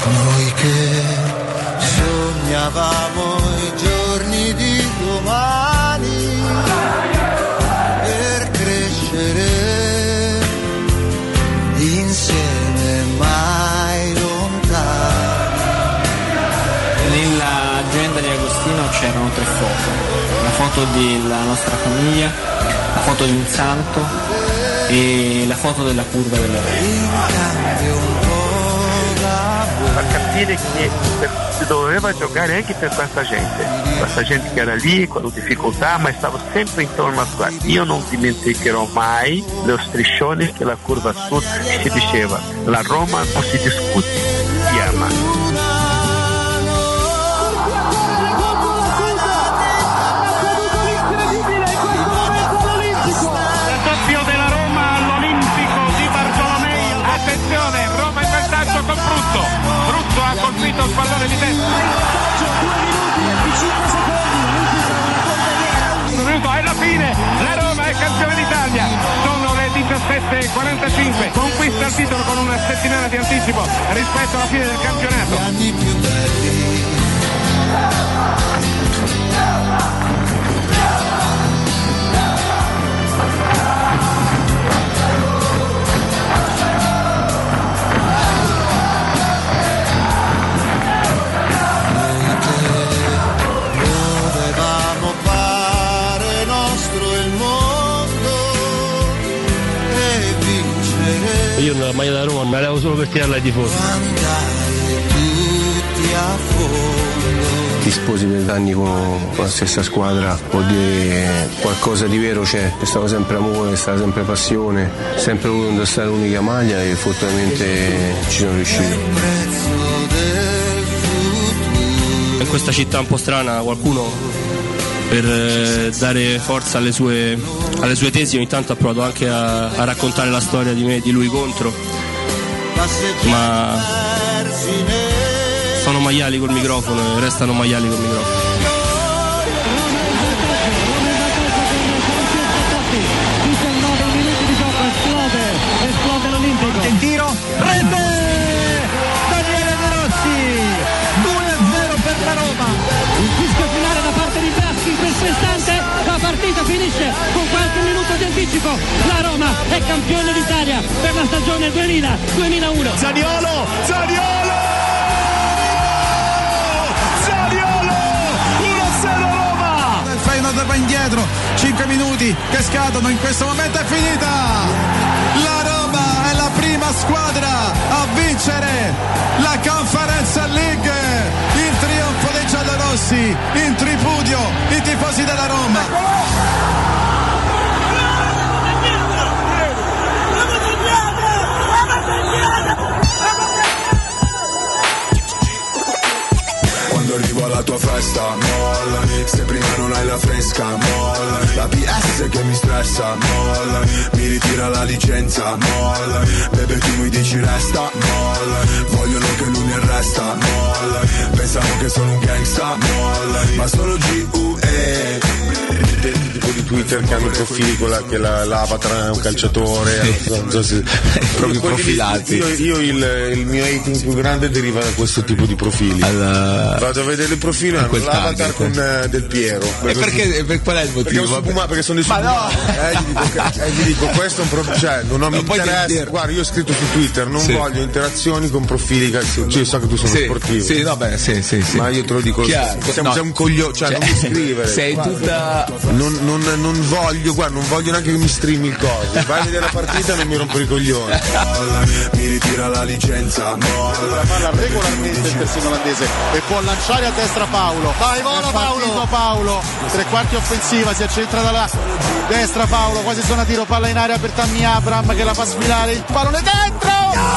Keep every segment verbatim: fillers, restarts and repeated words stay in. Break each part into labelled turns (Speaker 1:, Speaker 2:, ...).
Speaker 1: Noi che sognavamo i giorni di domani per crescere insieme mai lontani.
Speaker 2: Nell'agenda di Agostino c'erano tre foto: la foto della nostra famiglia, la foto di un santo e la foto della curva della Roma.
Speaker 3: Far capire che si doveva giocare anche per questa gente, questa gente che era lì con difficoltà, ma stava sempre intorno a qua. Io non dimenticherò mai lo striscione che la curva sud si diceva: la Roma non si discute, si ama.
Speaker 4: Con Brutto, Brutto ha colpito il pallone di testa. due minuti e cinque secondi. Un minuto è la fine, la Roma è campione d'Italia. Sono le diciassette e quarantacinque, conquista il titolo con una settimana di anticipo rispetto alla fine del campionato.
Speaker 1: Anni più belli.
Speaker 5: Io nella maglia da Roma me la levo solo per tirarla ai tifosi.
Speaker 6: Ti sposi per anni con la stessa squadra, vuol dire qualcosa di vero c'è, è stato sempre amore, è stata sempre passione, sempre voluto indossare l'unica maglia e fortunatamente ci sono riuscito.
Speaker 5: In questa città un po' strana qualcuno per eh, dare forza alle sue, alle sue tesi ogni tanto ha provato anche a, a raccontare la storia di me e di lui contro, ma sono maiali col microfono e restano maiali col microfono.
Speaker 4: diciannove minuti di gioco, esplode, esplode l'Olimpico. Il tiro, rete! Daniele De Rossi, due a zero per la Roma. Il fischio finale da parte di Braschi. In questo istante la partita finisce con qualche minuto di anticipo. La Roma è campione d'Italia per la stagione duemila duemilauno.
Speaker 7: Zaniolo, Zaniolo, Zaniolo, uno a zero Roma.
Speaker 8: Il Feyenoord va indietro, cinque minuti che scadono, in questo momento è finita. La Roma è la prima squadra a vincere la Conference League. Il trionfo dei giallorossi, in tripudio i tifosi della Roma.
Speaker 9: Quando arrivo alla tua festa, molla. Se prima non hai la fresca, molla. La P S che mi stressa, molla. Mi ritira la licenza, molla. Bebe tu mi dici resta, molla. Vogliono che lui mi arresta, molla. Pensavo che sono un gangsta, molla. Ma sono G U E.
Speaker 10: Tipo di Twitter che hanno i profili con la, che la, l'avatar è un calciatore, sì. non so se, proprio profilati. Io, io il, il mio hating più grande deriva da questo tipo di profili. Alla... Vado a vedere il profilo e hanno l'avatar con uh, Del Piero.
Speaker 11: E perché, per qual è il motivo?
Speaker 10: Perché, subuma, perché sono dei subumani. No. Eh, gli dico, che, eh, gli dico questo è un pro- cioè non ho mi interessa. Guarda, io ho scritto su Twitter, non sì. voglio interazioni con profili che cioè, so che tu sei
Speaker 11: sì.
Speaker 10: sportivo.
Speaker 11: Sì, no, beh, sì, sì, sì.
Speaker 10: Ma io te lo dico,
Speaker 11: Chiaro.
Speaker 10: siamo,
Speaker 11: no.
Speaker 10: siamo un coglione, cioè, cioè non mi scrivere.
Speaker 11: Sei
Speaker 10: guarda,
Speaker 11: tutta
Speaker 10: non, non, non voglio, guarda, non voglio neanche che mi streami il coso. Vai a vedere la partita e non mi rompere i coglioni.
Speaker 9: Mi ritira la licenza, molla.
Speaker 12: Parla regolarmente il terzino olandese e può lanciare a destra Paolo. Vai, vola Paolo. Paolo. Tre quarti offensiva, si accentra dalla destra Paolo, quasi zona tiro, palla in aria per Tammy Abraham che la fa sfilare, il pallone dentro!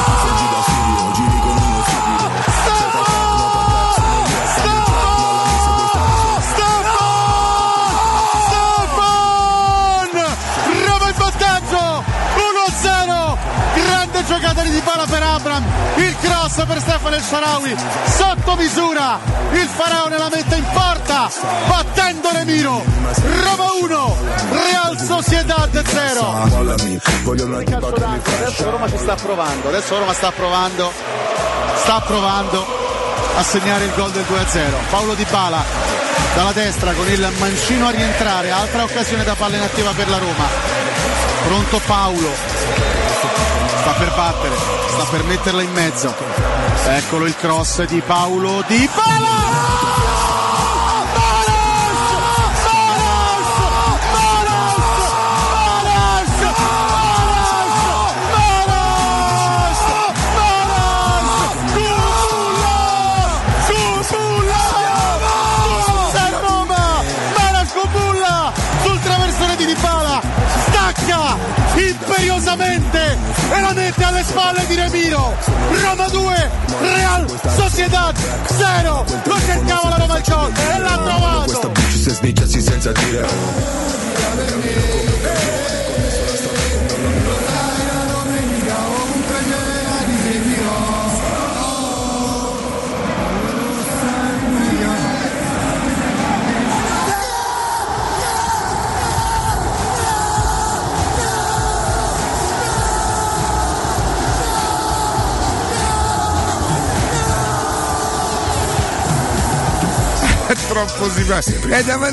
Speaker 12: Giocatore di palla per Abraham, il cross per Stefano El Shaarawy, sotto misura, il Faraone la mette in porta, battendo Remiro. Roma uno, Real Sociedad zero. Adesso Roma ci sta provando, adesso Roma sta provando sta provando a segnare il gol del due a zero. Paulo Dybala dalla destra con il mancino a rientrare, altra occasione da palla inattiva per la Roma. Pronto Paolo, sta per battere, sta per metterla in mezzo. Eccolo il cross di Paulo Dybala. Imperiosamente e la mette alle spalle di Remiro. Roma due, Real Sociedad zero. Lo cercava la Roma il gol e l'ha trovato.
Speaker 9: Questa bici se snicciassi senza dire.
Speaker 13: Troppo si fa e da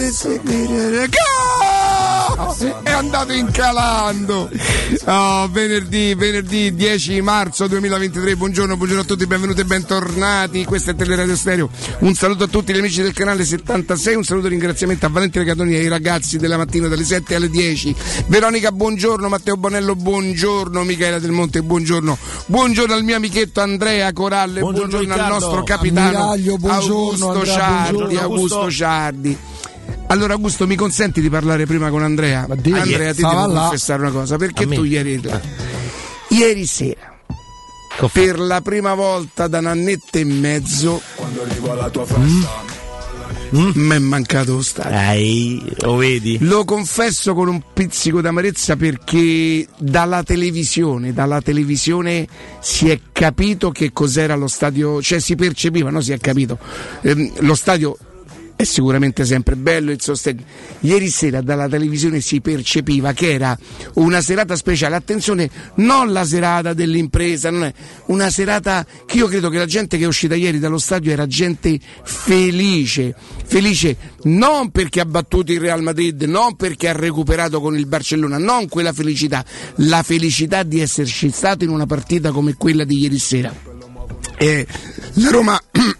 Speaker 13: è andato incalando. Oh, venerdì, venerdì dieci marzo duemilaventitré. Buongiorno, buongiorno a tutti, benvenuti e bentornati. Questo è Teleradio Stereo. Un saluto a tutti gli amici del canale settantasei, un saluto e ringraziamento a Valentina Catoni e ai ragazzi della mattina dalle sette alle dieci. Veronica, buongiorno. Matteo Bonello, buongiorno. Michela Del Monte, buongiorno. Buongiorno al mio amichetto Andrea Coralle, buongiorno, buongiorno al nostro capitano Augusto Andrea, Ciardi. Buongiorno, Augusto Ciardi. Allora Augusto, mi consenti di parlare prima con Andrea? Andrea, ti devo confessare una cosa, perché tu ieri ieri sera per la prima volta da un annetto e mezzo mi mm? è mancato lo stadio.
Speaker 14: Ehi, lo vedi?
Speaker 13: Lo confesso con un pizzico d'amarezza, perché dalla televisione dalla televisione si è capito che cos'era lo stadio, cioè si percepiva, no? Si è capito ehm, lo stadio è sicuramente sempre bello il sostegno. Ieri sera dalla televisione si percepiva che era una serata speciale. Attenzione, non la serata dell'impresa, non è una serata che io credo che la gente che è uscita ieri dallo stadio era gente felice, felice non perché ha battuto il Real Madrid, non perché ha recuperato con il Barcellona, non quella felicità, la felicità di esserci stato in una partita come quella di ieri sera. E la Roma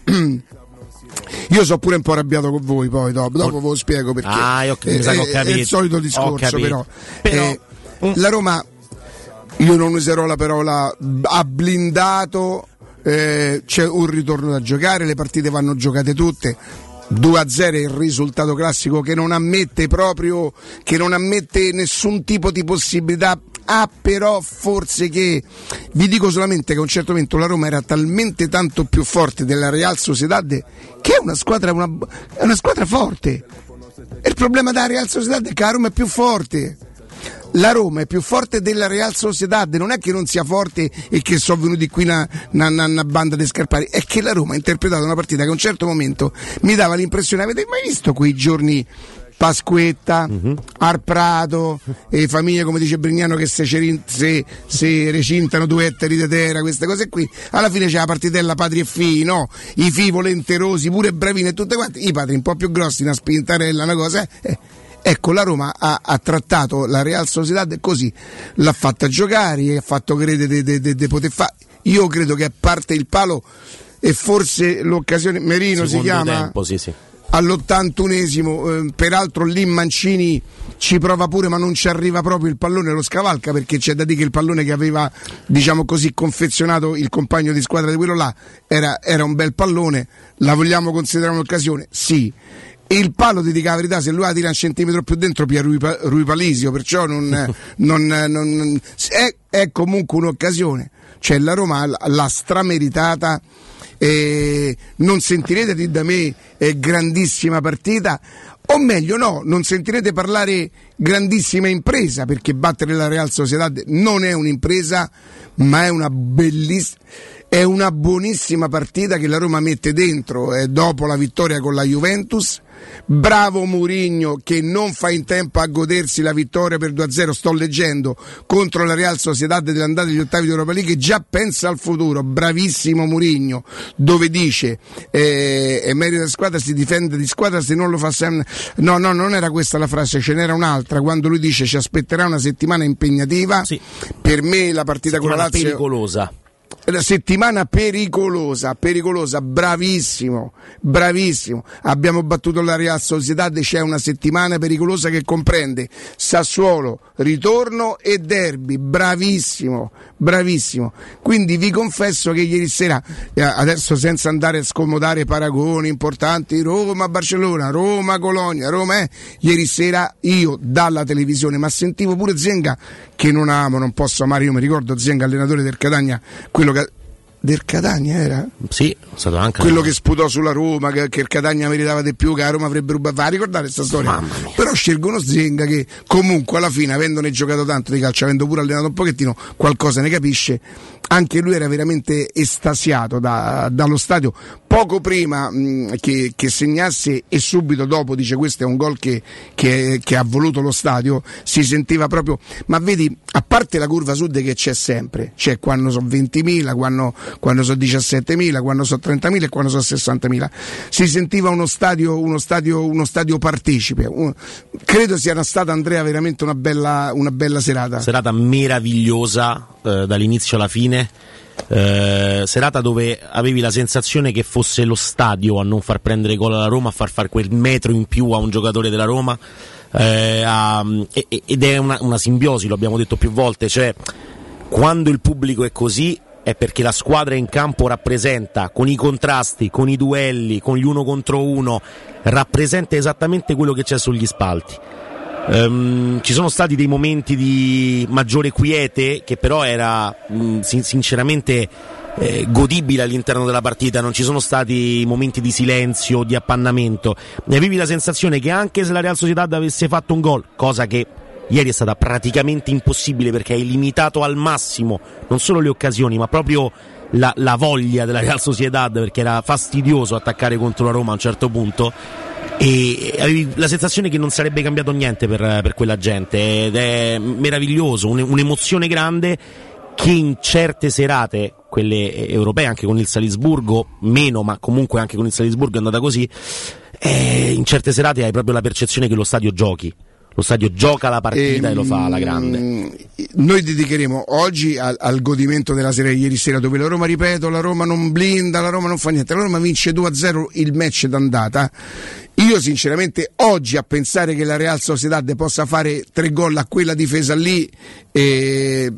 Speaker 13: io sono pure un po' arrabbiato con voi, poi dopo, dopo ve lo spiego perché.
Speaker 14: Ah, io
Speaker 13: è,
Speaker 14: mi ho capito.
Speaker 13: È il solito discorso, però,
Speaker 14: però
Speaker 13: eh, la Roma, io non userò la parola ha blindato, eh, c'è un ritorno da giocare, le partite vanno giocate tutte. due a zero è il risultato classico che non ammette proprio, che non ammette nessun tipo di possibilità. Ah, però forse che vi dico solamente che a un certo momento la Roma era talmente tanto più forte della Real Sociedad, che è una squadra, una, è una squadra forte. E il problema della Real Sociedad è che la Roma è più forte. La Roma è più forte della Real Sociedad, non è che non sia forte e che sono venuti qui una, una, una banda di scarpari, è che la Roma ha interpretato una partita che a un certo momento mi dava l'impressione, avete mai visto quei giorni Pasquetta, uh-huh. Arprato e famiglie come dice Brignano che se, se, se recintano due ettari di terra, queste cose qui, alla fine c'è la partitella padri e figli, no? I figli volenterosi, pure bravini e tutte quante, i padri un po' più grossi, una spintarella, una cosa, eh. Ecco, la Roma ha, ha trattato la Real Sociedad così, l'ha fatta giocare, ha fatto credere di poter fare. Io credo che a parte il palo e forse l'occasione, Merino
Speaker 14: secondo
Speaker 13: si chiama,
Speaker 14: tempo, sì, sì.
Speaker 13: all'ottantunesimo, eh, peraltro lì Mancini ci prova pure ma non ci arriva proprio, il pallone lo scavalca, perché c'è da dire che il pallone che aveva, diciamo così, confezionato il compagno di squadra di quello là era, era un bel pallone. La vogliamo considerare un'occasione? Sì. Il palo, ti dico la verità, se lui la tira un centimetro più dentro pia Rui, Rui Palisio, perciò non, non, non, non è, è comunque un'occasione. Cioè la Roma l'ha strameritata. Eh, non sentirete da me eh, grandissima partita, o meglio no, non sentirete parlare grandissima impresa, perché battere la Real Sociedad non è un'impresa, ma è una bellissima, È una buonissima partita che la Roma mette dentro eh, dopo la vittoria con la Juventus. Bravo Mourinho che non fa in tempo a godersi la vittoria per due a zero, sto leggendo, contro la Real Sociedad dell'andata degli ottavi di Europa League, già pensa al futuro. Bravissimo Mourinho, dove dice eh, è merito della squadra, si difende di squadra se non lo fa sempre. No, no, non era questa la frase, ce n'era un'altra quando lui dice ci aspetterà una settimana impegnativa.
Speaker 14: Sì.
Speaker 13: Per me la partita
Speaker 14: settimana
Speaker 13: con la Lazio
Speaker 14: pericolosa.
Speaker 13: La settimana pericolosa, pericolosa, bravissimo, bravissimo. Abbiamo battuto la Real Sociedad, c'è una settimana pericolosa che comprende Sassuolo, ritorno e derby, bravissimo, bravissimo. Quindi vi confesso che ieri sera, adesso senza andare a scomodare paragoni importanti, Roma-Barcellona, Roma-Colonia, Roma è, ieri sera io dalla televisione, ma sentivo pure Zenga, che non amo, non posso amare, io mi ricordo Zenga, allenatore del Catania, quello che del Catania era?
Speaker 14: Sì, è stato anche
Speaker 13: quello che sputò sulla Roma, che, che il Catania meritava di più, che la Roma avrebbe rubato. Va a ricordare questa storia? Però scelgono Zenga che comunque alla fine, avendone giocato tanto di calcio, avendo pure allenato un pochettino, qualcosa ne capisce. Anche lui era veramente estasiato da, dallo stadio poco prima mh, che, che segnasse, e subito dopo dice questo è un gol che, che, che ha voluto lo stadio. Si sentiva proprio, ma vedi, a parte la curva sud che c'è sempre, c'è quando sono ventimila, quando, quando sono diciassettemila, quando sono trentamila e quando sono sessantamila, si sentiva uno stadio, uno stadio, uno stadio partecipe. Un, credo sia stata, Andrea, veramente una bella, una bella serata
Speaker 14: serata meravigliosa eh, dall'inizio alla fine. Eh, serata dove avevi la sensazione che fosse lo stadio a non far prendere gol alla Roma, a far fare quel metro in più a un giocatore della Roma, eh, a, ed è una, una simbiosi, lo abbiamo detto più volte, cioè quando il pubblico è così è perché la squadra in campo rappresenta, con i contrasti, con i duelli, con gli uno contro uno, rappresenta esattamente quello che c'è sugli spalti. Um, ci sono stati dei momenti di maggiore quiete che però era mh, sin- sinceramente eh, godibile all'interno della partita, non ci sono stati momenti di silenzio, di appannamento, ne avevi la sensazione che anche se la Real Sociedad avesse fatto un gol, cosa che ieri è stata praticamente impossibile perché hai limitato al massimo non solo le occasioni ma proprio la, la voglia della Real Sociedad, perché era fastidioso attaccare contro la Roma a un certo punto, e avevi la sensazione che non sarebbe cambiato niente per, per quella gente, ed è meraviglioso, un, un'emozione grande che in certe serate, quelle europee, anche con il Salisburgo meno, ma comunque anche con il Salisburgo è andata così, e in certe serate hai proprio la percezione che lo stadio giochi. Lo stadio gioca la partita e, e lo fa alla grande.
Speaker 13: Noi dedicheremo oggi al, al godimento della sera di ieri sera, dove la Roma, ripeto, la Roma non blinda, la Roma non fa niente, la Roma vince due a zero il match d'andata. Io sinceramente oggi a pensare che la Real Sociedad possa fare tre gol a quella difesa lì eh,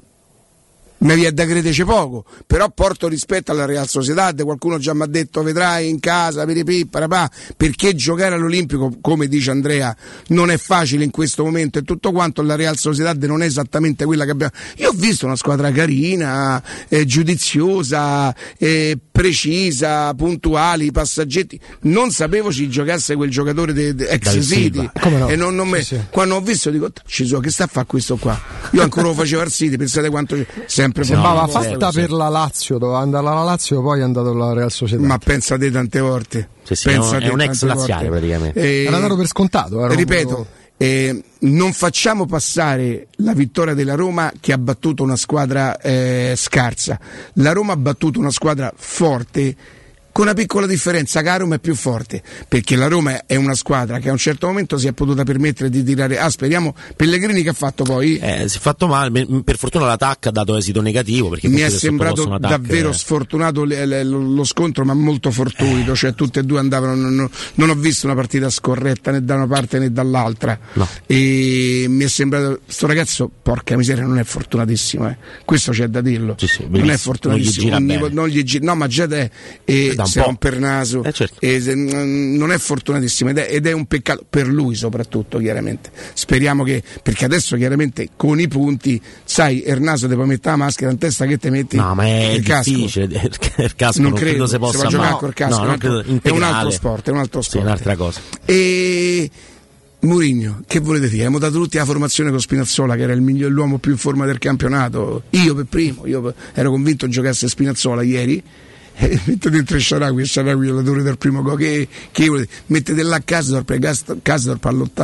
Speaker 13: mi viene da crederci poco, però porto rispetto alla Real Sociedad. Qualcuno già mi ha detto vedrai in casa piripipparapà, perché giocare all'Olimpico, come dice Andrea, non è facile in questo momento e tutto quanto. La Real Sociedad non è esattamente quella che abbiamo. Io ho visto una squadra carina, eh, giudiziosa, eh, precisa, puntuali, passaggetti. Non sapevo ci giocasse quel giocatore de, de ex
Speaker 14: Dal
Speaker 13: City
Speaker 14: no?
Speaker 13: E non, non me,
Speaker 14: sì, sì.
Speaker 13: Quando ho visto dico ci so, che sta a fare questo qua. Io ancora lo facevo al City, pensate quanto sempre
Speaker 15: sembrava
Speaker 13: no,
Speaker 15: fatta per la Lazio, doveva andare alla Lazio, poi è andato alla Real Sociedad.
Speaker 13: Ma pensate tante volte.
Speaker 14: Sì, sì, pensate è un ex laziale praticamente.
Speaker 13: Eh,
Speaker 15: Era dato per scontato. Era
Speaker 13: ripeto,
Speaker 15: proprio...
Speaker 13: eh, non facciamo passare la vittoria della Roma che ha battuto una squadra eh, scarsa. La Roma ha battuto una squadra forte, con una piccola differenza, che la Roma è più forte, perché la Roma è una squadra che a un certo momento si è potuta permettere di tirare. Ah, speriamo. Pellegrini che ha fatto poi?
Speaker 14: Eh, si è fatto male, per fortuna l'attacco ha dato esito negativo, perché
Speaker 13: mi è sembrato davvero
Speaker 14: eh.
Speaker 13: sfortunato le, le, lo scontro, ma molto fortuito, eh. Cioè tutte e due andavano, non, non ho visto una partita scorretta né da una parte né dall'altra,
Speaker 14: no.
Speaker 13: E mi è sembrato, sto ragazzo, porca miseria, non è fortunatissimo, eh. Questo c'è da dirlo,
Speaker 14: sì, sì,
Speaker 13: non è fortunatissimo,
Speaker 14: non gli gira
Speaker 13: non gli, non gli gira, no, ma già è, eh, se un per naso,
Speaker 14: eh, certo.
Speaker 13: e, non è fortunatissimo ed è, ed è un peccato per lui soprattutto, chiaramente. Speriamo che, perché adesso chiaramente con i punti, sai, Ernaso te puoi mettere la maschera in testa, che te metti?
Speaker 14: No, ma è
Speaker 13: il
Speaker 14: difficile,
Speaker 13: casco.
Speaker 14: il casco
Speaker 13: non,
Speaker 14: non
Speaker 13: credo,
Speaker 14: credo se possa,
Speaker 13: se va a giocare
Speaker 14: no,
Speaker 13: col casco,
Speaker 14: no,
Speaker 13: un altro,
Speaker 14: credo,
Speaker 13: è un altro sport, è un altro sport.
Speaker 14: Sì, un'altra cosa.
Speaker 13: E Mourinho, che volete dire? Abbiamo dato tutti la formazione con Spinazzola, che era il miglior, l'uomo più in forma del campionato. Io per primo, io ero convinto giocasse Spinazzola ieri. Eh, mette dentro il Shaarawy, il Shaarawy è l'autore del primo gol. Che, che volete? Mettete là Karsdorp, e Karsdorp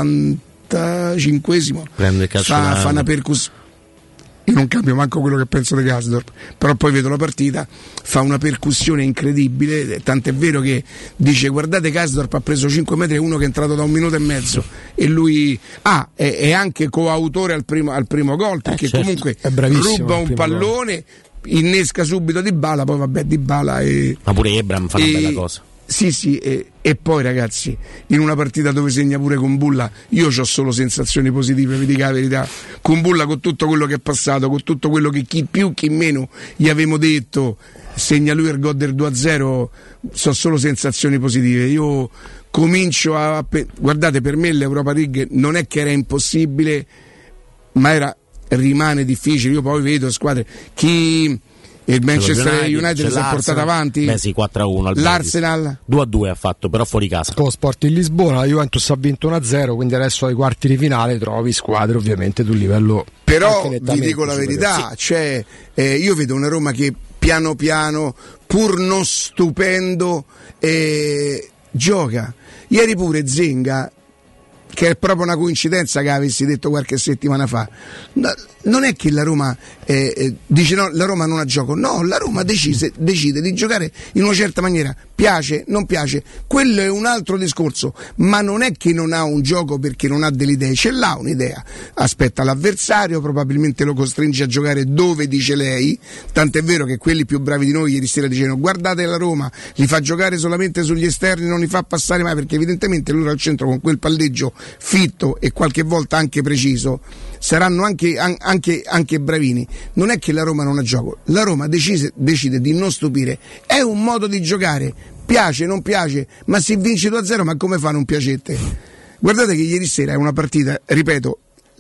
Speaker 13: all'ottantacinquesimo fa, fa una percussione. Io non cambio manco quello che penso di Karsdorp, però poi vedo la partita, fa una percussione incredibile, tant'è vero che dice guardate Karsdorp ha preso cinque metri e uno che è entrato da un minuto e mezzo e lui ah, è, è anche coautore al primo, al primo gol, perché eh certo, comunque ruba un pallone, gol. Innesca subito Dybala, poi vabbè Dybala e...
Speaker 14: Ma pure Ebram fa una e... bella cosa.
Speaker 13: Sì, sì, e, e poi ragazzi, in una partita dove segna pure Kumbulla, io ho solo sensazioni positive, vi dico la verità. Kumbulla, con tutto quello che è passato, con tutto quello che chi più chi meno gli avevamo detto, segna lui il gol del due a zero, so solo sensazioni positive. Io comincio a... Guardate, per me l'Europa League non è che era impossibile, ma era rimane difficile. Io poi vedo squadre, chi... il Manchester United, United si è portato avanti?
Speaker 14: Beh sì, quattro a uno al
Speaker 13: l'Arsenal
Speaker 14: due a due ha fatto, però fuori casa.
Speaker 15: Con Sport in Lisbona la Juventus ha vinto uno a zero, quindi adesso ai quarti di finale trovi squadre ovviamente di un livello.
Speaker 13: Però vi dico la verità, sì. Cioè, eh, io vedo una Roma che piano piano, pur non stupendo, eh, gioca. Ieri pure Zenga, che è proprio una coincidenza che avessi detto qualche settimana fa, non è che la Roma eh, eh, dice no, la Roma non ha gioco, no, la Roma decise, decide di giocare in una certa maniera, piace, non piace, quello è un altro discorso, ma non è che non ha un gioco perché non ha delle idee, ce l'ha un'idea, aspetta l'avversario, probabilmente lo costringe a giocare dove dice lei, tant'è vero che quelli più bravi di noi ieri sera dicevano guardate la Roma, li fa giocare solamente sugli esterni, non li fa passare mai, perché evidentemente loro al centro con quel palleggio fitto e qualche volta anche preciso saranno anche, an, anche, anche bravini. Non è che la Roma non ha gioco, la Roma decise, decide di non stupire, è un modo di giocare, piace, non piace, ma se vinci due a zero ma come fa a non piacete? Guardate che ieri sera è una partita, ripeto,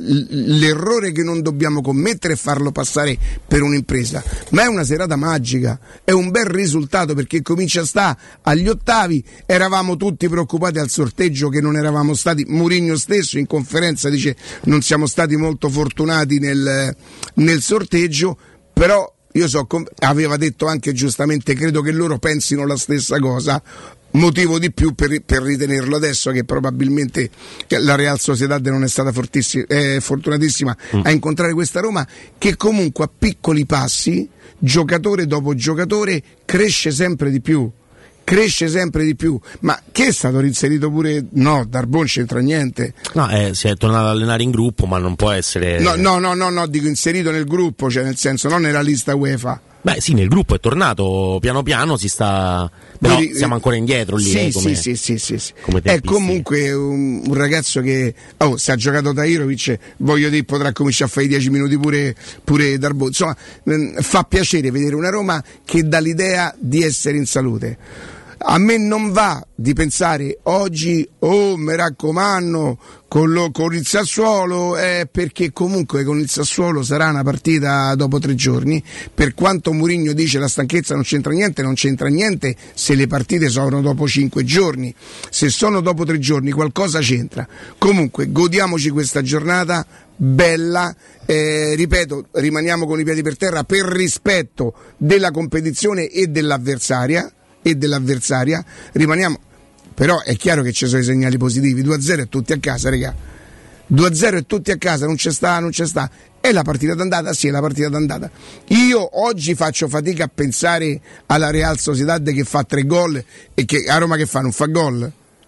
Speaker 13: l'errore che non dobbiamo commettere è farlo passare per un'impresa, ma è una serata magica, è un bel risultato perché comincia a sta agli ottavi. Eravamo tutti preoccupati al sorteggio che non eravamo stati, Mourinho stesso in conferenza dice non siamo stati molto fortunati nel, nel sorteggio, però io so, aveva detto anche giustamente, credo che loro pensino la stessa cosa, motivo di più per, per ritenerlo adesso che probabilmente la Real Sociedad non è stata fortissima, eh, fortunatissima mm. a incontrare questa Roma che comunque a piccoli passi, giocatore dopo giocatore, cresce sempre di più. Cresce sempre di più, ma che è stato inserito pure no, Darbon c'entra niente.
Speaker 14: No, eh, si è tornato ad allenare in gruppo, ma non può essere.
Speaker 13: No, no, no, no, no, dico inserito nel gruppo, cioè nel senso non nella lista UEFA.
Speaker 14: Beh, sì, nel gruppo è tornato piano piano, si sta. Però Vedi, siamo ancora indietro lì.
Speaker 13: Sì,
Speaker 14: eh, come,
Speaker 13: sì, sì, sì, sì. È comunque un, un ragazzo che oh, se ha giocato Tahirovic, voglio dire, potrà cominciare a fare i dieci minuti pure, pure Darbo. Insomma, fa piacere vedere una Roma che dà l'idea di essere in salute. A me non va di pensare oggi, oh mi raccomando, con, lo, con il Sassuolo, eh, perché comunque con il Sassuolo sarà una partita dopo tre giorni, per quanto Mourinho dice la stanchezza non c'entra niente, non c'entra niente se le partite sono dopo cinque giorni, se sono dopo tre giorni qualcosa c'entra. Comunque godiamoci questa giornata bella, eh, ripeto, rimaniamo con i piedi per terra per rispetto della competizione e dell'avversaria, e dell'avversaria, rimaniamo, però è chiaro che ci sono i segnali positivi, due a zero e tutti a casa, regà, due a zero e tutti a casa, non c'è sta, non c'è sta, è la partita d'andata, sì è la partita d'andata. Io oggi faccio fatica a pensare alla Real Sociedad che fa tre gol e che a Roma che fa, non fa gol.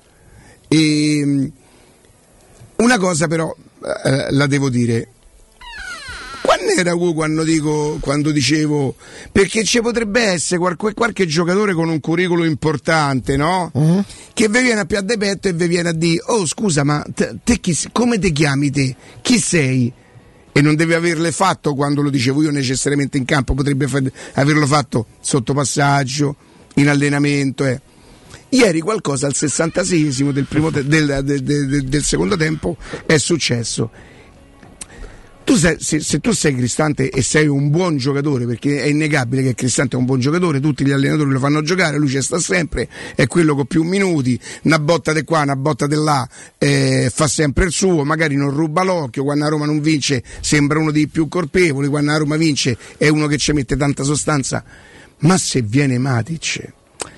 Speaker 13: E una cosa però eh, la devo dire, quando era quando dico quando dicevo perché ci potrebbe essere qualche, qualche giocatore con un curriculum importante, no? Uh-huh. Che vi viene a più a de petto e vi viene a dire oh scusa ma te, te chi, come ti chiami te? Chi sei? E non deve averle fatto quando lo dicevo io necessariamente in campo, potrebbe fa- averlo fatto sotto passaggio, in allenamento. Eh. Ieri qualcosa al sessantaseiesimo del, primo te- del, del, del, del secondo tempo è successo. Tu sei, se, se tu sei Cristante e sei un buon giocatore, perché è innegabile che Cristante è un buon giocatore, tutti gli allenatori lo fanno giocare, lui ci sta sempre, è quello con più minuti, una botta di qua, una botta di là, eh, fa sempre il suo, magari non ruba l'occhio, quando a Roma non vince sembra uno dei più colpevoli, quando a Roma vince è uno che ci mette tanta sostanza. Ma se viene Matic,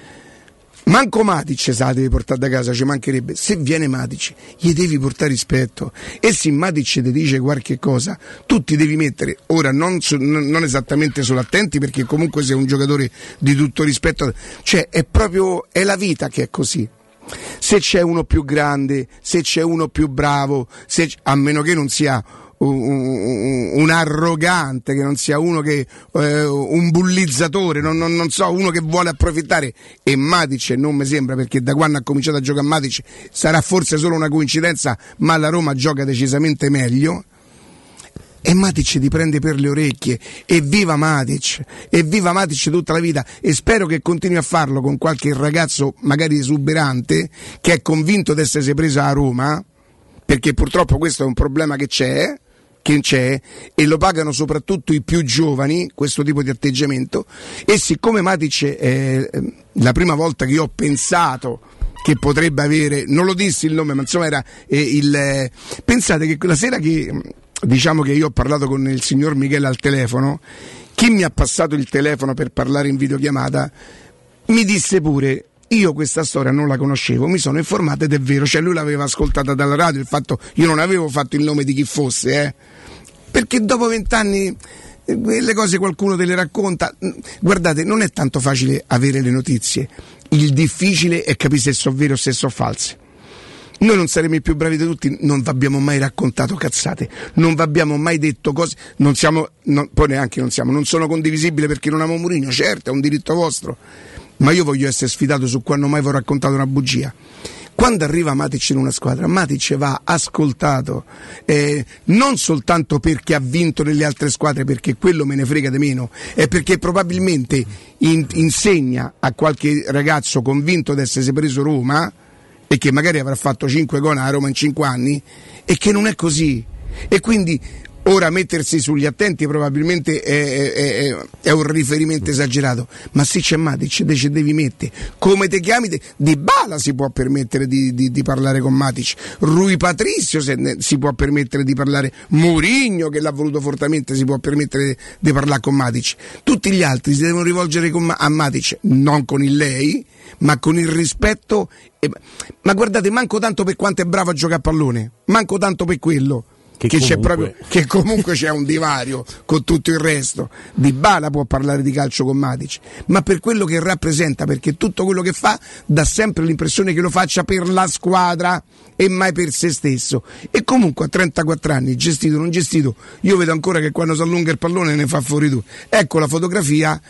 Speaker 13: manco Matic se la devi portare da casa, ci mancherebbe. Se viene Matic gli devi portare rispetto, e se Matic ti dice qualche cosa tu ti devi mettere, ora non, su, non esattamente sull'attenti, perché comunque sei un giocatore di tutto rispetto, cioè è proprio, è la vita che è così. Se c'è uno più grande, se c'è uno più bravo, se, a meno che non sia Un, un, un arrogante, che non sia uno che eh, un bullizzatore, non, non, non so, uno che vuole approfittare, e Matic non mi sembra, perché da quando ha cominciato a giocare Matic sarà forse solo una coincidenza, ma la Roma gioca decisamente meglio, e Matic ti prende per le orecchie, e viva Matic, e viva Matic tutta la vita, e spero che continui a farlo con qualche ragazzo magari esuberante che è convinto di essersi preso a Roma, perché purtroppo questo è un problema che c'è che c'è e lo pagano soprattutto i più giovani, questo tipo di atteggiamento. E siccome Matic è la prima volta che io ho pensato che potrebbe avere, non lo dissi il nome, ma insomma era eh, il eh, pensate che quella sera che diciamo che io ho parlato con il signor Michele al telefono, chi mi ha passato il telefono per parlare in videochiamata mi disse pure: io questa storia non la conoscevo, mi sono informato ed è vero, cioè lui l'aveva ascoltata dalla radio, il fatto, io non avevo fatto il nome di chi fosse, eh, perché dopo vent'anni eh, le cose qualcuno te le racconta. Guardate, non è tanto facile avere le notizie, il difficile è capire se sono vere o se sono false. Noi non saremo i più bravi di tutti, non vi abbiamo mai raccontato cazzate, non vi abbiamo mai detto cose, non siamo, non, poi neanche non siamo, non sono condivisibili perché non amo Mourinho, certo, è un diritto vostro, ma io voglio essere sfidato su quando mai vi ho raccontato una bugia. Quando arriva Matic in una squadra, Matic va ascoltato, eh, non soltanto perché ha vinto nelle altre squadre, perché quello me ne frega di meno, è perché probabilmente in, insegna a qualche ragazzo convinto di essersi preso Roma e che magari avrà fatto cinque gol a Roma in cinque anni, e che non è così. E quindi ora mettersi sugli attenti probabilmente è, è, è, è un riferimento esagerato, ma se c'è Matic te ci devi mettere. Come te chiami? Te, Dybala si può permettere di, di, di parlare con Matic, Rui Patricio se ne, si può permettere di parlare, Mourinho che l'ha voluto fortemente si può permettere di, di parlare con Matic. Tutti gli altri si devono rivolgere con, a Matic, non con il lei, ma con il rispetto. E, ma guardate, manco tanto per quanto è bravo a giocare a pallone, manco tanto per quello. Che, che, c'è proprio, che comunque c'è un divario con tutto il resto. Dybala può parlare di calcio con Matic, ma per quello che rappresenta, perché tutto quello che fa dà sempre l'impressione che lo faccia per la squadra e mai per se stesso. E comunque a trentaquattro anni, gestito o non gestito, io vedo ancora che quando si allunga il pallone ne fa fuori tu. Ecco la fotografia.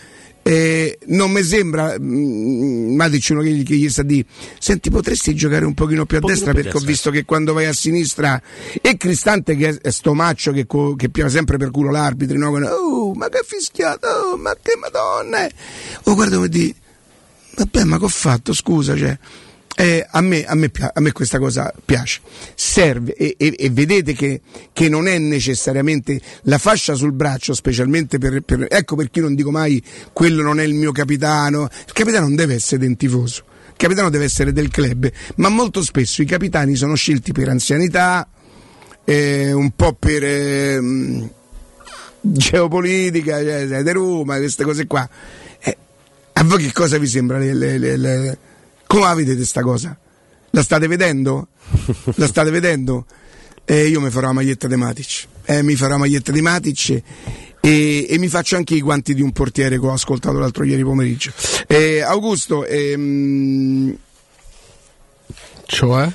Speaker 13: Eh, non mi sembra mh, Matic uno che, che gli sta di senti, potresti giocare un pochino più a pochino destra, perché destra. Ho visto che quando vai a sinistra, e Cristante che è sto maccio che, co, che piava sempre per culo l'arbitro, no? Oh, ma che fischiato, oh, ma che madonna, oh guarda come di vabbè, ma che ho fatto, scusa, cioè Eh, a, me, a, me, a me questa cosa piace, serve, e, e, e vedete che, che non è necessariamente la fascia sul braccio, specialmente per, per ecco perché io non dico mai quello non è il mio capitano. Il capitano non deve essere del tifoso, il capitano deve essere del club, ma molto spesso i capitani sono scelti per anzianità, eh, un po' per eh, geopolitica, cioè, di Roma, queste cose qua. Eh, a voi che cosa vi sembra? Le, le, le, le, come la vedete sta cosa? La state vedendo? La state vedendo? Eh, io mi farò la maglietta di Matic, eh, mi farò la maglietta di Matic e, e mi faccio anche i guanti di un portiere che ho ascoltato l'altro ieri pomeriggio. Eh, Augusto, ehm...
Speaker 15: cioè?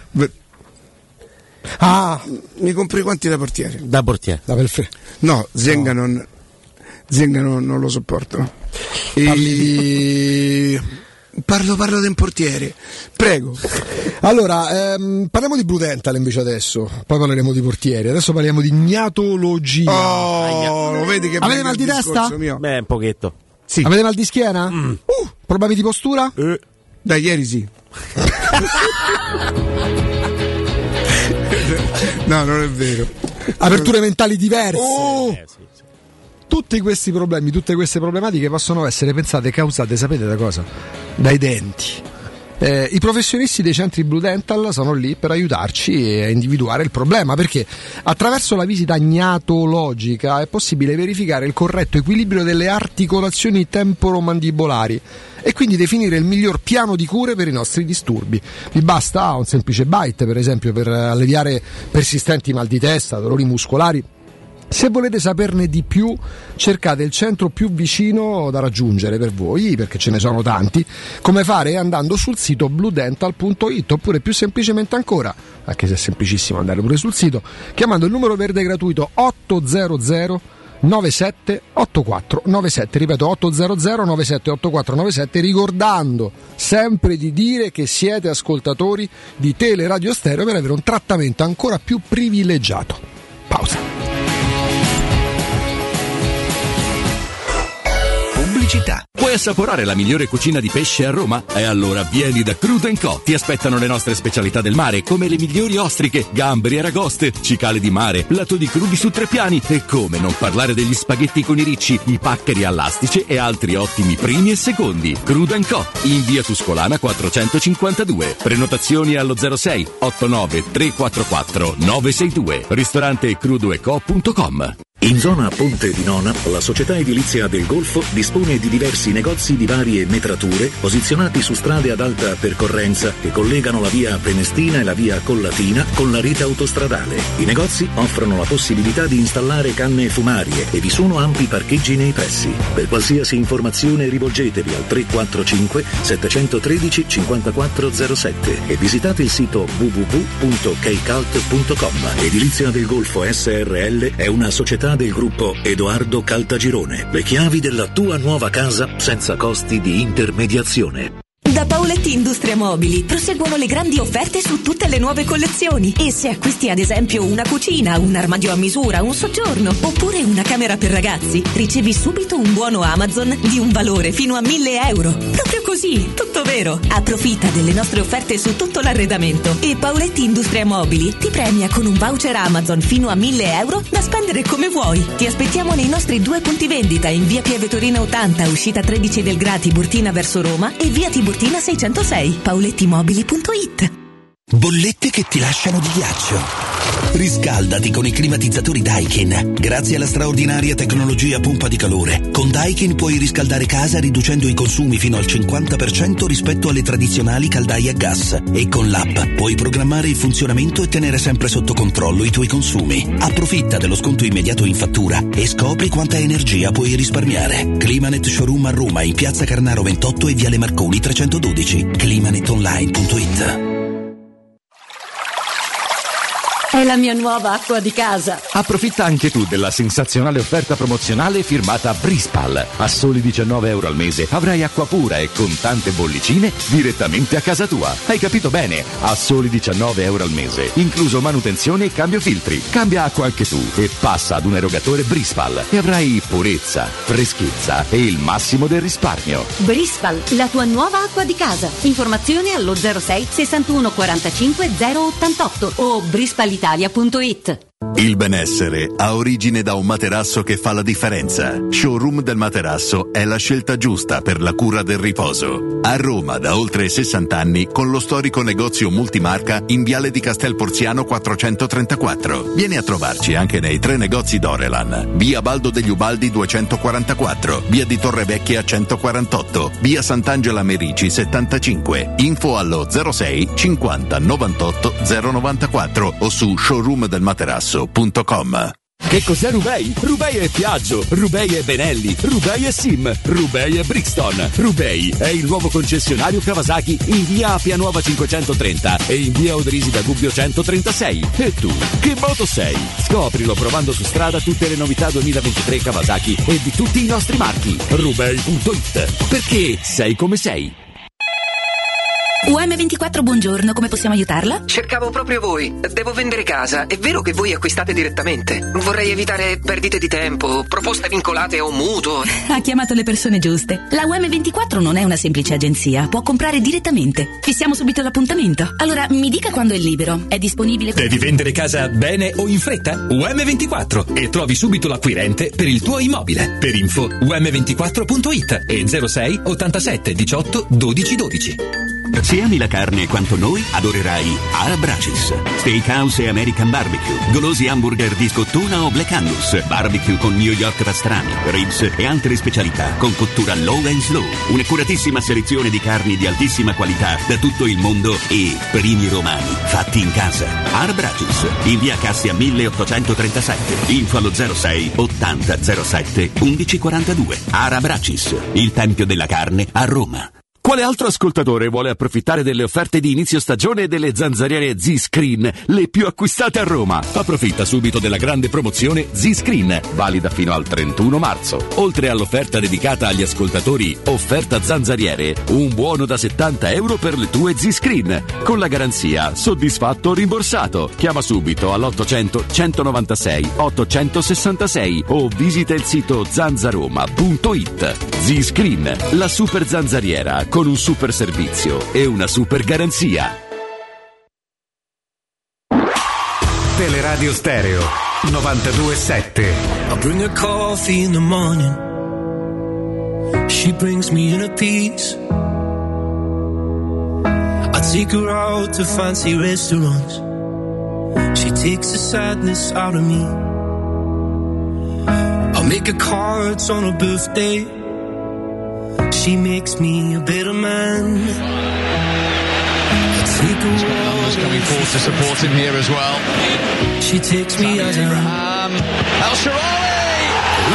Speaker 13: Ah, mi compri i guanti da portiere?
Speaker 14: Da portiere?
Speaker 15: Da perfetto.
Speaker 13: No, Zenga no. non, Zenga non, non lo sopporto. E...
Speaker 15: Parli di...
Speaker 13: Parlo, parlo del portiere, prego.
Speaker 15: Allora, ehm, parliamo di Brudental invece adesso, poi parleremo di portieri. Adesso parliamo di gnatologia.
Speaker 13: Oh, lo vedi che
Speaker 15: avete mal di testa?
Speaker 13: Mio.
Speaker 14: Beh, un pochetto.
Speaker 13: Sì.
Speaker 15: Avete mal di schiena? Mm. Uh, problemi di postura?
Speaker 13: Eh. Da ieri sì. No, non è vero.
Speaker 15: aperture mentali diverse.
Speaker 13: Oh.
Speaker 15: Eh, sì, sì. Tutti questi problemi, tutte queste problematiche possono essere pensate causate, sapete da cosa? Dai denti. Eh, I professionisti dei centri Blue Dental sono lì per aiutarci a individuare il problema, perché attraverso la visita gnatologica è possibile verificare il corretto equilibrio delle articolazioni temporomandibolari e quindi definire il miglior piano di cure per i nostri disturbi. Vi basta un semplice bite, per esempio, per alleviare persistenti mal di testa, dolori muscolari. Se volete saperne di più, cercate il centro più vicino da raggiungere per voi, perché ce ne sono tanti. Come fare? Andando sul sito blue dental punto it, oppure più semplicemente ancora, anche se è semplicissimo andare pure sul sito, chiamando il numero verde gratuito ottocento novantasette ottantaquattro novantasette, ripeto ottocento novantasette ottantaquattro novantasette, ricordando sempre di dire che siete ascoltatori di Teleradio Stereo per avere un trattamento ancora più privilegiato. Pausa.
Speaker 16: Pubblicità. Puoi assaporare la migliore cucina di pesce a Roma? E allora vieni da Crudo and Co. Ti aspettano le nostre specialità del mare, come le migliori ostriche, gamberi, aragoste, cicale di mare, lato di crudi su tre piani e come non parlare degli spaghetti con i ricci, i paccheri all'astice e altri ottimi primi e secondi. Crudo and Co. in via Tuscolana quattrocentocinquantadue. Prenotazioni allo zero sei ottantanove trequarantaquattro novecentosessantadue. Ristorante crudo e co punto com.
Speaker 17: In zona Ponte di Nona, la società edilizia del Golfo dispone di diversi negozi di varie metrature posizionati su strade ad alta percorrenza che collegano la via Prenestina e la via Collatina con la rete autostradale. I negozi offrono la possibilità di installare canne fumarie e vi sono ampi parcheggi nei pressi. Per qualsiasi informazione rivolgetevi al tre quattro cinque sette uno tre cinque quattro zero sette e visitate il sito w w w punto keicalt punto com. Edilizia del Golfo S R L è una società del gruppo Edoardo Caltagirone. Le chiavi della tua nuova casa senza costi di intermediazione.
Speaker 18: Da Paoletti Industria Mobili proseguono le grandi offerte su tutte le nuove collezioni, e se acquisti ad esempio una cucina, un armadio a misura, un soggiorno oppure una camera per ragazzi, ricevi subito un buono Amazon di un valore fino a mille euro. Proprio così, tutto vero. Approfitta delle nostre offerte su tutto l'arredamento e Paoletti Industria Mobili ti premia con un voucher Amazon fino a mille euro da spendere come vuoi. Ti aspettiamo nei nostri due punti vendita in via Piavetorina ottanta, uscita tredici del Grati, Burtina verso Roma, e via Tiburtina seicentosei. paolettimobili punto it.
Speaker 19: Bollette che ti lasciano di ghiaccio. Riscaldati con i climatizzatori Daikin. Grazie alla straordinaria tecnologia pompa di calore, con Daikin puoi riscaldare casa riducendo i consumi fino al cinquanta per cento rispetto alle tradizionali caldaie a gas. E con l'app puoi programmare il funzionamento e tenere sempre sotto controllo i tuoi consumi. Approfitta dello sconto immediato in fattura e scopri quanta energia puoi risparmiare. Climanet Showroom a Roma, in piazza Carnaro ventotto e viale Marconi trecentododici. climanet online punto it.
Speaker 18: È la mia nuova acqua di casa.
Speaker 20: Approfitta anche tu della sensazionale offerta promozionale firmata Brispal. A soli diciannove euro al mese avrai acqua pura e con tante bollicine direttamente a casa tua. Hai capito bene? A soli diciannove euro al mese, incluso manutenzione e cambio filtri. Cambia acqua anche tu e passa ad un erogatore Brispal e avrai purezza, freschezza e il massimo del risparmio.
Speaker 18: Brispal, la tua nuova acqua di casa. Informazioni allo zero sei sessantuno quarantacinque zero ottantotto o brispal italia punto it.
Speaker 21: Il benessere ha origine da un materasso che fa la differenza. Showroom del Materasso è la scelta giusta per la cura del riposo. A Roma da oltre sessanta anni con lo storico negozio multimarca in Viale di Castel Porziano quattrocentotrentaquattro. Vieni a trovarci anche nei tre negozi Dorelan: via Baldo degli Ubaldi duecentoquarantaquattro, via di Torrevecchia centoquarantotto, via Sant'Angela Merici settantacinque. Info allo zero sei cinquanta novantotto zero novantaquattro o su showroom del materasso punto com.
Speaker 20: Che cos'è Rubei? Rubei è Piaggio, Rubei è Benelli, Rubei è Sim, Rubei è Brixton. Rubei è il nuovo concessionario Kawasaki in via Appia Nuova cinquecentotrenta e in via Odrisi da Gubbio centotrentasei. E tu, che moto sei? Scoprilo provando su strada tutte le novità duemilaventitré Kawasaki e di tutti i nostri marchi. Rubei punto it, perché sei come sei.
Speaker 18: U M ventiquattro, buongiorno, come possiamo aiutarla?
Speaker 2: Cercavo proprio voi. Devo vendere casa. È vero che voi acquistate direttamente? Vorrei evitare perdite di tempo, proposte vincolate o mutuo.
Speaker 18: Ha chiamato le persone giuste. La U M ventiquattro non è una semplice agenzia, può comprare direttamente. Fissiamo subito l'appuntamento. Allora, mi dica quando è libero. È disponibile?
Speaker 22: Devi vendere casa bene o in fretta? U M ventiquattro e trovi subito l'acquirente per il tuo immobile. Per info u m ventiquattro punto it e zero sei ottantasette diciotto dodici dodici.
Speaker 23: Se ami la carne quanto noi, adorerai Ara Bracis. Steakhouse e American Barbecue, golosi hamburger di scottuna o Black Angus, barbecue con New York pastrami, ribs e altre specialità con cottura low and slow. Un'accuratissima selezione di carni di altissima qualità da tutto il mondo e primi romani fatti in casa. Ara Bracis, in via Cassia milleottocentotrentasette, info allo zero sei ottanta zero sette undici quarantadue. Ara Bracis, il tempio della carne a Roma.
Speaker 22: Quale altro ascoltatore vuole approfittare delle offerte di inizio stagione delle zanzariere Z-Screen, le più acquistate a Roma? Approfitta subito della grande promozione Z-Screen, valida fino al trentuno marzo. Oltre all'offerta dedicata agli ascoltatori Offerta Zanzariere, un buono da settanta euro per le tue Z-Screen, con la garanzia soddisfatto o rimborsato. Chiama subito all'ottocento centonovantasei ottocentosessantasei o visita il sito zanzaroma punto it. Z-Screen, la super zanzariera con un super servizio e una super garanzia.
Speaker 24: Teleradio Stereo novantadue sette.
Speaker 25: I bring her coffee in the morning. She brings me in a piece. I take her out to fancy restaurants. She takes the sadness out of me. I make her cards on her birthday. She makes me a better man.
Speaker 8: Numbers coming forward to support him here as well.
Speaker 25: She takes me as
Speaker 8: Abraham. El Shaarawy!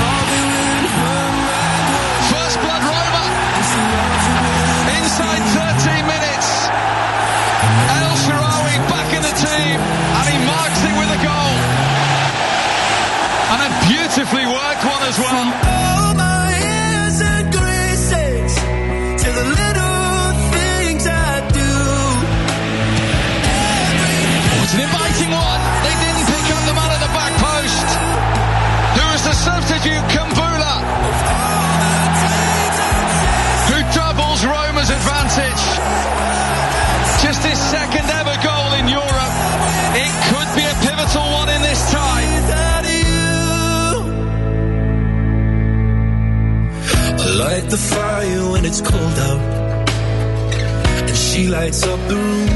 Speaker 8: First blood Roma. Inside thirteen minutes. El Shaarawy back in the team, and he marks it with a goal. And a beautifully worked one as well.
Speaker 25: The little things I do.
Speaker 8: It's an inviting one. They didn't pick up the man at the back post. Who was the substitute, Kumbula, who doubles Roma's advantage. Just his second ever goal in Europe. It could be a pivotal one in this tie.
Speaker 25: I light the fire when it's cold out, and she lights up the room.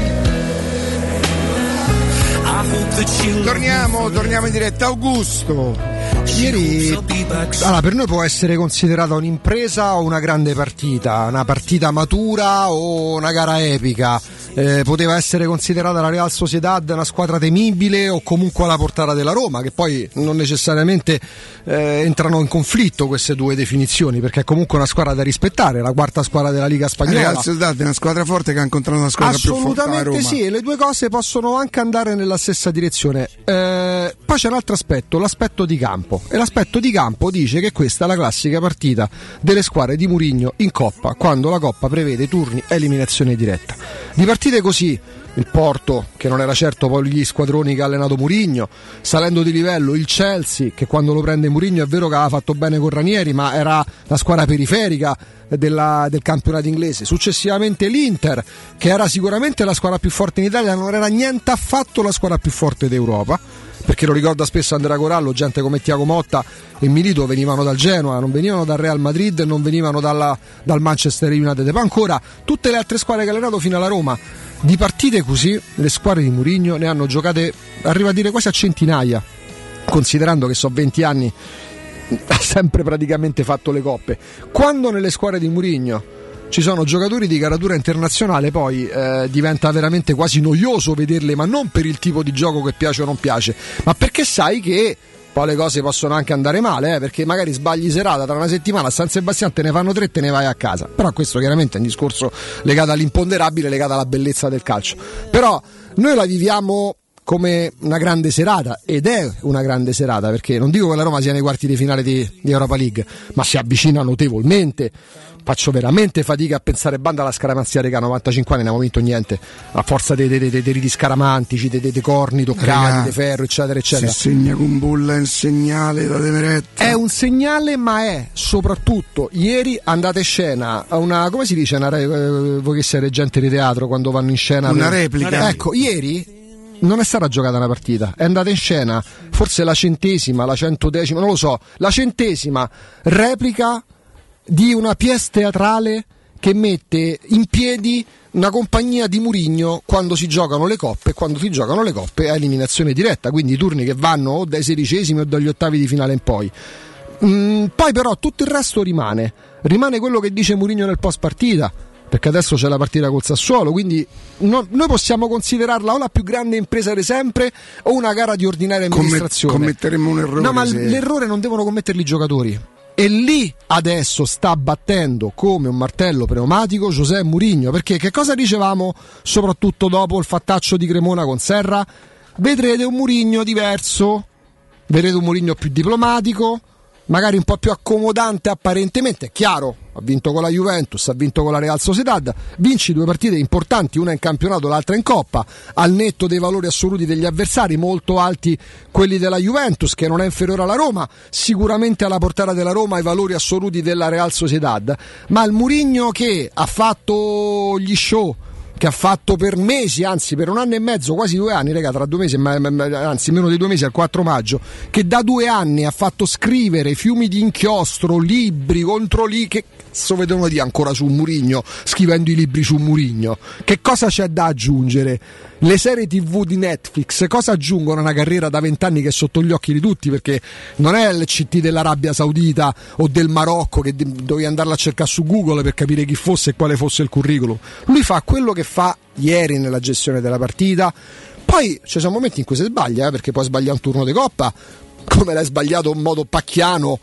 Speaker 25: I hope that she'll.
Speaker 13: Torniamo, torniamo in diretta. Augusto,
Speaker 15: ieri allora, per noi può essere considerata un'impresa o una grande partita, una partita matura o una gara epica. Eh, poteva essere considerata la Real Sociedad una squadra temibile o comunque alla portata della Roma, che poi non necessariamente eh, entrano in conflitto queste due definizioni, perché è comunque una squadra da rispettare, la quarta squadra della Liga Spagnola.
Speaker 13: La Real Sociedad è una squadra forte che ha incontrato una squadra più forte, la Roma.
Speaker 15: Assolutamente sì, e le due cose possono anche andare nella stessa direzione. Eh, poi c'è un altro aspetto, l'aspetto di campo, e l'aspetto di campo dice che questa è la classica partita delle squadre di Mourinho in Coppa, quando la Coppa prevede turni e eliminazione diretta. Di partite così, il Porto, che non era certo poi gli squadroni che ha allenato Mourinho, salendo di livello il Chelsea, che quando lo prende Mourinho è vero che aveva fatto bene con Ranieri, ma era la squadra periferica della, del campionato inglese. Successivamente l'Inter, che era sicuramente la squadra più forte in Italia, non era niente affatto la squadra più forte d'Europa, perché lo ricorda spesso Andrea Corallo, gente come Thiago Motta e Milito venivano dal Genoa, non venivano dal Real Madrid, non venivano dalla, dal Manchester United, ma ancora tutte le altre squadre che ha allenato fino alla Roma. Di partite così le squadre di Mourinho ne hanno giocate, arrivo a dire, quasi a centinaia, considerando che sono venti anni, ha sempre praticamente fatto le coppe. Quando nelle squadre di Mourinho ci sono giocatori di caratura internazionale, poi eh, diventa veramente quasi noioso vederle, ma non per il tipo di gioco che piace o non piace, ma perché sai che poi le cose possono anche andare male, eh, perché magari sbagli serata, tra una settimana a San Sebastiano te ne fanno tre e te ne vai a casa. Però questo chiaramente è un discorso legato all'imponderabile, legato alla bellezza del calcio. Però noi la viviamo come una grande serata, ed è una grande serata, perché non dico che la Roma sia nei quarti di finale di, di Europa League, ma si avvicina notevolmente. faccio veramente fatica a pensare banda alla scaramanzia che a novantacinque anni non abbiamo vinto niente a forza dei, dei, dei, dei riti scaramantici, dei, dei, dei corni toccati, di ferro eccetera eccetera.
Speaker 13: Se segna con Bulla è un segnale da temeretta.
Speaker 15: È un segnale, ma è soprattutto ieri andate in scena a una, come si dice, una, eh, voi che siete gente di teatro quando vanno in scena
Speaker 13: una
Speaker 15: per...
Speaker 13: replica.
Speaker 15: Ecco, ieri non è stata giocata una partita, è andata in scena forse la centesima, la centodecima, non lo so, la centesima replica di una pièce teatrale che mette in piedi una compagnia di Mourinho quando si giocano le coppe, e quando si giocano le coppe a eliminazione diretta, quindi i turni che vanno o dai sedicesimi o dagli ottavi di finale in poi. Mm, poi però tutto il resto rimane, rimane quello che dice Mourinho nel post partita, perché adesso c'è la partita col Sassuolo, quindi no, noi possiamo considerarla o la più grande impresa di sempre o una gara di ordinaria amministrazione.
Speaker 13: Commetteremo un errore.
Speaker 15: No, ma
Speaker 13: se...
Speaker 15: l'errore non devono commetterli i giocatori. E lì adesso sta battendo come un martello pneumatico José Mourinho, perché che cosa dicevamo soprattutto dopo il fattaccio di Cremona con Serra? Vedrete un Mourinho diverso, vedrete un Mourinho più diplomatico, magari un po' più accomodante apparentemente, è chiaro, ha vinto con la Juventus, ha vinto con la Real Sociedad, vinci due partite importanti, una in campionato, l'altra in Coppa, al netto dei valori assoluti degli avversari, molto alti quelli della Juventus, che non è inferiore alla Roma, sicuramente alla portata della Roma i valori assoluti della Real Sociedad, ma il Mourinho che ha fatto gli show, che ha fatto per mesi, anzi per un anno e mezzo, quasi due anni, raga, tra due mesi, ma, ma, anzi meno di due mesi, al quattro maggio, che da due anni ha fatto scrivere fiumi di inchiostro, libri contro lì, che cazzo vedono di ancora su Mourinho, scrivendo i libri su Mourinho? Che cosa c'è da aggiungere? Le serie tivù di Netflix cosa aggiungono a una carriera da vent'anni che è sotto gli occhi di tutti, perché non è il C T dell'Arabia Saudita o del Marocco che dovevi andarla a cercare su Google per capire chi fosse e quale fosse il curriculum. Lui fa quello che fa ieri nella gestione della partita, poi ci sono momenti in cui si sbaglia, eh, perché poi sbaglia un turno di Coppa come l'hai sbagliato in modo pacchiano,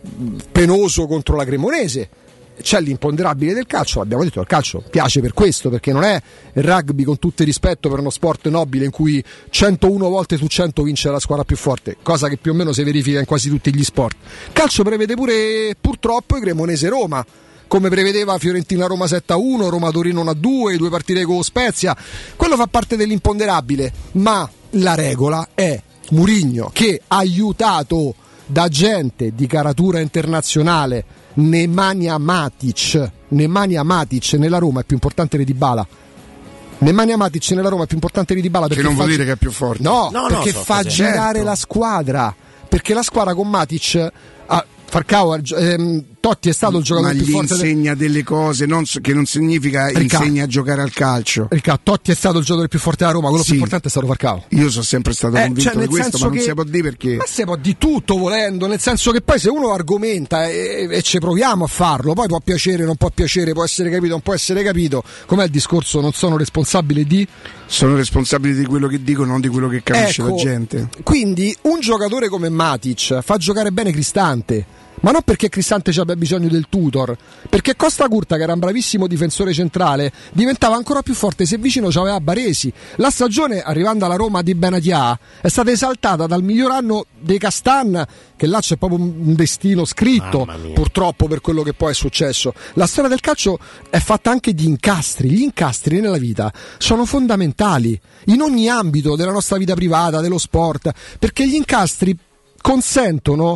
Speaker 15: penoso contro la Cremonese. C'è l'imponderabile del calcio, l'abbiamo detto, il calcio piace per questo, perché non è il rugby, con tutto il rispetto per uno sport nobile in cui centouno volte su cento vince la squadra più forte, cosa che più o meno si verifica in quasi tutti gli sport. Il calcio prevede pure purtroppo i Cremonese-Roma, come prevedeva Fiorentina-Roma sette a uno, Roma-Torino uno a due, due partite con Spezia, quello fa parte dell'imponderabile, ma la regola è Mourinho che, aiutato da gente di caratura internazionale, Nemanja Matic, Nemanja Matic nella Roma è più importante di Dybala. Nemanja Matic nella Roma è più importante di Dybala, perché
Speaker 13: che non vuol
Speaker 15: fa...
Speaker 13: dire che è più forte.
Speaker 15: No,
Speaker 13: no
Speaker 15: perché
Speaker 13: no, so
Speaker 15: fa girare
Speaker 13: certo.
Speaker 15: la squadra, perché la squadra con Matic ah, Falcao, ehm, Totti è stato il giocatore
Speaker 13: ma
Speaker 15: più forte.
Speaker 13: Ma gli insegna del... delle cose, non so, che non significa Riccardo, insegna a giocare al calcio.
Speaker 15: Riccardo, Totti è stato il giocatore più forte della Roma, quello
Speaker 13: sì.
Speaker 15: più importante è stato Falcao.
Speaker 13: Io sono sempre stato
Speaker 15: eh,
Speaker 13: convinto
Speaker 15: cioè,
Speaker 13: di questo, ma non
Speaker 15: che...
Speaker 13: si può dire perché.
Speaker 15: Ma si può di tutto volendo, nel senso che poi se uno argomenta e, e ci proviamo a farlo, poi può piacere, non può piacere, può essere capito, non può essere capito. Com'è il discorso? Non sono responsabile di...
Speaker 13: Sono responsabile di quello che dico, non di quello che capisce
Speaker 15: ecco,
Speaker 13: la gente.
Speaker 15: Quindi un giocatore come Matic fa giocare bene Cristante, ma non perché Cristante abbia bisogno del tutor, perché Costa Curta, che era un bravissimo difensore centrale, diventava ancora più forte se vicino c'aveva Baresi. La stagione, arrivando alla Roma di Benatia, è stata esaltata dal miglior anno dei Castan, che là c'è proprio un destino scritto, purtroppo, per quello che poi è successo. La storia del calcio è fatta anche di incastri. Gli incastri nella vita sono fondamentali in ogni ambito della nostra vita privata, dello sport, perché gli incastri consentono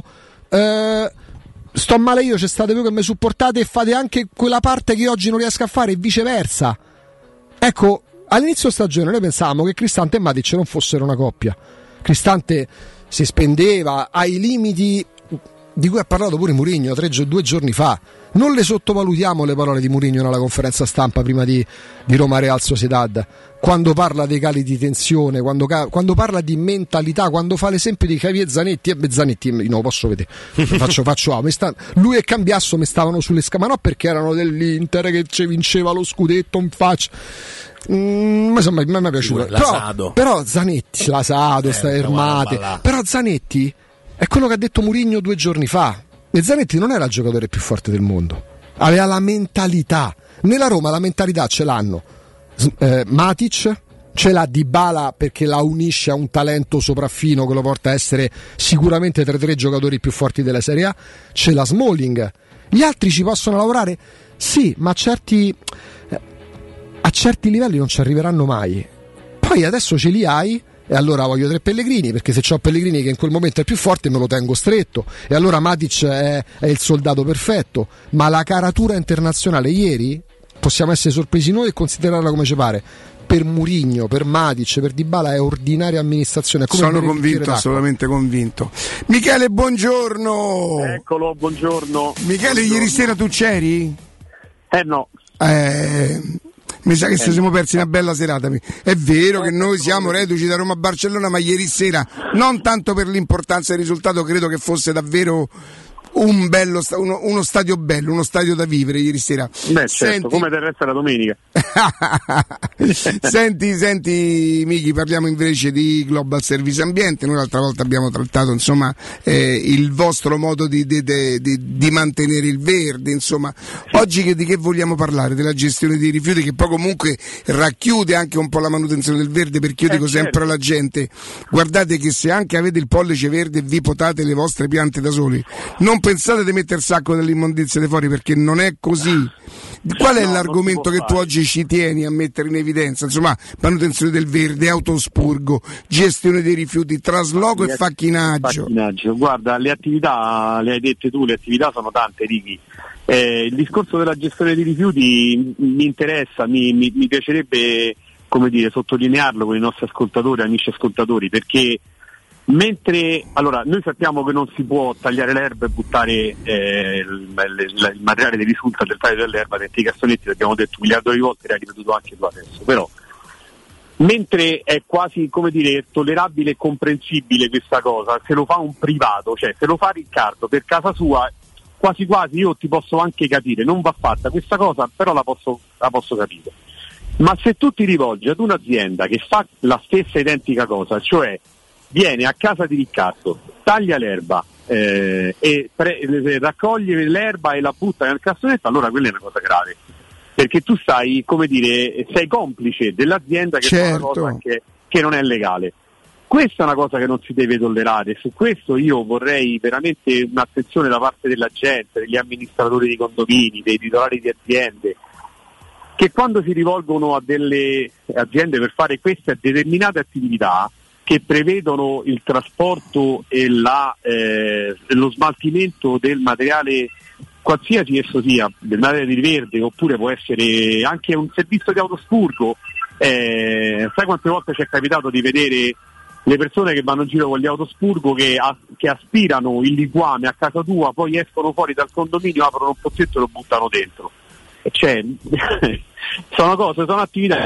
Speaker 15: eh, sto male io, c'è state voi che mi supportate e fate anche quella parte che oggi non riesco a fare e viceversa. Ecco, all'inizio stagione noi pensavamo che Cristante e Matic non fossero una coppia. Cristante si spendeva ai limiti di cui ha parlato pure Mourinho tre, due giorni fa. Non le sottovalutiamo le parole di Mourinho nella conferenza stampa prima di, di Roma Real Sociedad, quando parla dei cali di tensione, quando, quando parla di mentalità, quando fa l'esempio di Javier Zanetti e Zanetti, no, posso vedere, faccio, faccio ah, sta, lui e Cambiasso mi stavano sulle scale, ma no perché erano dell'Inter che ci vinceva lo scudetto in faccia. Mm, insomma, mi è piaciuto. Però, però Zanetti, la Sado, eh, sta Ermate, però Zanetti è quello che ha detto Mourinho due giorni fa. E Zanetti non era il giocatore più forte del mondo, aveva la mentalità. Nella Roma la mentalità ce l'hanno eh, Matic, ce l'ha Dybala perché la unisce a un talento sopraffino che lo porta a essere sicuramente tra i tre giocatori più forti della Serie A, ce l'ha Smalling. Gli altri ci possono lavorare Sì, ma a certi, a certi livelli non ci arriveranno mai. Poi adesso ce li hai, e allora voglio tre Pellegrini, perché se c'ho Pellegrini che in quel momento è più forte me lo tengo stretto, e allora Matic è, è il soldato perfetto. Ma la caratura internazionale ieri possiamo essere sorpresi noi e considerarla come ci pare. Per Mourinho, per Matic, per Dybala è ordinaria amministrazione. Come
Speaker 13: sono convinto, assolutamente convinto. Michele, buongiorno.
Speaker 1: Eccolo, buongiorno.
Speaker 13: Michele, buongiorno. Ieri sera tu c'eri?
Speaker 1: Eh no.
Speaker 13: Eh, mi sa che ci siamo persi una bella serata. È vero che noi siamo reduci da Roma a Barcellona, ma ieri sera, non tanto per l'importanza del risultato, credo che fosse davvero un bello uno, uno stadio bello, uno stadio da vivere ieri sera.
Speaker 1: Beh, certo, senti... come del resto la domenica.
Speaker 13: senti, senti Michi, parliamo invece di Global Service Ambiente. Noi l'altra volta abbiamo trattato insomma eh, il vostro modo di, di, di, di mantenere il verde, insomma. Oggi che, di che vogliamo parlare? Della gestione dei rifiuti, che poi comunque racchiude anche un po' la manutenzione del verde, perché io eh, dico certo. sempre alla gente: guardate che se anche avete il pollice verde e vi potate le vostre piante da soli, non pensate di mettere il sacco dell'immondizia di fuori, perché non è così. Qual è no, l'argomento che tu oggi ci tieni a mettere in evidenza? Insomma, manutenzione del verde, autospurgo, gestione dei rifiuti, trasloco e facchinaggio.
Speaker 1: facchinaggio. Guarda, le attività, le hai dette tu, le attività sono tante, Ricky. Eh, il discorso della gestione dei rifiuti mi interessa, mi, mi, mi piacerebbe, come dire, sottolinearlo con i nostri ascoltatori, amici ascoltatori, perché mentre allora noi sappiamo che non si può tagliare l'erba e buttare eh, il, il, il materiale che risulta del taglio dell'erba dentro i cassonetti, l'abbiamo detto un miliardo di volte, l'hai ripetuto anche tu adesso, però mentre è quasi, come dire, tollerabile e comprensibile questa cosa se lo fa un privato, cioè se lo fa Riccardo per casa sua, quasi quasi io ti posso anche capire, non va fatta questa cosa, però la posso, la posso capire. Ma se tu ti rivolgi ad un'azienda che fa la stessa identica cosa, cioè viene a casa di Riccardo, taglia l'erba eh, e pre- raccoglie l'erba e la butta nel cassonetto, allora quella è una cosa grave, perché tu stai, come dire, sei complice dell'azienda che
Speaker 13: certo.
Speaker 1: fa una cosa che, che non è legale. Questa è una cosa che non si deve tollerare. Su questo io vorrei veramente un'attenzione da parte della gente, degli amministratori di condomini, dei titolari di aziende, che quando si rivolgono a delle aziende per fare queste determinate attività che prevedono il trasporto e la, eh, lo smaltimento del materiale, qualsiasi esso sia, del materiale di verde, oppure può essere anche un servizio di autospurgo. Eh, sai quante volte ci è capitato di vedere le persone che vanno in giro con gli autospurgo che, a, che aspirano il liquame a casa tua, poi escono fuori dal condominio, aprono un pozzetto e lo buttano dentro. E cioè, sono cose, sono attività.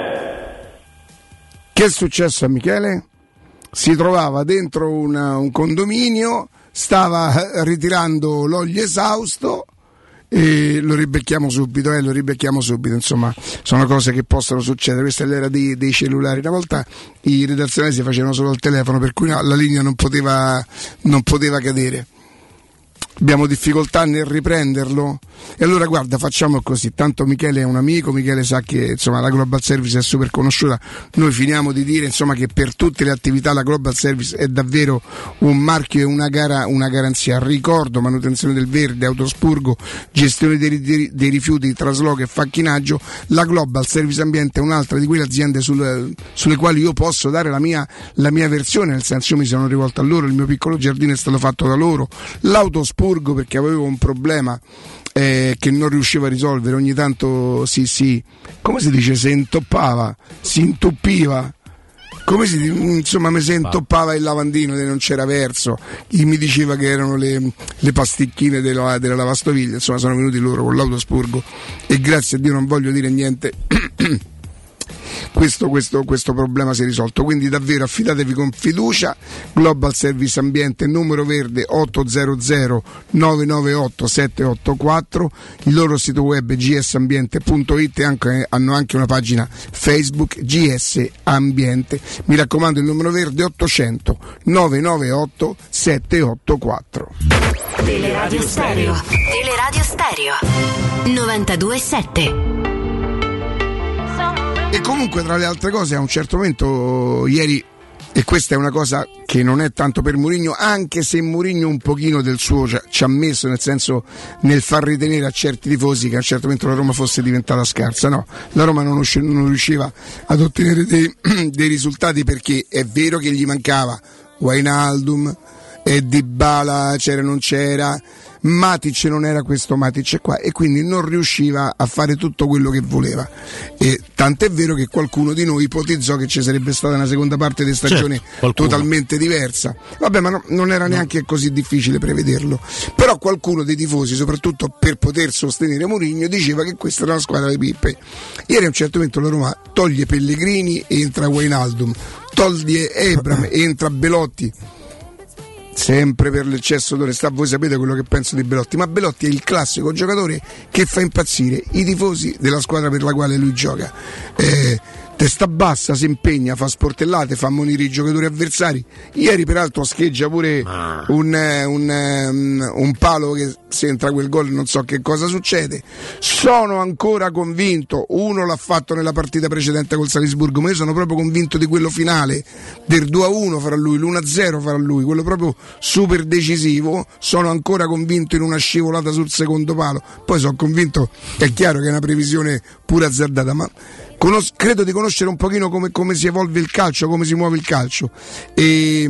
Speaker 13: Che è successo a Michele? Si trovava dentro una, un condominio, stava ritirando l'olio esausto e lo ribecchiamo subito, eh, lo ribecchiamo subito, insomma, sono cose che possono succedere. Questa è l'era dei, dei cellulari. Una volta i redazionali si facevano solo al telefono, per cui la linea non poteva, non poteva cadere. Abbiamo difficoltà nel riprenderlo, e allora guarda, facciamo così, tanto Michele è un amico, Michele sa che insomma la Global Service è super conosciuta, noi finiamo di dire insomma che per tutte le attività la Global Service è davvero un marchio e una, gara, una garanzia. Ricordo: manutenzione del verde, autospurgo, gestione dei, dei, dei rifiuti, trasloco e facchinaggio. La Global Service Ambiente è un'altra di quelle aziende sul, sulle quali io posso dare la mia, la mia versione, nel senso io mi sono rivolto a loro, il mio piccolo giardino è stato fatto da loro, l'autospurgo perché avevo un problema eh, che non riuscivo a risolvere, ogni tanto si, si come si dice, si intoppava, si intuppiva, come si insomma mi si intoppava il lavandino e non c'era verso, chi mi diceva che erano le, le pasticchine della, della lavastoviglie, insomma sono venuti loro con l'autospurgo e grazie a Dio, non voglio dire niente, Questo, questo, questo problema si è risolto, quindi davvero affidatevi con fiducia. Global Service Ambiente, numero verde otto zero zero nove nove otto sette otto quattro, il loro sito web g s ambiente punto it e anche, hanno anche una pagina Facebook G S Ambiente. Mi raccomando, il numero verde ottocento nove nove otto sette otto quattro.
Speaker 18: Teleradio Stereo. Teleradio Stereo novantadue sette.
Speaker 13: E comunque, tra le altre cose, a un certo momento ieri e questa è una cosa che non è tanto per Mourinho, anche se Mourinho un pochino del suo ci ha messo, nel senso nel far ritenere a certi tifosi che a un certo momento la Roma fosse diventata scarsa. No, la Roma non, usci- non riusciva ad ottenere dei, dei risultati, perché è vero che gli mancava Wijnaldum e Dybala c'era non c'era, Matic non era questo Matic qua, e quindi non riusciva a fare tutto quello che voleva, e tant'è vero che qualcuno di noi ipotizzò che ci sarebbe stata una seconda parte di stagione certo, totalmente diversa. Vabbè, ma no, non era neanche così difficile prevederlo, però qualcuno dei tifosi, soprattutto per poter sostenere Mourinho, diceva che questa era una squadra di pippe. Ieri a un certo momento la Roma toglie Pellegrini e entra Wijnaldum, toglie Ebram e entra Belotti, sempre per l'eccesso d'onestà. Voi sapete quello che penso di Belotti, ma Belotti è il classico giocatore che fa impazzire i tifosi della squadra per la quale lui gioca. Eh, testa bassa, si impegna, fa sportellate, fa ammonire i giocatori avversari. Ieri peraltro scheggia pure ah. un, un, un, un palo che se entra quel gol non so che cosa succede. Sono ancora convinto, uno l'ha fatto nella partita precedente col Salisburgo, ma io sono proprio convinto di quello finale, del due a uno fra lui, l'uno a zero fra lui, quello proprio super decisivo. Sono ancora convinto in una scivolata sul secondo palo. Poi sono convinto, è chiaro che è una previsione pure azzardata, ma Conos- credo di conoscere un pochino come, come si evolve il calcio, come si muove il calcio, e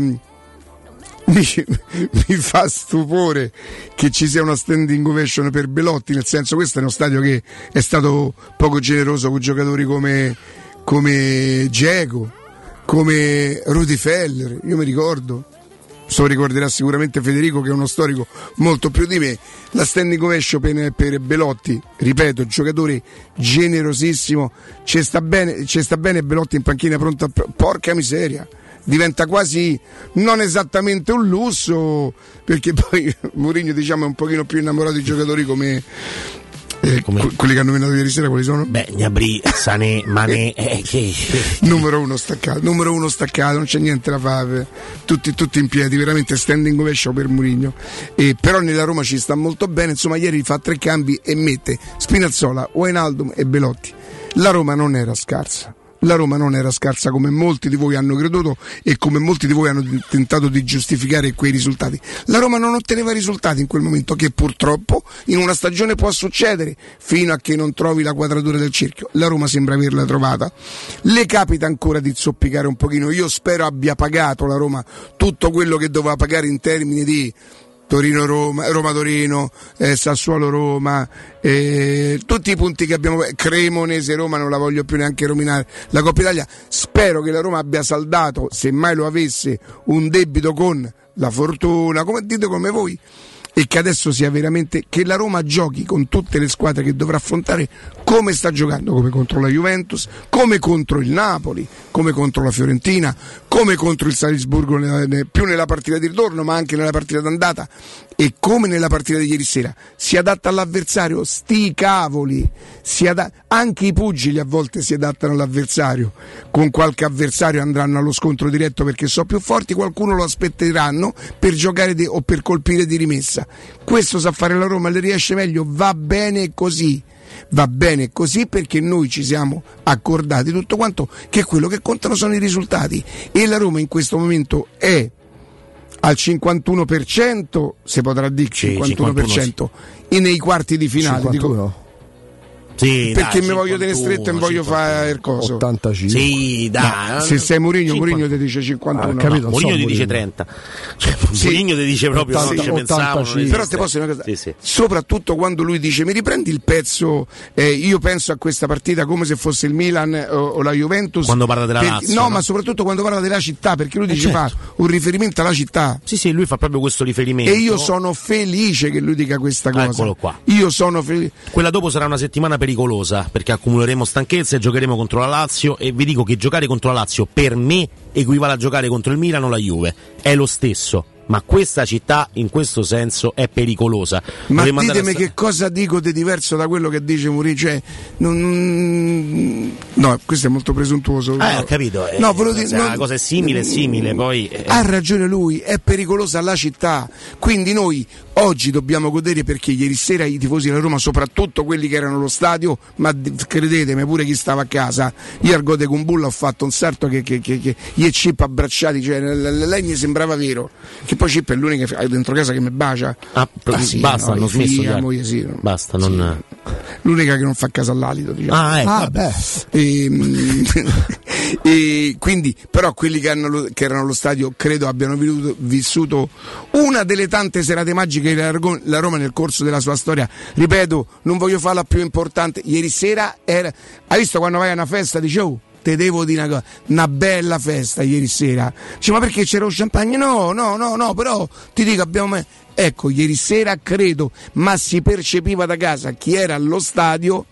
Speaker 13: mi, mi fa stupore che ci sia una standing ovation per Belotti, nel senso, questo è uno stadio che è stato poco generoso con giocatori come come Dzeko, come Rudi Feller. Io mi ricordo, se lo ricorderà sicuramente Federico che è uno storico molto più di me, la standing ovation per, per Belotti, ripeto, giocatore generosissimo, ci sta bene, ci sta bene Belotti in panchina pronto a, porca miseria, diventa quasi non esattamente un lusso, perché poi Mourinho, diciamo, è un pochino più innamorato di giocatori come Eh, quelli che hanno nominato ieri sera, quali sono?
Speaker 14: Beh, Gnabry, Sané, Mané, eh, che...
Speaker 13: numero uno staccato, numero uno staccato, non c'è niente da fare, tutti, tutti in piedi, veramente standing ovation per Mourinho. E però nella Roma ci sta molto bene, insomma ieri fa tre cambi e mette Spinazzola, Wijnaldum e Belotti. La Roma non era scarsa. La Roma non era scarsa come molti di voi hanno creduto e come molti di voi hanno tentato di giustificare quei risultati. La Roma non otteneva risultati in quel momento, che purtroppo in una stagione può succedere fino a che non trovi la quadratura del cerchio. La Roma sembra averla trovata, le capita ancora di zoppicare un pochino. Io spero abbia pagato la Roma tutto quello che doveva pagare in termini di Torino-Roma, Roma-Torino, eh, Sassuolo-Roma, eh, tutti i punti che abbiamo, Cremonese-Roma, non la voglio più neanche rominare, la Coppa Italia. Spero che la Roma abbia saldato, se mai lo avesse, un debito con la fortuna, come dite come voi, e che adesso sia veramente, che la Roma giochi con tutte le squadre che dovrà affrontare come sta giocando, come contro la Juventus, come contro il Napoli, come contro la Fiorentina, come contro il Salisburgo, più nella partita di ritorno ma anche nella partita d'andata, e come nella partita di ieri sera. Si adatta all'avversario, sti cavoli, si ad... anche i pugili a volte si adattano all'avversario, con qualche avversario andranno allo scontro diretto perché sono più forti, qualcuno lo aspetteranno per giocare di... o per colpire di rimessa. Questo sa fare la Roma, le riesce meglio, va bene così, va bene così, perché noi ci siamo accordati tutto quanto che quello che contano sono i risultati, e la Roma in questo momento è al cinquantuno per cento, si potrà dire cinquantuno per cento, sì, nei quarti di finale
Speaker 15: cinquantuno.
Speaker 13: Dico,
Speaker 14: sì,
Speaker 13: perché
Speaker 14: dai,
Speaker 13: mi voglio tenere stretto e mi voglio fare il coso
Speaker 15: ottantacinque.
Speaker 14: Sì, dai.
Speaker 13: No, se sei Mourinho, Mourinho ti dice cinquantuno.
Speaker 14: Ah, capito, no, Mourinho so, ti dice trenta. Cioè, sì, Mourinho ti dice proprio
Speaker 13: ottanta,
Speaker 14: no, ci pensavo,
Speaker 13: però ti posso dire una cosa,
Speaker 14: sì, sì.
Speaker 13: Soprattutto quando lui dice mi riprendi il pezzo, eh, io penso a questa partita come se fosse il Milan o, o la Juventus.
Speaker 14: Quando parla della
Speaker 13: per,
Speaker 14: Lazio.
Speaker 13: No,
Speaker 14: no,
Speaker 13: ma soprattutto quando parla della città, perché lui
Speaker 14: eh,
Speaker 13: dice
Speaker 14: certo.
Speaker 13: fa un riferimento alla città.
Speaker 14: Sì, sì, lui fa proprio questo riferimento.
Speaker 13: E io sono felice che lui dica questa cosa.
Speaker 14: Eccolo qua.
Speaker 13: Io sono felice.
Speaker 14: Quella dopo sarà una settimana pericolosa, perché accumuleremo stanchezza e giocheremo contro la Lazio, e vi dico che giocare contro la Lazio per me equivale a giocare contro il Milan o la Juve, è lo stesso, ma questa città in questo senso è pericolosa.
Speaker 13: Ma
Speaker 14: Dovremmo
Speaker 13: ditemi
Speaker 14: sta...
Speaker 13: che cosa dico di diverso da quello che dice Mourinho, cioè, non... no, questo è molto presuntuoso.
Speaker 14: Ah, ho capito, eh,
Speaker 13: no, dire,
Speaker 14: se
Speaker 13: non...
Speaker 14: la cosa è simile, è simile, poi... Eh...
Speaker 13: Ha ragione lui, è pericolosa la città, quindi noi oggi dobbiamo godere perché ieri sera i tifosi della Roma, soprattutto quelli che erano allo stadio, ma credetemi pure chi stava a casa, io al Gode con Bulla ho fatto un salto che, che, che, che io e Chip abbracciati, cioè lei mi sembrava vero, che poi Chip è l'unica dentro casa che mi bacia.
Speaker 14: Ah, ah, sì, basta, no, hanno smesso figlia, moglie,
Speaker 13: sì, no.
Speaker 14: Basta, non...
Speaker 13: sì. L'unica che non fa caso all'alito, diciamo.
Speaker 14: Ah, ecco.
Speaker 13: Ah, beh. E, e quindi, però quelli che, hanno, che erano allo stadio credo abbiano vissuto una delle tante serate magiche che la Roma nel corso della sua storia, ripeto, non voglio farla più importante, ieri sera era, hai visto quando vai a una festa, dici oh, te devo dire una cosa, una bella festa ieri sera, dice ma perché c'era lo champagne? No, no, no, no, però ti dico abbiamo, ecco, ieri sera credo, ma si percepiva da casa chi era allo stadio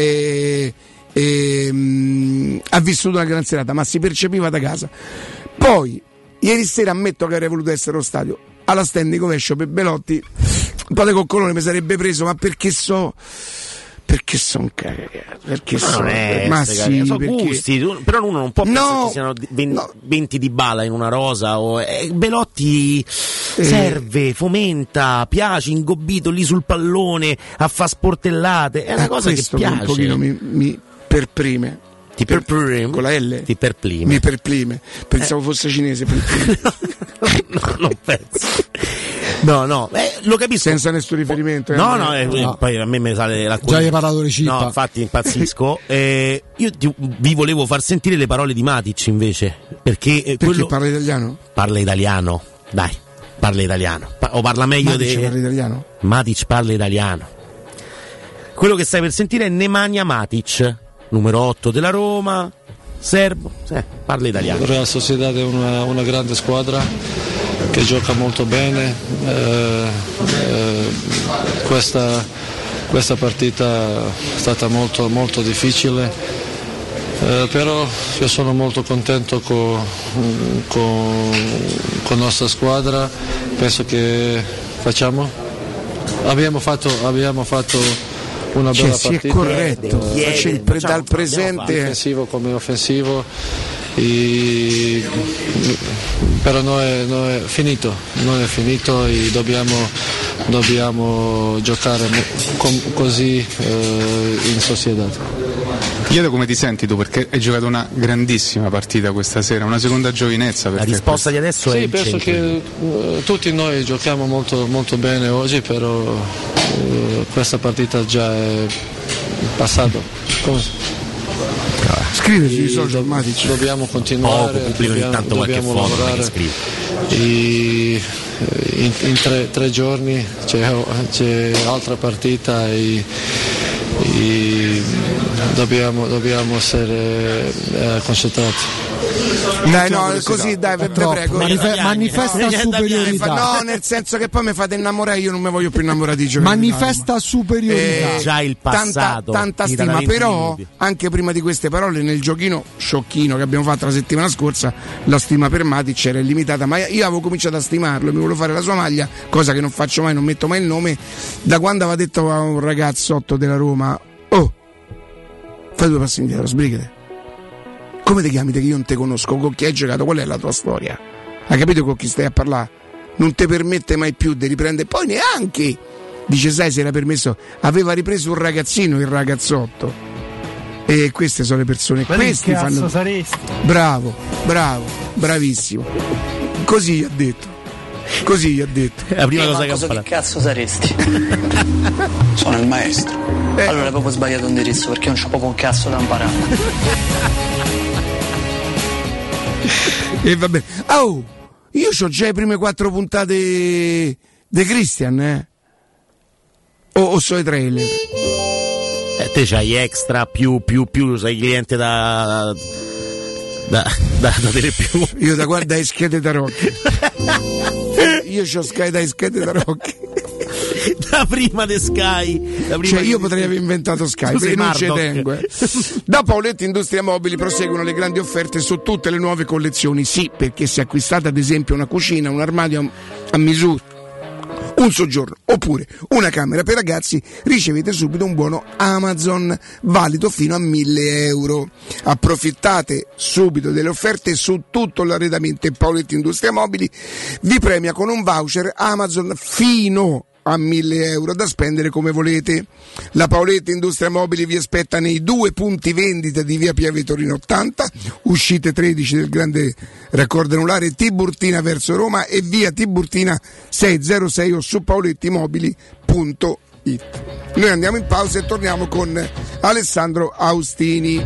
Speaker 13: e, e, mh, ha vissuto una gran serata, ma si percepiva da casa. Poi ieri sera ammetto che avrei voluto essere allo stadio, alla standing ovation per Belotti, un po' di coccolone mi sarebbe preso, ma perché so perché sono cagato, perché
Speaker 14: ma
Speaker 13: sono,
Speaker 14: ma
Speaker 13: sì,
Speaker 14: sono
Speaker 13: perché...
Speaker 14: gusti, però uno non può
Speaker 13: no,
Speaker 14: pensare che ci siano venti, no. venti di bala in una rosa o... eh, Belotti eh. serve, fomenta, piace, ingobbito lì sul pallone a fa sportellate, è una eh, cosa che piace,
Speaker 13: un pochino mi, mi perprime.
Speaker 14: Ti perplime?
Speaker 13: Con la L?
Speaker 14: Ti perplime.
Speaker 13: Mi perplime. Pensavo eh. fosse cinese.
Speaker 14: no, non penso. No, no, eh, lo capisco.
Speaker 13: Senza nessun riferimento. Eh,
Speaker 14: no, no, eh, no, poi a me mi sale la
Speaker 15: Già hai parlato di Cippa.
Speaker 14: No, infatti impazzisco. eh, io ti, vi volevo far sentire le parole di Matic invece. Perché, eh,
Speaker 13: perché
Speaker 14: quello...
Speaker 13: parla italiano?
Speaker 14: Parla italiano, dai, parla italiano. Pa- o parla meglio di.
Speaker 13: Matic de... parla italiano?
Speaker 14: Matic parla italiano. Quello che stai per sentire è Nemanja Matic, numero otto della Roma, serbo, eh, parla italiano.
Speaker 3: Real Sociedad è una, una grande squadra che gioca molto bene, eh, eh, questa, questa partita è stata molto, molto difficile, eh, però io sono molto contento con con la nostra squadra, penso che facciamo, abbiamo fatto, abbiamo fatto una bella
Speaker 13: cioè,
Speaker 3: partita,
Speaker 13: è corretto,
Speaker 3: eh,
Speaker 13: faccio il pre- dal presente
Speaker 3: difensivo come offensivo, e, però non è, non è finito, non è finito e dobbiamo, dobbiamo giocare com- così eh, in Sociedad.
Speaker 4: Chiedo come ti senti tu, perché hai giocato una grandissima partita questa sera, una seconda giovinezza.
Speaker 14: La risposta
Speaker 3: questo.
Speaker 14: di adesso
Speaker 3: sì,
Speaker 14: è
Speaker 3: penso che uh, tutti noi giochiamo molto, molto bene oggi, però uh, questa partita già è passata.
Speaker 13: Scrive sui social,
Speaker 3: do- dobbiamo continuare,
Speaker 14: oh,
Speaker 3: dobbiamo,
Speaker 14: intanto
Speaker 3: dobbiamo
Speaker 14: foto,
Speaker 3: lavorare e in, in tre, tre giorni c'è, c'è altra partita e, e dobbiamo, dobbiamo essere eh, concentrati.
Speaker 13: Dai, no, così dai, te prego.
Speaker 15: Manife- manifesta superiorità.
Speaker 13: No, nel senso che poi mi fate innamorare, io non mi voglio più innamorare di giocare.
Speaker 15: Manifesta superiorità.
Speaker 14: Eh, già il passato.
Speaker 13: Tanta, tanta stima, però minuti. Anche prima di queste parole nel giochino sciocchino che abbiamo fatto la settimana scorsa, la stima per Matic era illimitata, ma io avevo cominciato a stimarlo, mi volevo fare la sua maglia, cosa che non faccio mai, non metto mai il nome, da quando aveva detto a un ragazzotto della Roma, oh, fai due passi indietro, sbrigate. Come ti chiami? Te che io non te conosco, con chi hai giocato, qual è la tua storia? Hai capito con chi stai a parlare? Non ti permette mai più di riprendere, poi neanche dice sai se era permesso, aveva ripreso un ragazzino, il ragazzotto, e queste sono le persone,
Speaker 5: ma
Speaker 13: questi fanno
Speaker 5: saresti?
Speaker 13: Bravo, bravo, bravissimo, così ha detto, così ha detto
Speaker 14: la prima
Speaker 5: eh,
Speaker 14: cosa che,
Speaker 5: cosa che cazzo saresti?
Speaker 6: Sono il maestro.
Speaker 5: eh. Allora hai proprio sbagliato indirizzo, perché non c'ho proprio un cazzo da imparare.
Speaker 13: E va bene. Oh, io ho già le prime quattro puntate di Christian, eh? O, o so i trailer?
Speaker 14: Eh, te c'hai extra, più, più, più, sei cliente da... da... da, da dire più.
Speaker 13: Io da guarda le schede da Rocchi. Io c'ho Sky da schede da Rocchi.
Speaker 14: Da prima di Sky, da prima
Speaker 13: cioè io potrei aver inventato Sky, perché non ci tengo, eh. Da Paoletti Industria Mobili proseguono le grandi offerte su tutte le nuove collezioni. Sì, perché se acquistate ad esempio una cucina, un armadio a misura, un soggiorno oppure una camera per ragazzi, ricevete subito un buono Amazon valido fino a mille euro. Approfittate subito delle offerte su tutto l'arredamento. Paoletti Industria Mobili vi premia con un voucher Amazon fino a mille euro, da spendere come volete. La Paoletta Industria Mobili vi aspetta nei due punti vendita di via Piave Torino ottanta, uscite tredici del grande raccordo anulare, Tiburtina verso Roma, e via Tiburtina seicentosei o su paolettimobili punto it. Noi andiamo in pausa e torniamo con Alessandro Austini.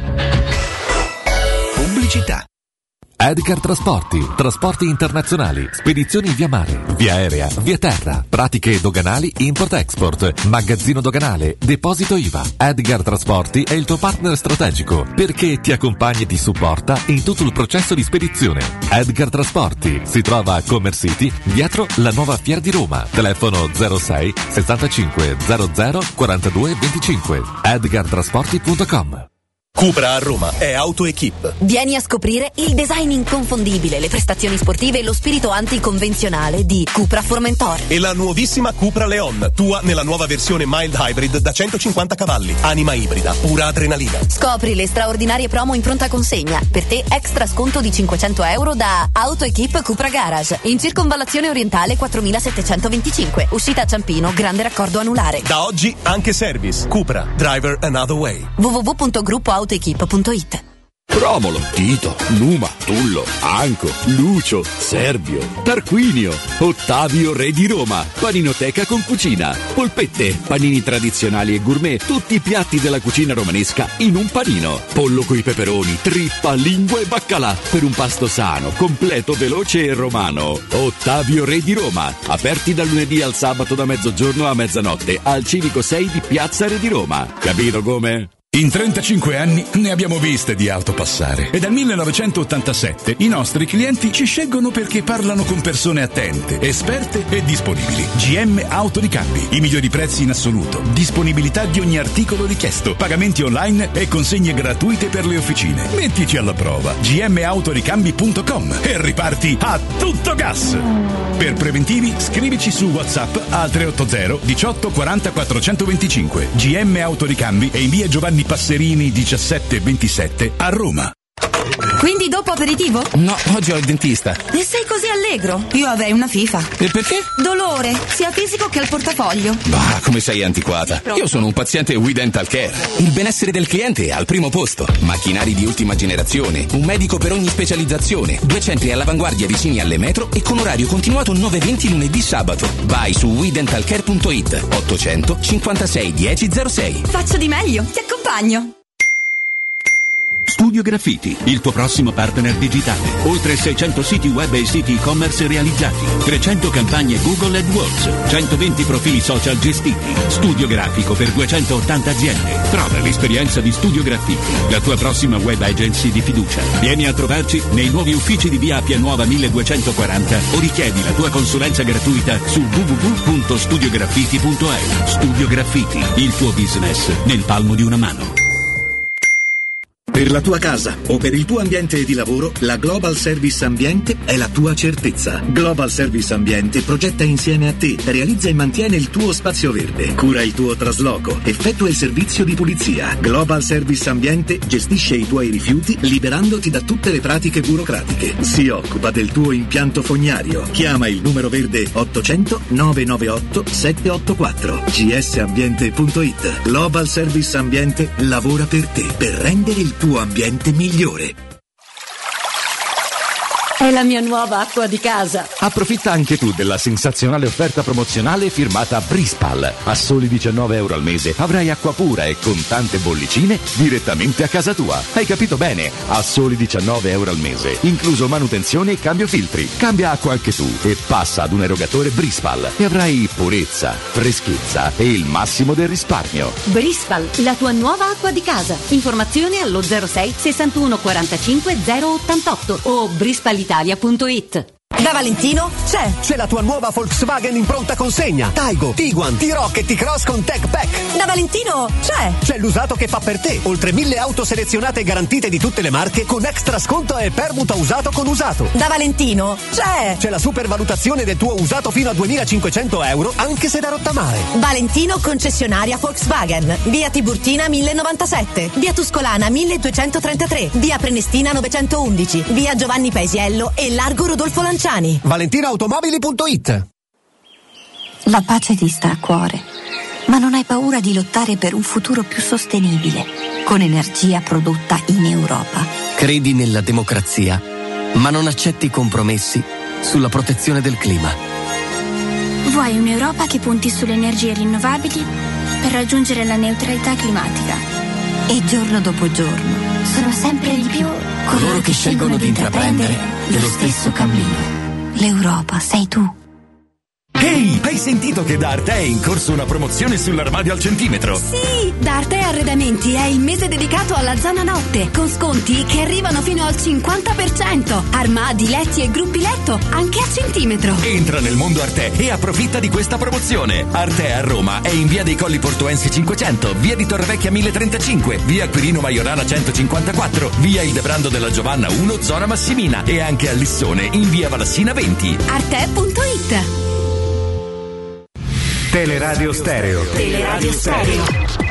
Speaker 7: Pubblicità. Edgar Trasporti, trasporti internazionali, spedizioni via mare, via aerea, via terra, pratiche doganali, import-export, magazzino doganale, deposito I V A. Edgar Trasporti è il tuo partner strategico perché ti accompagna e ti supporta in tutto il processo di spedizione. Edgar Trasporti si trova a Commerce City, dietro la nuova Fiera di Roma. Telefono zero sei sessantacinque zero zero quarantadue venticinque. edgar trasporti punto com.
Speaker 9: Cupra a Roma è AutoEquip.
Speaker 18: Vieni a scoprire il design inconfondibile, le prestazioni sportive e lo spirito anticonvenzionale di Cupra Formentor.
Speaker 9: E la nuovissima Cupra Leon, tua nella nuova versione mild hybrid da centocinquanta cavalli, anima ibrida, pura adrenalina.
Speaker 18: Scopri le straordinarie promo in pronta consegna. Per te extra sconto di cinquecento euro da AutoEquip Cupra Garage. In circonvallazione orientale quattromilasettecentoventicinque. Uscita a Ciampino, grande raccordo anulare.
Speaker 9: Da oggi anche service. Cupra, driver another way.
Speaker 18: w w w punto gruppo autoequip punto it.
Speaker 22: Romolo, Tito, Numa, Tullo, Anco, Lucio, Servio, Tarquinio, Ottavio Re di Roma, paninoteca con cucina, polpette, panini tradizionali e gourmet, tutti i piatti della cucina romanesca in un panino, pollo coi peperoni, trippa, lingua e baccalà, per un pasto sano, completo, veloce e romano. Ottavio Re di Roma, aperti dal lunedì al sabato da mezzogiorno a mezzanotte, al Civico sei di Piazza Re di Roma. Capito come?
Speaker 10: In trentacinque anni ne abbiamo viste di auto passare e dal millenovecentottantasette i nostri clienti ci scelgono perché parlano con persone attente, esperte e disponibili. G M Autoricambi, i migliori prezzi in assoluto, disponibilità di ogni articolo richiesto, pagamenti online e consegne gratuite per le officine. Mettici alla prova g m autoricambi punto com e riparti a tutto gas. Per preventivi scrivici su WhatsApp al tre otto zero diciotto quaranta quattrocentoventicinque. G M Autoricambi e in via Giovanni Passerini diciassette ventisette a Roma.
Speaker 18: Quindi dopo aperitivo?
Speaker 10: No, oggi ho il dentista.
Speaker 18: E sei così allegro? Io avrei una FIFA.
Speaker 10: E perché?
Speaker 18: Dolore, sia fisico che al portafoglio.
Speaker 10: Bah, come sei antiquata. Io sono un paziente We Dental Care. Il benessere del cliente è al primo posto. Macchinari di ultima generazione, un medico per ogni specializzazione, due centri all'avanguardia vicini alle metro e con orario continuato nove venti lunedì sabato. Vai su we dental care punto it. ottocento cinquantasei dieci zero sei.
Speaker 18: Faccio di meglio, ti accompagno.
Speaker 23: Studio Graffiti, il tuo prossimo partner digitale. Oltre seicento siti web e siti e-commerce realizzati, trecento campagne Google AdWords, centoventi profili social gestiti. Studio grafico per duecentottanta aziende. Prova l'esperienza di Studio Graffiti, la tua prossima web agency di fiducia. Vieni a trovarci nei nuovi uffici di via Appia Nuova milleduecentoquaranta o richiedi la tua consulenza gratuita su w w w punto studio graffiti punto e u. Studio Graffiti, il tuo business nel palmo di una mano.
Speaker 17: Per la tua casa o per il tuo ambiente di lavoro, la Global Service Ambiente è la tua certezza. Global Service Ambiente progetta insieme a te, realizza e mantiene il tuo spazio verde, cura il tuo trasloco, effettua il servizio di pulizia. Global Service Ambiente gestisce i tuoi rifiuti liberandoti da tutte le pratiche burocratiche. Si occupa del tuo impianto fognario. Chiama il numero verde ottocento nove nove otto sette otto quattro. g s ambiente punto it. Global Service Ambiente lavora per te, per rendere il tuo ambiente migliore.
Speaker 11: È la mia nuova acqua di casa.
Speaker 20: Approfitta anche tu della sensazionale offerta promozionale firmata Brispal. A soli diciannove euro al mese avrai acqua pura e con tante bollicine direttamente a casa tua. Hai capito bene? A soli diciannove euro al mese, incluso manutenzione e cambio filtri. Cambia acqua anche tu e passa ad un erogatore Brispal e avrai purezza, freschezza e il massimo del risparmio.
Speaker 11: Brispal, la tua nuova acqua di casa. Informazioni allo zero sei sessantuno quarantacinque zero ottantotto o brispalitalia punto it.
Speaker 18: Da Valentino c'è!
Speaker 12: C'è la tua nuova Volkswagen in pronta consegna. Taigo, Tiguan, T-Roc e T-Cross con Tech Pack.
Speaker 18: Da Valentino c'è!
Speaker 12: C'è l'usato che fa per te. Oltre mille auto selezionate e garantite di tutte le marche con extra sconto e permuta usato con usato.
Speaker 18: Da Valentino c'è!
Speaker 12: C'è la supervalutazione del tuo usato fino a duemilacinquecento euro anche se da rottamare.
Speaker 18: Valentino concessionaria Volkswagen. Via Tiburtina mille novantasette, via Tuscolana milleduecentotrentatré, via Prenestina novecentoundici, via Giovanni Paesiello e largo Rodolfo Lanciani.
Speaker 12: valentino automobili punto it.
Speaker 18: La pace ti sta a cuore, ma non hai paura di lottare per un futuro più sostenibile, con energia prodotta in Europa.
Speaker 2: Credi nella democrazia, ma non accetti compromessi sulla protezione del clima.
Speaker 16: Vuoi un'Europa che punti sulle energie rinnovabili per raggiungere la neutralità climatica.
Speaker 18: E giorno dopo giorno sono sempre di più
Speaker 2: coloro che scelgono di intraprendere lo stesso cammino.
Speaker 18: L'Europa sei tu.
Speaker 10: Ehi, hai sentito che da Arte è in corso una promozione sull'armadio al centimetro?
Speaker 19: Sì, da Arte Arredamenti è il mese dedicato alla zona notte, con sconti che arrivano fino al cinquanta per cento. Armadi, letti e gruppi letto, anche a centimetro.
Speaker 10: Entra nel mondo Arte e approfitta di questa promozione. Arte a Roma è in via dei Colli Portuensi cinquecento, via di Torrevecchia mille trentacinque, via Quirino Maiorana centocinquantaquattro, via Il Debrando della Giovanna uno, zona Massimina, e anche a Lissone in via Valassina venti.
Speaker 19: Arte punto it.
Speaker 21: Teleradio Stereo.
Speaker 19: Teleradio Stereo.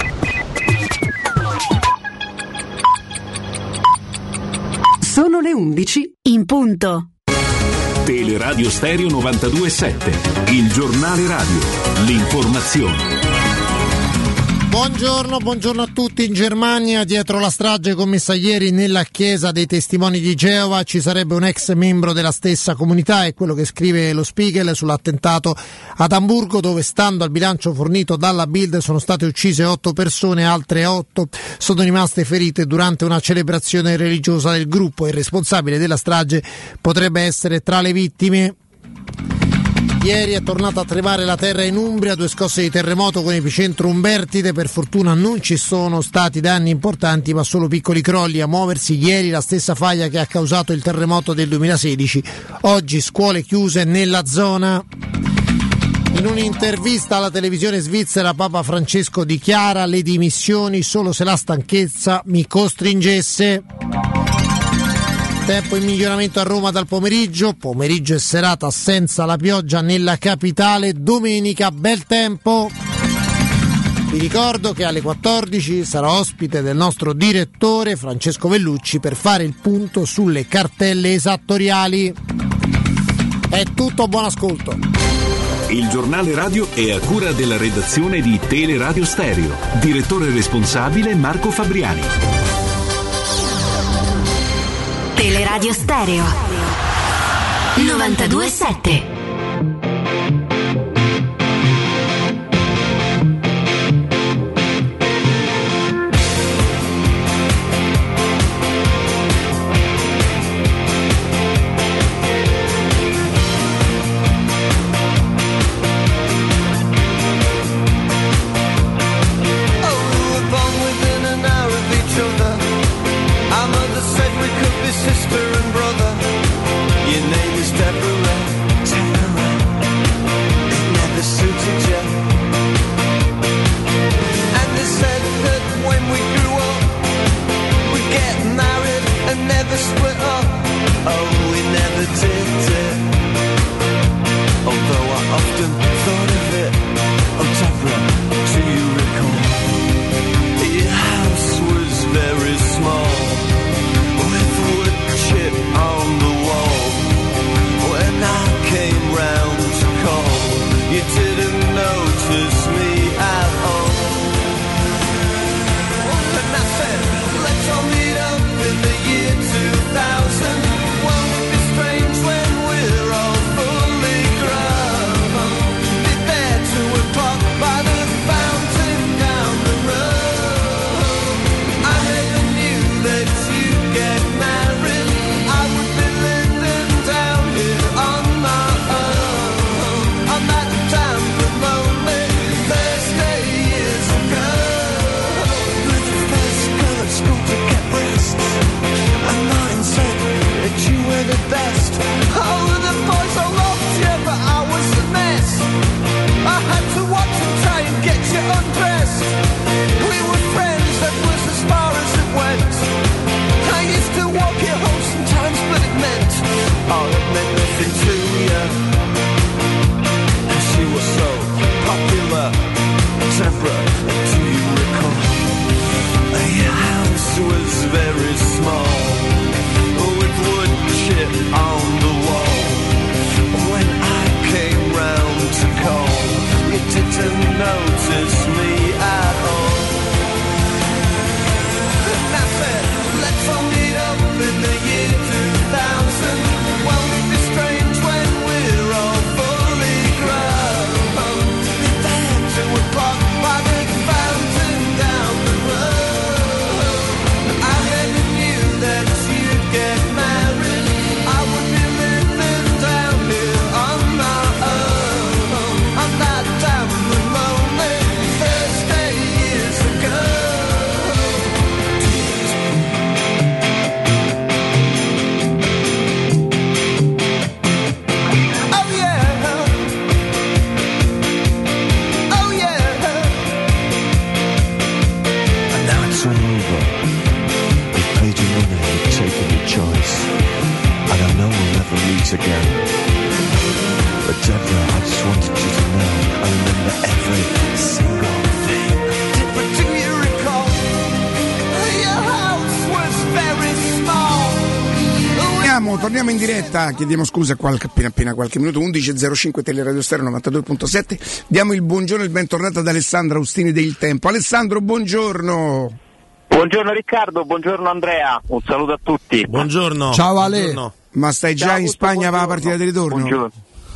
Speaker 21: Sono le undici in punto. Teleradio Stereo novantadue virgola sette. Il giornale radio. L'informazione.
Speaker 24: Buongiorno, buongiorno a tutti. In Germania, dietro la strage commessa ieri nella chiesa dei Testimoni di Geova, ci sarebbe un ex membro della stessa comunità, è quello che scrive lo Spiegel sull'attentato ad Amburgo, dove, stando al bilancio fornito dalla Bild, sono state uccise otto persone, altre otto sono rimaste ferite durante una celebrazione religiosa del gruppo. Il responsabile della strage potrebbe essere tra le vittime. Ieri è tornata a tremare la terra in Umbria, due scosse di terremoto con epicentro Umbertide. Per fortuna non ci sono stati danni importanti, ma solo piccoli crolli a muoversi ieri la stessa faglia che ha causato il terremoto del duemilasedici. Oggi scuole chiuse nella zona. In un'intervista alla televisione svizzera, Papa Francesco dichiara: le dimissioni solo se la stanchezza mi costringesse. Tempo in miglioramento a Roma dal pomeriggio, pomeriggio e serata senza la pioggia nella capitale, domenica bel tempo. Vi ricordo che alle quattordici sarà ospite del nostro direttore Francesco Vellucci per fare il punto sulle cartelle esattoriali. È tutto, buon ascolto.
Speaker 21: Il giornale radio è a cura della redazione di Teleradio Stereo. Direttore responsabile Marco Fabriani.
Speaker 19: Teleradio Stereo novantadue virgola sette.
Speaker 25: Sister and brother, your name is Deborah.
Speaker 1: and I know we'll never meet again. But Deborah, I just wanted you to know I remember every single thing. But do you recall your house was very small?
Speaker 13: Torniamo, torniamo in diretta, chiediamo scusa qualche, appena appena qualche minuto, undici e zero cinque Teleradio Stereo novantadue virgola sette. Diamo il buongiorno e il bentornato ad Alessandro Austini del Tempo. Alessandro, buongiorno.
Speaker 3: Buongiorno Riccardo, buongiorno Andrea, un saluto a tutti.
Speaker 14: Buongiorno.
Speaker 13: Ciao Ale.
Speaker 14: Buongiorno.
Speaker 13: Ma stai già
Speaker 3: Ciao,
Speaker 13: in Spagna per la partita di ritorno?
Speaker 3: Buongiorno.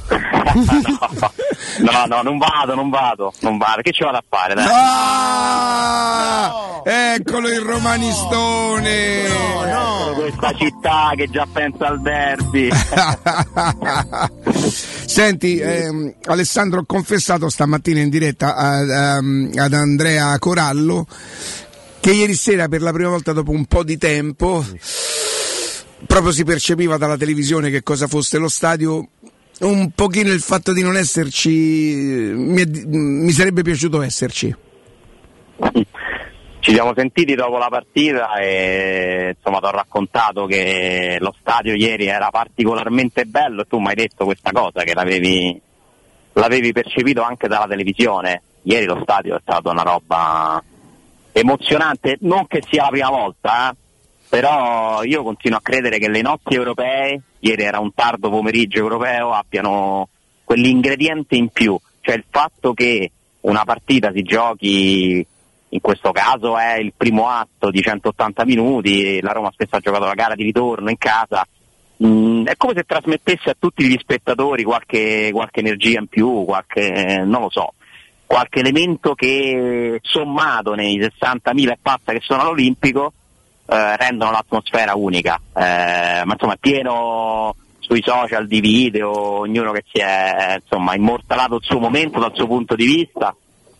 Speaker 3: no, no, no, non vado, non vado, non vado, che ci vado a fare? Dai?
Speaker 13: Ah, no! Eccolo il romanistone!
Speaker 3: No, no, questa città che già pensa al derby.
Speaker 13: Senti, ehm, Alessandro, ho confessato stamattina in diretta a, um, ad Andrea Corallo che ieri sera, per la prima volta dopo un po' di tempo, proprio si percepiva dalla televisione che cosa fosse lo stadio. Un pochino il fatto di non esserci mi, è, mi sarebbe piaciuto esserci.
Speaker 3: Ci siamo sentiti dopo la partita e insomma ti ho raccontato che lo stadio ieri era particolarmente bello e tu mi hai detto questa cosa, che l'avevi, l'avevi percepito anche dalla televisione. Ieri lo stadio è stata una roba emozionante, non che sia la prima volta, eh? Però io continuo a credere che le notti europee, ieri era un tardo pomeriggio europeo, abbiano quell'ingrediente in più, cioè il fatto che una partita si giochi, in questo caso è il primo atto di centottanta minuti, la Roma spesso ha giocato la gara di ritorno in casa, mm, è come se trasmettesse a tutti gli spettatori qualche, qualche energia in più, qualche, eh, non lo so, qualche elemento che sommato nei sessantamila e passa che sono all'Olimpico Eh, rendono l'atmosfera unica, eh, ma insomma è pieno sui social di video, ognuno che si è insomma immortalato il suo momento dal suo punto di vista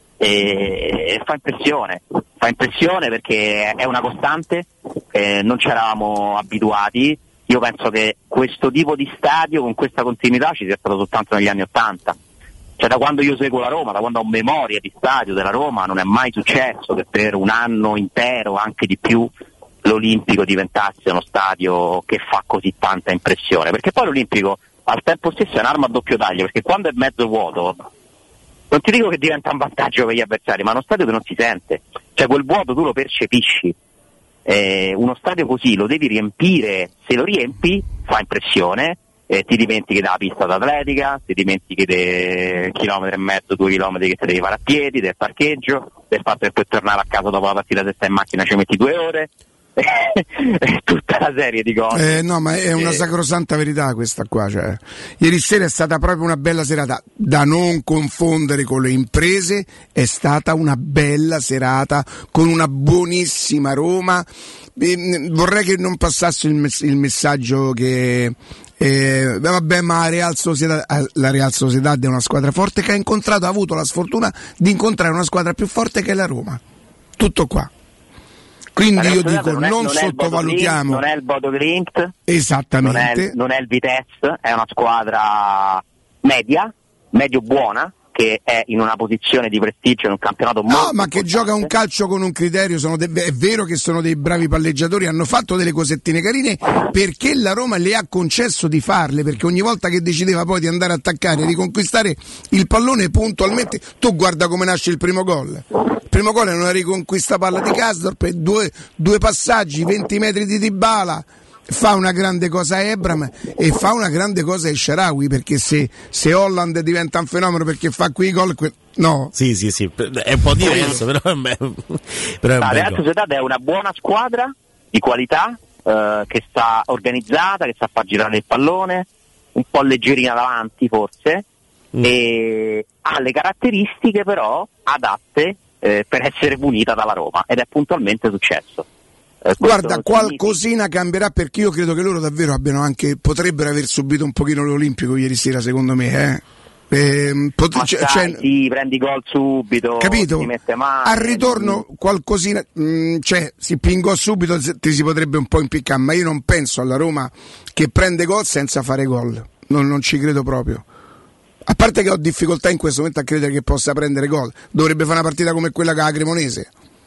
Speaker 3: e, e fa impressione, fa impressione perché è una costante, eh, non ci eravamo abituati. Io penso che questo tipo di stadio con questa continuità ci sia stato soltanto negli anni Ottanta, cioè da quando io seguo la Roma, da quando ho memoria di stadio della Roma, non è mai successo che per un anno intero, anche di più, l'Olimpico diventasse uno stadio che fa così tanta impressione, perché poi l'Olimpico al tempo stesso è un'arma a doppio taglio, perché quando è mezzo vuoto non ti dico che diventa un vantaggio per gli avversari, ma è uno stadio che non si sente, cioè quel vuoto tu lo percepisci, eh, uno stadio così lo devi riempire, se lo riempi fa impressione, eh, ti dimentichi della pista d'atletica, ti dimentichi del chilometro e mezzo, due chilometri che ti devi fare a piedi, del parcheggio, del fatto che puoi tornare a casa dopo la partita, se stai in macchina ci metti due ore, tutta la serie di cose.
Speaker 13: Eh, no, ma è una sacrosanta verità questa qua. Cioè, ieri sera è stata proprio una bella serata, da non confondere con le imprese. È stata una bella serata con una buonissima Roma. Eh, vorrei che non passasse il, mess- il messaggio che eh, vabbè, ma la Real Sociedad, la Real Sociedad è una squadra forte che ha incontrato, ha avuto la sfortuna di incontrare una squadra più forte che la Roma. Tutto qua. Quindi io dico non, è, non, non sottovalutiamo.
Speaker 3: Non è il Bodo Glimt,
Speaker 13: esattamente.
Speaker 3: Non è, non è il Vitesse, è una squadra media, medio buona, che è in una posizione di prestigio in un campionato molto
Speaker 13: no, ma
Speaker 3: importante.
Speaker 13: Che gioca un calcio con un criterio, sono de- è vero che sono dei bravi palleggiatori, hanno fatto delle cosettine carine perché la Roma le ha concesso di farle, perché ogni volta che decideva poi di andare a attaccare e riconquistare il pallone puntualmente, tu guarda come nasce il primo gol. Il primo gol è una riconquista palla di Karsdorp, due, due passaggi, venti metri di Dybala. Fa una grande cosa Ebram e fa una grande cosa El Shaarawy, perché se, se Holland diventa un fenomeno perché fa qui i gol, que- no.
Speaker 14: Sì, sì, sì, è un po' diverso, però è un bel, però è un
Speaker 3: La
Speaker 14: bel
Speaker 3: Real
Speaker 14: gol.
Speaker 3: Sociedad è una buona squadra di qualità, eh, che sta organizzata, che sa far girare il pallone, un po' leggerina davanti forse, mm. e ha le caratteristiche però adatte eh, per essere punita dalla Roma, ed è puntualmente successo.
Speaker 13: Guarda, qualcosina cambierà, perché io credo che loro davvero abbiano anche, potrebbero aver subito un pochino l'Olimpico ieri sera, secondo me, eh. Eh, pot-
Speaker 3: Ma
Speaker 13: cioè,
Speaker 3: sai,
Speaker 13: cioè,
Speaker 3: sì, prendi gol subito,
Speaker 13: capito?
Speaker 3: si mette male.
Speaker 13: Al ritorno qualcosina, mh, cioè si pingò subito, ti si potrebbe un po' impiccare, ma io non penso alla Roma che prende gol senza fare gol, non, non ci credo proprio. A parte che ho difficoltà in questo momento a credere che possa prendere gol, dovrebbe fare una partita come quella che ha la Cremonese.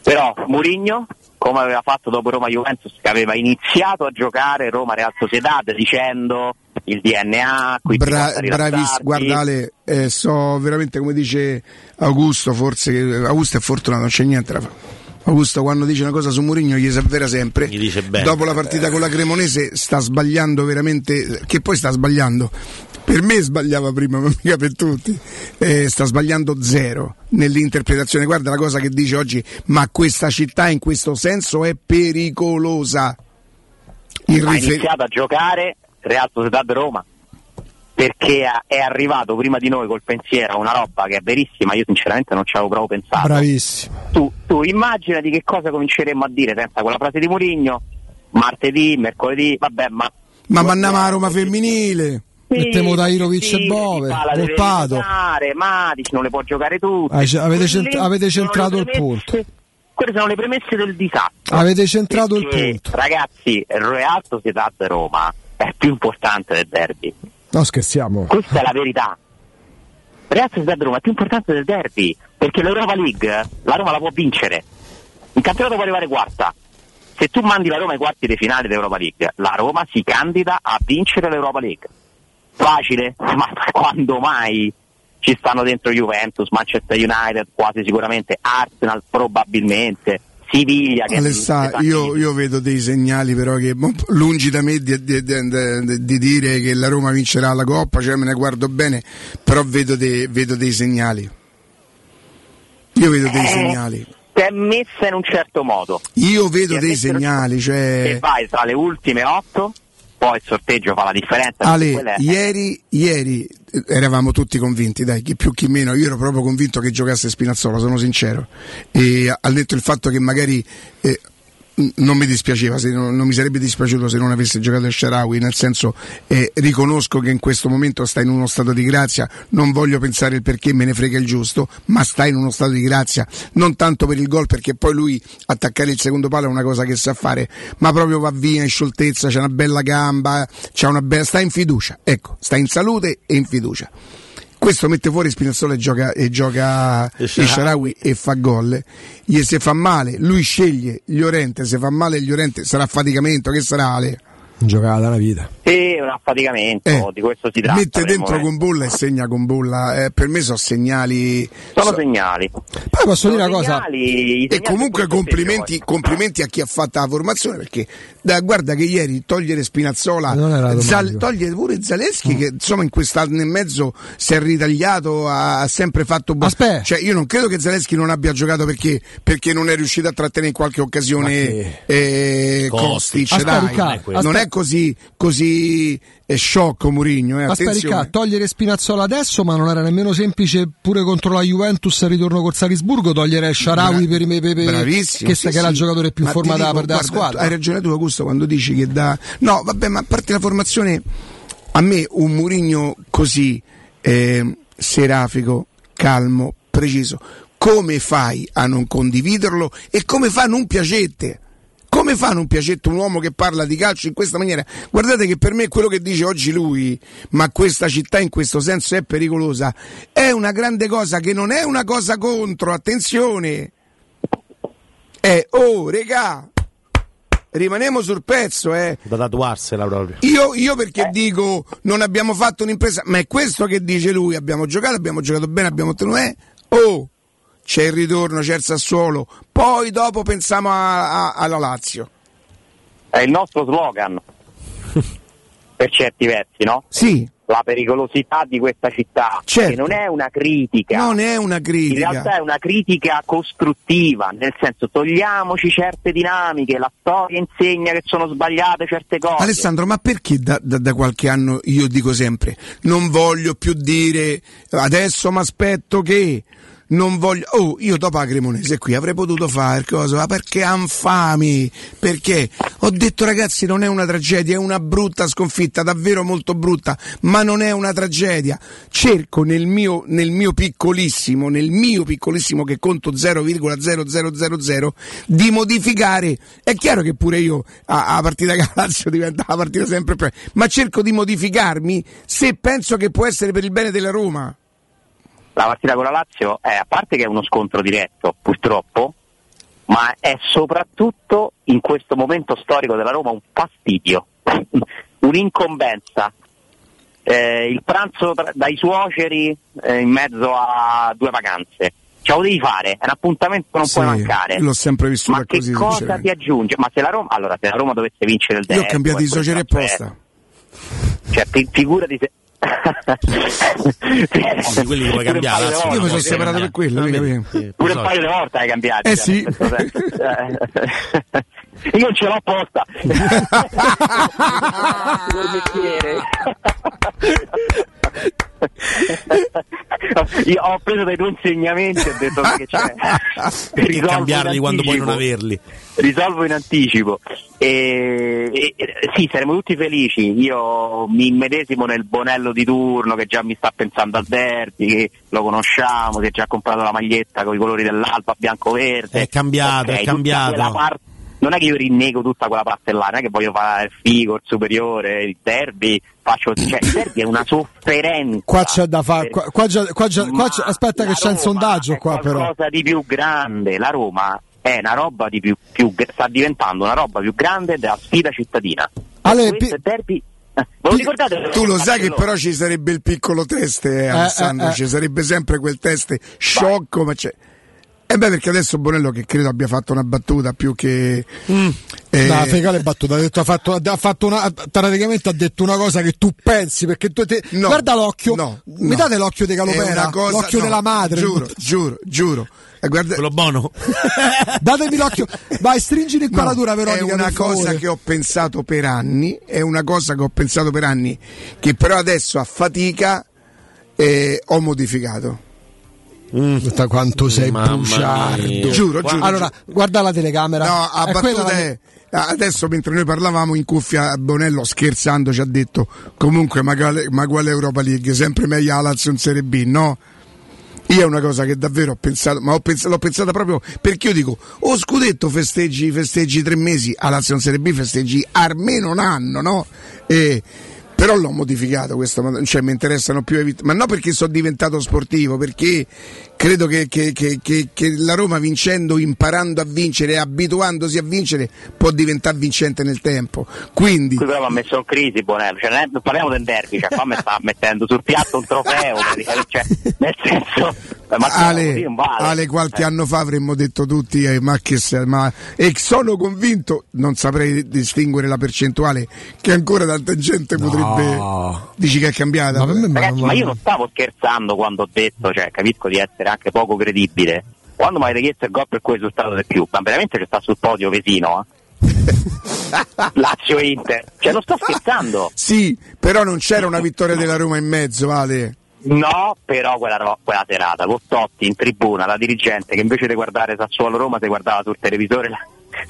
Speaker 3: Però Mourinho, come aveva fatto dopo Roma-Juventus, che aveva iniziato a giocare Roma-Real Sociedad dicendo il D N A, qui
Speaker 13: Bra- bravissimo, guarda Ale, eh, so veramente, come dice Augusto, forse Augusto è fortunato, non c'è niente da fare. Augusto quando dice una cosa su Mourinho gli si avvera sempre.
Speaker 14: Gli dice bene.
Speaker 13: Dopo la partita con la Cremonese sta sbagliando veramente, che poi sta sbagliando. Per me sbagliava prima, ma mica per tutti. Eh, sta sbagliando zero nell'interpretazione. Guarda la cosa che dice oggi, ma questa città in questo senso è pericolosa. Il
Speaker 3: ha
Speaker 13: rifer-
Speaker 3: iniziato a giocare Real Sociedad Roma perché è arrivato prima di noi col pensiero a una roba che è verissima, io sinceramente non ci avevo proprio pensato.
Speaker 24: Bravissimo.
Speaker 3: Tu, tu immagina di che cosa cominceremmo a dire senza quella frase di Mourinho, martedì, mercoledì, vabbè, ma...
Speaker 13: Ma mandiamo a Roma femminile.
Speaker 3: Sì,
Speaker 24: Mettiamo Dairovic
Speaker 3: sì,
Speaker 24: e Bove,
Speaker 3: Volpato. Matic non le può giocare tutte.
Speaker 24: Ah, avete, cent-
Speaker 3: Quelle
Speaker 24: avete centrato il
Speaker 3: premesse,
Speaker 24: punto.
Speaker 3: Quelle sono le premesse del disastro.
Speaker 24: Avete centrato
Speaker 3: perché,
Speaker 24: il punto.
Speaker 3: Ragazzi, il Real Sociedad Roma è più importante del derby.
Speaker 24: No, scherziamo.
Speaker 3: Questa è la verità. Real Sociedad Roma è più importante del derby, perché l'Europa League la Roma la può vincere. Il campionato può arrivare quarta. Se tu mandi la Roma ai quarti di finale dell'Europa League, la Roma si candida a vincere l'Europa League. Facile? Ma quando mai? Ci stanno dentro Juventus, Manchester United quasi sicuramente, Arsenal probabilmente, Siviglia che
Speaker 13: Alessà, io, io vedo dei segnali però che lungi da me di, di, di, di dire che la Roma vincerà la Coppa, cioè me ne guardo bene, però vedo, de, vedo dei segnali. Io vedo dei
Speaker 3: eh,
Speaker 13: segnali.
Speaker 3: È messa in un certo modo.
Speaker 13: Io vedo dei segnali, cioè...
Speaker 3: E vai tra le ultime otto, poi il sorteggio fa la differenza.
Speaker 13: Ale, è... ieri, ieri eravamo tutti convinti, dai, chi più chi meno, io ero proprio convinto che giocasse Spinazzola, sono sincero, e al netto il fatto che magari eh, non mi dispiaceva, se non, non mi sarebbe dispiaciuto se non avesse giocato il Shaarawy, nel senso eh, riconosco che in questo momento sta in uno stato di grazia, non voglio pensare il perché, me ne frega il giusto, ma sta in uno stato di grazia, non tanto per il gol, perché poi lui attaccare il secondo palo è una cosa che sa fare, ma proprio va via in scioltezza, c'ha una bella gamba, c'ha una bella, sta in fiducia, ecco, sta in salute e in fiducia. Questo mette fuori Spinazzola e gioca, e gioca il Shaarawy e fa gol. Gli se fa male, lui sceglie Llorente, se fa male Llorente sarà affaticamento, che sarà Ale?
Speaker 24: Giocata una vita.
Speaker 3: Sì, un affaticamento, eh, di questo si tratta.
Speaker 13: Mette dentro con bolla e segna con bolla, eh, per me sono segnali.
Speaker 3: Sono
Speaker 13: so,
Speaker 3: segnali.
Speaker 24: Poi posso
Speaker 3: sono
Speaker 24: dire una cosa.
Speaker 3: Segnali,
Speaker 13: e comunque complimenti, complimenti a chi ha fatto la formazione, perché da, guarda che ieri togliere Spinazzola, Zal, togliere pure Zaleschi, mm. che insomma in quest'anno e mezzo si è ritagliato, ha, ha sempre fatto bo-
Speaker 24: Aspetta.
Speaker 13: Cioè io non credo che Zaleschi non abbia giocato perché, perché non è riuscito a trattenere in qualche occasione eh, Kostic.
Speaker 24: Aspetta,
Speaker 13: dai,
Speaker 24: Riccardo,
Speaker 13: non è così così è sciocco Mourinho, eh,
Speaker 24: aspetta Riccardo, togliere Spinazzola adesso, ma non era nemmeno semplice pure contro la Juventus al ritorno col Salisburgo togliere Shaarawy per, per, per,
Speaker 13: bravissimo,
Speaker 24: che,
Speaker 13: sì,
Speaker 24: che era il
Speaker 13: sì.
Speaker 24: giocatore più
Speaker 13: ma
Speaker 24: formato
Speaker 13: dico,
Speaker 24: per della
Speaker 13: guarda,
Speaker 24: squadra.
Speaker 13: Hai ragione tu Augusto quando dici che da no vabbè, ma a parte la formazione, a me un Mourinho così eh, serafico, calmo, preciso, come fai a non condividerlo e come fa a non piacete? Come fa a non piacere un uomo che parla di calcio in questa maniera? Guardate che per me quello che dice oggi lui, ma questa città in questo senso è pericolosa, è una grande cosa, che non è una cosa contro, attenzione, è oh regà, rimaniamo sul pezzo, eh.
Speaker 14: Da tatuarsela proprio.
Speaker 13: Io, io perché eh. dico non abbiamo fatto un'impresa, ma è questo che dice lui, abbiamo giocato, abbiamo giocato bene, abbiamo ottenuto, eh, oh. C'è il ritorno, c'è il Sassuolo, poi dopo pensiamo a, a, alla Lazio.
Speaker 3: È il nostro slogan, per certi versi, no?
Speaker 13: Sì.
Speaker 3: La pericolosità di questa città,
Speaker 13: certo.
Speaker 3: Che non è una critica.
Speaker 13: Non è una critica.
Speaker 3: In realtà è una critica costruttiva, nel senso togliamoci certe dinamiche, la storia insegna che sono sbagliate certe cose.
Speaker 13: Alessandro, ma perché da, da, da qualche anno io dico sempre, non voglio più dire, adesso mi aspetto che... Non voglio, oh, io dopo la Cremonese qui avrei potuto fare cosa, ma perché infami? Perché ho detto ragazzi non è una tragedia, è una brutta sconfitta, davvero molto brutta, ma non è una tragedia. Cerco nel mio, nel mio piccolissimo, nel mio piccolissimo che conto zero virgola zero zero zero zero di modificare. È chiaro che pure io a, a partita che Lazio diventa la partita sempre più, ma cerco di modificarmi se penso che può essere per il bene della Roma.
Speaker 3: La partita con la Lazio è, a parte che è uno scontro diretto, purtroppo, ma è soprattutto in questo momento storico della Roma un fastidio, un'incombenza. Eh, il pranzo tra, dai suoceri eh, in mezzo a due vacanze, ce lo devi fare, è un appuntamento che non
Speaker 13: sì,
Speaker 3: puoi mancare.
Speaker 13: L'ho sempre vissuto
Speaker 3: ma che
Speaker 13: così,
Speaker 3: cosa ti aggiunge? Ma se la Roma, allora se la Roma dovesse vincere il derby,
Speaker 13: io ho cambiato i suoceri apposta,
Speaker 3: cioè fi- figurati se
Speaker 14: quelli li puoi cambiare.
Speaker 13: Io mi sono separato per quello,
Speaker 3: pure un paio di volte hai cambiato.
Speaker 13: Eh sì.
Speaker 3: Io non ce l'ho apposta. Io ho preso dei tuoi insegnamenti e ho detto che c'è
Speaker 14: per cambiarli quando poi non averli.
Speaker 3: Risolvo in anticipo. E, e, sì, saremo tutti felici. Io mi immedesimo nel Bonello di turno che già mi sta pensando al derby, che lo conosciamo, che ha già comprato la maglietta con i colori dell'Alba bianco-verde.
Speaker 14: È cambiato,
Speaker 3: okay,
Speaker 14: è cambiato.
Speaker 3: Parte, non è che io rinnego tutta quella parte là, non è che voglio fare il figo, il superiore, il derby, faccio, cioè il derby è una sofferenza.
Speaker 4: Qua c'è da fare, qua, qua, già, qua, già, qua c'è, aspetta che c'è il sondaggio qua però.
Speaker 3: È qualcosa di più grande, la Roma è una roba di più, più sta diventando una roba più grande della sfida cittadina.
Speaker 4: Ale,
Speaker 3: questo pi- derby eh, ve lo ricordate?
Speaker 13: Tu lo sai che però ci sarebbe il piccolo test, eh, Alessandro, eh, eh, eh. ci sarebbe sempre quel test sciocco, ma c'è. Eh beh, perché adesso Bonello, che credo abbia fatto una battuta più che
Speaker 4: mm. eh... no, fecale battuta, ha detto, ha fatto, ha fatto una, praticamente ha detto una cosa che tu pensi, perché tu te...
Speaker 13: no,
Speaker 4: guarda l'occhio,
Speaker 13: no,
Speaker 4: mi
Speaker 13: no.
Speaker 4: date l'occhio di Calopera,
Speaker 13: cosa,
Speaker 4: l'occhio
Speaker 13: no,
Speaker 4: della madre,
Speaker 13: giuro, giuro, giuro. Eh, guarda...
Speaker 14: quello buono.
Speaker 4: Datemi l'occhio, vai, stringi l'inquadratura,
Speaker 13: no,
Speaker 4: Veronica.
Speaker 13: È una cosa
Speaker 4: favore.
Speaker 13: che ho pensato per anni, è una cosa che ho pensato per anni, che però adesso a fatica eh, ho modificato.
Speaker 4: Mm. Quanto sei bruciardo,
Speaker 13: giuro, giuro.
Speaker 4: Allora,
Speaker 13: giuro.
Speaker 4: guarda la telecamera.
Speaker 13: No, a battuta è, adesso mentre noi parlavamo in cuffia, Bonello scherzando ci ha detto comunque ma quale, ma quale Europa League, sempre meglio la Lazio in Serie B, no? Io è una cosa che davvero ho pensato, ma ho pensato, l'ho pensata proprio perché io dico, o scudetto festeggi, festeggi tre mesi, a Lazio in Serie B festeggi almeno un anno, no? E però l'ho modificato questo, cioè mi interessano più evit- ma non perché sono diventato sportivo, perché credo che, che, che, che, che la Roma vincendo, imparando a vincere e abituandosi a vincere può diventare vincente nel tempo. Quindi
Speaker 3: qui però mi ha messo in crisi Bonello, cioè, non parliamo del derby, cioè qua mi sta mettendo sul piatto un trofeo, cioè, nel senso ma
Speaker 13: Ale,
Speaker 3: vale.
Speaker 13: Ale qualche
Speaker 3: eh.
Speaker 13: anno fa avremmo detto tutti eh, ma che ma e sono convinto, non saprei distinguere la percentuale, che ancora tanta gente
Speaker 4: no.
Speaker 13: potrebbe. Dici che è cambiata?
Speaker 4: Ma, me,
Speaker 3: Ragazzi, ma io non stavo scherzando quando ho detto, cioè capisco di essere anche poco credibile, quando mi avete chiesto il gol per quel risultato del più, ma veramente c'è sta sul podio Vesino, eh? Lazio Inter, cioè non sto scherzando.
Speaker 13: Sì, però non c'era una vittoria della Roma in mezzo, Ale.
Speaker 3: No, però quella, quella serata con Totti in tribuna, la dirigente che invece di guardare Sassuolo Roma si guardava sul televisore la,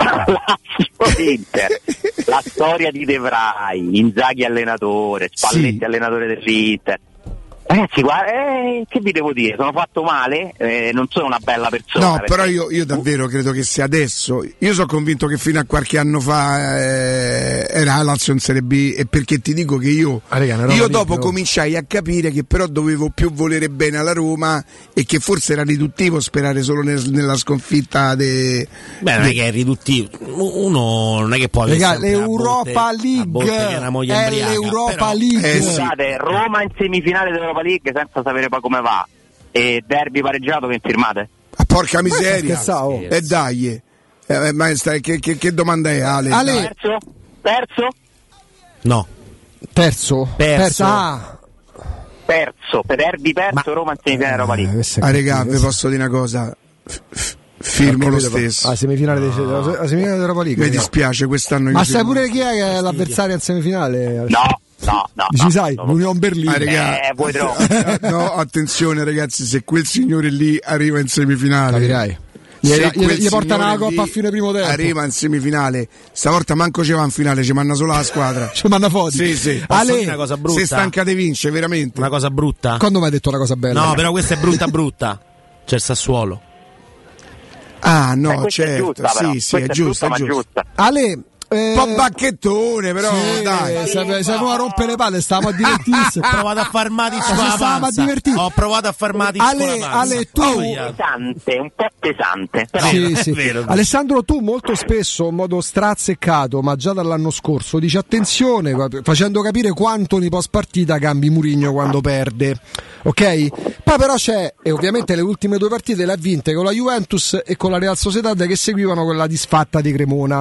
Speaker 3: Lazio Inter, la storia di De Vrij, Inzaghi allenatore, Spalletti sì. allenatore dell'Inter. Ragazzi, guarda, eh, che vi devo dire? Sono fatto male, eh, non sono una bella persona.
Speaker 13: No,
Speaker 3: perché...
Speaker 13: però io, io davvero credo che sia adesso. Io sono convinto che fino a qualche anno fa eh, era Lazio in Serie B, e perché ti dico che io,
Speaker 4: ah, raga,
Speaker 13: io dopo libero. cominciai a capire che però dovevo più volere bene alla Roma e che forse era riduttivo sperare solo nel, nella sconfitta de,
Speaker 14: Beh, non
Speaker 13: de...
Speaker 14: è che è riduttivo. Uno non è che può avere
Speaker 4: raga, l'Europa League
Speaker 14: è
Speaker 4: l'Europa
Speaker 14: però...
Speaker 4: League.
Speaker 13: Eh,
Speaker 3: Scusate, sì. Roma in semifinale dell'Europa League senza sapere poi come va, e derby pareggiato, che firmate?
Speaker 13: Ah, porca miseria,
Speaker 4: e
Speaker 13: eh, dai eh, ma stai, che, che, che domanda è Ale?
Speaker 4: Ale.
Speaker 3: Terzo? Terzo?
Speaker 14: No.
Speaker 4: Terzo?
Speaker 14: Terzo.
Speaker 4: Ah.
Speaker 3: Terzo, per derby perso, ma... Roma in semifinale dell'Europa League.
Speaker 13: Eh, ah regà, vi posso dire una cosa, F- f- firmo lo stesso.
Speaker 4: La semifinale no. della semifinale dell'Europa League.
Speaker 13: Mi dispiace, quest'anno.
Speaker 4: Ma sai pure chi è che è l'avversario in semifinale?
Speaker 3: No. No, no,
Speaker 4: ci
Speaker 3: no,
Speaker 4: sai,
Speaker 3: no,
Speaker 4: l'Union Berlino.
Speaker 13: Ah, regà,
Speaker 3: eh, vuoi troppo.
Speaker 13: No, attenzione ragazzi, se quel signore lì arriva in semifinale,
Speaker 4: capirai. Gli, gli, gli portano la coppa a fine primo tempo.
Speaker 13: Arriva in semifinale, stavolta manco ci va in finale, ci manna solo la squadra.
Speaker 4: Ci manna foto.
Speaker 13: Sì, sì.
Speaker 14: Ale, una cosa brutta.
Speaker 13: Se stanca di vince, veramente.
Speaker 14: Una cosa brutta.
Speaker 4: Quando mi hai detto una cosa bella?
Speaker 14: No, però questa è brutta brutta. C'è il Sassuolo.
Speaker 13: Ah, no,
Speaker 3: eh,
Speaker 13: certo.
Speaker 3: È giusta,
Speaker 13: sì, sì, è,
Speaker 3: è
Speaker 13: giusta,
Speaker 3: giusta,
Speaker 13: è giusta.
Speaker 3: giusta.
Speaker 4: Ale, Eh,
Speaker 13: un po' bacchettone, però
Speaker 4: sì,
Speaker 13: dai.
Speaker 4: Siamo a rompere le palle, stavamo a divertirsi.
Speaker 14: Ho provato a far Matic
Speaker 4: Ci stavamo a divertirsi.
Speaker 14: Ho provato a far Matic
Speaker 4: Ale, Ale, tu
Speaker 3: pesante, un po' pesante. Però...
Speaker 4: Sì, sì. Alessandro, tu molto spesso in modo strazzeccato, ma già dall'anno scorso, dici attenzione, facendo capire quanto nei post partita cambi Mourinho quando perde. Ok? Poi però c'è, e ovviamente le ultime due partite le ha vinte con la Juventus e con la Real Sociedad che seguivano quella disfatta di Cremona.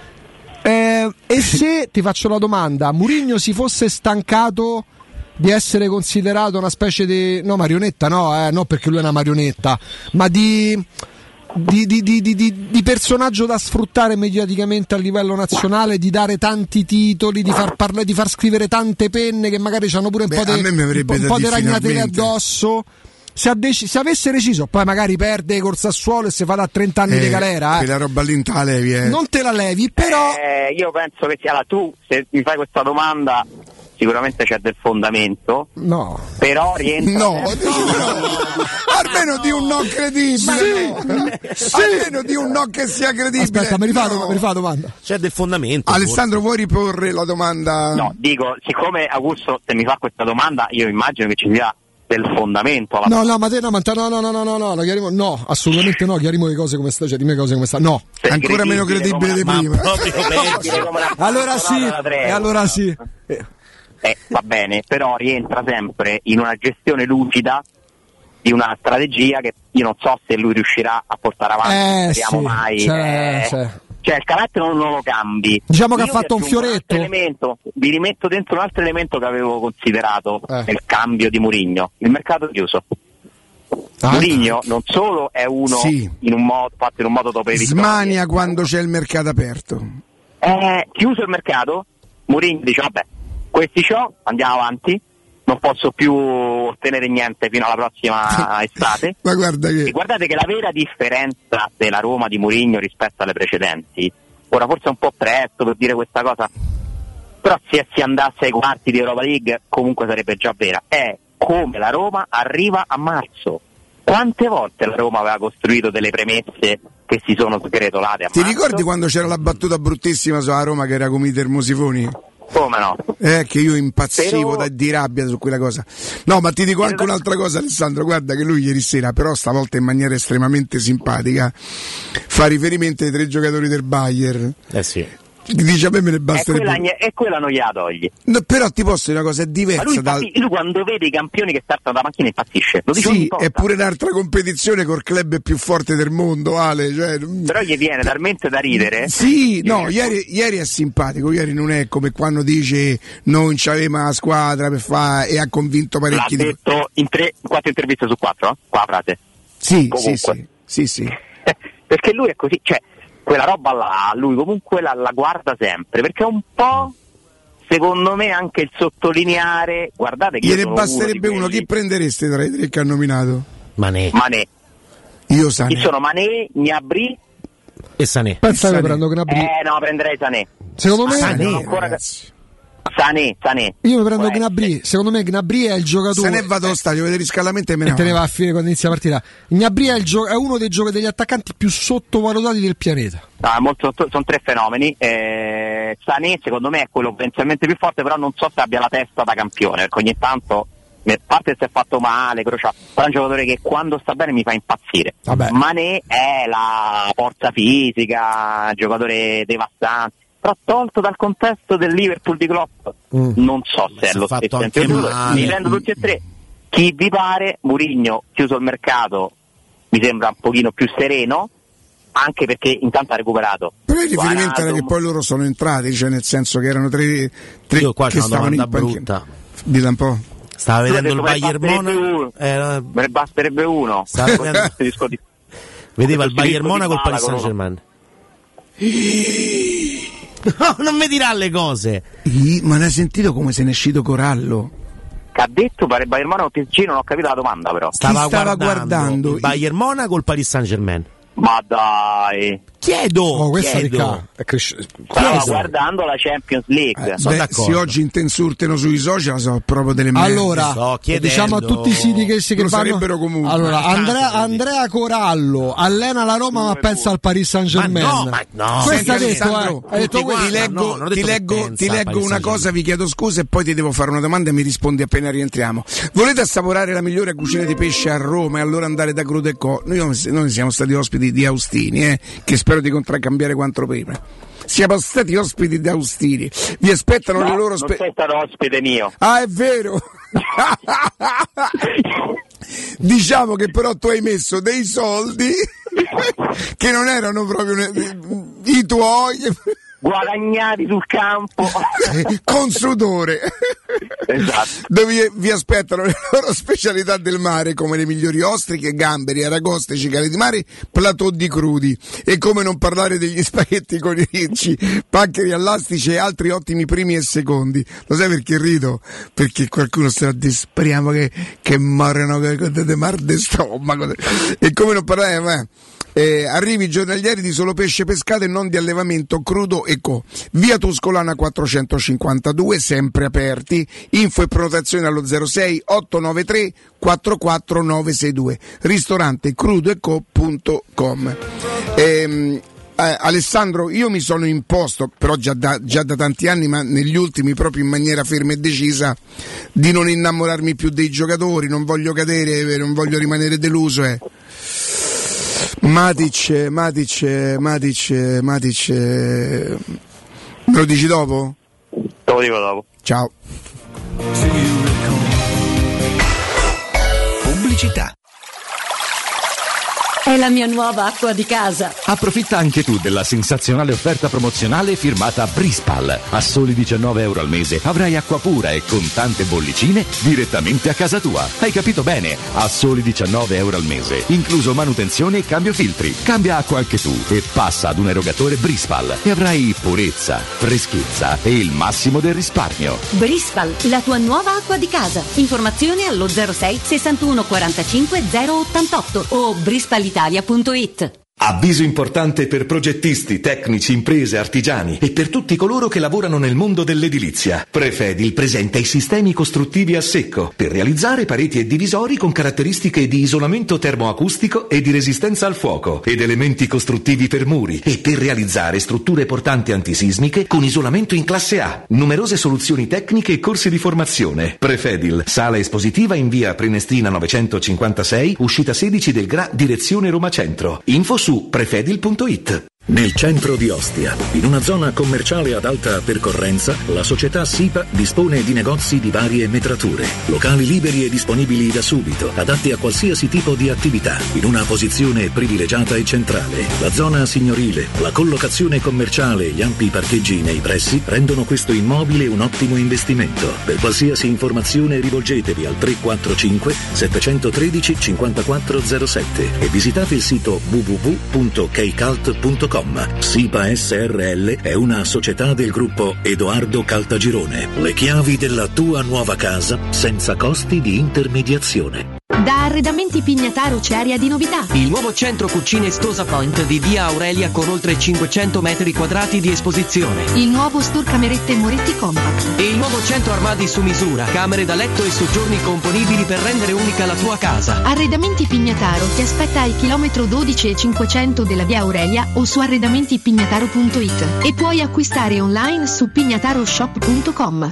Speaker 4: Eh, e se ti faccio la domanda, Mourinho si fosse stancato di essere considerato una specie di no marionetta, no, eh, no perché lui è una marionetta, ma di, di, di, di, di, di personaggio da sfruttare mediaticamente a livello nazionale, di dare tanti titoli, di far parlare, di far scrivere tante penne che magari hanno pure un
Speaker 13: Beh,
Speaker 4: po' di un po', un po' di ragnatele addosso. Se, dec- se avesse deciso, poi magari perde col Sassuolo e si fa da trenta anni
Speaker 13: eh,
Speaker 4: di galera, eh.
Speaker 13: Quella roba lì non te la levi, eh.
Speaker 4: Non te la levi, però.
Speaker 3: Eh, io penso che sia la tu, se mi fai questa domanda, sicuramente c'è del fondamento.
Speaker 4: No.
Speaker 3: Però rientra.
Speaker 13: No, no, no. Almeno di un no credibile. Sì. Sì. Almeno di un no che sia credibile.
Speaker 4: Aspetta, mi rifà
Speaker 13: no.
Speaker 4: la domanda.
Speaker 14: C'è del fondamento.
Speaker 13: Alessandro, forse. Vuoi riporre la domanda?
Speaker 3: No, dico, siccome Augusto se mi fa questa domanda, io immagino che ci sia del fondamento alla
Speaker 4: no no ma te no ma no no no no no no no, chiarimo, no assolutamente no, chiarimo le cose come sta, cioè dimmi le cose come sta, no
Speaker 3: sei
Speaker 13: ancora meno credibile di prima
Speaker 4: allora sì e allora sì
Speaker 3: eh, va bene, però rientra sempre in una gestione lucida di una strategia che io non so se lui riuscirà a portare avanti,
Speaker 4: eh,
Speaker 3: speriamo
Speaker 4: sì,
Speaker 3: mai
Speaker 4: c'è,
Speaker 3: eh,
Speaker 4: c'è.
Speaker 3: Cioè il carattere non lo cambi,
Speaker 4: diciamo che
Speaker 3: io
Speaker 4: ha fatto un fioretto
Speaker 3: un elemento, vi rimetto dentro un altro elemento che avevo considerato
Speaker 4: eh.
Speaker 3: nel cambio di Mourinho, il mercato chiuso.
Speaker 4: Ah,
Speaker 3: Mourinho non solo è uno
Speaker 13: sì.
Speaker 3: in un modo fatto in un modo dopo
Speaker 13: smania quando c'è il mercato aperto,
Speaker 3: è chiuso il mercato, Mourinho dice vabbè questi c'ho, andiamo avanti, non posso più ottenere niente fino alla prossima estate.
Speaker 13: Ma guarda che...
Speaker 3: E guardate che la vera differenza della Roma di Mourinho rispetto alle precedenti, ora forse è un po' presto per dire questa cosa, però se si andasse ai quarti di Europa League comunque sarebbe già vera, è come la Roma arriva a marzo. Quante volte la Roma aveva costruito delle premesse che si sono sgretolate a
Speaker 13: Ti
Speaker 3: marzo?
Speaker 13: ricordi quando c'era la battuta bruttissima sulla Roma che era come i termosifoni?
Speaker 3: Come no?
Speaker 13: Eh, che io impazzivo
Speaker 3: però...
Speaker 13: da, di rabbia su quella cosa. No, ma ti dico anche un'altra cosa, Alessandro, guarda che lui ieri sera, però stavolta in maniera estremamente simpatica, fa riferimento ai tre giocatori del Bayern.
Speaker 14: Eh sì.
Speaker 13: Dice a me me ne basta.
Speaker 3: E quella, e quella non gliela togli.
Speaker 13: No, però ti posso dire una cosa, è diversa.
Speaker 3: Ma lui,
Speaker 13: dal...
Speaker 3: infatti, lui quando vede i campioni che startano da macchina impazzisce. Lo dice
Speaker 13: sì, è pure un'altra competizione col club più forte del mondo, Ale. Cioè...
Speaker 3: Però gli viene talmente da ridere.
Speaker 13: Sì, no, ieri, ieri è simpatico, ieri non è come quando dice non c'aveva la squadra per fare e ha convinto parecchi.
Speaker 3: L'ha detto in tre, quattro interviste su quattro, no? Qua la frase.
Speaker 13: Sì, sì, sì, sì, sì.
Speaker 3: Perché lui è così, cioè quella roba là, lui comunque la, la guarda sempre, perché è un po', secondo me, anche il sottolineare, guardate che
Speaker 13: gliene
Speaker 3: io
Speaker 13: basterebbe
Speaker 3: uno,
Speaker 13: uno, chi prendereste tra i tre che ha nominato?
Speaker 14: Mané.
Speaker 3: Mané.
Speaker 13: Io Sané.
Speaker 3: Chi sono Mané, Gnabry
Speaker 14: e Sané.
Speaker 4: Pensa che prendo Gnabry.
Speaker 3: Eh no, prenderei Sané.
Speaker 4: Secondo me
Speaker 3: Sané, ancora... Sané, Sané.
Speaker 4: Io mi prendo Gnabry, secondo me Gnabry è il giocatore.
Speaker 13: Se ne vado allo stadio, vede riscaldamento e me ne
Speaker 4: e te ne va a finire quando inizia la partita. Gnabry è, il gio- è uno dei giocatori, degli attaccanti più sottovalutati del pianeta.
Speaker 3: Ah, molto, sono tre fenomeni. Eh, Sané secondo me è quello potenzialmente più forte, però non so se abbia la testa da campione, perché ogni tanto, a parte se è fatto male, crociato, però è un giocatore che quando sta bene mi fa impazzire.
Speaker 4: Vabbè.
Speaker 3: Mané è la forza fisica, giocatore devastante. Però tolto dal contesto del Liverpool di Klopp, mm. non so se è lo stesso. Mi prendo tutti e tre. Chi vi pare, Mourinho, chiuso il mercato, mi sembra un pochino più sereno, anche perché intanto ha recuperato.
Speaker 13: Però il riferimento era che poi loro sono entrati, cioè nel senso che erano tre, tre
Speaker 14: Io qua
Speaker 13: che stavano in
Speaker 14: brutta.
Speaker 13: Dilla un po'.
Speaker 14: Stava vedendo il Bayern Monaco.
Speaker 3: Eh, me ne basterebbe uno.
Speaker 14: Vedendo... Vedeva il Bayern Monaco col Paris Saint-Germain. No, non mi dirà le cose.
Speaker 13: I, ma ne hai sentito come se ne è uscito Corallo?
Speaker 3: Che ha detto pare Bayern Monaco P S G, non ho capito la domanda però.
Speaker 14: Stava,
Speaker 13: Chi stava
Speaker 14: guardando,
Speaker 13: guardando
Speaker 14: il Bayern Monaco o il Paris Saint Germain?
Speaker 3: Ma dai.
Speaker 14: chiedo,
Speaker 4: oh, questa
Speaker 14: chiedo.
Speaker 4: È cresci-
Speaker 3: Stavo guardando la Champions League.
Speaker 13: Eh, beh, se oggi intensurtano sui social sono proprio delle merde.
Speaker 4: Allora,
Speaker 14: sto
Speaker 4: diciamo a tutti i siti che si che
Speaker 13: Lo
Speaker 4: vanno.
Speaker 13: sarebbero comunque.
Speaker 4: Allora, Andrea, Andrea Corallo allena la Roma ma pensa al Paris Saint-Germain.
Speaker 14: Ma no, ma no.
Speaker 4: Questo ha
Speaker 13: Senti,
Speaker 4: detto,
Speaker 13: Alessandro,
Speaker 4: eh. Hai detto
Speaker 13: ti,
Speaker 4: questo.
Speaker 13: ti leggo,
Speaker 14: no, non ho detto
Speaker 13: ti
Speaker 14: che
Speaker 13: leggo,
Speaker 14: pensa
Speaker 13: ti
Speaker 14: al
Speaker 13: leggo
Speaker 14: Paris
Speaker 13: una cosa,
Speaker 14: Saint-Germain.
Speaker 13: vi chiedo scusa e poi ti devo fare una domanda e mi rispondi appena rientriamo. Volete assaporare la migliore cucina di pesce a Roma e allora andare da Crudo e Co? Noi, noi siamo stati ospiti di Austini, eh, che spero di contraccambiare quanto prima. Siamo stati ospiti di Austini. Vi aspettano
Speaker 3: No,
Speaker 13: le loro
Speaker 3: non
Speaker 13: spe-
Speaker 3: sei stato ospite mio.
Speaker 13: Ah, è vero. Diciamo che però tu hai messo dei soldi che non erano proprio ne- i tuoi,
Speaker 3: Guadagnati sul campo.
Speaker 13: con sudore.
Speaker 3: Esatto.
Speaker 13: Dove vi aspettano le loro specialità del mare, come le migliori ostriche, gamberi, aragoste, cicale di mare, platò di crudi. E come non parlare degli spaghetti con i ricci, paccheri all'astice e altri ottimi primi e secondi. Lo sai perché rido? Perché qualcuno starà di speriamo che, che morano di mar di stomaco. E come non parlare, ma Eh, arrivi giornalieri di solo pesce pescato e non di allevamento, Crudo e Co. Via Tuscolana quattrocentocinquantadue, sempre aperti. Info e prenotazione allo zero sei otto nove tre quattro quattro nove sei due. Ristorante crudoeco punto com. Ehm, Eh, Alessandro, io mi sono imposto, però già da, già da tanti anni, ma negli ultimi proprio in maniera ferma e decisa, di non innamorarmi più dei giocatori, non voglio cadere, non voglio rimanere deluso. Eh. Matic, Matic, Matic, Matic, me lo dici dopo?
Speaker 3: Te lo dico dopo.
Speaker 13: Ciao.
Speaker 20: Pubblicità.
Speaker 11: È la mia nuova acqua di casa.
Speaker 20: Approfitta anche tu della sensazionale offerta promozionale firmata Brispal. A soli diciannove euro al mese avrai acqua pura e con tante bollicine direttamente a casa tua. Hai capito bene? A soli diciannove euro al mese, incluso manutenzione e cambio filtri. Cambia acqua anche tu e passa ad un erogatore Brispal e avrai purezza, freschezza e il massimo del risparmio.
Speaker 11: Brispal, la tua nuova acqua di casa. Informazioni allo zero sei sessantuno quarantacinque zero ottantotto o brispalitalia punto it.
Speaker 21: Avviso importante per progettisti, tecnici, imprese, artigiani e per tutti coloro che lavorano nel mondo dell'edilizia. Prefedil presenta i sistemi costruttivi a secco per realizzare pareti e divisori con caratteristiche di isolamento termoacustico e di resistenza al fuoco ed elementi costruttivi per muri e per realizzare strutture portanti antisismiche con isolamento in classe A. Numerose soluzioni tecniche e corsi di formazione. Prefedil, sala espositiva in via Prenestina novecentocinquantasei, uscita sedici del Gra, direzione Roma Centro. Info su prefedil punto it.
Speaker 17: Nel centro di Ostia, in una zona commerciale ad alta percorrenza, la società SIPA dispone di negozi di varie metrature, locali liberi e disponibili da subito, adatti a qualsiasi tipo di attività, in una posizione privilegiata e centrale. La zona signorile, la collocazione commerciale e gli ampi parcheggi nei pressi rendono questo immobile un ottimo investimento. Per qualsiasi informazione rivolgetevi al tre quattro cinque sette uno tre cinque zero sette e visitate il sito w w w punto keicalt punto com. SIPA S R L è una società del gruppo Edoardo Caltagirone. Le chiavi della tua nuova casa senza costi di intermediazione.
Speaker 19: Da Arredamenti Pignataro c'è aria di novità.
Speaker 2: Il nuovo centro cucine Stosa Point di via Aurelia con oltre cinquecento metri quadrati di esposizione.
Speaker 19: Il nuovo store camerette Moretti Compact.
Speaker 2: E il nuovo centro armadi su misura, camere da letto e soggiorni componibili per rendere unica la tua casa.
Speaker 19: Arredamenti Pignataro ti aspetta al chilometro dodici e cinquecento della via Aurelia o su arredamenti pignataro punto it e puoi acquistare online su pignataroshop punto com.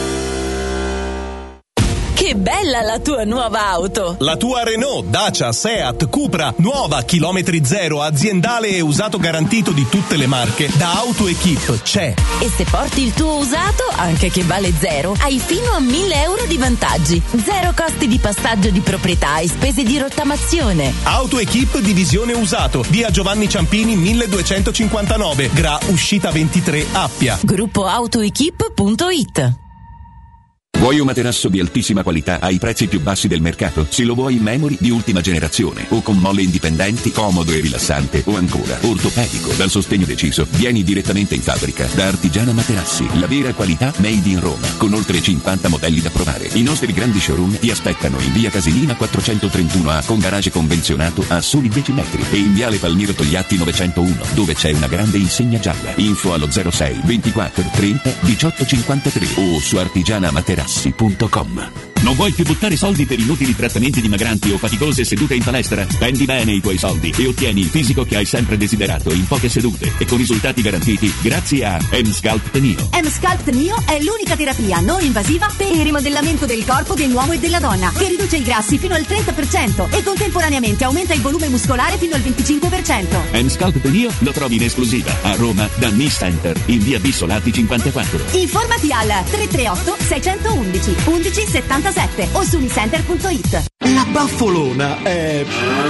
Speaker 18: Che bella la tua nuova auto!
Speaker 9: La tua Renault, Dacia, Seat, Cupra, nuova, chilometri zero, aziendale e usato garantito di tutte le marche, da AutoEquip c'è.
Speaker 18: E se porti il tuo usato, anche che vale zero, hai fino a mille euro di vantaggi. Zero costi di passaggio di proprietà e spese di rottamazione.
Speaker 9: AutoEquip Divisione Usato, via Giovanni Ciampini milleduecentocinquantanove, Gra, uscita ventitré, Appia.
Speaker 18: Gruppo autoequip punto it.
Speaker 17: Vuoi un materasso di altissima qualità ai prezzi più bassi del mercato? Se lo vuoi in memory di ultima generazione o con molle indipendenti, comodo e rilassante, o ancora ortopedico dal sostegno deciso, vieni direttamente in fabbrica da Artigiana Materassi, la vera qualità made in Roma, con oltre cinquanta modelli da provare. I nostri grandi showroom ti aspettano in via Casilina quattrocentotrentuno A con garage convenzionato a soli dieci metri e in viale Palmiro Togliatti novecentouno dove c'è una grande insegna gialla. Info allo zero sei ventiquattro trenta diciotto cinquantatré o su artigiana materassi punto com.
Speaker 23: Non vuoi più buttare soldi per inutili trattamenti dimagranti o faticose sedute in palestra? Spendi bene i tuoi soldi e ottieni il fisico che hai sempre desiderato in poche sedute e con risultati garantiti grazie a M-Sculpt Neo.
Speaker 11: M-Sculpt Neo è l'unica terapia non invasiva per il rimodellamento del corpo dell'uomo e della donna, che riduce i grassi fino al trenta per cento e contemporaneamente aumenta il volume muscolare fino al venticinque per cento.
Speaker 23: M-Sculpt Neo lo trovi in esclusiva a Roma da Knee Center in via Bissolati cinquantaquattro.
Speaker 11: Informati al tre tre otto sei uno uno undici settantasette o su unicenter punto it.
Speaker 5: La Baffolona è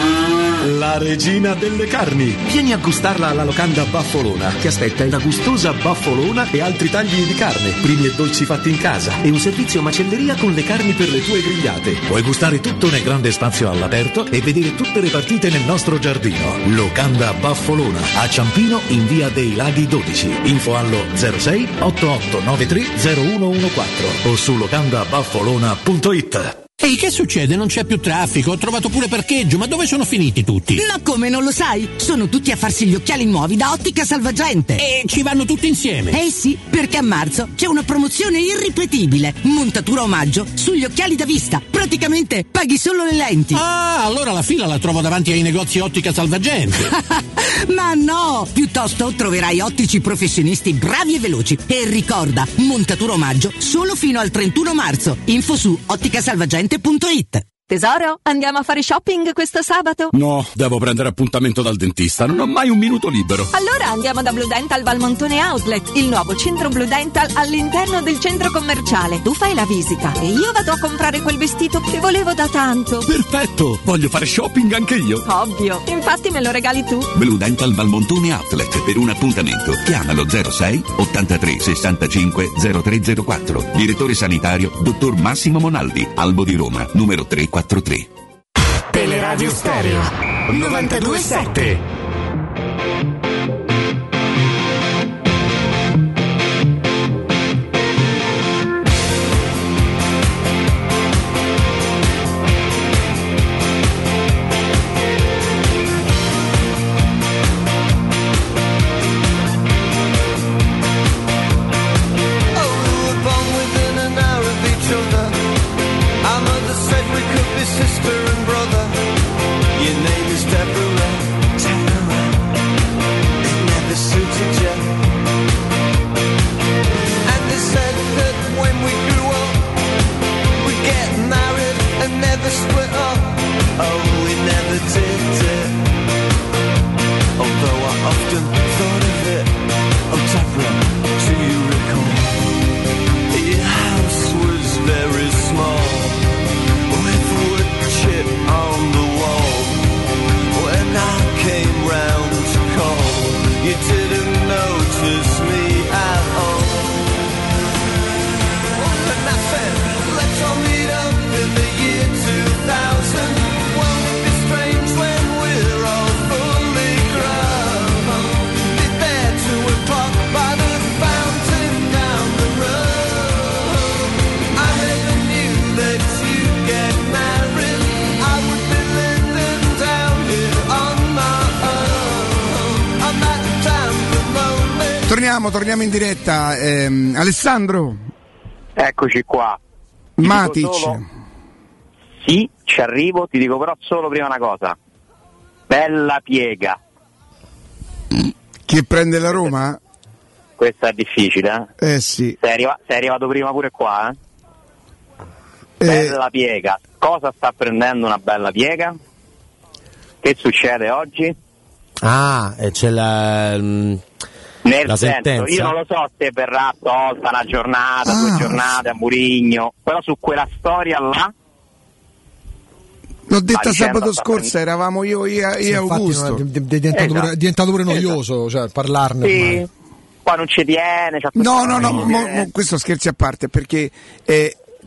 Speaker 5: la regina delle carni. Vieni a gustarla alla locanda Baffolona. Ti aspetta una gustosa baffolona e altri tagli di carne, primi e dolci fatti in casa e un servizio macelleria con le carni per le tue grigliate. Puoi gustare tutto nel grande spazio all'aperto e vedere tutte le partite nel nostro giardino. Locanda Baffolona a Ciampino in via dei Laghi dodici. Info allo zero sei otto otto nove tre zero uno uno quattro o su locanda baffolona punto it.
Speaker 6: Ehi, che succede? Non c'è più traffico, ho trovato pure parcheggio, ma dove sono finiti tutti?
Speaker 7: Ma come, non lo sai? Sono tutti a farsi gli occhiali nuovi da Ottica Salvagente.
Speaker 6: E ci vanno tutti insieme?
Speaker 7: Eh sì, perché a marzo c'è una promozione irripetibile, montatura omaggio sugli occhiali da vista. Praticamente paghi solo le lenti.
Speaker 6: Ah, allora la fila la trovo davanti ai negozi Ottica Salvagente.
Speaker 7: Ma no, piuttosto troverai ottici professionisti bravi e veloci. E ricorda, montatura omaggio solo fino al trentuno marzo. Info su ottica salvagente punto it.
Speaker 8: Tesoro, andiamo a fare shopping questo sabato?
Speaker 20: No, devo prendere appuntamento dal dentista, non ho mai un minuto libero.
Speaker 8: Allora andiamo da Blue Dental Valmontone Outlet, il nuovo centro Blue Dental all'interno del centro commerciale. Tu fai la visita e io vado a comprare quel vestito che volevo da tanto.
Speaker 20: Perfetto, voglio fare shopping anche io.
Speaker 8: Ovvio, infatti me lo regali tu.
Speaker 23: Blue Dental Valmontone Outlet. Per un appuntamento chiamalo zero sei ottantatré sessantacinque zero tre zero quattro. Direttore sanitario dottor Massimo Monaldi, Albo di Roma, numero tre quattro tre.
Speaker 15: Teleradio Stereo novantadue sette.
Speaker 1: Sister and brother, your name is Deborah. Deborah, it never suited you. And they said that when we grew up, we'd get married and never split up. Oh, we never did it. Although I often thought of it. Oh, Deborah, do you recall? Your house was very small. Chip on the wall. When I came round to call, you didn't notice me at all. And I said, let's all meet up in the year two thousand. Won't it be strange when we're all fully grown? Be there two o'clock by the fountain down the road. I never knew that you'd get married.
Speaker 13: Torniamo, torniamo in diretta. Eh, Alessandro?
Speaker 3: Eccoci qua. Ti
Speaker 13: Matic.
Speaker 3: solo... Sì, ci arrivo, ti dico però solo prima una cosa. Bella piega.
Speaker 13: Chi prende la Roma?
Speaker 3: Questa è difficile, eh?
Speaker 13: Eh sì.
Speaker 3: Sei, arriva... Sei arrivato prima pure qua, eh? eh? Bella piega. Cosa sta prendendo una bella piega? Che succede oggi?
Speaker 14: Ah, e c'è la...
Speaker 3: Nel
Speaker 14: la
Speaker 3: senso,
Speaker 14: sentenza.
Speaker 3: Io non lo so se verrà tolta una giornata, ah. due giornate a Murigno, però su quella storia là.
Speaker 13: L'ho detta sabato scorso, eravamo io e sì, Augusto.
Speaker 4: È diventato, esatto. pure, è diventato pure noioso, esatto. cioè parlarne.
Speaker 3: Sì.
Speaker 4: Ormai.
Speaker 3: Qua non ci tiene.
Speaker 13: No, no, no, mo, mo, questo scherzi a parte, perché eh,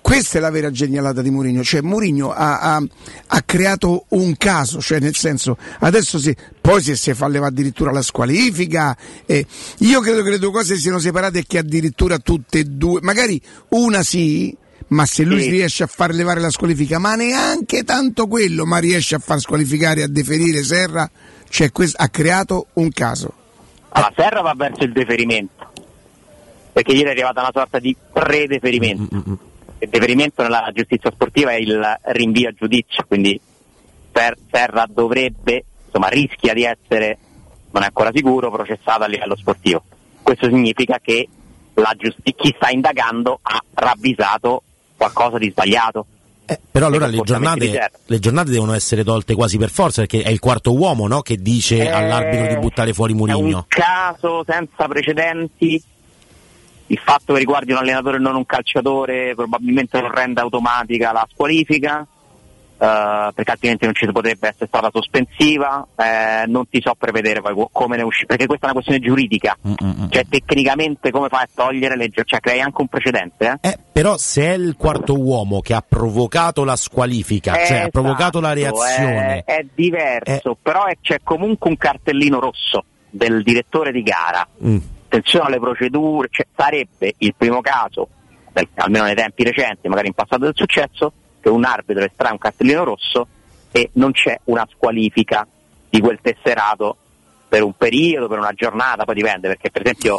Speaker 13: questa è la vera genialata di Mourinho, cioè Mourinho ha, ha, ha creato un caso, cioè nel senso adesso si, poi si, si fa levare addirittura la squalifica, eh, io credo che le due cose siano separate e che addirittura tutte e due, magari una sì, ma se lui sì. riesce a far levare la squalifica, ma neanche tanto quello, ma riesce a far squalificare, a deferire Serra, cioè questo, ha creato un caso.
Speaker 3: Allora, Serra va verso il deferimento, perché ieri è arrivata una sorta di pre-deferimento. Mm-hmm. Il deferimento nella giustizia sportiva è il rinvio a giudizio, quindi per Serra dovrebbe, insomma rischia di essere, non è ancora sicuro, processato a livello sportivo. Questo significa che la giusti- chi sta indagando ha ravvisato qualcosa di sbagliato.
Speaker 14: Eh, però allora le giornate, le giornate devono essere tolte quasi per forza, perché è il quarto uomo, no, che dice eh, all'arbitro di buttare fuori Mourinho.
Speaker 3: È un caso senza precedenti. Il fatto che riguardi un allenatore e non un calciatore probabilmente non rende automatica la squalifica, uh, perché altrimenti non ci potrebbe essere stata sospensiva. Eh, non ti so prevedere poi come ne uscire, perché questa è una questione giuridica. Mm-mm. Cioè tecnicamente come fai a togliere le, cioè crei anche un precedente. Eh?
Speaker 14: Eh, però se è il quarto uomo che ha provocato la squalifica,
Speaker 3: eh,
Speaker 14: cioè
Speaker 3: esatto,
Speaker 14: ha provocato la reazione,
Speaker 3: è, è diverso,
Speaker 14: eh.
Speaker 3: però è, c'è comunque un cartellino rosso del direttore di gara. Mm. Attenzione alle procedure, cioè, sarebbe il primo caso, almeno nei tempi recenti, magari in passato del successo, che un arbitro estrae un cartellino rosso e non c'è una squalifica di quel tesserato per un periodo, per una giornata, poi dipende, perché per esempio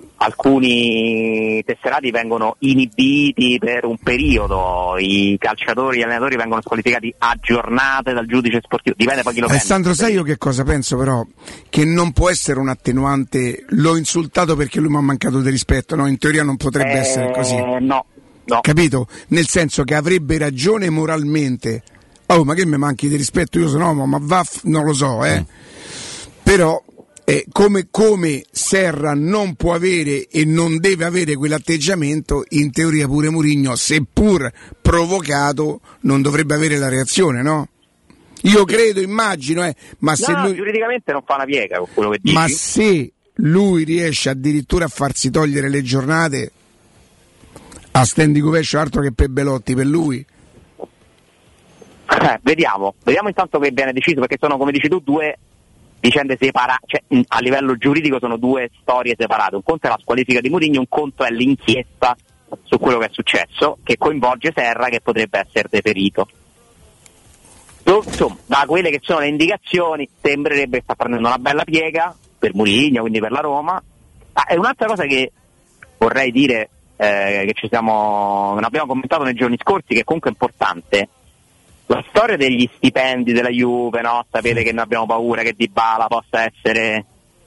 Speaker 3: alcuni tesserati vengono inibiti per un periodo, i calciatori, gli allenatori vengono squalificati a giornate dal giudice sportivo, dipende poi chi lo prende.
Speaker 13: Alessandro, sai io che cosa penso però? Che non può essere un attenuante, l'ho insultato perché lui mi ha mancato di rispetto, no? In teoria non potrebbe
Speaker 3: eh,
Speaker 13: essere così.
Speaker 3: No, no.
Speaker 13: Capito? Nel senso che avrebbe ragione moralmente. Oh, ma che mi manchi di rispetto? Io sono uomo, ma va, f- non lo so, eh. Mm. Però Eh, come, come Serra non può avere e non deve avere quell'atteggiamento, in teoria pure Mourinho, seppur provocato, non dovrebbe avere la reazione, no? Io credo, immagino, eh, ma se
Speaker 3: no,
Speaker 13: lui...
Speaker 3: giuridicamente non fa una piega con quello che dici.
Speaker 13: Ma se lui riesce addirittura a farsi togliere le giornate a standing ovation, altro che per Belotti, per lui.
Speaker 3: Eh, vediamo, vediamo intanto che viene deciso, perché sono, come dici tu, due vicende separate, cioè a livello giuridico sono due storie separate. Un conto è la squalifica di Mourinho, un conto è l'inchiesta su quello che è successo, che coinvolge Serra, che potrebbe essere deferito. Insomma, da quelle che sono le indicazioni sembrerebbe che sta prendendo una bella piega per Mourinho, quindi per la Roma. Ah, e un'altra cosa che vorrei dire, eh, che ci siamo, non abbiamo commentato nei giorni scorsi, che comunque è importante. La storia degli stipendi della Juve, no? Sapete che noi abbiamo paura che Dybala possa essere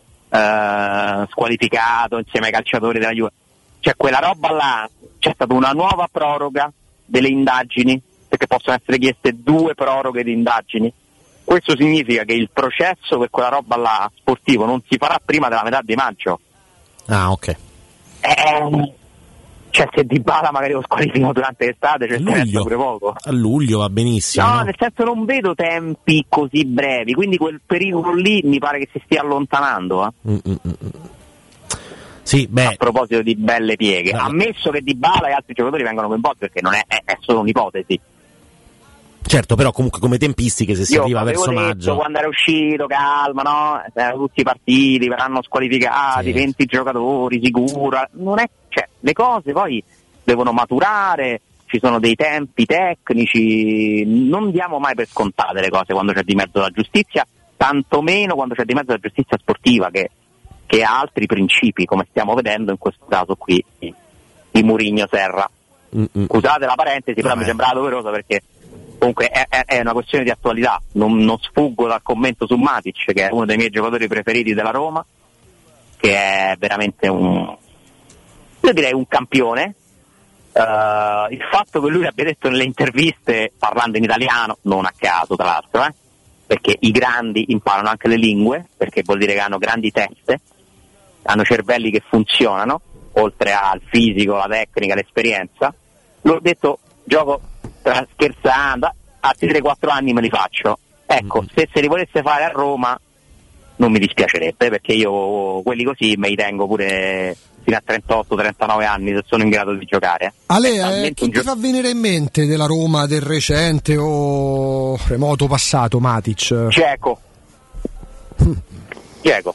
Speaker 3: eh, squalificato insieme ai calciatori della Juve. Cioè quella roba là, c'è stata una nuova proroga delle indagini, perché possono essere chieste due proroghe di indagini. Questo significa che il processo per quella roba là sportivo non si farà prima della metà di maggio.
Speaker 14: Ah, ok.
Speaker 3: Eh, Cioè se Dybala magari lo squalificano durante l'estate, cioè
Speaker 14: luglio.
Speaker 3: pure poco.
Speaker 14: A luglio va benissimo.
Speaker 3: No,
Speaker 14: no,
Speaker 3: nel senso non vedo tempi così brevi, quindi quel pericolo lì mi pare che si stia allontanando. Eh?
Speaker 14: Mm-mm. Sì, beh.
Speaker 3: A proposito di belle pieghe,
Speaker 14: no.
Speaker 3: ammesso che Dybala e altri giocatori vengano coinvolti, perché non è, è, è solo un'ipotesi.
Speaker 14: Certo, però comunque come tempistiche se si
Speaker 3: Io
Speaker 14: arriva verso
Speaker 3: detto,
Speaker 14: maggio.
Speaker 3: Quando era uscito, calma, no? Erano tutti i partiti, verranno squalificati,
Speaker 14: sì.
Speaker 3: venti giocatori, sicuro. Non è, cioè, le cose poi devono maturare, ci sono dei tempi tecnici, non diamo mai per scontate le cose quando c'è di mezzo la giustizia, tantomeno quando c'è di mezzo la giustizia sportiva, che, che ha altri principi, come stiamo vedendo in questo caso qui di, di Mourinho Serra. Mm-mm. Scusate la parentesi, però
Speaker 14: no,
Speaker 3: mi sembrava doverosa, perché comunque è, è, è una questione di attualità. Non, non sfuggo dal commento su Matic, che è uno dei miei giocatori preferiti della Roma, che è veramente un, io direi un campione. Uh, il fatto che lui abbia detto nelle interviste, parlando in italiano, non a caso tra l'altro, eh, perché i grandi imparano anche le lingue, perché vuol dire che hanno grandi teste, hanno cervelli che funzionano, oltre al fisico, la tecnica, l'esperienza. L'ho detto, gioco scherzando, a tre quattro anni me li faccio. Ecco, mm-hmm. se se li volesse fare a Roma non mi dispiacerebbe, perché io quelli così me li tengo pure fino a trentotto trentanove anni se sono in grado di giocare.
Speaker 4: Ale, eh, chi ti fa venire in mente della Roma del recente o remoto passato, Matic?
Speaker 3: Dzeko. Dzeko.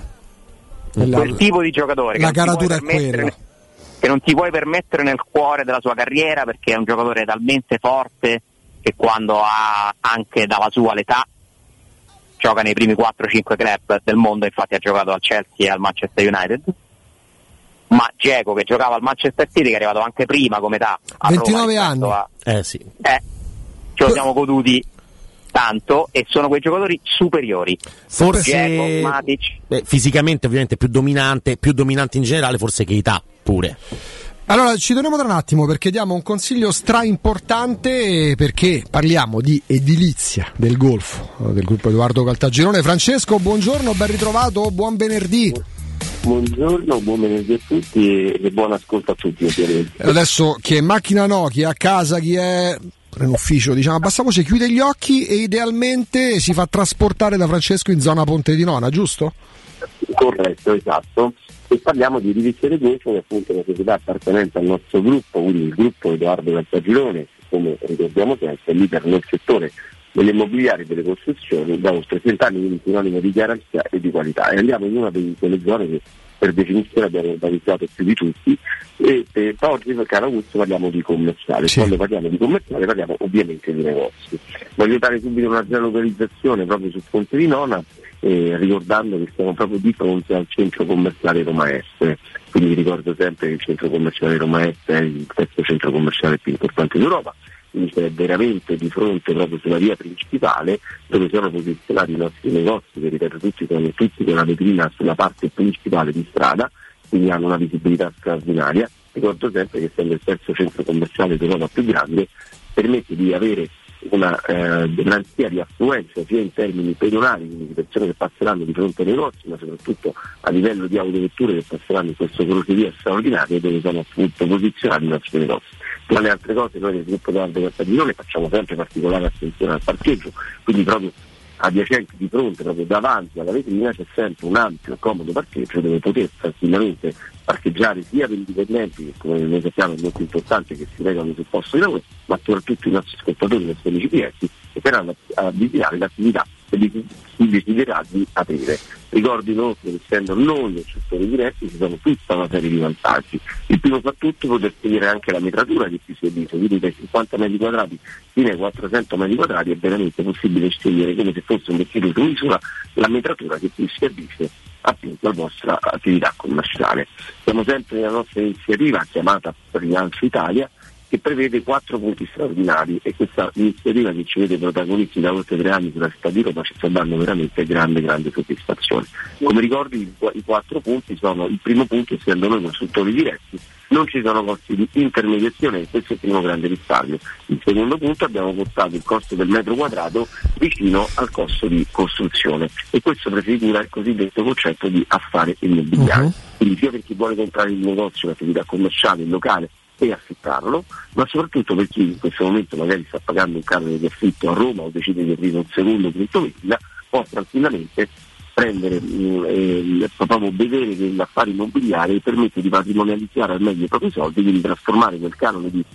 Speaker 3: Quel tipo di giocatore
Speaker 4: la
Speaker 3: che non,
Speaker 4: caratura è quella.
Speaker 3: che non ti puoi permettere nel cuore della sua carriera, perché è un giocatore talmente forte che quando ha anche dalla sua l'età gioca nei primi quattro cinque club del mondo. Infatti ha giocato al Chelsea e al Manchester United. Ma Dzeko, che giocava al Manchester City, che è arrivato anche prima come età a
Speaker 4: ventinove
Speaker 3: Roma,
Speaker 4: anni
Speaker 3: a,
Speaker 14: eh sì
Speaker 3: eh, ce lo siamo goduti tanto, e sono quei giocatori superiori.
Speaker 14: Forse
Speaker 3: Dzeko, Matic.
Speaker 14: Beh, fisicamente ovviamente più dominante, più dominante in generale, forse che età pure.
Speaker 4: Allora ci torniamo tra un attimo, perché diamo un consiglio stra importante, perché parliamo di edilizia del Golfo, del gruppo Edoardo Caltagirone. Francesco, buongiorno, ben ritrovato, buon venerdì.
Speaker 10: Buongiorno, buon venerdì a tutti e buon ascolto a tutti. Ovviamente.
Speaker 4: Adesso chi è in macchina no, chi è a casa, chi è in ufficio, diciamo a bassa voce, chiude gli occhi e idealmente si fa trasportare da Francesco in zona Ponte di Nona, giusto?
Speaker 10: Corretto, esatto. E parliamo di Edilizia del Golfo, che è appunto una società appartenente al nostro gruppo, quindi il gruppo Edoardo Caltagirone, come ricordiamo sempre, è leader nel settore delle immobiliari e delle costruzioni da oltre trenta anni, quindi sinonimo di garanzia e di qualità. E andiamo in una di quelle zone che per definizione abbiamo urbanizzato più di tutti, e eh, oggi, caro Augusto, parliamo di commerciale. Sì. Quando parliamo di commerciale parliamo ovviamente di negozi. Voglio dare subito una geolocalizzazione proprio sul Ponte di Nona, eh, ricordando che siamo proprio di fronte al centro commerciale Roma Est. Quindi vi ricordo sempre che il centro commerciale Roma Est è il terzo centro commerciale più importante d'Europa, quindi è veramente di fronte proprio sulla via principale dove sono posizionati i nostri negozi, che ripeto tutti sono tutti con la vetrina sulla parte principale di strada, quindi hanno una visibilità straordinaria. Ricordo sempre che essendo il terzo centro commerciale d'Europa più grande permette di avere una eh, garanzia di affluenza sia in termini pedonali, quindi di persone che passeranno di fronte ai negozi, ma soprattutto a livello di autovetture che passeranno in questo crocevia straordinario dove sono appunto posizionati i nostri negozi. Tra le altre cose noi del gruppo Edoardo Caltagirone facciamo sempre particolare attenzione al parcheggio, quindi proprio adiacenti di fronte, proprio davanti alla vetrina, c'è sempre un ampio e comodo parcheggio dove poter tranquillamente parcheggiare sia per i dipendenti, che come noi sappiamo è molto importante che si recano sul posto di lavoro, ma soprattutto i nostri spettatori, i nostri amici clienti che verranno a visitare l'attività che si deciderà di aprire. Ricordo inoltre che essendo noi nel settore diretti ci sono tutta una serie di vantaggi. Il primo fra tutti poter scegliere anche la metratura che più si addice, quindi dai cinquanta metri quadrati fino ai quattrocento metri quadrati è veramente possibile scegliere come se fosse un vestito su misura la metratura che più si addice appunto alla vostra attività commerciale. Siamo sempre nella nostra iniziativa chiamata Freelance Italia, che prevede quattro punti straordinari, e questa iniziativa che ci vede protagonisti da oltre tre anni sulla città di Roma ci sta dando veramente grande grande soddisfazione. Come ricordi i, i quattro punti sono: il primo punto, essendo noi consultori diretti non ci sono costi di intermediazione, e questo è il primo grande risparmio. Il secondo punto, abbiamo portato il costo del metro quadrato vicino al costo di costruzione, e questo prefigura il cosiddetto concetto di affare immobiliare. Uh-huh. Quindi sia per chi vuole comprare il negozio, l'attività commerciale, il locale e affittarlo, ma soprattutto per chi in questo momento magari sta pagando un canone di affitto a Roma o decide di aprire un secondo punto vendita, può tranquillamente prendere eh, proprio vedere che l'affare immobiliare permette di patrimonializzare al meglio i propri soldi, quindi trasformare quel canone di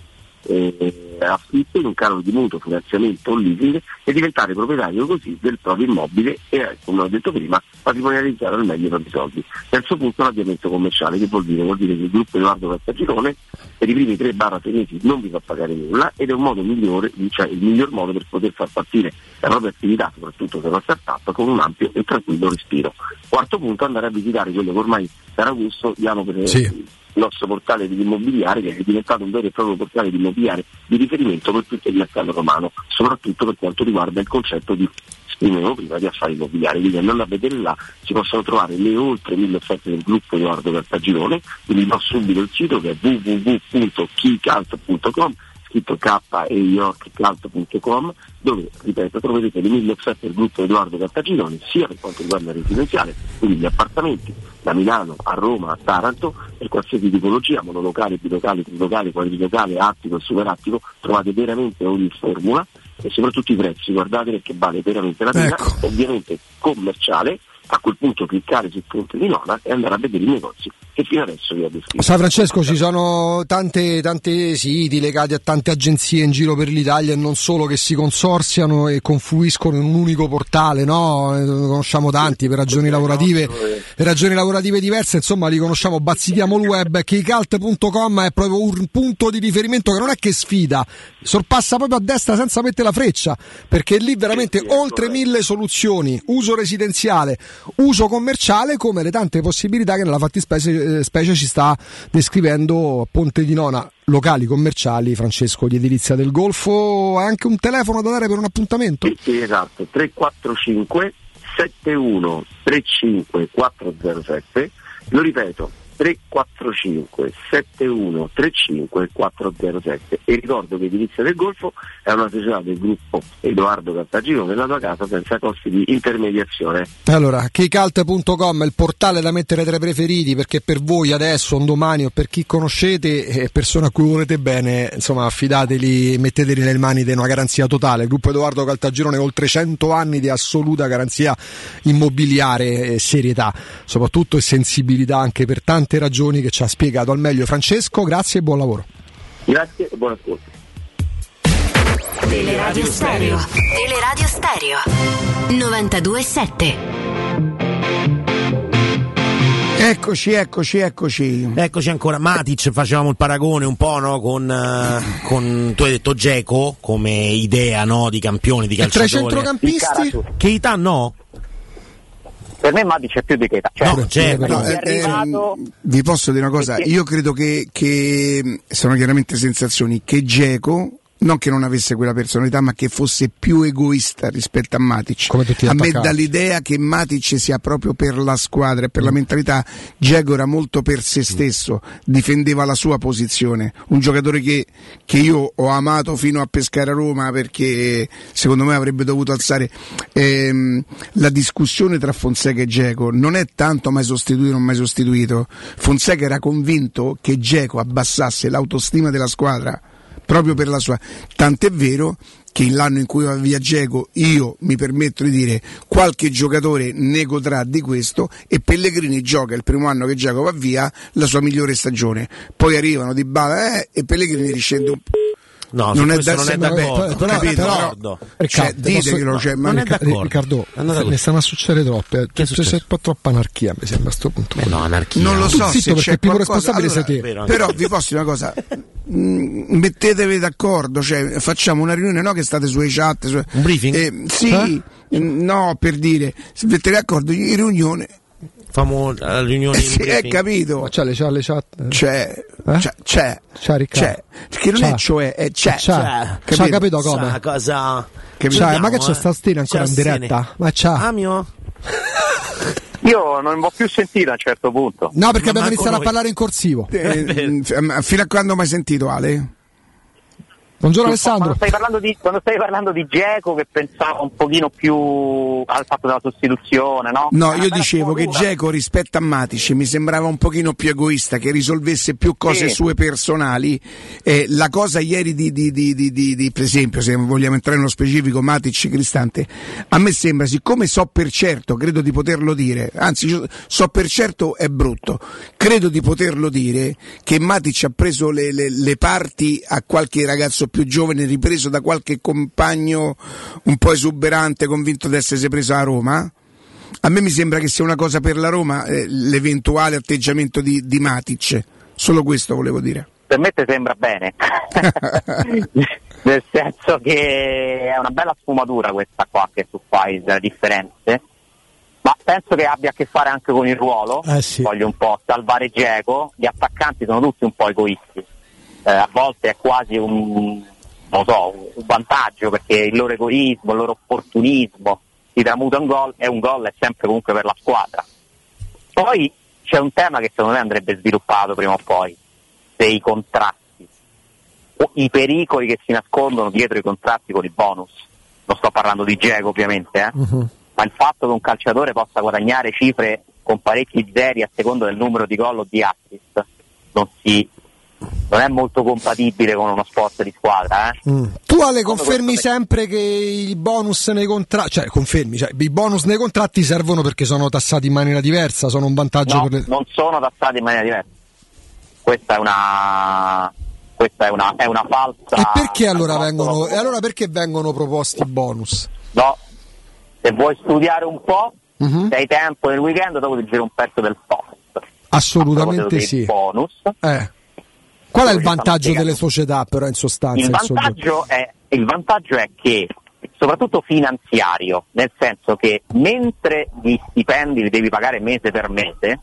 Speaker 10: eh, affitto in un canone di mutuo, finanziamento o leasing e diventare proprietario così del proprio immobile e, come ho detto prima, patrimonializzare al meglio i propri soldi. Terzo punto, l'avviamento commerciale, che vuol dire? Vuol dire che il gruppo Edoardo Caltagirone per i primi tre sei mesi non vi fa pagare nulla, ed è un modo migliore, cioè il miglior modo per poter far partire la propria attività, soprattutto se è una start-up, con un ampio e tranquillo respiro. Quarto punto, andare a visitare quello che ormai per Augusto diamo per sì. il nostro portale di immobiliare, che è diventato un vero e proprio portale di immobiliare di riferimento per tutto il mercato romano, soprattutto per quanto riguarda il concetto di esprimevo prima di affari immobiliari. Quindi andando a vedere là si possono trovare le oltre mille offerte del gruppo Edoardo Caltagirone, quindi do subito il sito che è w w w punto keycult punto com, scritto K e York Cult punto com, dove, ripeto, troverete le mille offerte del gruppo Edoardo Caltagirone, sia per quanto riguarda il residenziale, quindi gli appartamenti da Milano a Roma a Taranto, per qualsiasi tipologia, monolocale, bilocale, trilocale, quadrilocale, attico e superattico, trovate veramente ogni formula, e soprattutto i prezzi, guardate perché vale veramente la pena. Ecco. Ovviamente commerciale, a quel punto cliccare sul Ponte di Nona e andare a vedere i negozi che fino adesso vi ho descritto.
Speaker 4: Sai Francesco, ci sono tante, tante siti legati a tante agenzie in giro per l'Italia e non solo, che si consorziano e confluiscono in un unico portale, no? Ne conosciamo tanti per ragioni lavorative, per ragioni lavorative diverse, insomma li conosciamo, bazzichiamo il web. Keycult punto com è proprio un punto di riferimento che non è che sfida, sorpassa proprio a destra senza mettere la freccia, perché lì veramente sì, sì, oltre mille soluzioni, uso residenziale, uso commerciale, come le tante possibilità che nella fattispecie specie ci sta descrivendo Ponte di Nona. Locali commerciali, Francesco, di Edilizia del Golfo. Hai anche un telefono da dare per un appuntamento?
Speaker 10: Sì, sì, esatto, tre quattro cinque sette uno tre cinque quattro zero sette, lo ripeto, tre quattro cinque sette uno tre cinque quattro zero sette, e ricordo che Edilizia del Golfo è una società del gruppo Edoardo Caltagirone, la tua casa senza costi di intermediazione.
Speaker 4: Allora, keycult punto com è il portale da mettere tra i preferiti, perché per voi adesso, un domani o per chi conoscete, eh, persone a cui volete bene, insomma affidateli, metteteli nelle mani di una garanzia totale. Il gruppo Edoardo Caltagirone, oltre cento anni di assoluta garanzia immobiliare e serietà, soprattutto, e sensibilità anche per tante ragioni che ci ha spiegato al meglio Francesco. Grazie e buon lavoro.
Speaker 10: Grazie e buon ascolto.
Speaker 15: Teleradio Stereo.
Speaker 19: Teleradio Stereo novantadue sette.
Speaker 13: Eccoci, eccoci, eccoci.
Speaker 14: Eccoci ancora. Matic, facevamo il paragone un po', no? Con, uh, con tu hai detto Dzeko come idea, no? Di campione, di calciatore.
Speaker 4: E tra i centrocampisti?
Speaker 14: Keita no?
Speaker 3: Per me Matic è più di Keita. Cioè,
Speaker 14: no, certo.
Speaker 13: No,
Speaker 3: è arrivato...
Speaker 13: eh, vi posso dire una cosa, io credo che, che sono chiaramente sensazioni, che Dzeko, non che non avesse quella personalità, ma che fosse più egoista rispetto a Matic. A me dà l'idea che Matic sia proprio per la squadra e per mm. la mentalità. Dzeko era molto per se stesso, difendeva la sua posizione. Un giocatore che, che io ho amato fino a pescare a Roma, perché secondo me avrebbe dovuto alzare ehm, la discussione tra Fonseca e Dzeko. Non è tanto mai sostituito o non mai sostituito. Fonseca era convinto che Dzeko abbassasse l'autostima della squadra proprio per la sua, tant'è vero che l'anno in cui va via Dzeko, io mi permetto di dire, qualche giocatore ne godrà di questo, e Pellegrini gioca il primo anno che Dzeko va via la sua migliore stagione, poi arrivano Dybala eh, e Pellegrini riscende un po'.
Speaker 14: No,
Speaker 13: non è,
Speaker 14: da, non è d'accordo,
Speaker 13: però,
Speaker 14: capito,
Speaker 13: però,
Speaker 14: però
Speaker 13: cioè, ditemelo, cioè,
Speaker 4: non è d'accordo. Riccardo, ne stanno a succedere troppe, c'è, c'è un po' troppa anarchia, mi sembra a sto punto.
Speaker 14: Beh, no, anarchia.
Speaker 13: Non lo so,
Speaker 4: zitto,
Speaker 13: se
Speaker 4: perché
Speaker 13: c'è
Speaker 4: il primo
Speaker 13: qualcosa,
Speaker 4: responsabile
Speaker 13: allora,
Speaker 4: sei te.
Speaker 13: Però vi posso dire una cosa, mh, mettetevi d'accordo, cioè, facciamo una riunione, no che state sulle chat, su,
Speaker 14: un briefing?
Speaker 13: Eh, sì, eh? no, per dire, se mettete d'accordo in riunione.
Speaker 14: Famo la riunione
Speaker 13: eh, sì, è capito.
Speaker 4: Ma c'è le, c'è le chat?
Speaker 13: C'è,
Speaker 4: eh?
Speaker 13: c'è, c'è,
Speaker 4: c'è,
Speaker 13: c'è, che non c'è. È cioè, è c'è,
Speaker 4: c'è, c'è. Capito, c'è, capito come?
Speaker 14: C'è, cosa...
Speaker 4: C'è, ma che c'è sta stina ancora in diretta? Ma c'è.
Speaker 14: Ah mio?
Speaker 3: Io non l'ho più sentito a un certo punto.
Speaker 4: No, perché
Speaker 14: ma
Speaker 4: abbiamo iniziato
Speaker 14: noi.
Speaker 4: a parlare in corsivo.
Speaker 13: Eh, fino a quando mai sentito, Ale?
Speaker 4: Buongiorno Alessandro.
Speaker 3: Quando stai parlando di, quando stai parlando di Dzeko, che pensavo un pochino più al fatto della sostituzione, no?
Speaker 13: No, io dicevo che Dzeko rispetto a Matic mi sembrava un pochino più egoista, che risolvesse più cose
Speaker 3: sì.
Speaker 13: sue personali. Eh, la cosa ieri di, di, di, di, di, di, per esempio, se vogliamo entrare nello specifico, Matic Cristante, a me sembra, siccome so per certo, credo di poterlo dire, anzi so per certo è brutto, credo di poterlo dire, che Matic ha preso le, le, le parti a qualche ragazzo più giovane, ripreso da qualche compagno un po' esuberante, convinto di essersi preso a Roma. A me mi sembra che sia una cosa per la Roma, eh, l'eventuale atteggiamento di, di Matic. Solo questo volevo dire.
Speaker 3: Per me ti sembra bene, nel senso che è una bella sfumatura questa qua che tu fai delle differenze, ma penso che abbia a che fare anche con il ruolo.
Speaker 4: Eh sì.
Speaker 3: Voglio un po' salvare Dzeko, gli attaccanti sono tutti un po' egoisti. Eh, a volte è quasi un, non so, un vantaggio, perché il loro egoismo, il loro opportunismo si tramuta in gol, e un gol è sempre comunque per la squadra. Poi c'è un tema che secondo me andrebbe sviluppato prima o poi, dei contratti, o i pericoli che si nascondono dietro i contratti con i bonus. Non sto parlando di Dzeko ovviamente, eh? uh-huh. ma il fatto che un calciatore possa guadagnare cifre con parecchi zeri a seconda del numero di gol o di assist non si non è molto compatibile con uno sport di squadra. Eh?
Speaker 4: Mm. Tu Ale confermi sempre che i bonus nei contratti, cioè confermi, cioè, i bonus nei contratti servono perché sono tassati in maniera diversa, sono un vantaggio
Speaker 3: No,
Speaker 4: per le...
Speaker 3: non sono tassati in maniera diversa. Questa è una questa è una, è una falsa.
Speaker 4: E perché allora vengono e allora perché vengono proposti i bonus?
Speaker 3: No, se vuoi studiare un po',
Speaker 4: uh-huh.
Speaker 3: se hai tempo nel weekend, dopo ti giri un pezzo del post.
Speaker 4: Assolutamente sì.
Speaker 3: Bonus.
Speaker 4: Eh. Qual è il vantaggio delle società però in sostanza?
Speaker 3: Il vantaggio è, il vantaggio è che, soprattutto finanziario, nel senso che mentre gli stipendi li devi pagare mese per mese,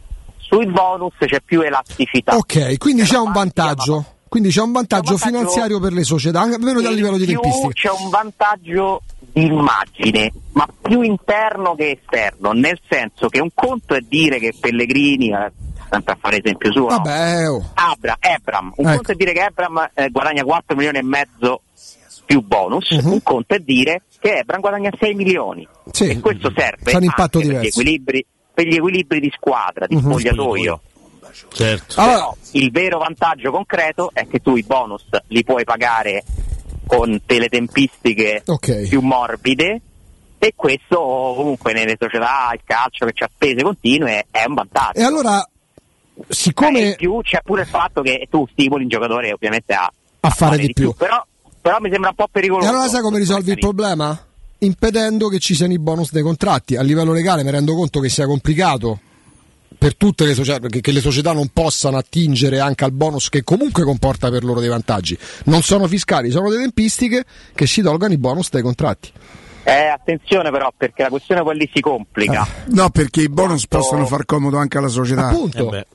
Speaker 3: sui bonus c'è più elasticità.
Speaker 4: Ok, quindi c'è un vantaggio. Quindi c'è un vantaggio, c'è un vantaggio finanziario per le società, anche almeno a livello di tempistica.
Speaker 3: C'è un vantaggio di immagine, ma più interno che esterno, nel senso che un conto è dire che Pellegrini, eh, sempre a fare esempio suo,
Speaker 4: Vabbè, oh.
Speaker 3: no? Abra, Ebram, un
Speaker 4: ecco.
Speaker 3: conto è dire che Ebram eh, guadagna quattro milioni e mezzo più bonus, uh-huh. un conto è dire che Ebram guadagna sei milioni.
Speaker 4: Sì.
Speaker 3: E questo serve
Speaker 4: C'è un
Speaker 3: anche
Speaker 4: impatto
Speaker 3: per
Speaker 4: diverso.
Speaker 3: gli equilibri, per gli equilibri di squadra, di uh-huh. spogliatoio.
Speaker 14: Certo.
Speaker 3: Però allora, il vero vantaggio concreto è che tu i bonus li puoi pagare con delle tempistiche
Speaker 4: okay.
Speaker 3: più morbide, e questo comunque nelle società, il calcio che c'ha spese continue, è un vantaggio.
Speaker 4: E allora, siccome
Speaker 3: eh, in più c'è pure il fatto che tu stimoli il giocatore ovviamente a,
Speaker 4: a fare di,
Speaker 3: di
Speaker 4: più,
Speaker 3: più. Però, però mi sembra un po' pericoloso.
Speaker 4: E allora sai come risolvi il problema? Impedendo che ci siano i bonus dei contratti. A livello legale mi rendo conto che sia complicato per tutte le società, perché che le società non possano attingere anche al bonus che comunque comporta per loro dei vantaggi. Non sono fiscali, sono delle tempistiche che si tolgano i bonus dai contratti.
Speaker 3: Eh, attenzione però, perché la questione poi lì si complica.
Speaker 13: Eh, no, perché i bonus Quanto... possono far comodo anche alla società.
Speaker 4: Appunto.
Speaker 14: Eh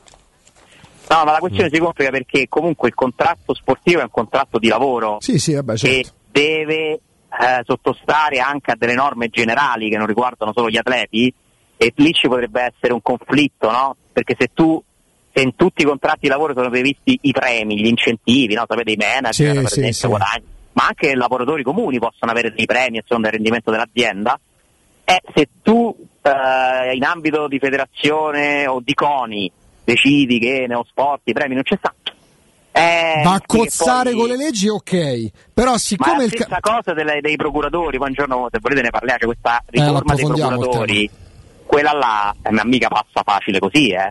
Speaker 3: no, ma la questione mm. si complica perché comunque il contratto sportivo è un contratto di lavoro.
Speaker 4: Sì, sì, vabbè, certo.
Speaker 3: Che deve eh, sottostare anche a delle norme generali che non riguardano solo gli atleti. E lì ci potrebbe essere un conflitto, no? Perché se tu, se in tutti i contratti di lavoro sono previsti i premi, gli incentivi, no? Sapete, i manager,
Speaker 4: sì,
Speaker 3: per
Speaker 4: sì,
Speaker 3: esempio,
Speaker 4: sì.
Speaker 3: guadagni, ma anche i lavoratori comuni possono avere dei premi a seconda del rendimento dell'azienda. E se tu eh, in ambito di federazione o di CONI decidi che Neosport i premi non c'è sta, eh,
Speaker 4: va a cozzare
Speaker 3: poi...
Speaker 4: con le leggi, ok, però siccome
Speaker 3: ma è la
Speaker 4: il
Speaker 3: stessa
Speaker 4: ca-
Speaker 3: cosa delle, dei procuratori, poi un giorno se volete ne parliamo, c'è questa
Speaker 4: eh,
Speaker 3: riforma dei procuratori, quella là eh, ma mica passa facile così, eh.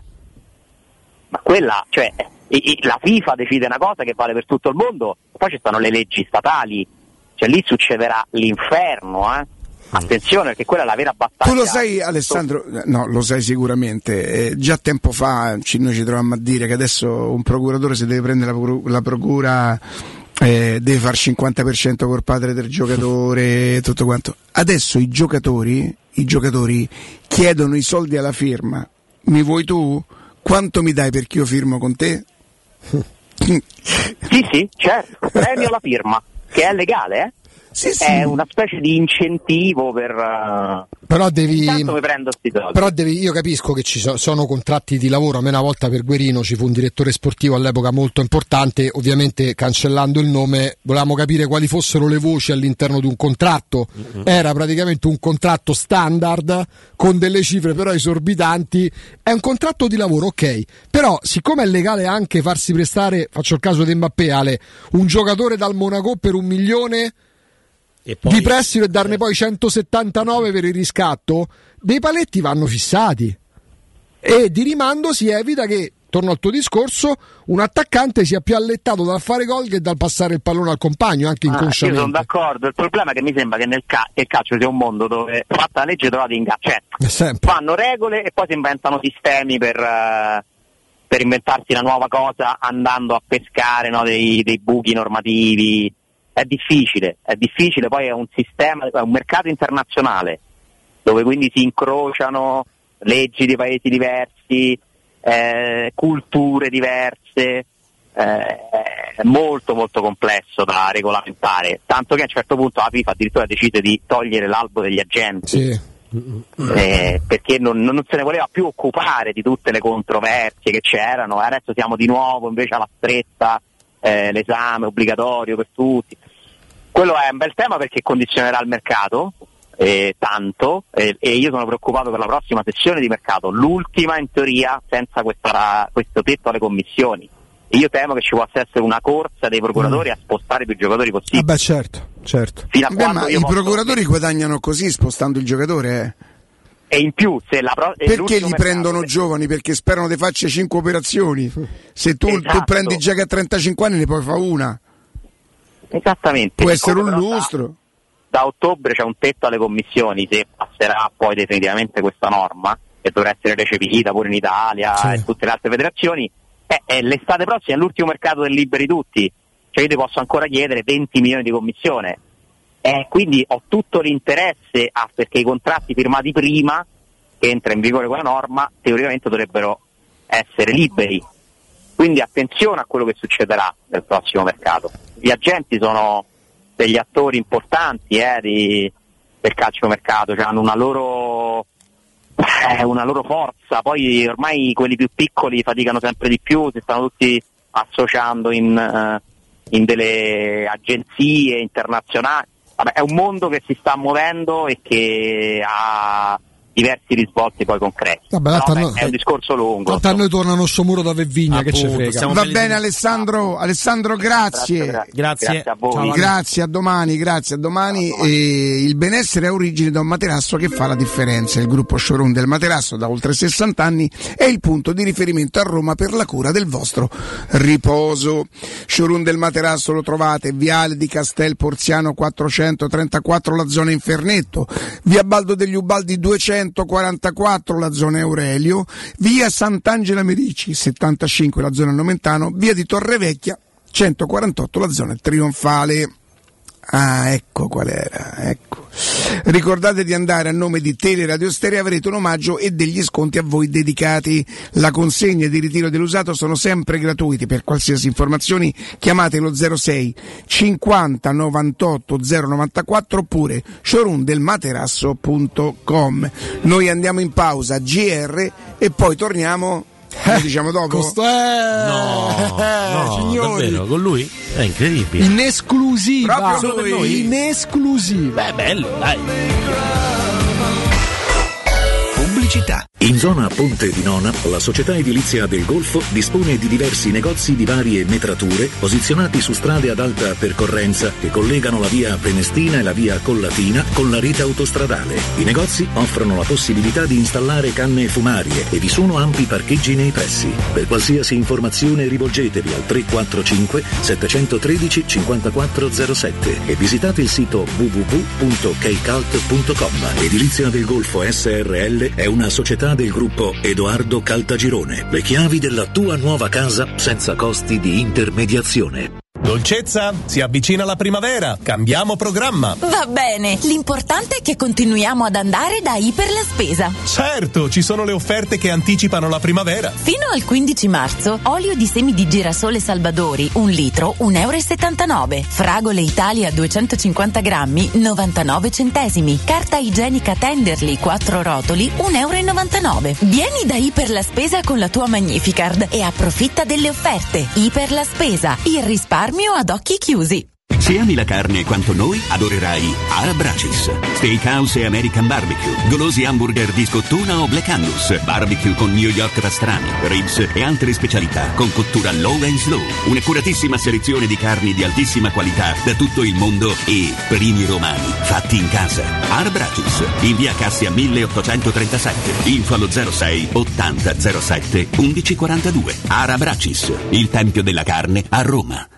Speaker 3: Ma quella, cioè, e, e la FIFA decide una cosa che vale per tutto il mondo, poi ci stanno le leggi statali, cioè lì succederà l'inferno, eh. Attenzione, perché quella è la vera battaglia.
Speaker 13: Tu lo sai, Alessandro? No, lo sai sicuramente. Eh, già tempo fa ci, noi ci trovammo a dire che adesso un procuratore, se deve prendere la, procura, la procura eh, deve far cinquanta per cento col padre del giocatore e tutto quanto. Adesso i giocatori, i giocatori chiedono i soldi alla firma. Mi vuoi tu? Quanto mi dai perché io firmo con te?
Speaker 3: Sì, sì, certo, premio alla firma, che è legale, eh?
Speaker 13: Sì, sì.
Speaker 3: È una specie di incentivo per uh...
Speaker 4: però devi
Speaker 3: intanto mi prendo sti soldi.
Speaker 4: Però devi, io capisco che ci so, sono contratti di lavoro. A me una volta per Guerino ci fu un direttore sportivo all'epoca molto importante, ovviamente cancellando il nome volevamo capire quali fossero le voci all'interno di un contratto. Mm-hmm. Era praticamente un contratto standard con delle cifre però esorbitanti. È un contratto di lavoro, ok, però siccome è legale anche farsi prestare, faccio il caso di Mbappé, Ale, un giocatore dal Monaco per un milione
Speaker 14: e poi,
Speaker 4: di prestito e darne poi centosettantanove per il riscatto, dei paletti vanno fissati e di rimando si evita che, torno al tuo discorso, un attaccante sia più allettato dal fare gol che dal passare il pallone al compagno, anche inconsciamente.
Speaker 3: Ah, io sono d'accordo, il problema è che mi sembra che nel ca- che il calcio sia un mondo dove fatta la legge trovate in ga- cioè fanno regole e poi si inventano sistemi per, uh, per inventarsi una nuova cosa andando a pescare, no, dei, dei buchi normativi. È difficile, è difficile, poi è un sistema, è un mercato internazionale dove quindi si incrociano leggi di paesi diversi, eh, culture diverse, eh, è molto molto complesso da regolamentare, tanto che a un certo punto la FIFA addirittura decide di togliere l'albo degli agenti,
Speaker 4: sì.
Speaker 3: eh, perché non, non se ne voleva più occupare di tutte le controversie che c'erano, e adesso siamo di nuovo invece alla stretta. Eh, l'esame obbligatorio per tutti, quello è un bel tema perché condizionerà il mercato eh, tanto eh, e io sono preoccupato per la prossima sessione di mercato, l'ultima in teoria senza questa, questo tetto alle commissioni, io temo che ci possa essere una corsa dei procuratori mm. a spostare più giocatori possibili.
Speaker 4: Ah beh, certo, certo.
Speaker 3: Fino a
Speaker 13: Beh,
Speaker 3: quando
Speaker 13: ma
Speaker 3: io
Speaker 13: i
Speaker 3: posso...
Speaker 13: procuratori guadagnano così spostando il giocatore, eh?
Speaker 3: E in più, se la pro...
Speaker 13: perché li prendono mercato, giovani? Perché sperano di farci cinque operazioni. Se tu, esatto. tu prendi già che a trentacinque anni ne puoi fare una.
Speaker 3: Esattamente.
Speaker 13: Può essere un lustro.
Speaker 3: Da, da ottobre c'è un tetto alle commissioni, se passerà poi definitivamente questa norma, che dovrà essere recepita pure in Italia sì. e tutte le altre federazioni. Eh, eh, l'estate prossima è l'ultimo mercato del liberi tutti, cioè io ti posso ancora chiedere venti milioni di commissione, eh, quindi ho tutto l'interesse a, perché i contratti firmati prima che entra in vigore quella norma teoricamente dovrebbero essere liberi, quindi attenzione a quello che succederà nel prossimo mercato. Gli agenti sono degli attori importanti eh, di, del calciomercato, cioè hanno una loro È una loro forza, poi ormai quelli più piccoli faticano sempre di più, si stanno tutti associando in, uh, in delle agenzie internazionali. Vabbè, è un mondo che si sta muovendo e che ha diversi risvolti poi concreti. Vabbè, no, beh, è un discorso lungo.
Speaker 4: Tanto a noi tornano il suo muro da Vevigna, che ci frega.
Speaker 13: Va bene Alessandro, Alessandro grazie.
Speaker 3: Grazie, grazie. grazie a voi.
Speaker 13: Ciao, grazie a domani, grazie a domani. Ciao, e il benessere ha origine da un materasso che fa la differenza. Il gruppo Showroom del Materasso da oltre sessanta anni è il punto di riferimento a Roma per la cura del vostro riposo. Showroom del Materasso lo trovate Viale di Castel Porziano quattrocentotrentaquattro, la zona Infernetto, via Baldo degli Ubaldi duecentoquarantaquattro, la zona Aurelio, via Sant'Angela Medici settantacinque, la zona Nomentano, via di Torrevecchia centoquarantotto, la zona Trionfale. Ah, ecco qual era, ecco. Ricordate di andare a nome di Teleradio Stereo, avrete un omaggio e degli sconti a voi dedicati. La consegna di ritiro dell'usato sono sempre gratuiti. Per qualsiasi informazioni chiamate lo zero sei cinquanta novantotto zero novantaquattro oppure showroom del materasso punto com. Noi andiamo in pausa G R e poi torniamo. Lo diciamo dopo?
Speaker 4: Costo è...
Speaker 14: No, no, signori. Davvero, con lui? È incredibile.
Speaker 4: In esclusiva.
Speaker 14: Proprio solo per noi?
Speaker 4: In esclusiva.
Speaker 14: Beh, bello, dai.
Speaker 17: Pubblicità. In zona Ponte di Nona, la società edilizia del Golfo dispone di diversi negozi di varie metrature posizionati su strade ad alta percorrenza che collegano la via Prenestina e la via Collatina con la rete autostradale. I negozi offrono la possibilità di installare canne fumarie e vi sono ampi parcheggi nei pressi. Per qualsiasi informazione rivolgetevi al tre quattro cinque sette uno tre cinque quattro zero sette e visitate il sito w w w punto kcalt punto com. Edilizia del Golfo S R L è una società del gruppo Edoardo Caltagirone. Le chiavi della tua nuova casa senza costi di intermediazione.
Speaker 9: Dolcezza, si avvicina la primavera, cambiamo programma.
Speaker 18: Va bene, l'importante è che continuiamo ad andare da Iper la Spesa.
Speaker 9: Certo, ci sono le offerte che anticipano la primavera.
Speaker 18: Fino al quindici marzo, olio di semi di girasole Salvadori, un litro, un euro e settantanove. Fragole Italia duecentocinquanta grammi, novantanove centesimi. Carta igienica Tenderly, quattro rotoli, un euro e novantanove. Vieni da Iper la Spesa con la tua Magnificard e approfitta delle offerte. Iper la Spesa, il risparmio ad occhi chiusi.
Speaker 23: Se ami la carne quanto noi, adorerai Arab Bracis, Steakhouse e American Barbecue, golosi hamburger di scottuna o Black Angus, barbecue con New York pastrami, ribs e altre specialità con cottura low and slow, un'accuratissima selezione di carni di altissima qualità da tutto il mondo e primi romani fatti in casa. Arab Bracis, in via Cassia milleottocentotrentasette, info allo zero sei ottanta zero sette undici quarantadue. Arab Bracis, il tempio della carne a Roma.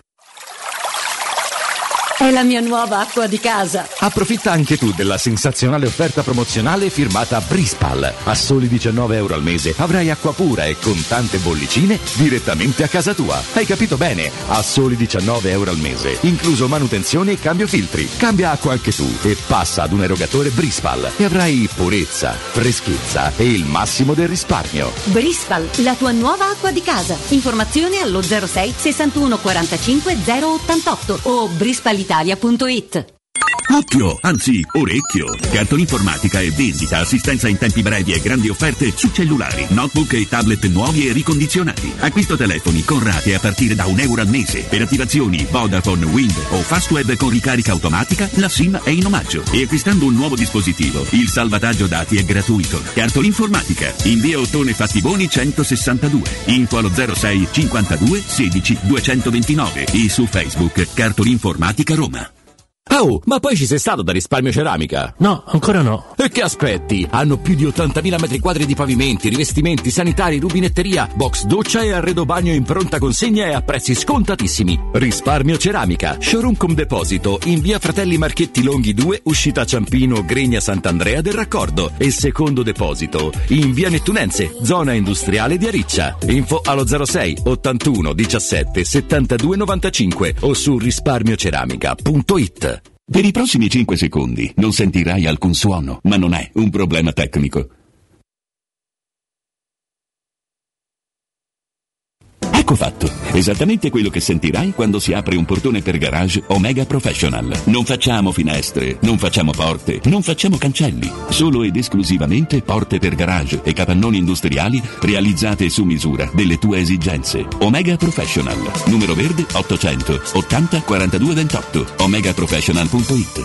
Speaker 11: È la mia nuova acqua di casa.
Speaker 20: Approfitta anche tu della sensazionale offerta promozionale firmata Brispal. A soli diciannove euro al mese avrai acqua pura e con tante bollicine direttamente a casa tua. Hai capito bene? A soli diciannove euro al mese, incluso manutenzione e cambio filtri. Cambia acqua anche tu e passa ad un erogatore Brispal e avrai purezza, freschezza e il massimo del risparmio.
Speaker 11: Brispal, la tua nuova acqua di casa. Informazioni allo zero sei sessantuno quarantacinque zero ottantotto o brispal italia punto it.
Speaker 23: Occhio, anzi orecchio. Cartolinformatica e vendita, assistenza in tempi brevi e grandi offerte su cellulari, notebook e tablet nuovi e ricondizionati. Acquisto telefoni con rate a partire da un euro al mese. Per attivazioni Vodafone, Wind o Fastweb con ricarica automatica, la SIM è in omaggio. E acquistando un nuovo dispositivo, il salvataggio dati è gratuito. Cartolinformatica, in via Ottone Fattiboni centosessantadue. Info allo zero sei cinquantadue sedici duecentoventinove e su Facebook Cartolinformatica Roma.
Speaker 12: Oh, ma poi ci sei stato da Risparmio Ceramica?
Speaker 6: No, ancora no.
Speaker 12: E che aspetti? Hanno più di ottantamila metri quadri di pavimenti, rivestimenti, sanitari, rubinetteria, box doccia e arredo bagno in pronta consegna e a prezzi scontatissimi. Risparmio Ceramica, showroom con deposito in via Fratelli Marchetti Longhi due, uscita Ciampino, Gregna Sant'Andrea del Raccordo, e secondo deposito in via Nettunense, zona industriale di Ariccia. Info allo zero sei ottantuno diciassette settantadue novantacinque o su risparmioceramica punto it.
Speaker 23: Per i prossimi cinque secondi non sentirai alcun suono, ma non è un problema tecnico. Ecco fatto, esattamente quello che sentirai quando si apre un portone per garage Omega Professional. Non facciamo finestre, non facciamo porte, non facciamo cancelli, solo ed esclusivamente porte per garage e capannoni industriali realizzate su misura delle tue esigenze. Omega Professional, numero verde ottocento ottanta quarantadue ventotto, omega professional punto it.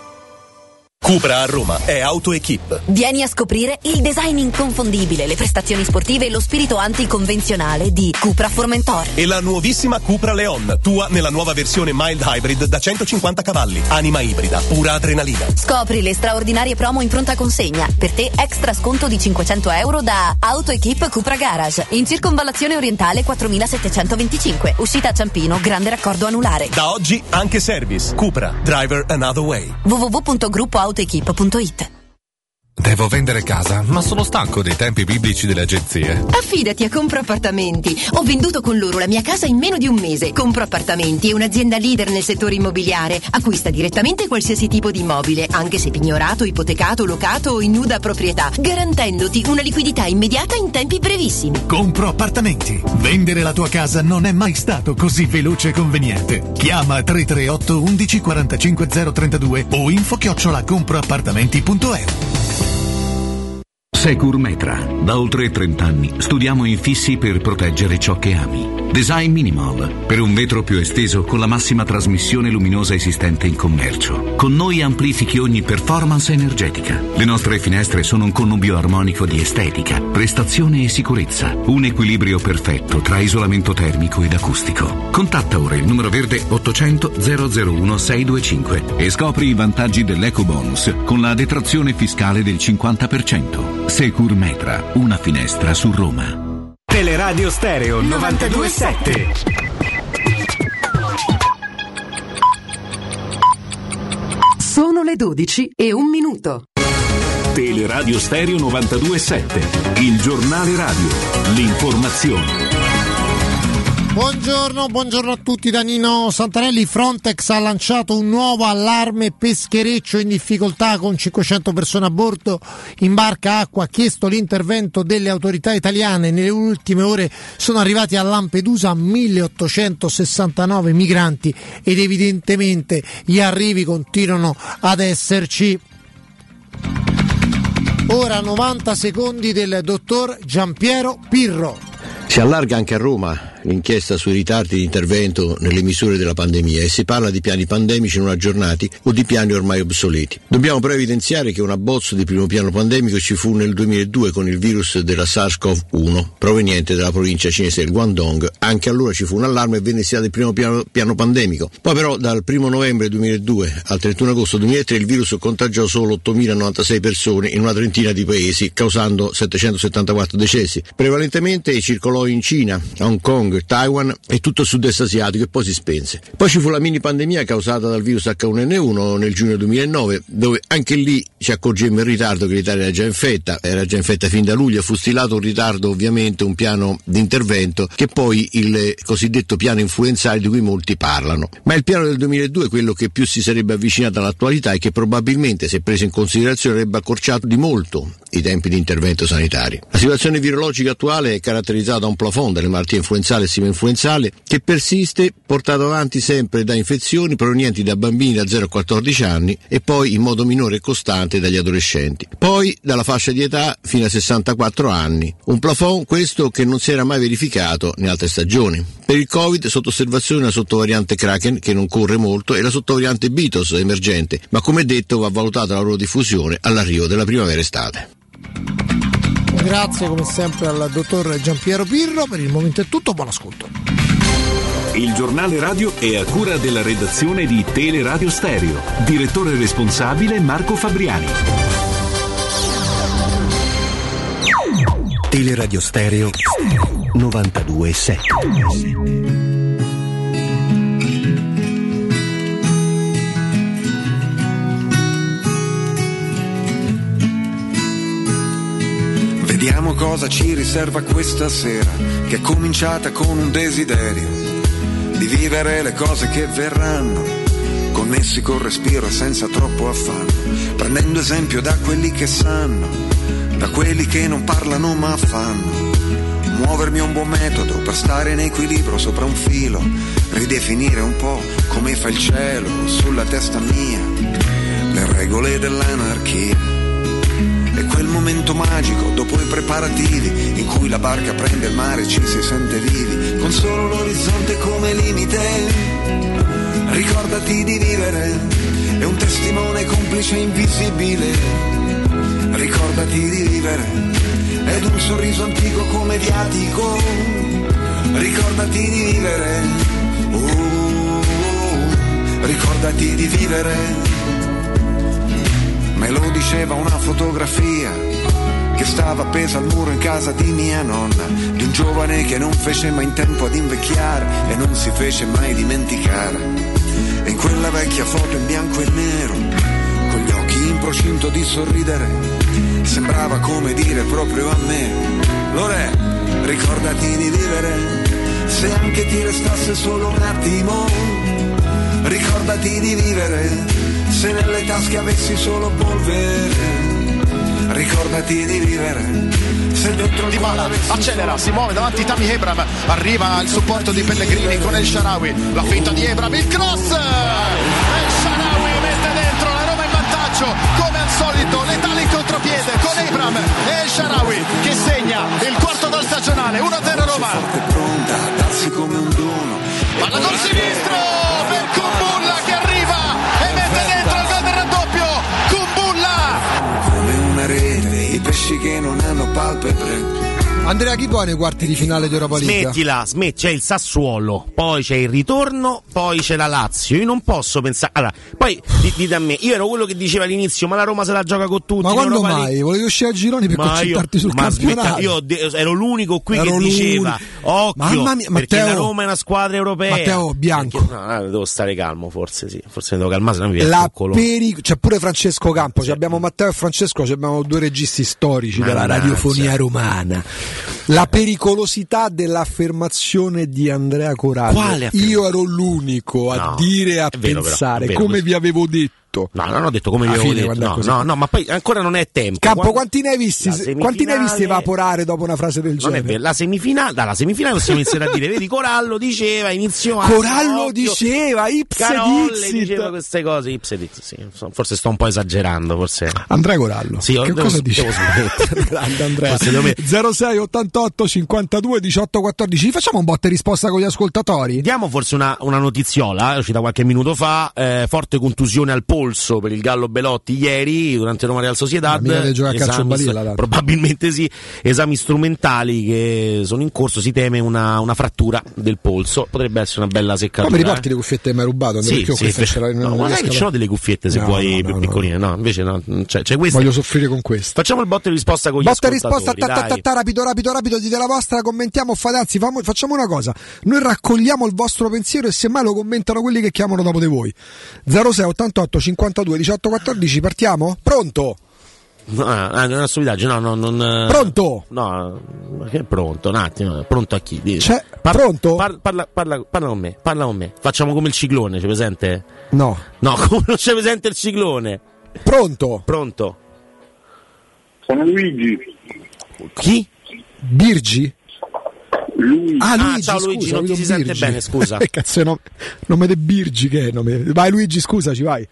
Speaker 9: Cupra a Roma è AutoEquip.
Speaker 11: Vieni a scoprire il design inconfondibile, le prestazioni sportive e lo spirito anticonvenzionale di Cupra Formentor.
Speaker 9: E la nuovissima Cupra Leon, tua nella nuova versione mild hybrid da centocinquanta cavalli, anima ibrida, pura adrenalina.
Speaker 11: Scopri le straordinarie promo in pronta consegna. Per te extra sconto di cinquecento euro da AutoEquip Cupra Garage. In circonvallazione orientale quattromilasettecentoventicinque. Uscita a Ciampino, grande raccordo anulare.
Speaker 9: Da oggi anche service. Cupra, driver another way.
Speaker 11: w w w punto gruppo autoequip punto it.
Speaker 16: Devo vendere casa, ma sono stanco dei tempi biblici delle agenzie.
Speaker 18: Affidati a Compro Appartamenti. Ho venduto con loro la mia casa in meno di un mese. Compro Appartamenti è un'azienda leader nel settore immobiliare. Acquista direttamente qualsiasi tipo di immobile, anche se pignorato, ipotecato, locato o in nuda proprietà, garantendoti una liquidità immediata in tempi brevissimi.
Speaker 22: Compro Appartamenti. Vendere la tua casa non è mai stato così veloce e conveniente. Chiama tre tre otto undici quarantacinque zero trentadue o info chiocciola comproappartamenti punto e u.
Speaker 17: Securmetra. Da oltre trenta anni studiamo infissi per proteggere ciò che ami. Design Minimal, per un vetro più esteso con la massima trasmissione luminosa esistente in commercio. Con noi amplifichi ogni performance energetica. Le nostre finestre sono un connubio armonico di estetica, prestazione e sicurezza. Un equilibrio perfetto tra isolamento termico ed acustico. Contatta ora il numero verde ottocento zero zero uno sei due cinque e scopri i vantaggi dell'Eco Bonus con la detrazione fiscale del cinquanta per cento. Securmetra, una finestra su Roma.
Speaker 15: Teleradio Stereo novantadue sette.
Speaker 7: Sono le dodici e un minuto.
Speaker 17: Teleradio Stereo novantadue sette, il giornale radio, l'informazione.
Speaker 24: Buongiorno, buongiorno a tutti da Nino Santarelli. Frontex ha lanciato un nuovo allarme peschereccio in difficoltà con cinquecento persone a bordo. In barca acqua ha chiesto l'intervento delle autorità italiane. Nelle ultime ore sono arrivati a Lampedusa milleottocentosessantanove migranti ed evidentemente gli arrivi continuano ad esserci. Ora novanta secondi del dottor Giampiero Pirro.
Speaker 25: Si allarga anche a Roma l'inchiesta sui ritardi di intervento nelle misure della pandemia e si parla di piani pandemici non aggiornati o di piani ormai obsoleti. Dobbiamo però evidenziare che un abbozzo di primo piano pandemico ci fu nel duemiladue con il virus della SARS-CoV uno proveniente dalla provincia cinese del Guangdong. Anche allora ci fu un allarme e venne stilato il primo piano, piano pandemico. Poi però dal primo novembre duemiladue al trentuno agosto duemilatré il virus contagiò solo ottomilanovantasei persone in una trentina di paesi, causando settecentosettantaquattro decessi. Prevalentemente circolò in Cina, Hong Kong, Taiwan e tutto il sud-est asiatico e poi si spense. Poi ci fu la mini pandemia causata dal virus acca uno enne uno nel giugno duemilanove, dove anche lì ci accorgemmo in ritardo che l'Italia era già infetta, era già infetta fin da luglio, fu stilato un ritardo ovviamente, un piano di intervento che poi il cosiddetto piano influenzale di cui molti parlano. Ma il piano del duemiladue è quello che più si sarebbe avvicinato all'attualità e che probabilmente, se preso in considerazione, avrebbe accorciato di molto i tempi di intervento sanitari. La situazione virologica attuale è caratterizzata da un plafond delle malattie influenzali influenzale e semi-influenzale, che persiste, portato avanti sempre da infezioni provenienti da bambini da zero a quattordici anni e poi in modo minore e costante dagli adolescenti. Poi dalla fascia di età fino a sessantaquattro anni. Un plafond questo che non si era mai verificato in altre stagioni. Per il Covid sotto osservazione la sottovariante Kraken, che non corre molto, e la sottovariante Bitos emergente, ma come detto va valutata la loro diffusione all'arrivo della primavera-estate.
Speaker 24: Grazie come sempre al dottor Giampiero Pirro, per il momento è tutto, buon ascolto.
Speaker 23: Il giornale radio è a cura della redazione di Teleradio Stereo. Direttore responsabile Marco Fabriani.
Speaker 1: Teleradio Stereo novantadue sette.
Speaker 2: Vediamo cosa ci riserva questa sera, che è cominciata con un desiderio di vivere le cose che verranno, connessi col respiro e senza troppo affanno, prendendo esempio da quelli che sanno, da quelli che non parlano ma fanno. Muovermi è un buon metodo per stare in equilibrio sopra un filo, ridefinire un po' come fa il cielo sulla testa mia, le regole dell'anarchia. E quel momento magico dopo i preparativi in cui la barca prende il mare e ci si sente vivi, con solo l'orizzonte come limite. Ricordati di vivere, è un testimone complice invisibile. Ricordati di vivere, ed un sorriso antico come viatico. Ricordati di vivere, uh, ricordati di vivere. Me lo diceva una fotografia che stava appesa al muro in casa di mia nonna, di un giovane che non fece mai in tempo ad invecchiare e non si fece mai dimenticare. E in quella vecchia foto in bianco e nero, con gli occhi in procinto di sorridere, sembrava come dire proprio a me: Lore, ricordati di vivere, se anche ti restasse solo un attimo. Ricordati di vivere, se nelle tasche avessi solo polvere. Ricordati di vivere, se dentro il
Speaker 5: Dybala accelera, si muove davanti Tammy Abraham, arriva il supporto di Pellegrini con El Shaarawy, la finta di Abraham, il cross, El Shaarawy mette dentro, la Roma in vantaggio come al solito, letale in contropiede con Abraham e El Shaarawy che segna il quarto gol stagionale, uno a zero Roma.
Speaker 2: Pronta a darsi come un dono,
Speaker 5: palla col sinistro per Kumbulla che arriva e mette dentro il gol del raddoppio. Kumbulla
Speaker 2: come una rete, i pesci che non hanno palpebre.
Speaker 4: Andrea, chi poi nei quarti di finale di Europa League?
Speaker 14: Smettila, smetti, c'è il Sassuolo, poi c'è il ritorno, poi c'è la Lazio. Io non posso pensare. Allora, poi dite a me, io ero quello che diceva all'inizio, ma la Roma se la gioca con tutti.
Speaker 4: Ma quando mai?
Speaker 14: League.
Speaker 4: Volevi uscire a gironi per ma concentrarti io, sul ma campionato.
Speaker 14: Smetta, io de- ero l'unico qui
Speaker 4: ero
Speaker 14: che diceva occhio,
Speaker 4: Mamma mia,
Speaker 14: perché
Speaker 4: Matteo,
Speaker 14: la Roma è una squadra europea.
Speaker 4: Matteo Bianco.
Speaker 14: Perché, no, devo stare calmo, forse sì, forse mi devo calmare, se no mi viene
Speaker 4: la
Speaker 14: piccolo.
Speaker 4: Peric- c'è pure Francesco Campo, sì. Abbiamo Matteo e Francesco, abbiamo due registi storici ma della radiofonia romana. La pericolosità dell'affermazione di Andrea Corallo. Io ero l'unico a no, dire, a pensare, vero, come vi avevo detto. No,
Speaker 14: non ho detto come vi avevo detto. No, no, no, ma poi ancora non è tempo.
Speaker 4: Campo, Quando, quanti ne hai visti? Quanti ne hai visti evaporare dopo una frase del genere?
Speaker 14: Non è vero. La semifinale, dalla semifinale possiamo iniziare a dire, vedi, Corallo diceva, inizio
Speaker 4: Corallo occhio, diceva, ipse dixit.
Speaker 14: diceva queste cose, ipse dixit, sì. Forse sto un po' esagerando, forse.
Speaker 4: Andrea Corallo.
Speaker 14: Sì,
Speaker 4: che
Speaker 14: devo,
Speaker 4: cosa dice? Grande Andrea. zero sei ottantotto cinquantadue diciotto quattordici. Facciamo un botta e risposta con gli ascoltatori?
Speaker 14: Diamo forse una, una notiziola, è uscita qualche minuto fa, eh, forte contusione al polso per il Gallo Belotti ieri durante Roma Real Sociedad.
Speaker 4: Esami,
Speaker 14: probabilmente sì, esami strumentali che sono in corso, si teme una, una frattura del polso, potrebbe essere una bella seccatura.
Speaker 4: Ma mi riporti eh? le cuffiette mai rubato?
Speaker 14: Sì, sì, per... no, ma sai che ce l'ho delle cuffiette se no, vuoi no, no, più no, piccoline, no, invece no, c'è, c'è questa.
Speaker 4: Voglio soffrire con questo.
Speaker 14: Facciamo il botta e risposta con gli
Speaker 4: botta
Speaker 14: ascoltatori.
Speaker 4: Botta e risposta, ta, ta, ta, rapido, rapido, rapido, dite la vostra, commentiamo, fate, anzi, famo, facciamo una cosa, noi raccogliamo il vostro pensiero e semmai lo commentano quelli che chiamano dopo di voi. zero sei ottantotto cinquantadue diciotto quattordici, partiamo? Pronto?
Speaker 14: No, è una stupidaggine, no, no, non.
Speaker 4: Pronto?
Speaker 14: No, ma che pronto? Un attimo, pronto a chi?
Speaker 4: C'è, par- pronto?
Speaker 14: Par- parla, parla, parla con me, parla con me. Facciamo come il ciclone, c'è presente?
Speaker 4: No.
Speaker 14: No, come non c'è presente il ciclone?
Speaker 4: Pronto?
Speaker 14: Pronto?
Speaker 10: Sono Luigi.
Speaker 14: Chi?
Speaker 4: Birgi?
Speaker 10: Lui...
Speaker 4: Ah, Luigi,
Speaker 14: ah ciao
Speaker 4: scusa,
Speaker 14: Luigi, non ti si
Speaker 4: Birgi.
Speaker 14: sente bene, scusa.
Speaker 4: Che cazzo, no, nome di Birgi che è nome. Vai Luigi, scusaci, vai.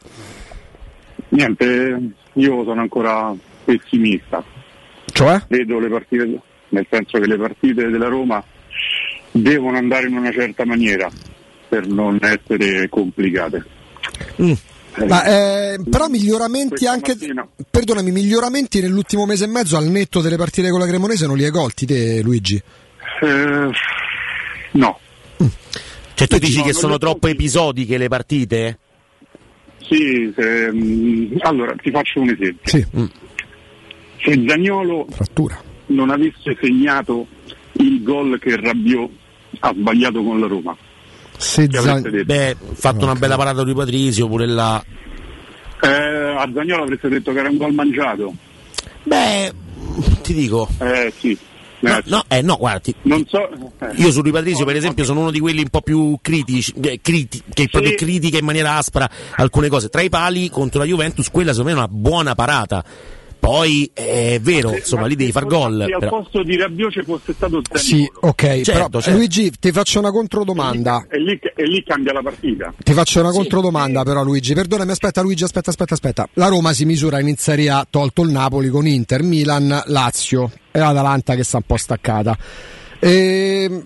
Speaker 3: Niente, io sono ancora pessimista.
Speaker 4: Cioè?
Speaker 3: Vedo le partite, nel senso che le partite della Roma devono andare in una certa maniera per non essere complicate.
Speaker 4: Mm. Ma, eh, però miglioramenti
Speaker 3: Questa
Speaker 4: anche
Speaker 3: mattina.
Speaker 4: perdonami, miglioramenti nell'ultimo mese e mezzo al netto delle partite con la Cremonese non li hai colti te, Luigi?
Speaker 3: Eh, no.
Speaker 14: Mm. Cioè tu dici
Speaker 3: no,
Speaker 14: che
Speaker 3: non
Speaker 14: sono
Speaker 3: le
Speaker 14: troppo
Speaker 3: colti.
Speaker 14: episodiche le partite?
Speaker 3: Sì, se, mh, allora ti faccio un esempio.
Speaker 4: Sì.
Speaker 14: Mm.
Speaker 3: Se Zaniolo
Speaker 4: Frattura.
Speaker 3: non avesse segnato il gol che Rabiot ha sbagliato con la Roma,
Speaker 4: Se Zan...
Speaker 14: Beh, fatto una bella parata di Patrizio pure là.
Speaker 3: eh, a Zaniolo avreste detto che era un gol mangiato.
Speaker 14: Beh, ti dico.
Speaker 3: Eh sì.
Speaker 14: No,
Speaker 3: Eh,
Speaker 14: no, eh, no, guarda, ti-
Speaker 3: non so. eh.
Speaker 14: io su Rui Patrizio per esempio sono uno di quelli un po' più critici, eh, criti- che
Speaker 3: Sì.
Speaker 14: proprio critica in maniera aspra alcune cose. Tra i pali contro la Juventus, quella secondo me è una buona parata. Poi è vero, insomma, lì devi far gol.
Speaker 3: Se al
Speaker 14: Però...
Speaker 3: posto di Rabiot ci fosse stato Zaniolo,
Speaker 4: Sì, ok,
Speaker 14: Certo,
Speaker 4: però
Speaker 14: certo.
Speaker 4: Luigi ti faccio una controdomanda.
Speaker 3: e lì, e lì cambia la partita.
Speaker 4: Ti faccio una
Speaker 14: Sì.
Speaker 4: controdomanda però Luigi, perdonami, aspetta Luigi, aspetta, aspetta, aspetta. La Roma si misura in Serie A, tolto il Napoli, con Inter, Milan, Lazio e l'Atalanta che sta un po' staccata. E...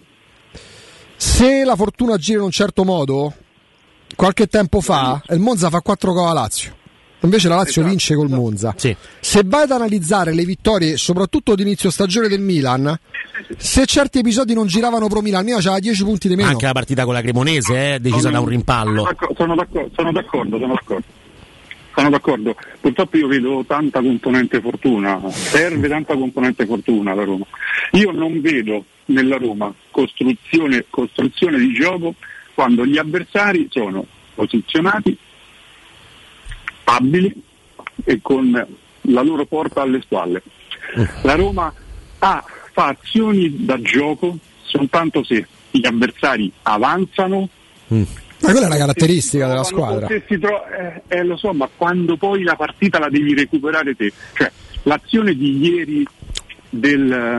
Speaker 4: Se la fortuna gira in un certo modo, qualche tempo fa il Monza fa quattro gol a Lazio. Invece la Lazio
Speaker 3: Esatto.
Speaker 4: vince col Monza.
Speaker 14: Sì.
Speaker 4: Se vai ad analizzare le vittorie, soprattutto di inizio stagione del Milan, se certi episodi non giravano pro Milan, Milan c'aveva dieci punti di meno.
Speaker 14: Anche la partita con la Cremonese, eh, decisa da un rimpallo.
Speaker 3: Sono d'accordo, sono d'accordo, sono d'accordo. Sono d'accordo. Purtroppo io vedo tanta componente fortuna, serve tanta componente fortuna alla Roma. Io non vedo nella Roma costruzione, costruzione di gioco quando gli avversari sono posizionati, stabili e con la loro porta alle spalle. La Roma ha, fa azioni da gioco soltanto se gli avversari avanzano.
Speaker 14: Mm.
Speaker 4: Ma quella è una caratteristica della squadra.
Speaker 3: Se si tro- eh, eh, lo so, ma quando poi la partita la devi recuperare te, cioè l'azione di ieri del,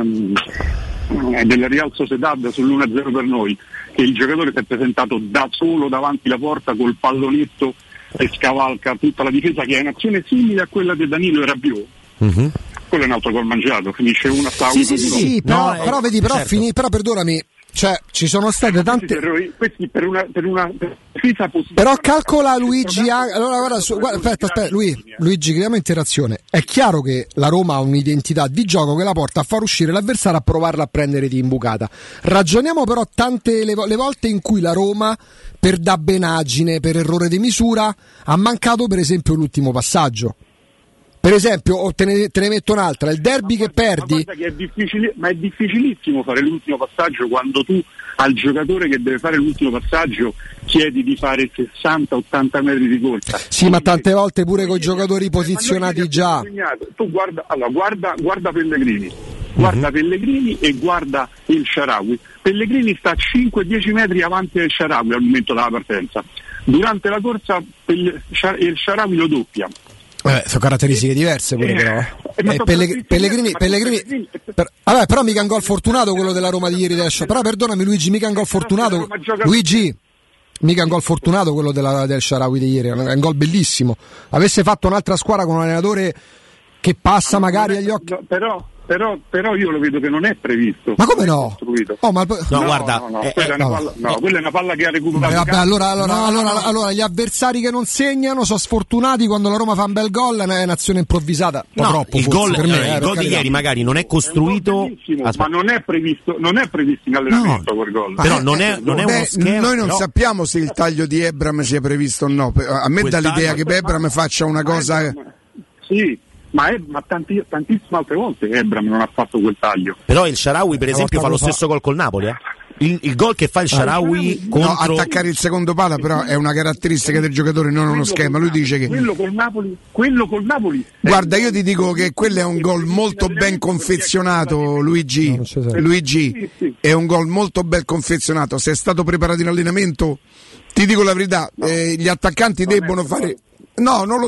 Speaker 3: um, eh, della Real Sociedad sull'uno a zero per noi, che il giocatore si è presentato da solo davanti alla porta col pallonetto e scavalca tutta la difesa, che è un'azione simile a quella di Danilo e Rabiot.
Speaker 14: Mm-hmm.
Speaker 3: Quello è un altro gol mangiato, finisce una sta
Speaker 4: Sì, sì, sì, sì, però,
Speaker 14: No,
Speaker 4: però
Speaker 14: eh,
Speaker 4: vedi, però,
Speaker 14: certo.
Speaker 4: fini, però perdonami, cioè ci sono state
Speaker 3: Questi,
Speaker 4: tante.
Speaker 3: errori- questi per una, per una difesa positiva.
Speaker 4: Però calcola Luigi, an- allora guarda, su- guarda, aspetta, aspetta, lui, Luigi, creiamo interazione. È chiaro che la Roma ha un'identità di gioco che la porta a far uscire l'avversario, a provarla a prendere di imbucata. Ragioniamo però tante le, vo- le volte in cui la Roma, per dabbenaggine, per errore di misura, ha mancato per esempio l'ultimo passaggio. Per esempio, o te ne, te ne metto un'altra, il derby che perdi.
Speaker 3: Ma guarda che è difficile, ma è difficilissimo fare l'ultimo passaggio quando tu al giocatore che deve fare l'ultimo passaggio chiedi di fare sessanta ottanta metri di corsa.
Speaker 4: Sì, ma tante volte pure con i giocatori
Speaker 3: Ma noi
Speaker 4: posizionati
Speaker 3: ti
Speaker 4: già.
Speaker 3: abbiamo insegnato. Tu guarda, allora, guarda, guarda Pellegrini, guarda Pellegrini e guarda il Shaarawy. Pellegrini sta a cinque dieci metri avanti del Shaarawy al momento della partenza. Durante la corsa Pelle- il Shaarawy lo doppia.
Speaker 4: Eh, sono caratteristiche diverse pure, però.
Speaker 3: Eh,
Speaker 4: Eh,
Speaker 3: ma sono
Speaker 4: Pellegrini, Pellegrini,
Speaker 3: ma
Speaker 4: Pellegrini,
Speaker 3: Pellegrini-
Speaker 4: per, vabbè, però mica un gol fortunato quello della Roma di ieri adesso. Però perdonami Luigi, mica un gol fortunato. Luigi, mica un gol fortunato quello della, del Shaarawy di ieri, è un gol bellissimo. Avesse fatto un'altra squadra con un allenatore che passa magari agli occhi.
Speaker 3: Però, però, però io lo vedo che non è previsto.
Speaker 4: Ma come no?
Speaker 3: Oh,
Speaker 4: ma...
Speaker 14: No, guarda,
Speaker 3: no, no,
Speaker 14: eh,
Speaker 3: quella,
Speaker 14: eh,
Speaker 3: è una
Speaker 14: no.
Speaker 3: palla, no, quella è una palla che ha recuperato.
Speaker 4: Eh, vabbè,
Speaker 3: Campo.
Speaker 4: allora, allora,
Speaker 3: No,
Speaker 4: allora,
Speaker 3: no, no.
Speaker 4: allora, gli avversari che non segnano sono sfortunati quando la Roma fa un bel gol, è un'azione improvvisata. Un po'
Speaker 14: No,
Speaker 4: troppo
Speaker 14: il
Speaker 4: forse,
Speaker 14: gol,
Speaker 4: per me,
Speaker 14: eh,
Speaker 4: eh,
Speaker 14: il
Speaker 4: per
Speaker 14: gol di
Speaker 4: carità.
Speaker 14: ieri magari non è costruito.
Speaker 3: Benissimo, ma non è previsto, non è previsto in allenamento quel gol.
Speaker 14: Però non è, non è
Speaker 8: Beh,
Speaker 14: uno schema.
Speaker 8: noi non
Speaker 14: però-
Speaker 8: sappiamo se il taglio di Ebram sia previsto o no. A me
Speaker 14: Quel
Speaker 8: dà l'idea
Speaker 14: taglio-
Speaker 8: che Ebram faccia una cosa.
Speaker 3: Sì, ma, è, ma tanti, tantissime altre volte Ebram non ha fatto quel taglio.
Speaker 14: Però il Shaarawy, per
Speaker 3: Una
Speaker 14: esempio, fa
Speaker 3: volta
Speaker 14: lo
Speaker 3: lo fa.
Speaker 14: stesso gol col Napoli. Eh? Il, il gol che fa il Shaarawy
Speaker 8: No,
Speaker 14: contro.
Speaker 8: attaccare il secondo palo, però è una caratteristica del giocatore, non uno schema. Lui dice che.
Speaker 3: Quello col Napoli, quello col Napoli.
Speaker 8: Guarda, io ti dico che quello è un gol molto ben confezionato, Luigi. Luigi, è un gol molto ben confezionato. Se è stato preparato in allenamento, ti dico la verità, eh, gli attaccanti debbono fare. No, non lo so.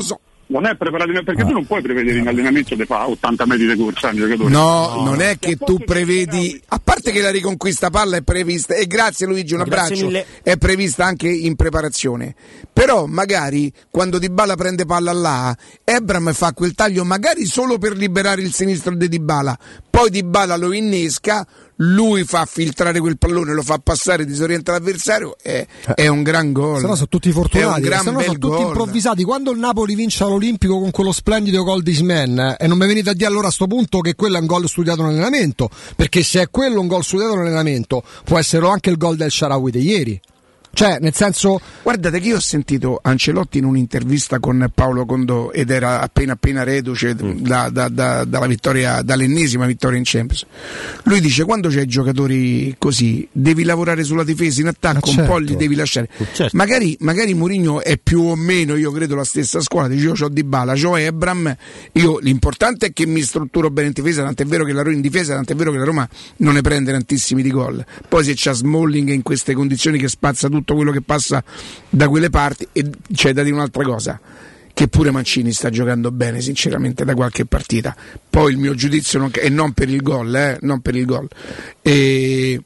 Speaker 3: non è preparato perché ah. tu non puoi prevedere in allenamento di fa ottanta metri di corsa un giocatore.
Speaker 8: No, no, non è che tu prevedi, a parte che la riconquista palla è prevista, e grazie Luigi, un abbraccio, è prevista anche in preparazione, però magari quando Dybala prende palla là, Ebram fa quel taglio magari solo per liberare il sinistro di Dybala, poi Dybala lo innesca, lui fa filtrare quel pallone, lo fa passare, disorienta l'avversario, è, è un gran gol.
Speaker 4: Se no sono tutti fortunati, se no sono tutti
Speaker 8: gol.
Speaker 4: improvvisati. Quando il Napoli vince all'Olimpico con quello splendido gol di Ismen, eh, e non mi venite a dire allora a sto punto che quello è un gol studiato nell'allenamento, perché se è quello un gol studiato nell'allenamento può essere anche il gol del Shaarawy di ieri. Cioè, nel senso,
Speaker 8: guardate che io ho sentito Ancelotti in un'intervista con Paolo Condò ed era appena appena reduce mm. da, da, da, dalla vittoria, dall'ennesima vittoria in Champions. Lui dice: quando c'hai giocatori così devi lavorare sulla difesa, in attacco certo. un po' li devi lasciare. Certo. Magari, magari Mourinho è più o meno, io credo, la stessa scuola. Dice: io c'ho Dybala, c'ho Ebram, io l'importante è che mi strutturo bene in difesa, tant'è vero che la Roma in difesa, tant'è vero che la Roma non ne prende tantissimi di gol. Poi se c'ha Smalling in queste condizioni che spazza tutto quello che passa da quelle parti, e c'è da dire un'altra cosa, che pure Mancini sta giocando bene sinceramente da qualche partita, poi il mio giudizio non, e non per il gol eh, non per il gol, e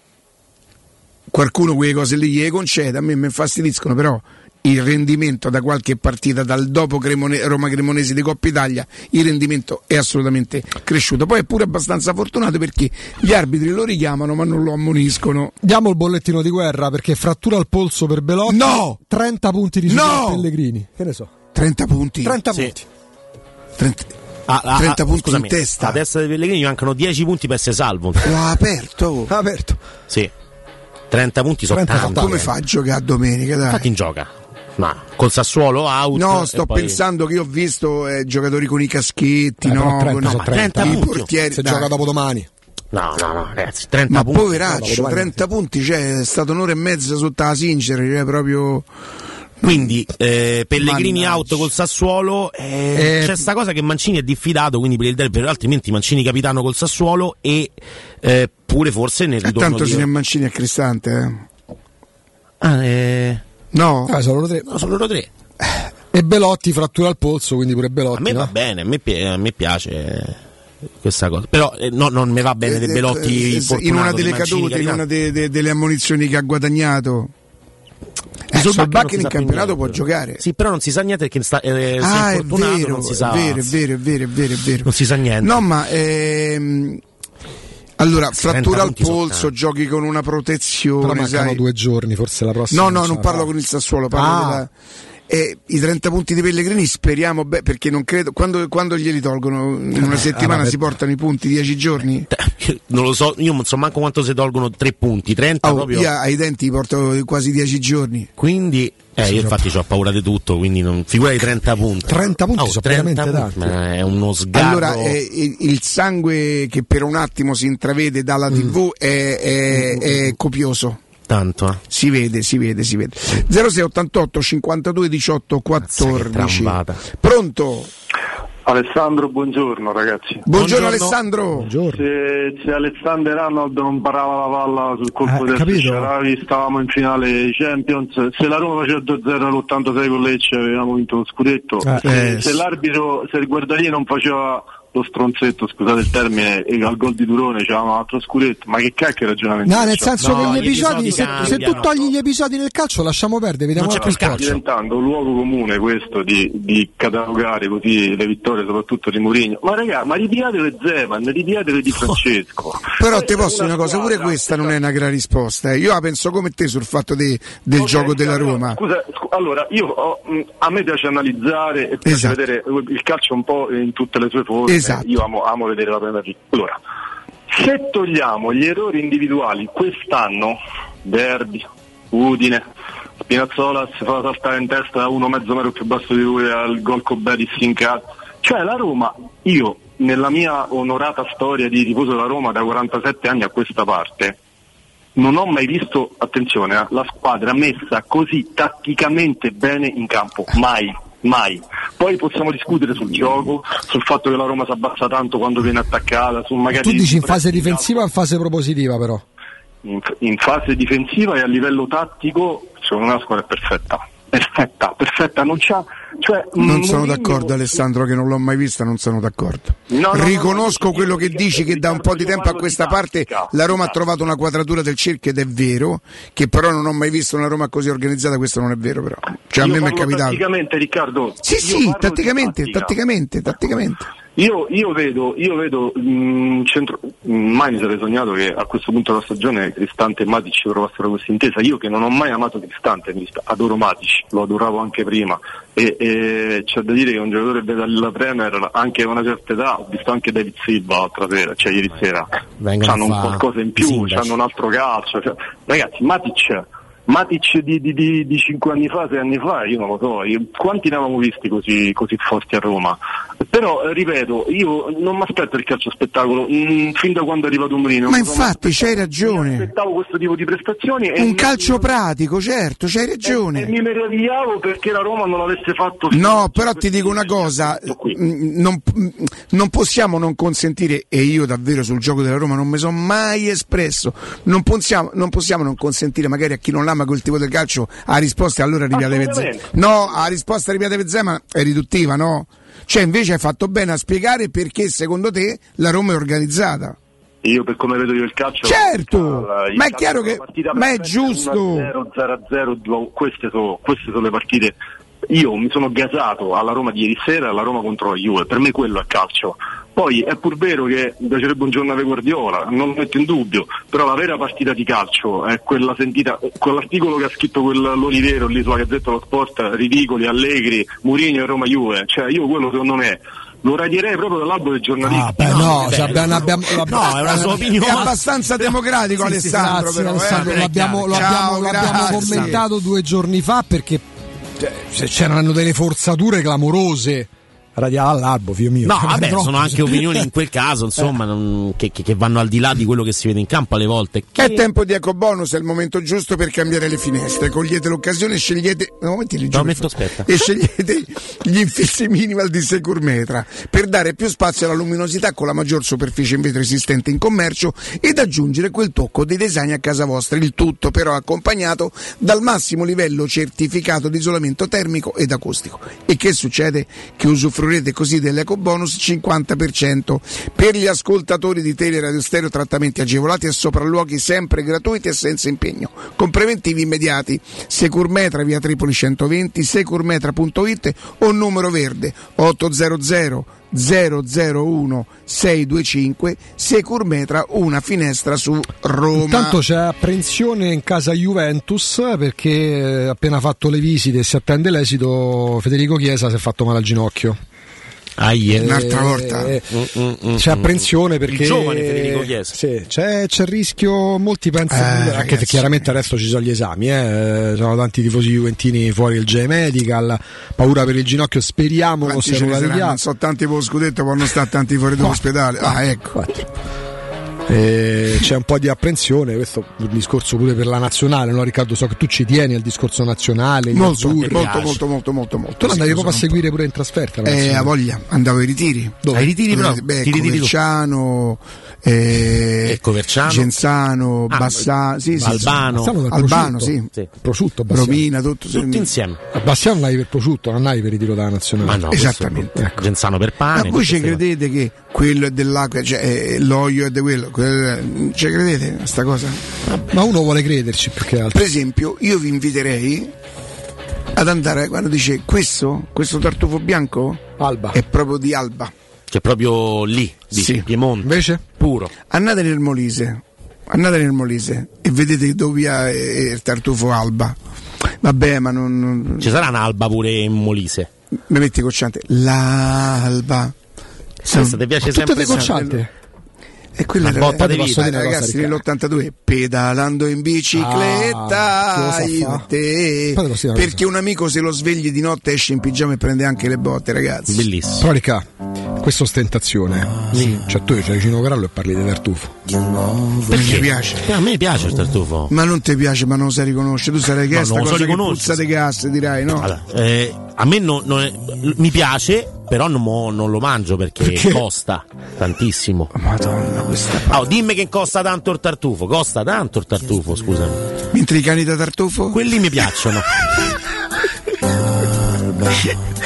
Speaker 8: qualcuno quelle cose lì gli concede, a me mi infastidiscono, però il rendimento da qualche partita, dal dopo Cremone, Roma Cremonese di Coppa Italia, il rendimento è assolutamente cresciuto. Poi è pure abbastanza fortunato perché gli arbitri lo richiamano ma non lo ammoniscono.
Speaker 4: Diamo il bollettino di guerra, perché frattura al polso per Belotti,
Speaker 8: no!
Speaker 4: trenta punti di
Speaker 8: no!
Speaker 4: Pellegrini, che ne so,
Speaker 8: trenta punti
Speaker 4: trenta
Speaker 14: sì.
Speaker 4: punti
Speaker 8: trenta,
Speaker 14: ah, ah,
Speaker 8: trenta
Speaker 14: ah,
Speaker 8: punti
Speaker 14: scusami,
Speaker 8: in testa.
Speaker 14: A testa di Pellegrini mancano dieci punti per essere salvo.
Speaker 8: Lo ha aperto
Speaker 4: ha aperto
Speaker 14: sì, trenta punti sono tanti.
Speaker 8: Come fa a giocare a domenica, dai?
Speaker 14: Infatti in gioca. Ma col Sassuolo out.
Speaker 8: No, sto
Speaker 14: poi...
Speaker 8: pensando che io ho visto eh, giocatori con i caschetti,
Speaker 4: eh,
Speaker 8: no,
Speaker 4: trenta,
Speaker 8: con
Speaker 4: no, trenta
Speaker 8: i
Speaker 4: punti.
Speaker 8: portieri.
Speaker 4: Se
Speaker 8: dai.
Speaker 4: gioca dopo domani.
Speaker 14: No, no, no, ragazzi, trenta
Speaker 8: ma
Speaker 14: punti.
Speaker 8: Poveraccio,
Speaker 14: no,
Speaker 8: trenta punti, cioè è stata un'ora e mezza sotto la Sincere, cioè proprio.
Speaker 14: Quindi eh, Pellegrini
Speaker 8: Mannaggia.
Speaker 14: out col Sassuolo, eh,
Speaker 8: Eh,
Speaker 14: c'è sta cosa che Mancini è diffidato, quindi per il derby, altrimenti Mancini capitano col Sassuolo e eh, pure forse nel
Speaker 8: eh,
Speaker 14: ritorno
Speaker 8: tanto
Speaker 14: di...
Speaker 8: se ne è Mancini a Cristante, eh.
Speaker 14: Ah, eh...
Speaker 8: No,
Speaker 4: ah, sono loro tre.
Speaker 14: No, sono loro tre.
Speaker 4: E Belotti frattura al polso, quindi pure Belotti.
Speaker 14: A me
Speaker 4: no?
Speaker 14: va bene, a me, pi- a me piace questa cosa, però eh, no, non mi va bene dei Belotti
Speaker 8: eh,
Speaker 14: infortunato,
Speaker 8: in una delle
Speaker 14: Mancini,
Speaker 8: cadute, in
Speaker 14: capitano.
Speaker 8: una de- de- delle ammonizioni che ha guadagnato.
Speaker 14: Eh,
Speaker 8: sul
Speaker 14: Solbakken
Speaker 8: Bakken
Speaker 14: non
Speaker 8: in
Speaker 14: si sa
Speaker 8: campionato
Speaker 14: più
Speaker 8: può
Speaker 14: niente.
Speaker 8: giocare.
Speaker 14: Sì, però non si sa niente perché sta, eh,
Speaker 8: Ah,
Speaker 14: si è
Speaker 8: è
Speaker 14: infortunato,
Speaker 8: vero,
Speaker 14: non si sa.
Speaker 8: è vero, è vero, è vero, è vero, è vero.
Speaker 14: Non si sa niente.
Speaker 8: No, ma ehm, allora, frattura al polso, giochi con una
Speaker 4: Però
Speaker 8: protezione,
Speaker 4: mancano
Speaker 8: sai.
Speaker 4: due giorni, forse la prossima.
Speaker 8: No, no, non
Speaker 4: sarà.
Speaker 8: parlo con il Sassuolo, parlo
Speaker 4: Ah.
Speaker 8: della... E i trenta punti di Pellegrini speriamo, beh, perché non credo, quando, quando glieli tolgono in una settimana
Speaker 4: vabbè.
Speaker 8: si portano i punti, dieci giorni.
Speaker 14: Non lo so, io non so manco quanto si tolgono tre punti, trenta
Speaker 8: Oh,
Speaker 14: proprio.
Speaker 8: io ai denti porto quasi dieci giorni.
Speaker 14: Quindi eh, io infatti ho paura di tutto, quindi non figura di trenta punti.
Speaker 4: trenta punti
Speaker 14: Oh,
Speaker 4: sono
Speaker 14: trenta
Speaker 4: veramente
Speaker 14: punti,
Speaker 4: tanti.
Speaker 14: ma è uno sgarro.
Speaker 8: Allora, eh, il, il sangue che per un attimo si intravede dalla tivù è, è, è copioso.
Speaker 14: Tanto, eh.
Speaker 8: Si vede, si vede, si vede. zero sei ottantotto cinquantadue diciotto quattordici. Pronto?
Speaker 6: Alessandro, buongiorno ragazzi.
Speaker 8: Buongiorno, buongiorno. Alessandro.
Speaker 4: Buongiorno.
Speaker 6: Se, se Alexander Arnold non parava la palla sul colpo
Speaker 4: eh,
Speaker 6: del Shaarawy, stavamo in finale Champions. Se la Roma faceva due zero all'ottantasei con Lecce avevamo vinto lo scudetto.
Speaker 8: Eh,
Speaker 6: se
Speaker 8: eh,
Speaker 6: l'arbitro, se il Guardarini non faceva lo stronzetto, scusate il termine, e al gol di Durone c'era un altro scudetto, ma che cacchio ragionamento?
Speaker 4: No, nel senso
Speaker 14: no,
Speaker 4: che gli episodi,
Speaker 14: episodi
Speaker 4: se,
Speaker 14: cambiano.
Speaker 4: se tu togli gli episodi nel calcio lasciamo perdere, vediamo
Speaker 14: Non c'è
Speaker 4: altro
Speaker 14: più
Speaker 4: sport.
Speaker 6: Sta diventando un luogo comune questo di, di catalogare così le vittorie, soprattutto di Mourinho. Ma raga, ma ripiatele Zeman, ripiatele Di Francesco.
Speaker 8: Però ti posso dire una cosa, pure questa non è una gran risposta. Eh. Io la penso come te sul fatto de, del
Speaker 6: Okay,
Speaker 8: gioco della
Speaker 6: allora,
Speaker 8: Roma.
Speaker 6: Scusa, scu- allora io ho, mh, a me piace analizzare e piace
Speaker 8: Esatto.
Speaker 6: vedere il calcio un po' in tutte le sue forme.
Speaker 8: Esatto.
Speaker 6: Io amo, amo vedere la Premier League. Allora, se togliamo gli errori individuali quest'anno, Derby, Udine, Spinazzola si fa saltare in testa a uno mezzo metro più basso di lui al gol con Betis in casa, cioè la Roma, io nella mia onorata storia di tifoso della Roma da quarantasette anni a questa parte non ho mai visto, attenzione, eh, la squadra messa così tatticamente bene in campo, mai, mai. Poi possiamo discutere sul gioco, sul fatto che la Roma si abbassa tanto quando viene attaccata, su magari...
Speaker 4: Tu dici in fase difensiva o in fase propositiva però?
Speaker 6: In, in fase difensiva e a livello tattico secondo me la squadra è perfetta. Perfetta, perfetta, non c'ha, Cioè,
Speaker 8: non
Speaker 6: Mourinho...
Speaker 8: sono d'accordo, Alessandro, che non l'ho mai vista, non sono d'accordo.
Speaker 6: No, no,
Speaker 8: Riconosco
Speaker 6: no, no,
Speaker 8: quello che dici, che da un po' di tempo a questa parte la Roma ha trovato una quadratura del cerchio, ed è vero, che però non ho mai visto una Roma così organizzata. Questo non è vero, però. Cioè, a me mi è capitato.
Speaker 6: Tatticamente, Riccardo.
Speaker 8: Sì, sì, tatticamente, tatticamente, tatticamente.
Speaker 6: Io, io vedo, io vedo mh, centro, mh, mai mi sarei sognato che a questo punto della stagione Cristante e Matic trovassero questa intesa. Io che non ho mai amato Cristante, adoro Matic, lo adoravo anche prima, e, e c'è da dire che un giocatore della Premier, anche a una certa età, ho visto anche David Silva l'altra sera, cioè ieri sera, hanno un qualcosa in più, hanno un altro calcio, cioè, ragazzi, Matic Matic di, di, di, di cinque anni fa, sei anni fa, io non lo so, io, quanti ne avevamo visti così, così forti a Roma? Però, eh, ripeto, io non mi aspetto il calcio spettacolo, mh, fin da quando è arrivato Mourinho.
Speaker 8: Ma infatti c'hai ragione.
Speaker 6: Mi aspettavo questo tipo di prestazioni.
Speaker 8: Un
Speaker 6: e
Speaker 8: calcio
Speaker 6: mi...
Speaker 8: pratico, certo, c'hai ragione.
Speaker 6: E, e mi meravigliavo perché la Roma non l'avesse fatto.
Speaker 8: No, però ti dico una cosa, non, non possiamo non consentire, e io davvero sul gioco della Roma non mi sono mai espresso, non possiamo, non possiamo non consentire magari a chi non l'ha ma quel tipo del calcio a risposta allora ripiate Benzema. No, a risposta ripiate Benzema è riduttiva, no? Cioè invece hai fatto bene a spiegare perché secondo te la Roma è organizzata.
Speaker 6: Io per come vedo io il calcio,
Speaker 8: certo,
Speaker 6: il, il
Speaker 8: ma è chiaro che ma è giusto.
Speaker 6: uno a zero, zero a zero, queste sono, queste sono le partite. Io mi sono gasato alla Roma di ieri sera, alla Roma contro la Juve, per me quello è calcio. Poi è pur vero che mi piacerebbe un giorno avere Guardiola, non lo metto in dubbio, però la vera partita di calcio è quella sentita, quell'articolo che ha scritto quell'Olivero lì sulla Gazzetta dello Sport, Ridicoli, Allegri, Mourinho e Roma Juve, cioè io quello secondo me lo radierei proprio dall'albo del giornalista.
Speaker 4: Ah, beh, no, no, cioè abbiamo, abbiamo,
Speaker 14: no, è una sua opinione.
Speaker 8: È abbastanza democratico, sì, Alessandro.
Speaker 4: Sì,
Speaker 8: però,
Speaker 4: Alessandro
Speaker 8: eh.
Speaker 4: l'abbiamo,
Speaker 8: Ciao,
Speaker 4: l'abbiamo, l'abbiamo commentato due giorni fa perché cioè, c'erano delle forzature clamorose. Radiava all'albo, figlio mio.
Speaker 14: No, vabbè,
Speaker 4: troppo.
Speaker 14: Sono anche opinioni in quel caso, insomma, eh. non, che, che, che vanno al di là di quello che si vede in campo alle volte. Che...
Speaker 8: È tempo di ecobonus, è il momento giusto per cambiare le finestre. Cogliete l'occasione e scegliete. No, mettili giù.
Speaker 14: No, metto, aspetta.
Speaker 8: E scegliete gli infissi minimal di Securmetra per dare più spazio alla luminosità con la maggior superficie in vetro esistente in commercio ed aggiungere quel tocco dei design a casa vostra. Il tutto però accompagnato dal massimo livello certificato di isolamento termico ed acustico. E che succede? Che usufruirete così delle bonus cinquanta per cento per gli ascoltatori di Teleradio Stereo, trattamenti agevolati e sopralluoghi sempre gratuiti e senza impegno con preventivi immediati. Securmetra via Tripoli centoventi, securmetra punto it o numero verde otto zero zero zero zero uno sei due cinque. Securmetra, una finestra su Roma.
Speaker 4: Intanto c'è apprensione in casa Juventus perché appena fatto le visite e si attende l'esito Federico Chiesa si è fatto male al ginocchio.
Speaker 14: Ah, yeah.
Speaker 8: Un'altra volta
Speaker 4: eh, mm, mm, c'è apprensione perché
Speaker 14: il giovane Federico Chiesa,
Speaker 4: sì, c'è, c'è il rischio, molti pensano eh, anche
Speaker 8: ragazzi,
Speaker 4: chiaramente adesso ci sono gli esami, eh. Sono tanti tifosi juventini fuori il G E Medical, paura per il ginocchio, speriamo non sia nulla di chiaro.
Speaker 8: Non so tanti per lo scudetto, poi non sta tanti fuori dall'ospedale. Ah, ecco.
Speaker 4: Quattro. Eh, c'è un po' di apprensione, questo è un discorso pure per la nazionale, no Riccardo? So che tu ci tieni al discorso nazionale,
Speaker 8: molto, molto, molto, molto, molto, molto, molto.
Speaker 4: Tu andavi proprio a seguire pure in trasferta?
Speaker 8: Eh, a voglia, andavo ai ritiri.
Speaker 14: Dove? Ai ritiri proprio?
Speaker 8: Beh, Coverciano, eh,
Speaker 14: Coverciano,
Speaker 8: Genzano,
Speaker 14: ah,
Speaker 8: Bassano, sì, sì,
Speaker 14: Albano,
Speaker 8: sì. Albano, sì.
Speaker 14: sì.
Speaker 4: Prosciutto,
Speaker 8: Romina, tutto
Speaker 14: tutti insieme.
Speaker 4: A Bassiano andavi per prosciutto, non andavi per ritiro dalla nazionale.
Speaker 14: Ma no,
Speaker 8: esattamente.
Speaker 14: Ecco. Genzano per pane.
Speaker 8: Ma voi ci credete che quello è dell'acqua, cioè eh, l'olio è di quello, quello ci credete a sta cosa?
Speaker 4: Ma uno vuole crederci più che altro.
Speaker 8: Per esempio, io vi inviterei ad andare quando dice questo, questo tartufo bianco
Speaker 4: Alba
Speaker 8: è proprio di Alba.
Speaker 14: C'è proprio lì, di
Speaker 8: sì.
Speaker 14: Piemonte.
Speaker 4: Invece?
Speaker 14: Puro.
Speaker 8: Andate nel Molise, andate nel Molise e vedete dove è il tartufo Alba. Vabbè, ma non, non...
Speaker 14: ci sarà un'Alba pure in Molise.
Speaker 8: Mi metti cocciante. L'Alba.
Speaker 14: Questa ti piace sempre
Speaker 4: cocciante?
Speaker 8: E quella
Speaker 14: la botta di
Speaker 8: vita, ragazzi, cosa, nell'ottantadue pedalando in bicicletta ah, io te, perché un amico se lo svegli di notte esce in pigiama e prende anche le botte, ragazzi.
Speaker 14: Bellissimo.
Speaker 4: Però Ricca, questa ostentazione, ah, sì. Cioè tu sei vicino Corallo e parli di tartufo.
Speaker 8: Perché ti piace?
Speaker 14: Eh, a me piace il tartufo.
Speaker 8: Ma non ti piace, ma non lo sai riconoscere. Tu sarai che no, sta cosa so che puzza di gas, dirai, no?
Speaker 14: Allora, eh, a me no, no, mi piace, però non, mo, non lo mangio perché, perché costa tantissimo.
Speaker 8: Madonna, questa
Speaker 14: oh, dimmi che costa tanto il tartufo. Costa tanto il tartufo, scusami.
Speaker 8: Mentre i cani da tartufo?
Speaker 14: Quelli mi piacciono.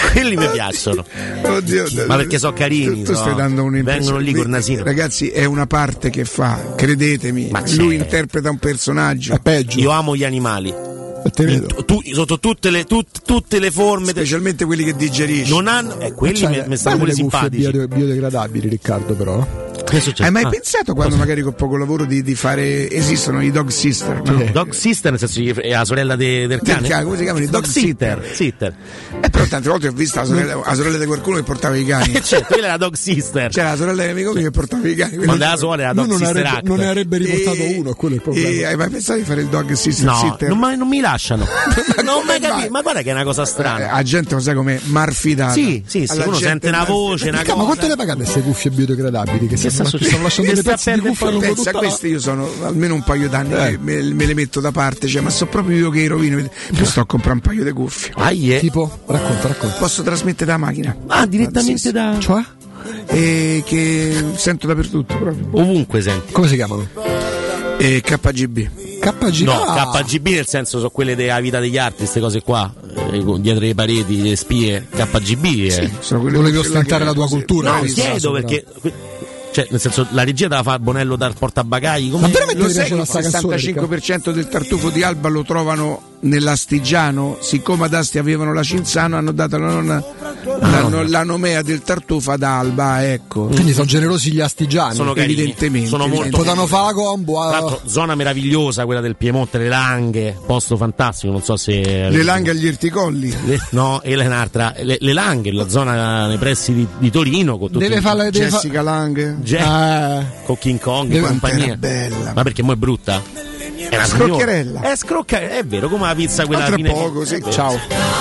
Speaker 14: quelli mi piacciono.
Speaker 8: Oddio,
Speaker 14: ma perché sono carini,
Speaker 8: tu, tu stai
Speaker 14: no?
Speaker 8: dando
Speaker 14: Vengono lì col nasino.
Speaker 8: Ragazzi, è una parte che fa, credetemi,
Speaker 14: ma
Speaker 8: lui
Speaker 14: c'è.
Speaker 8: interpreta un personaggio.
Speaker 4: È peggio.
Speaker 14: Io amo gli animali.
Speaker 4: Te vedo.
Speaker 14: Tu, sotto tutte le, tut, tutte le forme,
Speaker 8: specialmente quelli che digerisci.
Speaker 14: Non hanno, eh, quelli
Speaker 4: cioè,
Speaker 14: mi stanno pure simpatici.
Speaker 4: Bio, biodegradabili, Riccardo, però.
Speaker 8: Hai mai
Speaker 14: ah.
Speaker 8: pensato quando magari con poco lavoro di, di fare esistono i dog sister? No?
Speaker 14: Sì. Dog sister, nel senso che è la sorella de, del cane?
Speaker 8: Del cane, come si chiamano? I dog,
Speaker 14: dog
Speaker 8: sitter.
Speaker 14: sitter.
Speaker 8: Eh, però tante volte ho visto la sorella, la sorella di qualcuno che portava i cani.
Speaker 14: Certo, quella è la dog sister.
Speaker 8: C'era la sorella di amico mio che portava i cani.
Speaker 14: Quando era sola era dog
Speaker 4: non
Speaker 14: sister
Speaker 4: avrebbe, non ne avrebbe riportato
Speaker 8: e,
Speaker 4: uno, quello è il problema.
Speaker 8: E hai mai pensato di fare il dog sister?
Speaker 14: No,
Speaker 8: sitter?
Speaker 14: non, ma, non mi lasciano. non mai capito, ma guarda che è una cosa strana.
Speaker 8: Eh, la gente lo sai come marfidata.
Speaker 14: Sì, sì, sì, uno sente una voce, una cosa.
Speaker 4: Ma quanto le pagate queste cuffie biodegradabili che,
Speaker 14: che
Speaker 4: stanno,
Speaker 14: sta
Speaker 4: stanno lasciando dei pezzi di cuffia lungo
Speaker 8: Pensa,
Speaker 4: tutta
Speaker 8: queste io sono almeno un paio d'anni
Speaker 4: eh.
Speaker 8: che me, me le metto da parte, cioè, ma so proprio io che rovino. Mi sto a comprare un paio di cuffie.
Speaker 14: Ah, yeah.
Speaker 4: Tipo, racconta, racconta.
Speaker 8: Posso trasmettere da macchina.
Speaker 14: Ah, direttamente
Speaker 8: sì, sì.
Speaker 14: da.
Speaker 4: Cioè?
Speaker 8: E che sento dappertutto proprio.
Speaker 14: Ovunque senti.
Speaker 4: Come si chiamano?
Speaker 8: E K G B.
Speaker 4: K G B?
Speaker 14: No,
Speaker 4: ah.
Speaker 14: K G B nel senso sono quelle della vita degli altri, queste cose qua, eh, dietro le pareti, le spie. K G B è.
Speaker 8: Sì, sono quelle
Speaker 4: volevi
Speaker 8: che
Speaker 4: ostentare la tua
Speaker 8: così.
Speaker 4: cultura.
Speaker 14: No, chiedo perché. Cioè, nel senso, la regia te la fa Bonello dal portabagagli. Come...
Speaker 4: Ma veramente
Speaker 8: lo
Speaker 4: mi
Speaker 8: sai
Speaker 4: piace
Speaker 8: che il
Speaker 4: questa canzone,
Speaker 8: sessantacinque per cento del tartufo di Alba lo trovano nell'Astigiano? Siccome ad Asti avevano la Cinzano, hanno dato la, nonna, la, no. la nomea del tartufo ad Alba, ecco.
Speaker 4: Quindi sono generosi gli astigiani.
Speaker 14: Sono carini,
Speaker 8: evidentemente.
Speaker 14: Sono molto.
Speaker 4: Potranno fare la combo.
Speaker 14: Tra l'altro, zona meravigliosa quella del Piemonte, le Langhe, posto fantastico. Non so se.
Speaker 8: Le Langhe agli Erticolli.
Speaker 14: Le, no, e un'altra. Le, le Langhe, la zona nei pressi di, di Torino. Con tutti
Speaker 4: deve fare
Speaker 8: Jessica fa... Langhe.
Speaker 14: Je-
Speaker 4: eh.
Speaker 14: Con King Kong e compagnia.
Speaker 8: Bella.
Speaker 14: Ma perché mo' è brutta? È una
Speaker 8: scroccherella.
Speaker 14: È scroccherella, è vero, come la pizza quella
Speaker 8: tra
Speaker 14: fine.
Speaker 8: poco, sì.
Speaker 4: Ciao.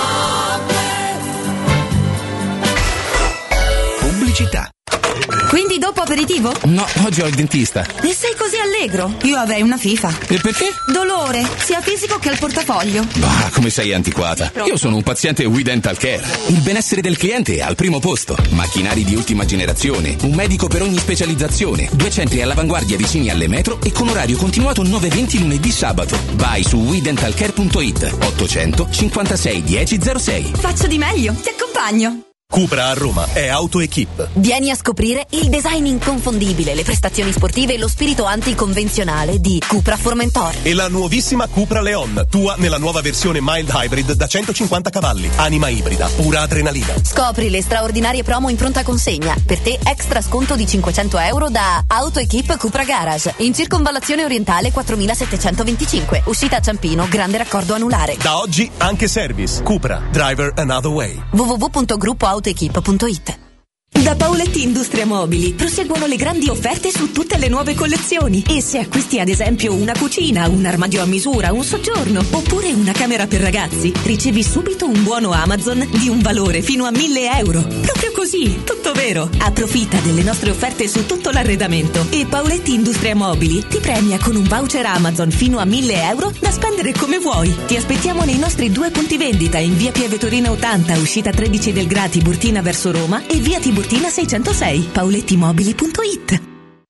Speaker 15: Pubblicità.
Speaker 18: Quindi dopo aperitivo?
Speaker 15: No, oggi ho il dentista.
Speaker 18: E sei così allegro? Io avrei una FIFA.
Speaker 15: E perché?
Speaker 18: Dolore, sia fisico che al portafoglio.
Speaker 15: Bah, come sei antiquata. Io sono un paziente We Dental Care. Il benessere del cliente è al primo posto. Macchinari di ultima generazione, un medico per ogni specializzazione, due centri all'avanguardia vicini alle metro e con orario continuato nove venti lunedì sabato. Vai su we dental care punto it ottocento cinquantasei dieci zero sei.
Speaker 18: Faccio di meglio, ti accompagno.
Speaker 9: Cupra a Roma è AutoEquip.
Speaker 11: Vieni a scoprire il design inconfondibile, le prestazioni sportive e lo spirito anticonvenzionale di Cupra Formentor.
Speaker 9: E la nuovissima Cupra Leon, tua nella nuova versione mild hybrid da centocinquanta cavalli, anima ibrida, pura adrenalina.
Speaker 11: Scopri le straordinarie promo in pronta consegna. Per te extra sconto di cinquecento euro da AutoEquip Cupra Garage. In circonvallazione orientale quattromilasettecentoventicinque. Uscita a Ciampino, grande raccordo anulare.
Speaker 9: Da oggi anche service. Cupra, driver another way.
Speaker 11: w w w punto gruppo autoequip punto it.
Speaker 18: Da Paoletti Industria Mobili proseguono le grandi offerte su tutte le nuove collezioni. E se acquisti ad esempio una cucina, un armadio a misura, un soggiorno oppure una camera per ragazzi, ricevi subito un buono Amazon di un valore fino a mille euro. Proprio così, tutto vero. Approfitta delle nostre offerte su tutto l'arredamento e Paoletti Industria Mobili ti premia con un voucher Amazon fino a mille euro da spendere come vuoi. Ti aspettiamo nei nostri due punti vendita in via Pieve Torino ottanta, uscita tredici del Grati, Burtina verso Roma e via Tiburtina seicentosei. paolettimobili punto it.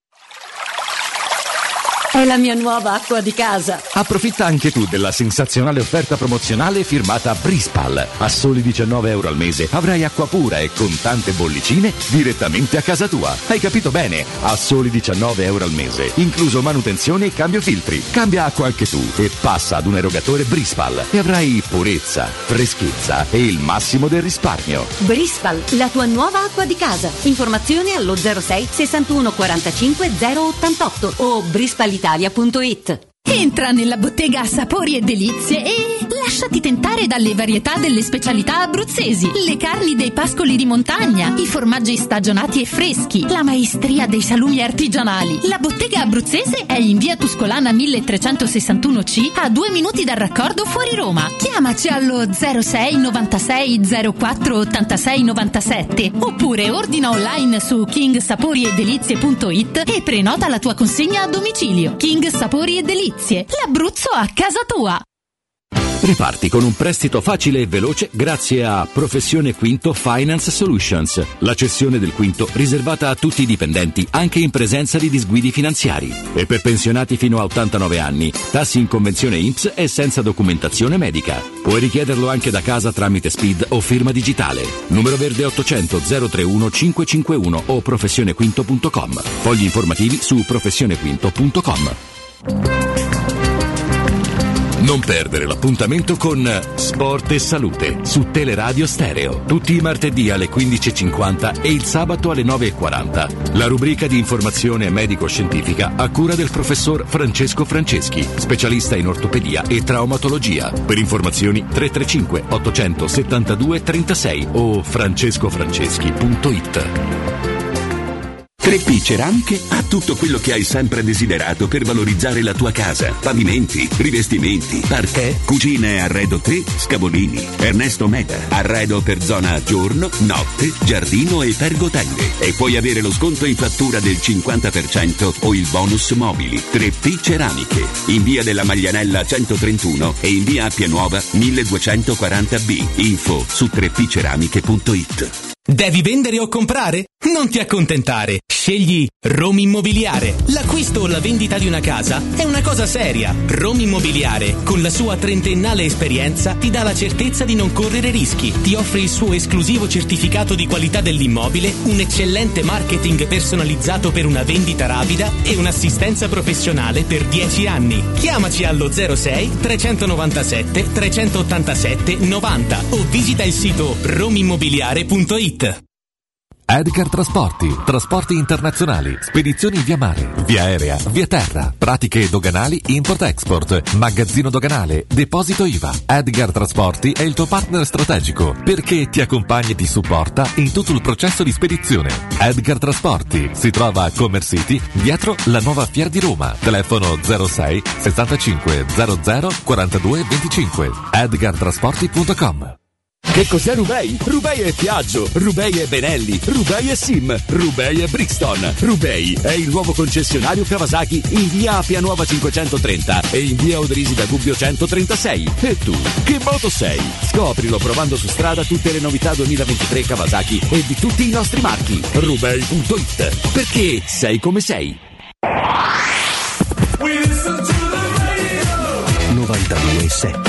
Speaker 12: È la mia nuova acqua di casa.
Speaker 13: Approfitta anche tu della sensazionale offerta promozionale firmata Brispal. A soli diciannove euro al mese avrai acqua pura e con tante bollicine direttamente a casa tua. Hai capito bene? A soli diciannove euro al mese, incluso manutenzione e cambio filtri. Cambia acqua anche tu e passa ad un erogatore Brispal e avrai purezza, freschezza e il massimo del risparmio.
Speaker 12: Brispal, la tua nuova acqua di casa. Informazioni allo zero sei sessantuno quarantacinque zero ottantotto o brispal italia punto it.
Speaker 19: Entra nella bottega Sapori e Delizie e lasciati tentare dalle varietà delle specialità abruzzesi, le carni dei pascoli di montagna, i formaggi stagionati e freschi, la maestria dei salumi artigianali. La bottega abruzzese è in via Tuscolana milletrecentosessantuno C, a due minuti dal raccordo fuori Roma. Chiamaci allo zero sei novantasei zero quattro ottantasei novantasette oppure ordina online su king sapori e delizie punto it e prenota la tua consegna a domicilio. King Sapori e Delizie, l'Abruzzo a casa tua.
Speaker 13: Riparti con un prestito facile e veloce grazie a Professione Quinto Finance Solutions, la cessione del quinto riservata a tutti i dipendenti anche in presenza di disguidi finanziari. E per pensionati fino a ottantanove anni, tassi in convenzione I N P S e senza documentazione medica. Puoi richiederlo anche da casa tramite S P I D o firma digitale. Numero verde ottocento zero trentuno cinquecentocinquantuno o professionequinto punto com. Fogli informativi su professionequinto punto com. Non perdere l'appuntamento con Sport e Salute su Teleradio Stereo. Tutti i martedì alle quindici e cinquanta e il sabato alle nove e quaranta. La rubrica di informazione medico-scientifica a cura del professor Francesco Franceschi, specialista in ortopedia e traumatologia. Per informazioni tre tre cinque ottocentosettantadue trentasei o francescofranceschi punto it.
Speaker 23: tre P Ceramiche ha tutto quello che hai sempre desiderato per valorizzare la tua casa. Pavimenti, rivestimenti, parquet, cucine e arredo tre, Scavolini. Ernesto Meda, arredo per zona giorno, notte, giardino e pergotende. E puoi avere lo sconto in fattura del cinquanta per cento o il bonus mobili. tre P Ceramiche, in via della Maglianella centotrentuno e in via Appia Nuova milleduecentoquaranta B. Info su tre p ceramiche punto it.
Speaker 7: Devi vendere o comprare? Non ti accontentare. Scegli Roma Immobiliare. L'acquisto o la vendita di una casa è una cosa seria. Roma Immobiliare, con la sua trentennale esperienza, ti dà la certezza di non correre rischi. Ti offre il suo esclusivo certificato di qualità dell'immobile, un eccellente marketing personalizzato per una vendita rapida e un'assistenza professionale per dieci anni. Chiamaci allo zero sei trecentonovantasette trecentottantasette novanta o visita il sito romimmobiliare punto it.
Speaker 16: Edgar Trasporti, trasporti internazionali, spedizioni via mare, via aerea, via terra, pratiche doganali, import-export, magazzino doganale, deposito I V A. Edgar Trasporti è il tuo partner strategico perché ti accompagna e ti supporta in tutto il processo di spedizione. Edgar Trasporti si trova a Commerce City, dietro la nuova Fiera di Roma. Telefono zero sei sessantacinque zero zero quarantadue venticinque. edgar trasporti punto com.
Speaker 13: Che cos'è Rubei? Rubei è Piaggio, Rubei è Benelli, Rubei è Sim, Rubei è Brixton. Rubei è il nuovo concessionario Kawasaki in via Appia Nuova cinquecentotrenta e in via Odrisi da Gubbio centotrentasei. E tu, che moto sei? Scoprilo provando su strada tutte le novità duemilaventitré Kawasaki e di tutti i nostri marchi. Rubei punto it. Perché sei come sei.
Speaker 1: novantadue sette.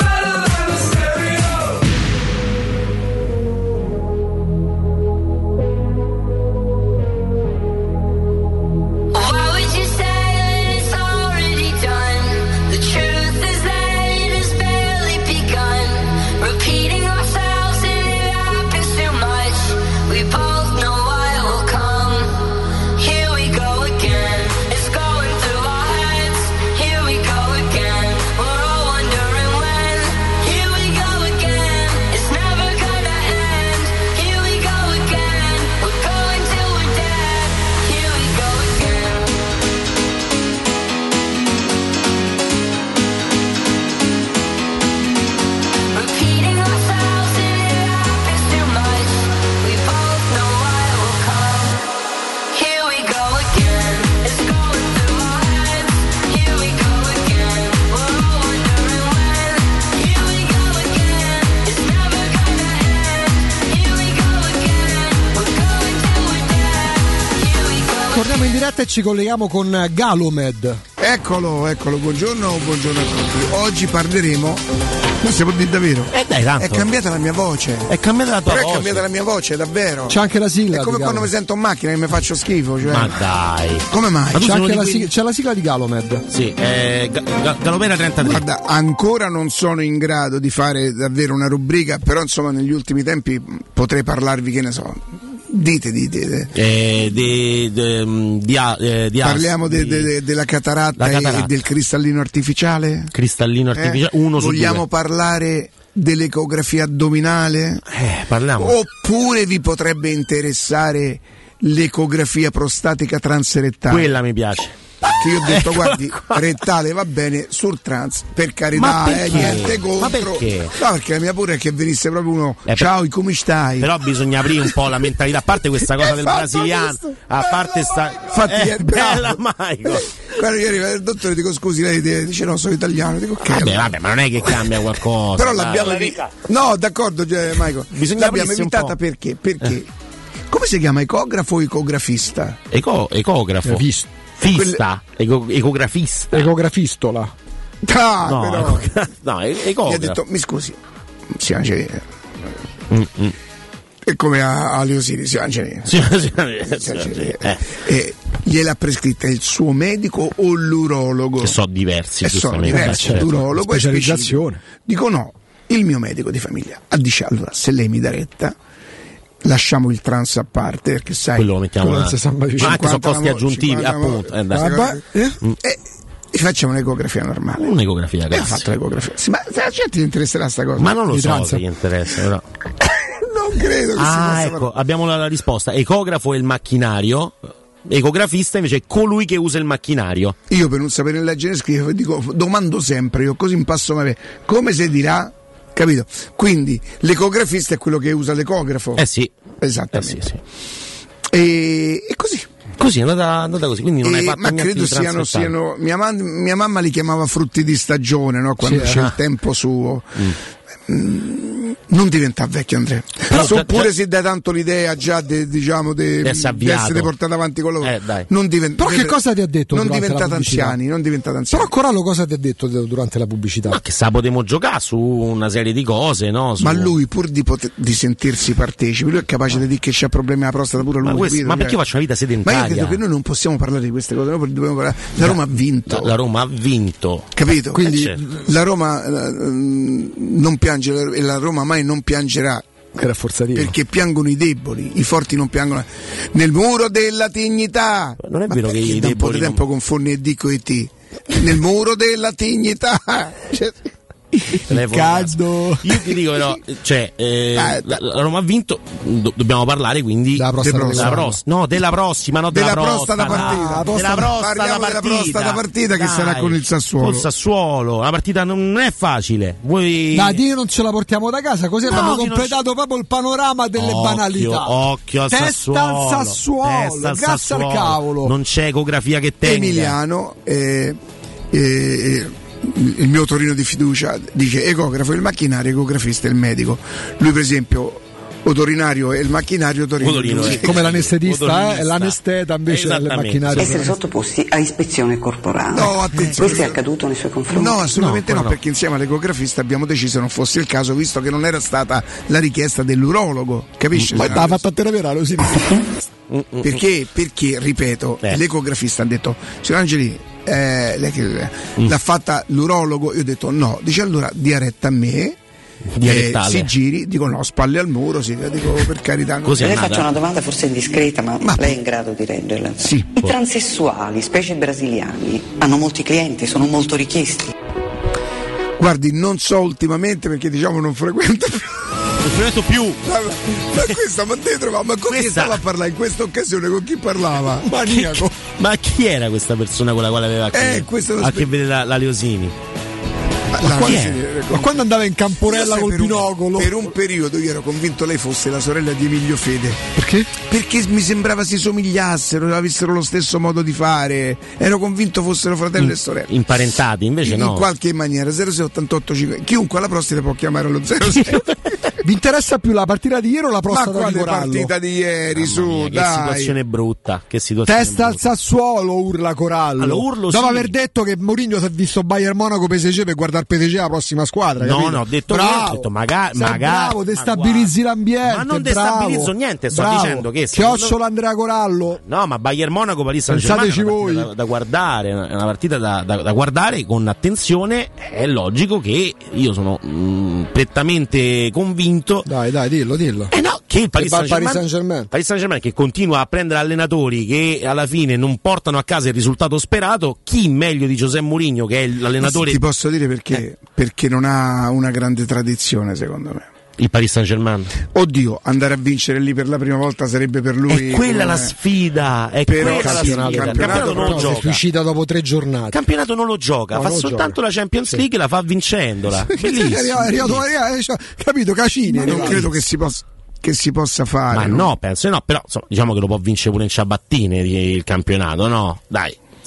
Speaker 4: In diretta e ci colleghiamo con Galomed.
Speaker 8: Eccolo, eccolo, buongiorno, buongiorno a tutti. Oggi parleremo, non si può dire davvero.
Speaker 14: Eh dai, tanto.
Speaker 8: È cambiata la mia voce.
Speaker 14: È cambiata la tua
Speaker 8: Però
Speaker 14: voce.
Speaker 8: è cambiata la mia voce, davvero.
Speaker 4: C'è anche la sigla.
Speaker 8: È come quando mi sento in macchina che mi faccio schifo. Cioè.
Speaker 14: Ma dai.
Speaker 8: Come mai?
Speaker 4: C'è anche la,
Speaker 14: quelli...
Speaker 4: sigla, c'è la sigla di Galomed.
Speaker 14: Sì, è Ga- Galopera trentatré.
Speaker 8: Guarda, ancora non sono in grado di fare davvero una rubrica, però insomma negli ultimi tempi potrei parlarvi, che ne so. Dite, dite.
Speaker 14: Eh, di, di, di, eh, di
Speaker 8: Parliamo de, de, de, della cataratta, cataratta e del cristallino artificiale?
Speaker 14: Cristallino artificiale, eh? uno su
Speaker 8: Vogliamo
Speaker 14: due.
Speaker 8: parlare dell'ecografia addominale?
Speaker 14: Eh, parliamo.
Speaker 8: Oppure vi potrebbe interessare l'ecografia prostatica transrettale?
Speaker 14: Quella mi piace.
Speaker 8: Che io ho detto, guardi, rettale va bene, sul trans, per carità, eh, niente contro.
Speaker 14: Ma perché?
Speaker 8: No, perché la mia pure è che venisse proprio uno,
Speaker 14: eh,
Speaker 8: ciao, per... come stai?
Speaker 14: Però bisogna aprire un po' la mentalità, a parte questa cosa del brasiliano, a parte sta...
Speaker 8: Infatti
Speaker 14: eh,
Speaker 8: è bravo.
Speaker 14: bella Michael.
Speaker 8: Quando gli arriva il dottore dico scusi, lei dice no, sono italiano, dico ok.
Speaker 14: Vabbè, vabbè, ma non è che cambia qualcosa.
Speaker 8: Però l'abbiamo evitata. No, d'accordo, Michael.
Speaker 14: Bisogna
Speaker 8: l'abbiamo evitata perché? Perché? Eh. Come si chiama, ecografo o ecografista?
Speaker 14: Eco, ecografo.
Speaker 4: Visto.
Speaker 14: Fista, Eco, ecografista.
Speaker 4: Ecografistola.
Speaker 8: Ah,
Speaker 14: no,
Speaker 8: però.
Speaker 14: Ecogra- no, ecografo.
Speaker 8: Mi ha detto, mi scusi, si Angelina. Mm-hmm. È come a, a Leosini, si Angelina.
Speaker 14: Sì, sì, sì,
Speaker 8: eh. E gliel'ha prescritta il suo medico o l'urologo?
Speaker 14: Che so diversi,
Speaker 8: e sono diversi, certo. L'urologo è
Speaker 4: specializzazione.
Speaker 8: Dico no, il mio medico di famiglia dice allora, se lei mi dà retta, lasciamo il trans a parte, perché sai,
Speaker 14: quello lo mettiamo
Speaker 8: quello
Speaker 14: una... cinquanta, ma anche sono costi aggiuntivi, appunto. Eh,
Speaker 8: Vabbè, eh? Mm. E, e facciamo un'ecografia normale.
Speaker 14: Un'ecografia,
Speaker 8: e ha fatto l'ecografia. Sì, ma a gente gli interesserà sta cosa?
Speaker 14: Ma non lo
Speaker 8: di
Speaker 14: so
Speaker 8: trans.
Speaker 14: se gli interessa, però.
Speaker 8: Non credo che
Speaker 14: ah,
Speaker 8: si possa
Speaker 14: ecco,
Speaker 8: fare.
Speaker 14: abbiamo la, la risposta. Ecografo è il macchinario, ecografista invece è colui che usa il macchinario.
Speaker 8: Io per non sapere leggere e scrivere dico, domando sempre, io così impasso mai come si dirà, capito? Quindi l'ecografista è quello che usa l'ecografo.
Speaker 14: Eh sì.
Speaker 8: Esattamente.
Speaker 14: Eh sì, sì.
Speaker 8: E, e così.
Speaker 14: Così è andata, andata così, quindi non
Speaker 8: e,
Speaker 14: hai fatto
Speaker 8: ma
Speaker 14: niente
Speaker 8: credo
Speaker 14: di
Speaker 8: siano, siano mia, man, mia mamma li chiamava frutti di stagione, no? Quando
Speaker 14: sì,
Speaker 8: c'è
Speaker 14: ah.
Speaker 8: il tempo suo.
Speaker 14: Mm.
Speaker 8: Mm, non diventa vecchio, Andrea. Oppure si dà tanto l'idea già de, diciamo de, di essere portato avanti con loro.
Speaker 14: Eh, dai.
Speaker 8: Non diventa,
Speaker 4: però che cosa ti ha detto
Speaker 8: non
Speaker 4: durante
Speaker 8: diventate
Speaker 4: la pubblicità?
Speaker 8: anziani, non diventate anziani.
Speaker 4: Però Corallo cosa ti ha detto durante la pubblicità?
Speaker 14: Ma che sa, potremmo giocare su una serie di cose, no? Su...
Speaker 8: Ma lui pur di, poter, di sentirsi partecipe, lui è capace di dire che c'ha problemi alla prostata pure lui.
Speaker 14: Ma, questo, ma perché io faccio una vita sedentaria?
Speaker 8: Ma io credo che noi non possiamo parlare di queste cose, noi dobbiamo parlare. La Roma ha vinto.
Speaker 14: La, la Roma ha vinto.
Speaker 8: Capito? Quindi
Speaker 14: eh, certo.
Speaker 8: la Roma eh, non piange e la Roma mai non piangerà. Perché piangono i deboli, i forti non piangono. Nel muro della dignità.
Speaker 14: Non è
Speaker 8: ma
Speaker 14: vero che i
Speaker 8: da un po' di tempo
Speaker 14: non...
Speaker 8: confondi Dico e T. Nel muro della dignità. Cioè,
Speaker 4: il caldo.
Speaker 14: Io ti dico però, cioè, eh,
Speaker 8: ah,
Speaker 14: la, la Roma ha vinto, do, dobbiamo parlare quindi
Speaker 4: della prossima,
Speaker 14: della prossima. No, della prossima, no, della,
Speaker 8: della prostata partita.
Speaker 14: No, della prostata
Speaker 8: Parliamo
Speaker 14: partita.
Speaker 8: della prostata partita che
Speaker 14: Dai,
Speaker 8: sarà con il Sassuolo.
Speaker 14: Col Sassuolo, la partita non è facile. Voi...
Speaker 4: Dai, Dio, non ce la portiamo da casa, così
Speaker 14: no,
Speaker 4: abbiamo completato non... proprio il panorama delle
Speaker 14: occhio,
Speaker 4: banalità.
Speaker 14: Occhio al
Speaker 4: Testa
Speaker 14: Sassuolo.
Speaker 4: al Sassuolo,
Speaker 14: Testa al
Speaker 4: grazie
Speaker 14: Sassuolo.
Speaker 4: al cavolo.
Speaker 14: Non c'è ecografia che tenga.
Speaker 8: Emiliano eh, eh, il mio Torino di fiducia dice ecografo il macchinario, ecografista il medico. Lui per esempio otorinario e il macchinario Torino,
Speaker 14: Otorino,
Speaker 8: eh.
Speaker 4: come l'anestetista è eh, l'anesteta invece è il macchinario.
Speaker 17: Essere sottoposti a ispezione corporale.
Speaker 8: No, attenzione.
Speaker 17: Questo è accaduto nei suoi confronti?
Speaker 8: No, assolutamente no, no,
Speaker 17: no,
Speaker 8: perché insieme all'ecografista abbiamo deciso non fosse il caso, visto che non era stata la richiesta dell'urologo, capisci?
Speaker 4: Ma l'ha fatto a terapia, sì.
Speaker 8: Perché? Perché, ripeto, eh. l'ecografista ha detto, signor Angeli, eh, lei che, mm. l'ha fatta l'urologo, io ho detto no, dice allora dia retta a me. Eh, si giri, dico no, spalle al muro, sì, dico per carità.
Speaker 17: Così le faccio una domanda forse indiscreta, ma, ma lei è in grado di reggerla?
Speaker 8: Sì.
Speaker 17: I transessuali, specie brasiliani, hanno molti clienti, sono molto richiesti.
Speaker 8: Guardi, non so ultimamente perché diciamo non frequento più.
Speaker 14: Non frequento più.
Speaker 8: Ma, ma questa ma dentro, ma, ma con questa... chi stava a parlare in questa occasione? Con chi parlava? Maniaco.
Speaker 14: Ma chi era questa persona con la quale aveva che,
Speaker 8: eh,
Speaker 14: a che vedere la, la Leosini?
Speaker 4: Ma, ma, quando, ma quando andava in camporella col
Speaker 8: per
Speaker 4: binocolo?
Speaker 8: Un, per un periodo io ero convinto lei fosse la sorella di Emilio Fede.
Speaker 4: Perché?
Speaker 8: Perché mi sembrava si somigliassero, avessero lo stesso modo di fare. Ero convinto fossero fratello
Speaker 14: in,
Speaker 8: e sorella.
Speaker 14: Imparentati, invece
Speaker 8: in,
Speaker 14: no.
Speaker 8: In qualche maniera. zero sei ottantotto cinque. Chiunque alla prostata può chiamare allo zero sei.
Speaker 4: Vi interessa più la partita di ieri o la prostata
Speaker 8: ma
Speaker 4: di Corallo?
Speaker 8: Ma partita di ieri,
Speaker 14: Mamma
Speaker 8: su,
Speaker 14: mia,
Speaker 8: dai.
Speaker 14: Che situazione brutta, che situazione
Speaker 4: Testa
Speaker 14: brutta.
Speaker 4: al Sassuolo, urla Corallo.
Speaker 14: Allora, urlo,
Speaker 4: dopo
Speaker 14: sì.
Speaker 4: aver detto che Mourinho si è visto Bayern Monaco P S G per guardare P S G la prossima squadra.
Speaker 14: No,
Speaker 4: capito?
Speaker 14: no, ho detto
Speaker 4: bravo.
Speaker 14: Ho detto magari,
Speaker 4: Sei
Speaker 14: magari
Speaker 4: bravo, destabilizzi ma l'ambiente.
Speaker 14: Ma non
Speaker 4: bravo,
Speaker 14: destabilizzo niente, sto
Speaker 4: bravo.
Speaker 14: dicendo che
Speaker 4: Chiocciola Andrea Corallo.
Speaker 14: No, ma Bayern Monaco Paris Saint-Germain è una
Speaker 4: voi.
Speaker 14: Da, da guardare, è una partita da, da, da guardare con attenzione. È logico che io sono mh, prettamente convinto.
Speaker 4: Dai, dai, dillo, dillo.
Speaker 14: Eh no, che il Paris Saint-Germain,
Speaker 4: Paris Saint-Germain.
Speaker 14: Paris Saint-Germain che continua a prendere allenatori che alla fine non portano a casa il risultato sperato. Chi meglio di José Mourinho, che è l'allenatore?
Speaker 8: Ti posso dire perché? Eh. Perché non ha una grande tradizione, secondo me.
Speaker 14: Il Paris Saint-Germain.
Speaker 8: Oddio, andare a vincere lì per la prima volta sarebbe per lui.
Speaker 14: È quella la sfida. È
Speaker 8: però
Speaker 14: quella la sfida. Il campionato non lo gioca.
Speaker 4: Si suicida dopo tre giornate.
Speaker 14: Il campionato non lo gioca, no, fa non soltanto gioca. La Champions League, sì. La fa vincendola. Bellissimo.
Speaker 4: È arrivato, capito, Cacini.
Speaker 8: Non credo che si possa. Che si possa fare.
Speaker 14: Ma no, no penso no, però insomma, diciamo che lo può vincere pure in ciabattine il campionato, no? Dai.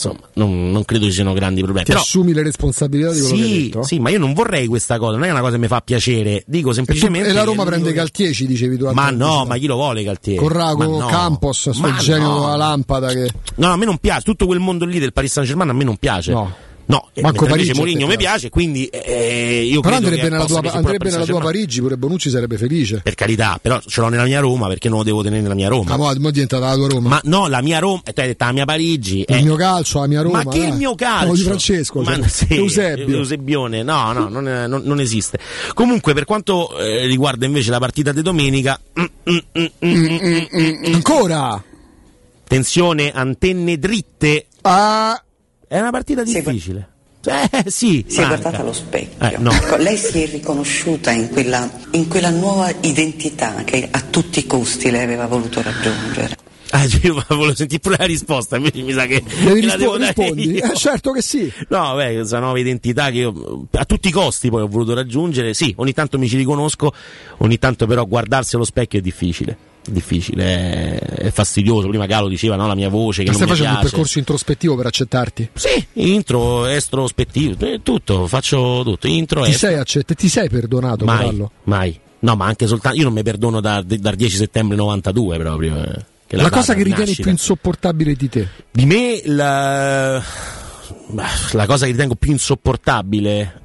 Speaker 14: insomma non, non credo ci siano grandi problemi.
Speaker 4: Ti
Speaker 14: Però,
Speaker 4: assumi le responsabilità di quello
Speaker 14: sì,
Speaker 4: che hai detto?
Speaker 14: sì, ma io non vorrei questa cosa, non è una cosa che mi fa piacere, dico semplicemente
Speaker 4: e, tu, e la Roma
Speaker 14: che
Speaker 4: prende Galtier, ci dicevi tu.
Speaker 14: Ma no, ma chi lo vuole Galtier?
Speaker 4: Corrago,
Speaker 14: no,
Speaker 4: Campos, sto genio
Speaker 14: no.
Speaker 4: della lampada che...
Speaker 14: No, a me non piace, tutto quel mondo lì del Paris Saint-Germain a me non piace.
Speaker 4: No.
Speaker 14: No,
Speaker 4: Manco
Speaker 14: invece Mourinho mi piace, quindi eh, io
Speaker 4: però
Speaker 14: credo
Speaker 4: andrebbe
Speaker 14: che
Speaker 4: nella tua, andrebbe nella tua
Speaker 14: Saint-Germain.
Speaker 4: Parigi, pure Bonucci sarebbe felice.
Speaker 14: Per carità, però ce l'ho nella mia Roma, perché non lo devo tenere nella mia Roma.
Speaker 4: Ah, mo, mo è diventata la tua Roma.
Speaker 14: Ma no, la mia Roma, e tu hai detto la mia Parigi.
Speaker 4: Il
Speaker 14: eh.
Speaker 4: mio calcio, la mia Roma.
Speaker 14: Ma che
Speaker 4: dai.
Speaker 14: il mio calcio?
Speaker 4: No, di Francesco,
Speaker 14: Ma
Speaker 4: cioè,
Speaker 14: sì,
Speaker 4: Eusebio.
Speaker 14: Eusebbione, no, no, non, è, non, non esiste. Comunque, per quanto eh, riguarda invece la partita di domenica, mm, mm, mm, mm, mm, mm,
Speaker 4: ancora
Speaker 14: tensione, antenne dritte.
Speaker 4: Ah.
Speaker 14: È una partita difficile. Eh, sì,
Speaker 17: si è guardata allo specchio.
Speaker 14: Eh, no.
Speaker 17: Ecco, lei si è riconosciuta in quella, in quella nuova identità che a tutti i costi lei aveva voluto raggiungere.
Speaker 14: Ah, io volevo sentire pure la risposta, invece mi sa che
Speaker 4: devi
Speaker 14: la devo
Speaker 4: rispondi?
Speaker 14: dare io.
Speaker 4: Eh, certo che sì.
Speaker 14: No, beh, questa nuova identità che io a tutti i costi poi ho voluto raggiungere. Sì, ogni tanto mi ci riconosco, ogni tanto però guardarsi allo specchio è difficile. Difficile, è, è fastidioso. Prima Galo diceva no, la mia voce che
Speaker 4: ma
Speaker 14: non
Speaker 4: stai
Speaker 14: mi
Speaker 4: facendo
Speaker 14: piace.
Speaker 4: un percorso introspettivo per accettarti?
Speaker 14: Sì, intro, estrospettivo, tutto, faccio tutto, intro,
Speaker 4: Ti
Speaker 14: estro.
Speaker 4: sei accett- ti sei perdonato,
Speaker 14: Mai,
Speaker 4: Corallo?
Speaker 14: mai. No, ma anche soltanto io non mi perdono da, dal dieci settembre novantadue proprio. Eh, che
Speaker 4: la, la cosa che
Speaker 14: ritieni
Speaker 4: ritieni più insopportabile di te?
Speaker 14: Di me la, la cosa che ritengo più insopportabile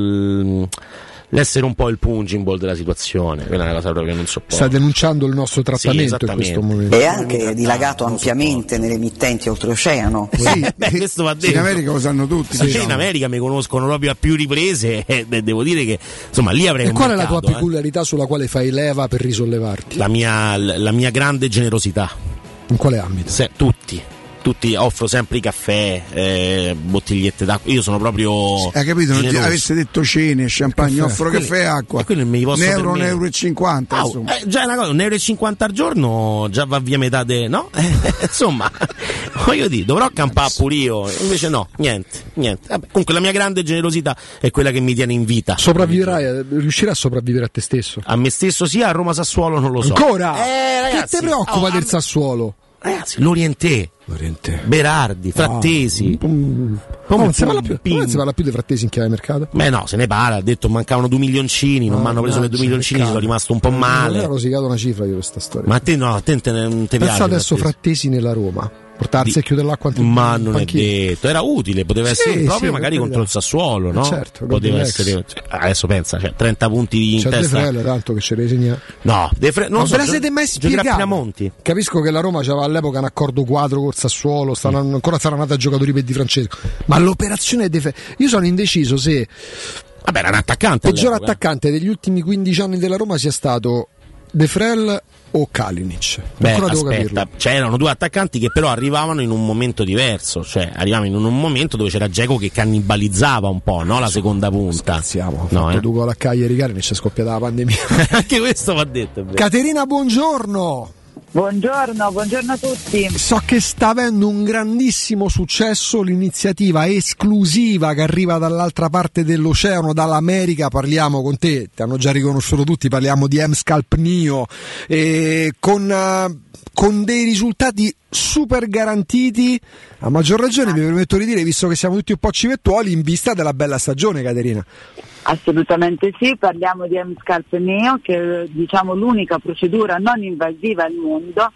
Speaker 14: l, l'essere un po' il punching ball della situazione, quella è una cosa proprio che non sopporto.
Speaker 4: Sta denunciando il nostro trattamento
Speaker 14: sì,
Speaker 4: in questo momento.
Speaker 17: E anche dilagato ampiamente nelle emittenti oltreoceano.
Speaker 14: Sì, beh, questo va detto.
Speaker 8: In America lo sanno tutti.
Speaker 14: Sì,
Speaker 8: diciamo.
Speaker 14: In America mi conoscono proprio a più riprese e devo dire che insomma lì avrei
Speaker 4: e
Speaker 14: un
Speaker 4: qual
Speaker 14: mercato,
Speaker 4: è la tua
Speaker 14: eh.
Speaker 4: peculiarità sulla quale fai leva per risollevarti?
Speaker 14: La mia, la mia grande generosità.
Speaker 4: In quale ambito?
Speaker 14: Se, tutti. Tutti offro sempre i caffè, eh, bottigliette d'acqua. Io sono proprio.
Speaker 8: Hai capito? Non ti
Speaker 14: generoso.
Speaker 8: avesse detto cene, champagne,
Speaker 14: Caffè.
Speaker 8: offro
Speaker 14: Quelli-
Speaker 8: caffè e acqua.
Speaker 14: e quelli me li posso
Speaker 8: un euro, un
Speaker 14: permettere.
Speaker 8: euro e cinquanta.
Speaker 14: Ah,
Speaker 8: insomma.
Speaker 14: eh, già è una cosa, un euro e cinquanta al giorno già va via metà de. No? Eh, insomma, voglio dire, dovrò campare pure io. Invece no, niente, niente. Vabbè, comunque la mia grande generosità è quella che mi tiene in vita.
Speaker 4: Sopravviverai, riuscirai a sopravvivere a te stesso?
Speaker 14: A me stesso sia a Roma Sassuolo non lo so.
Speaker 4: Ancora?
Speaker 14: Eh, ragazzi,
Speaker 4: che ti preoccupa
Speaker 14: oh,
Speaker 4: del
Speaker 14: a-
Speaker 4: Sassuolo?
Speaker 14: Ragazzi, l'Orientè,
Speaker 4: L'Orientè.
Speaker 14: Berardi, Frattesi.
Speaker 4: Ah, mm. Oh, non si parla più, non si parla più dei Frattesi in chiave mercato?
Speaker 14: Beh no, se ne parla, ha detto mancavano due milioncini, non
Speaker 4: Ah,
Speaker 14: mi hanno preso le due milioncini, sono rimasto un po'
Speaker 4: Non
Speaker 14: male.
Speaker 4: ho rosicato una cifra io questa storia.
Speaker 14: Ma a te no, a te non ti piace.
Speaker 4: Pensa adesso
Speaker 14: Frattesi?
Speaker 4: Frattesi nella Roma, portarsi a chiudere l'acqua in
Speaker 14: Ma non è
Speaker 4: panchina.
Speaker 14: detto, era utile, poteva
Speaker 4: Sì,
Speaker 14: essere
Speaker 4: sì,
Speaker 14: proprio
Speaker 4: per
Speaker 14: magari
Speaker 4: carità.
Speaker 14: contro il Sassuolo, no?
Speaker 4: Eh, certo,
Speaker 14: poteva
Speaker 4: contro
Speaker 14: essere. Cioè, adesso pensa, cioè, trenta punti in
Speaker 4: C'è De
Speaker 14: testa.
Speaker 4: Frel, tanto che ce le segna.
Speaker 14: No, De Fre- non
Speaker 4: Non
Speaker 14: so,
Speaker 4: ve la
Speaker 14: gio-
Speaker 4: siete mai
Speaker 14: giocherà
Speaker 4: spiegati?
Speaker 14: Pinamonti.
Speaker 4: Capisco che la Roma aveva all'epoca un accordo quadro col Sassuolo, stanno ancora saranno andati a giocatori per Di Francesco. Ma l'operazione De Frel, io sono indeciso se
Speaker 14: Vabbè, era un attaccante.
Speaker 4: il peggior
Speaker 14: all'epoca.
Speaker 4: attaccante degli ultimi quindici anni della Roma sia stato De Frel o Kalinic.
Speaker 14: Beh,
Speaker 4: Ancora devo
Speaker 14: aspetta,
Speaker 4: capirlo.
Speaker 14: c'erano due attaccanti che però arrivavano in un momento diverso, cioè arrivavano in un momento dove c'era Dzeko che cannibalizzava un po', no? La seconda punta.
Speaker 4: Siamo,
Speaker 14: No,
Speaker 4: fatto
Speaker 14: eh.
Speaker 4: due gol a Cagliari, Kalinic è scoppiata la pandemia.
Speaker 14: Anche questo va detto. è vero.
Speaker 4: Caterina, buongiorno.
Speaker 20: Buongiorno, buongiorno a tutti.
Speaker 4: So che sta avendo un grandissimo successo l'iniziativa esclusiva che arriva dall'altra parte dell'oceano, dall'America. Parliamo con te, ti hanno già riconosciuto tutti, parliamo di M-Scalp Neo, eh, con, eh, con dei risultati super garantiti. A maggior ragione mi permetto di dire, visto che siamo tutti un po' civettuoli, in vista della bella stagione, Caterina.
Speaker 20: Assolutamente sì, parliamo di M-Scalp Neo, che è diciamo l'unica procedura non invasiva al mondo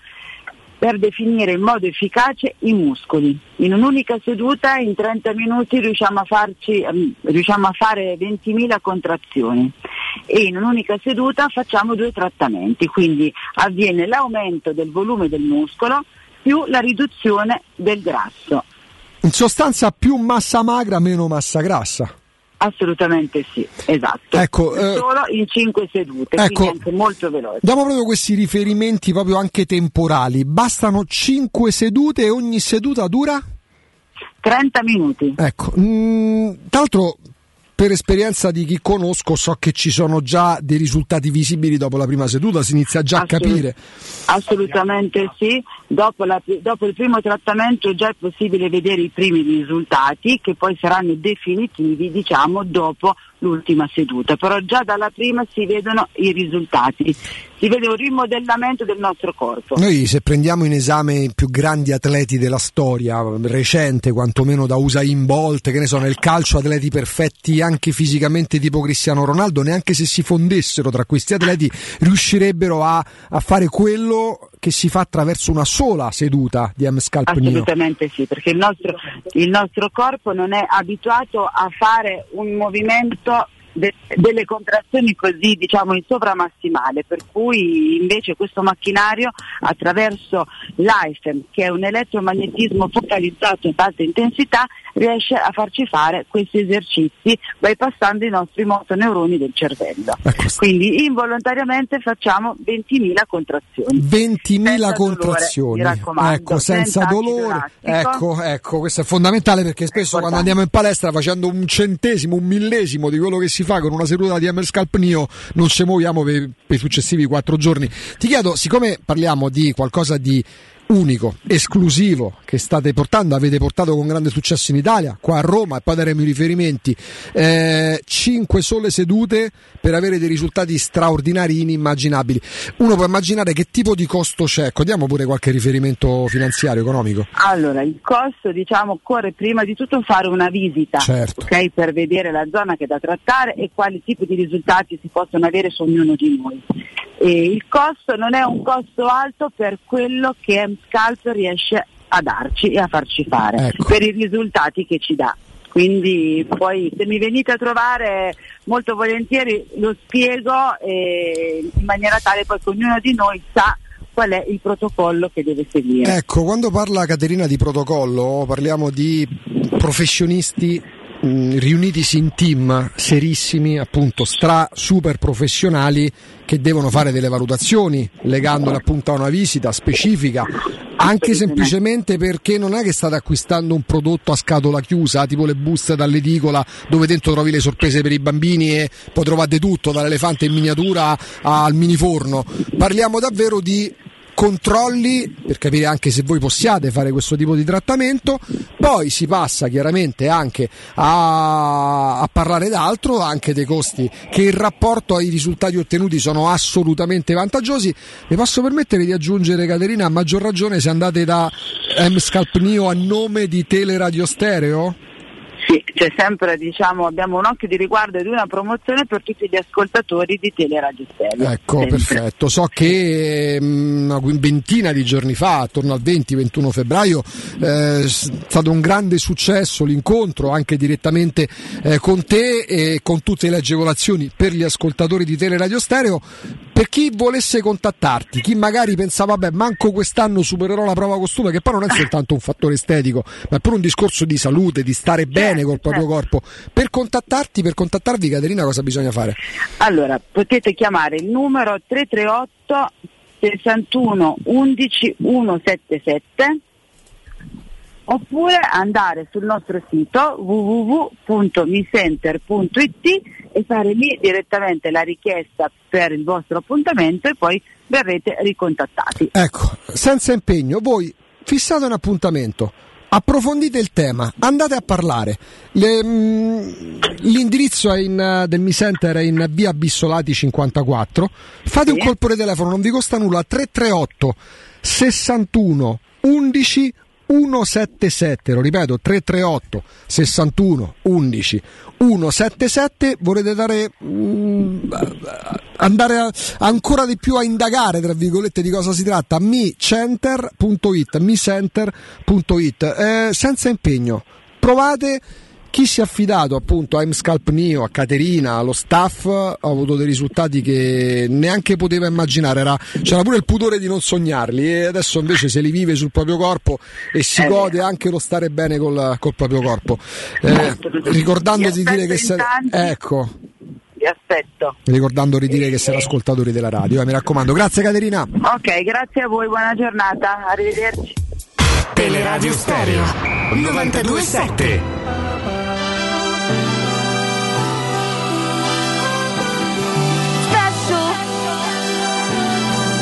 Speaker 20: per definire in modo efficace i muscoli. In un'unica seduta, in trenta minuti, riusciamo a, farci, ehm, riusciamo a fare ventimila contrazioni e in un'unica seduta facciamo due trattamenti, quindi avviene l'aumento del volume del muscolo più la riduzione del grasso.
Speaker 4: In sostanza più massa magra, meno massa grassa.
Speaker 20: Assolutamente sì, esatto.
Speaker 4: Ecco, eh,
Speaker 20: solo in cinque sedute,
Speaker 4: ecco,
Speaker 20: quindi anche molto veloce.
Speaker 4: Diamo proprio questi riferimenti proprio anche temporali. Bastano cinque sedute e ogni seduta dura?
Speaker 20: trenta minuti.
Speaker 4: Ecco, mm, tra l'altro per esperienza di chi conosco so che ci sono già dei risultati visibili dopo la prima seduta, si inizia già a
Speaker 20: Assolut-
Speaker 4: capire.
Speaker 20: Assolutamente sì, dopo, la, dopo il primo trattamento già è possibile vedere i primi risultati che poi saranno definitivi diciamo dopo l'ultima seduta, però già dalla prima si vedono i risultati, si vede un rimodellamento del nostro corpo.
Speaker 4: Noi, se prendiamo in esame i più grandi atleti della storia recente, quantomeno da Usain Bolt, che ne so, nel calcio atleti perfetti anche fisicamente tipo Cristiano Ronaldo, neanche se si fondessero tra questi atleti riuscirebbero a, a fare quello che si fa attraverso una sola seduta di M-Scalp Neo.
Speaker 20: Assolutamente sì, perché il nostro, il nostro corpo non è abituato a fare un movimento de- delle contrazioni così, diciamo, in sovramassimale, per cui invece questo macchinario, attraverso l'A I F E M, che è un elettromagnetismo focalizzato ad alta intensità, riesce a farci fare questi esercizi bypassando i nostri motoneuroni del cervello. Ecco. Quindi involontariamente facciamo ventimila contrazioni.
Speaker 4: ventimila contrazioni,
Speaker 20: dolore, mi raccomando,
Speaker 4: ecco, senza, senza dolore. Ecco, ecco, questo è fondamentale, perché spesso quando andiamo in palestra facendo un centesimo, un millesimo di quello che si fa con una seduta di M-Scalp Neo non ci muoviamo per, per i successivi quattro giorni. Ti chiedo, siccome parliamo di qualcosa di unico, esclusivo, che state portando, avete portato con grande successo in Italia, qua a Roma, e poi daremo i riferimenti, eh, cinque sole sedute per avere dei risultati straordinari, inimmaginabili. Uno può immaginare che tipo di costo c'è, ecco, diamo pure qualche riferimento finanziario, economico.
Speaker 20: Allora, il costo, diciamo, occorre prima di tutto fare una visita,
Speaker 4: certo,
Speaker 20: ok, per vedere la zona che è da trattare e quali tipi di risultati si possono avere su ognuno di noi. E il costo non è un costo alto per quello che M-Scalp riesce a darci e a farci fare, ecco, per i risultati che ci dà. Quindi poi, se mi venite a trovare, molto volentieri lo spiego, eh, in maniera tale poi che ognuno di noi sa qual è il protocollo che deve seguire.
Speaker 4: Ecco, quando parla Caterina di protocollo, parliamo di professionisti mh, riunitisi in team serissimi, appunto stra super professionali, che devono fare delle valutazioni legandole appunto a una visita specifica, anche semplicemente perché non è che state acquistando un prodotto a scatola chiusa, tipo le buste dall'edicola dove dentro trovi le sorprese per i bambini e poi trovate tutto, dall'elefante in miniatura al miniforno. Parliamo davvero di controlli per capire anche se voi possiate fare questo tipo di trattamento, poi si passa chiaramente anche a, a parlare d'altro, anche dei costi che in rapporto ai risultati ottenuti sono assolutamente vantaggiosi. Mi posso permettere di aggiungere, Caterina, a maggior ragione se andate da M-Scalp Neo a nome di Teleradio Stereo?
Speaker 20: Sì, c'è sempre, diciamo, abbiamo un occhio di riguardo ed una promozione per tutti gli ascoltatori di Teleradio Stereo.
Speaker 4: Ecco, sempre. Perfetto. So che mh, una ventina di giorni fa, attorno al venti ventuno febbraio, eh, è stato un grande successo l'incontro anche direttamente eh, con te e con tutte le agevolazioni per gli ascoltatori di Teleradio Stereo. Per chi volesse contattarti, chi magari pensava, vabbè, manco quest'anno supererò la prova costume, che poi non è soltanto un fattore estetico, ma è pure un discorso di salute, di stare bene col proprio corpo. Per contattarti, per contattarvi, Caterina, cosa bisogna fare?
Speaker 20: Allora, potete chiamare il numero tre tre otto sessantuno undici centosettantasette oppure andare sul nostro sito w w w punto micenter punto i t e fare lì direttamente la richiesta per il vostro appuntamento e poi verrete ricontattati.
Speaker 4: Ecco, senza impegno, voi fissate un appuntamento, approfondite il tema, andate a parlare. Le, mh, l'indirizzo è in, del MiCenter è in via Bissolati cinquantaquattro. Fate sì. un colpo di telefono, non vi costa nulla, tre tre otto sessantuno undici centosettantasette, lo ripeto, tre tre otto sessantuno undici centosettantasette. Volete dare mh, andare a, ancora di più a indagare, tra virgolette, di cosa si tratta? micenter punto it micenter punto it, eh, senza impegno, provate. Chi si è affidato appunto a M-Scalp Neo, a Caterina, allo staff, ha avuto dei risultati che neanche poteva immaginare. Era, c'era pure il pudore di non sognarli, e adesso invece se li vive sul proprio corpo e si gode anche lo stare bene col, col proprio corpo. Eh, ricordando di dire che siete, ecco,
Speaker 20: vi aspetto.
Speaker 4: Ricordando di dire che siete ascoltatori della radio, eh, mi raccomando. Grazie Caterina.
Speaker 20: Ok, grazie a voi, buona giornata, arrivederci.
Speaker 7: Teleradio Stereo novantadue sette.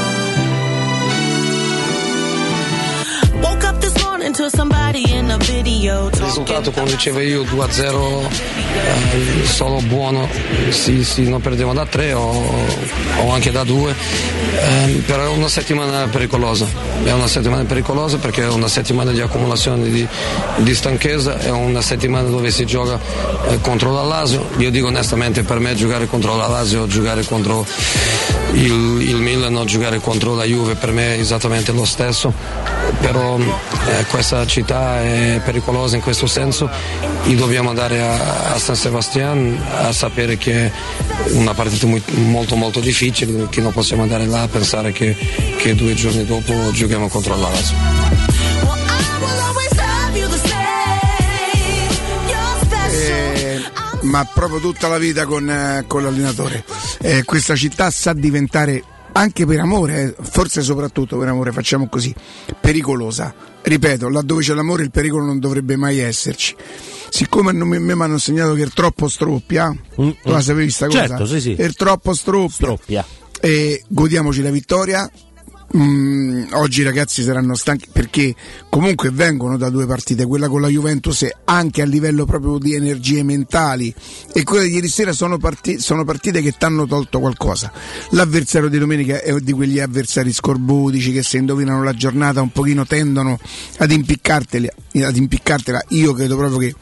Speaker 5: Woke up this morning to somebody in a video Il risultato, come dicevo io, due a zero, eh, solo buono, sì, sì, non perdiamo da tre o, o anche da due, eh, però è una settimana pericolosa, è una settimana pericolosa perché è una settimana di accumulazione di, di stanchezza, è una settimana dove si gioca eh, contro la Lazio. Io dico onestamente, per me giocare contro la Lazio, giocare contro il, il Milan o giocare contro la Juve per me è esattamente lo stesso, però eh, questa città è pericolosa in questo senso e dobbiamo andare a, a San Sebastian a sapere che è una partita muy, molto molto difficile, che non possiamo andare là a pensare che, che due giorni dopo giochiamo contro la Lazio.
Speaker 8: Eh, ma proprio tutta la vita con, eh, con l'allenatore. Eh, questa città sa diventare, anche per amore, forse soprattutto per amore, facciamo così, pericolosa. Ripeto, laddove c'è l'amore il pericolo non dovrebbe mai esserci. Siccome a me mi hanno insegnato che il troppo stroppia, mm, tu la sapevi sta cosa?
Speaker 14: Certo, sì, sì.
Speaker 8: Il troppo stroppia.
Speaker 14: Stroppia.
Speaker 8: E godiamoci la vittoria. Mm, oggi i ragazzi saranno stanchi perché comunque vengono da due partite, quella con la Juventus anche a livello proprio di energie mentali e quella di ieri sera sono, parti- sono partite che ti hanno tolto qualcosa. L'avversario di domenica è di quegli avversari scorbutici che se indovinano la giornata un pochino tendono ad impiccartela, ad impiccartela. Io credo proprio che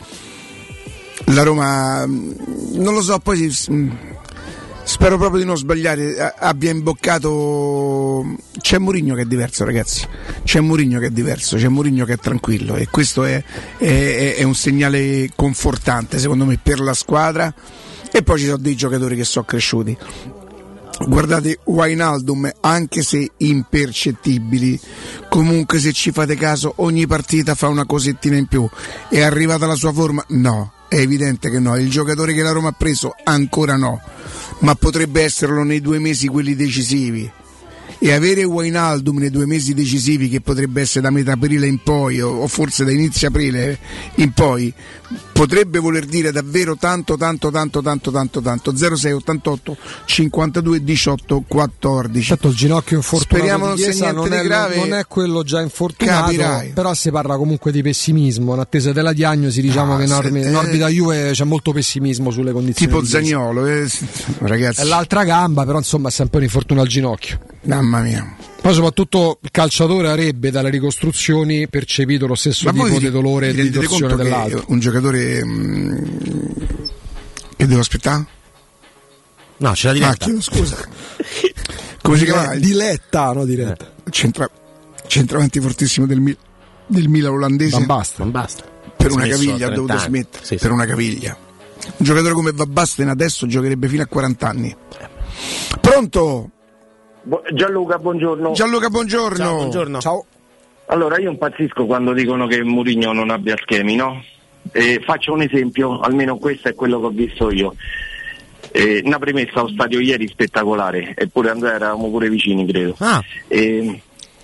Speaker 8: la Roma, non lo so, poi si, spero proprio di non sbagliare, abbia imboccato. C'è Mourinho che è diverso, ragazzi, c'è Mourinho che è diverso, c'è Mourinho che è tranquillo e questo è, è, è un segnale confortante secondo me per la squadra. E poi ci sono dei giocatori che sono cresciuti, guardate Wijnaldum, anche se impercettibili, comunque se ci fate caso ogni partita fa una cosettina in più. È arrivata la sua forma? No, è evidente che no. Il giocatore che la Roma ha preso? Ancora no, ma potrebbe esserlo nei due mesi quelli decisivi. E avere Wijnaldum nei due mesi decisivi, che potrebbe essere da metà aprile in poi o forse da inizio aprile in poi, potrebbe voler dire davvero tanto tanto tanto tanto tanto tanto. Zero sei ottantotto cinquantadue diciotto quattordici.
Speaker 4: Certo, il ginocchio infortunato
Speaker 8: speriamo non
Speaker 4: di Chiesa
Speaker 8: sia niente
Speaker 4: non,
Speaker 8: di
Speaker 4: è,
Speaker 8: grave,
Speaker 4: non è quello già infortunato.
Speaker 8: Capirai.
Speaker 4: Però si parla comunque di pessimismo in attesa della diagnosi, diciamo.
Speaker 8: No,
Speaker 4: che in orbi-
Speaker 8: se,
Speaker 4: in orbita Juve c'è molto pessimismo sulle condizioni
Speaker 8: tipo
Speaker 4: di Chiesa.
Speaker 8: Zaniolo, eh, ragazzi,
Speaker 4: è l'altra gamba, però insomma è sempre un infortunio al ginocchio.
Speaker 8: Mamma mia.
Speaker 4: Poi soprattutto il calciatore avrebbe dalle ricostruzioni percepito lo stesso
Speaker 8: Ma
Speaker 4: tipo
Speaker 8: di
Speaker 4: dolore e di torsione dell'altro.
Speaker 8: Un giocatore mh, che devo aspettare?
Speaker 14: No, c'è la diretta.
Speaker 8: Ah, chiedo scusa. Come si chiama?
Speaker 4: Diletta, no diretta.
Speaker 8: Centra, centravanti fortissimo del, del Milan olandese.
Speaker 4: Van Basten.
Speaker 14: Non basta.
Speaker 8: Per una caviglia ha dovuto smettere. Sì, sì. Per una caviglia. Un giocatore come Van Basten adesso giocherebbe fino a quaranta anni. Pronto?
Speaker 10: Gianluca, buongiorno.
Speaker 8: Gianluca, buongiorno.
Speaker 14: Ciao, buongiorno.
Speaker 4: Ciao.
Speaker 10: Allora, io impazzisco quando dicono che Mourinho non abbia schemi, no? E faccio un esempio, almeno questo è quello che ho visto io. E una premessa, allo stadio ieri spettacolare, eppure Andrea eravamo pure vicini, credo.
Speaker 14: Ah.
Speaker 10: E,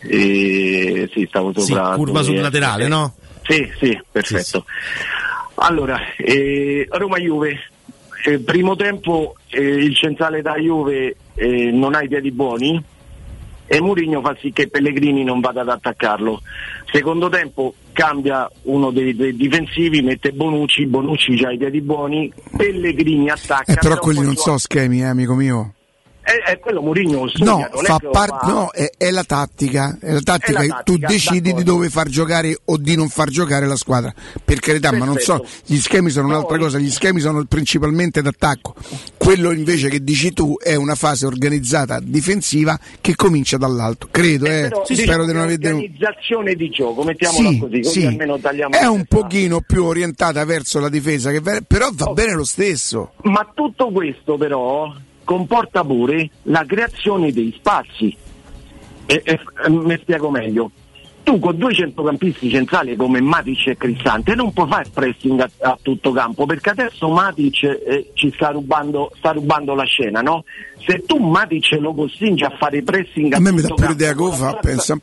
Speaker 10: e, sì, stavo sopra.
Speaker 14: Sì, curva sul laterale, no?
Speaker 10: Sì, sì, perfetto. Sì, sì. Allora, eh, Roma-Juve. Eh, primo tempo eh, il centrale da Juve eh, non ha i piedi buoni e Mourinho fa sì che Pellegrini non vada ad attaccarlo. Secondo tempo cambia uno dei, dei difensivi, mette Bonucci, Bonucci ha i piedi buoni, Pellegrini attacca.
Speaker 8: Eh, però quelli non sono schemi, eh, amico mio.
Speaker 10: È, è quello Mourinho studia,
Speaker 8: no,
Speaker 10: non
Speaker 8: fa
Speaker 10: è che
Speaker 8: par-
Speaker 10: fa...
Speaker 8: no è, è la tattica, è la tattica,
Speaker 10: è la tattica
Speaker 8: tu decidi
Speaker 10: d'accordo.
Speaker 8: di dove far giocare o di non far giocare la squadra, per carità. Perfetto. Ma non so, gli schemi sono un'altra no, cosa, gli schemi sono principalmente d'attacco. Quello invece che dici tu è una fase organizzata difensiva che comincia dall'alto, credo, eh,
Speaker 10: però,
Speaker 8: sì,
Speaker 10: diciamo
Speaker 8: spero di non aver
Speaker 10: organizzazione di gioco, mettiamola
Speaker 8: sì,
Speaker 10: così, così
Speaker 8: sì.
Speaker 10: almeno tagliamo.
Speaker 8: È un pochino più orientata verso la difesa, che ver- però va oh. bene lo stesso.
Speaker 10: Ma tutto questo però comporta pure la creazione dei spazi e, e, e mi spiego meglio. Tu con due centrocampisti centrali come Matic e Cristante non puoi fare pressing a, a tutto campo, perché adesso Matic eh, ci sta rubando, sta rubando la scena, no? Se tu Matic lo costringi a fare pressing a,
Speaker 8: a me
Speaker 10: tutto
Speaker 8: mi dà pure
Speaker 10: campo,
Speaker 8: idea che fa, pensa un po'.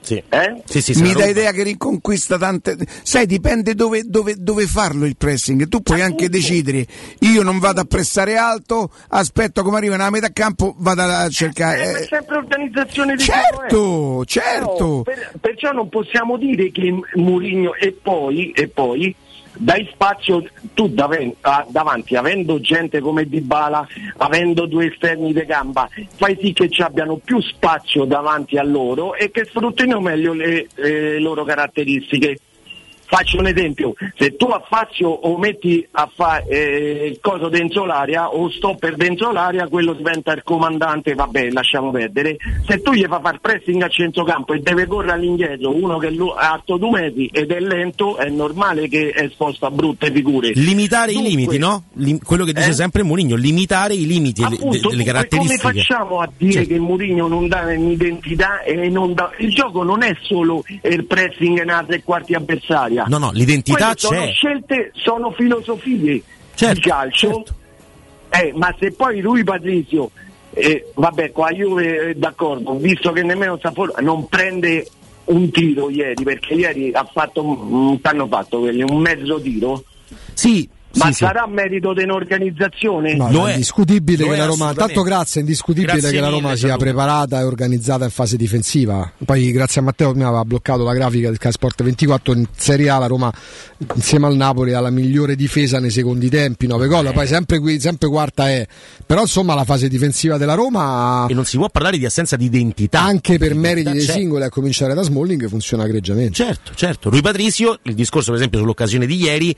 Speaker 14: Sì.
Speaker 6: Eh?
Speaker 14: Sì, sì,
Speaker 8: mi dà idea che riconquista tante. Sai, dipende dove, dove, dove farlo il pressing. Tu puoi anche decidere: io non vado a pressare alto, aspetto come arriva nella metà campo, vado a cercare.
Speaker 6: Eh, è sempre organizzazione di
Speaker 8: certo, certo.
Speaker 6: No, per, perciò non possiamo dire che Mourinho e poi e poi dai spazio tu dav- davanti, avendo gente come Dybala, avendo due esterni di gamba, fai sì che ci abbiano più spazio davanti a loro e che sfruttino meglio le, le loro caratteristiche. Faccio un esempio: se tu a Fazio o metti a fare eh, il coso dentro l'aria o stopper dentro l'aria, quello diventa il comandante, vabbè, lasciamo perdere. Se tu gli fai far pressing a centrocampo e deve correre all'indietro uno che è alto due metri ed è lento, è normale che è esposto a brutte figure.
Speaker 14: Limitare
Speaker 6: Dunque,
Speaker 14: i limiti, no? Lim- quello che dice
Speaker 6: eh?
Speaker 14: sempre Mourinho, limitare i limiti,
Speaker 6: appunto,
Speaker 14: le, le caratteristiche.
Speaker 6: Come facciamo a dire
Speaker 14: certo.
Speaker 6: che Mourinho non dà un'identità e non dà... Il gioco non è solo il pressing nella tre quarti avversaria.
Speaker 14: No, no, l'identità
Speaker 6: Quelle sono
Speaker 14: c'è.
Speaker 6: scelte, sono filosofie
Speaker 14: certo,
Speaker 6: di calcio.
Speaker 14: Certo.
Speaker 6: Eh, ma se poi lui Patrizio, eh, vabbè, con la Juve eh, d'accordo, visto che nemmeno sta fuori, non prende un tiro ieri, perché ieri ha fatto un hanno fatto quelli, un mezzo tiro.
Speaker 14: Sì.
Speaker 6: Ma
Speaker 14: sì,
Speaker 6: sarà
Speaker 14: sì.
Speaker 6: merito di un'organizzazione?
Speaker 4: No,
Speaker 14: lo
Speaker 4: è
Speaker 14: è.
Speaker 4: indiscutibile
Speaker 14: Lo
Speaker 4: che
Speaker 14: è
Speaker 4: la Roma, tanto grazie, è indiscutibile
Speaker 14: Grazie
Speaker 4: che la
Speaker 14: mille,
Speaker 4: Roma sia
Speaker 14: Gianluca.
Speaker 4: preparata e organizzata in fase difensiva. Poi grazie a Matteo mi aveva bloccato la grafica del Sport ventiquattro, in Serie A la Roma insieme al Napoli ha la migliore difesa nei secondi tempi, nove gol, poi sempre qui, sempre quarta è. Però insomma la fase difensiva della Roma,
Speaker 14: e non si può parlare di assenza di identità.
Speaker 4: Anche per meriti dei
Speaker 14: c'è.
Speaker 4: singoli, a cominciare da Smalling, funziona egregiamente.
Speaker 14: Certo, certo. Rui Patrizio, il discorso per esempio sull'occasione di ieri,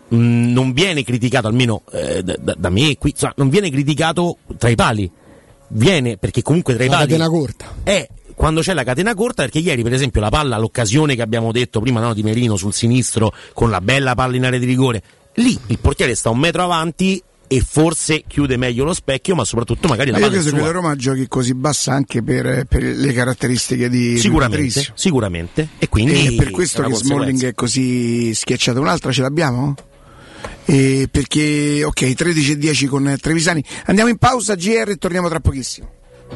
Speaker 14: non viene criticato, almeno eh, da, da me qui, insomma, non viene criticato tra i pali, viene perché comunque tra i
Speaker 4: la
Speaker 14: pali
Speaker 4: catena corta
Speaker 14: è quando c'è la catena corta, perché ieri per esempio la palla, l'occasione che abbiamo detto prima, no, di Merino sul sinistro con la bella palla in area di rigore, lì il portiere sta un metro avanti e forse chiude meglio lo specchio, ma soprattutto magari la
Speaker 8: io
Speaker 14: palla è
Speaker 8: credo
Speaker 14: sua.
Speaker 8: che la Roma giochi così bassa anche per, per le caratteristiche di
Speaker 14: sicuramente,
Speaker 8: Patrizio.
Speaker 14: sicuramente e quindi
Speaker 8: e per questo
Speaker 14: è
Speaker 8: che Smalling è così schiacciato. Un'altra ce l'abbiamo? E perché ok, tredici e dieci con Trevisani. Andiamo in pausa G R e torniamo tra pochissimo.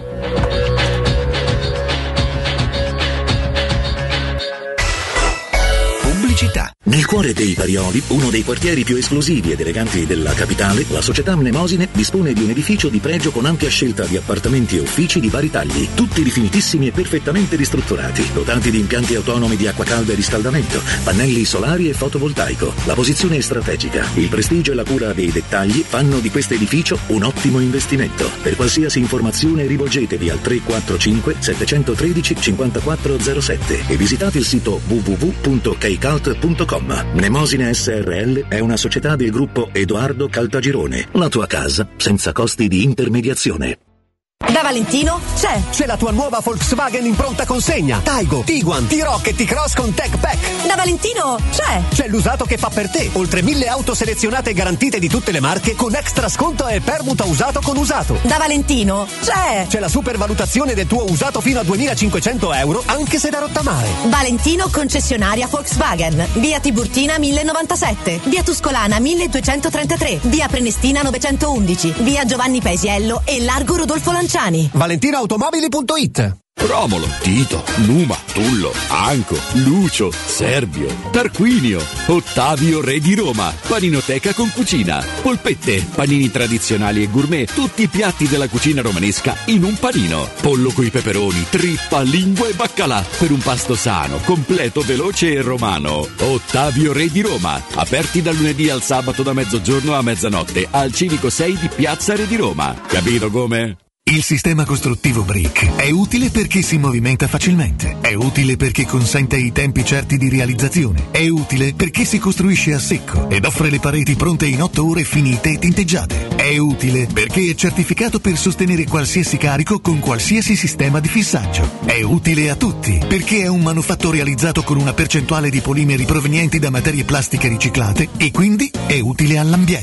Speaker 1: Pubblicità. Nel cuore dei Parioli, uno dei quartieri più esclusivi ed eleganti della capitale, la società Mnemosine dispone di un edificio di pregio con ampia scelta di appartamenti e uffici di vari tagli, tutti rifinitissimi e perfettamente ristrutturati, dotati di impianti autonomi di acqua calda e riscaldamento, pannelli solari e fotovoltaico. La posizione è strategica, il prestigio e la cura dei dettagli fanno di questo edificio un ottimo investimento. Per qualsiasi informazione rivolgetevi al tre quattro cinque sette uno tre cinque quattro zero sette e visitate il sito w w w punto keycult punto com. Mnemosine S R L è una società del gruppo Edoardo Caltagirone. La tua casa senza costi di intermediazione.
Speaker 11: Da Valentino c'è
Speaker 2: C'è la tua nuova Volkswagen in pronta consegna. Taigo, Tiguan, T-Roc e T-Cross con Tech Pack.
Speaker 11: Da Valentino c'è
Speaker 2: C'è l'usato che fa per te. Oltre mille auto selezionate e garantite di tutte le marche con extra sconto e permuta usato con usato.
Speaker 11: Da Valentino c'è
Speaker 2: C'è la supervalutazione del tuo usato fino a duemilacinquecento euro anche se da rottamare.
Speaker 11: Valentino concessionaria Volkswagen. Via Tiburtina mille novantasette, via Tuscolana milleduecentotrentatré, via Prenestina novecentoundici, via Giovanni Paesiello e largo Rodolfo Lanciani.
Speaker 2: valentinoautomobili punto it.
Speaker 13: Romolo, Tito, Numa, Tullo, Anco, Lucio, Servio, Tarquinio, Ottavio Re di Roma, paninoteca con cucina, polpette, panini tradizionali e gourmet, tutti i piatti della cucina romanesca in un panino, pollo coi peperoni, trippa, lingua e baccalà, per un pasto sano, completo, veloce e romano. Ottavio Re di Roma, aperti dal lunedì al sabato da mezzogiorno a mezzanotte, al Civico sei di Piazza Re di Roma. Capito come?
Speaker 21: Il sistema costruttivo Brick è utile perché si movimenta facilmente, è utile perché consente i tempi certi di realizzazione, è utile perché si costruisce a secco ed offre le pareti pronte in otto ore finite e tinteggiate, è utile perché è certificato per sostenere qualsiasi carico con qualsiasi sistema di fissaggio, è utile a tutti perché è un manufatto realizzato con una percentuale di polimeri provenienti da materie plastiche riciclate e quindi è utile all'ambiente.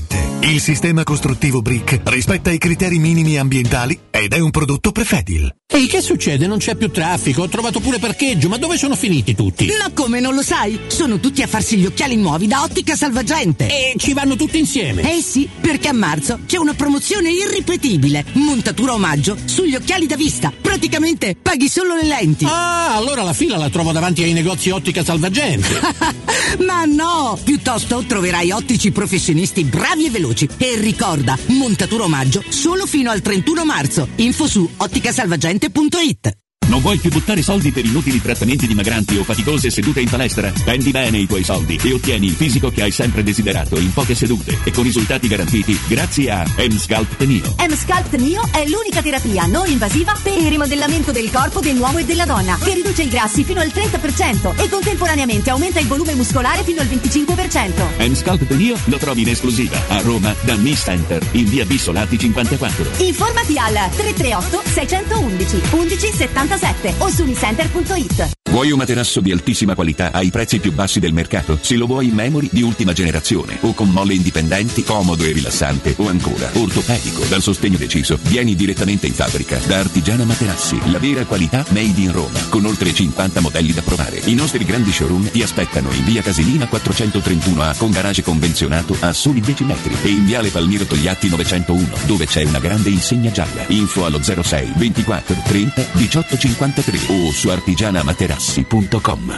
Speaker 21: Il sistema costruttivo Brick rispetta i criteri minimi ambientali ed è un prodotto Prefedil.
Speaker 3: Ehi, che succede? Non c'è più traffico, ho trovato pure parcheggio, ma dove sono finiti tutti?
Speaker 15: Ma come, non lo sai? Sono tutti a farsi gli occhiali nuovi da Ottica Salvagente.
Speaker 3: E ci vanno tutti insieme?
Speaker 15: Eh sì, perché a marzo c'è una promozione irripetibile. Montatura omaggio sugli occhiali da vista. Praticamente paghi solo le lenti.
Speaker 3: Ah, allora la fila la trovo davanti ai negozi Ottica Salvagente.
Speaker 15: Ma no, piuttosto troverai ottici professionisti bravi e veloci. E ricorda, montatura omaggio solo fino al trentuno marzo. Info su otticasalvagente punto it.
Speaker 23: Non vuoi più buttare soldi per inutili trattamenti dimagranti o faticose sedute in palestra? Spendi bene i tuoi soldi e ottieni il fisico che hai sempre desiderato in poche sedute e con risultati garantiti grazie a M-Sculpt Neo.
Speaker 11: M-Sculpt Neo è l'unica terapia non invasiva per il rimodellamento del corpo dell'uomo e della donna, che riduce i grassi fino al trenta per cento e contemporaneamente aumenta il volume muscolare fino al venticinque per cento.
Speaker 23: M-Sculpt Neo lo trovi in esclusiva a Roma da Miss Center in via Bissolati cinquantaquattro.
Speaker 11: Informati al tre tre otto sei uno uno undici settantasette o su unicenter punto it.
Speaker 23: Vuoi un materasso di altissima qualità ai prezzi più bassi del mercato? Se lo vuoi in memory di ultima generazione o con molle indipendenti, comodo e rilassante, o ancora ortopedico dal sostegno deciso, vieni direttamente in fabbrica da Artigiana Materassi, la vera qualità made in Roma, con oltre cinquanta modelli da provare. I nostri grandi showroom ti aspettano in via Casilina quattrocentotrentuno A con garage convenzionato a soli dieci metri e in viale Palmiro Togliatti novecentouno dove c'è una grande insegna gialla. Info allo zero sei ventiquattro trenta diciotto cinquantatré o su artigiana materassi punto com.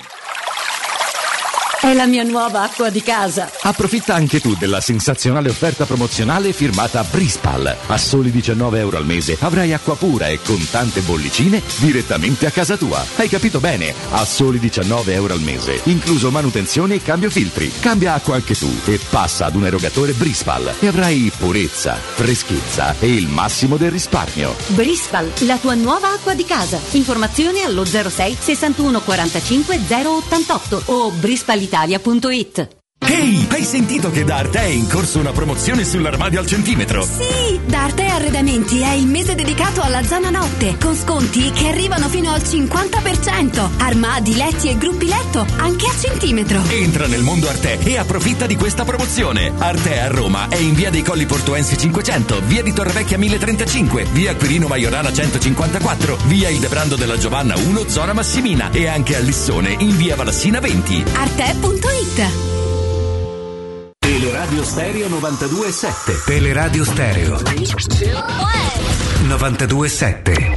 Speaker 12: È la mia nuova acqua di casa.
Speaker 13: Approfitta anche tu della sensazionale offerta promozionale firmata Brispal. A soli diciannove euro al mese avrai acqua pura e con tante bollicine direttamente a casa tua. Hai capito bene? A soli diciannove euro al mese, incluso manutenzione e cambio filtri. Cambia acqua anche tu e passa ad un erogatore Brispal e avrai purezza, freschezza e il massimo del risparmio.
Speaker 12: Brispal, la tua nuova acqua di casa. Informazioni allo zero sei sessantuno quarantacinque zero ottantotto o brispal italia punto it.
Speaker 22: Ehi, hai sentito che da Arte è in corso una promozione sull'armadio al centimetro?
Speaker 24: Sì, da Arte Arredamenti è il mese dedicato alla zona notte, con sconti che arrivano fino al cinquanta per cento. Armadi, letti e gruppi letto, anche a centimetro.
Speaker 22: Entra nel mondo Arte e approfitta di questa promozione. Arte a Roma è in via dei Colli Portuensi cinquecento, via di Torrevecchia mille trentacinque, via Quirino Maiorana centocinquantaquattro, via Il Debrando della Giovanna uno, zona Massimina e anche a Lissone in via Valassina venti.
Speaker 24: Arte punto it.
Speaker 21: Teleradio Stereo novantadue e sette. Teleradio Stereo novantadue e sette.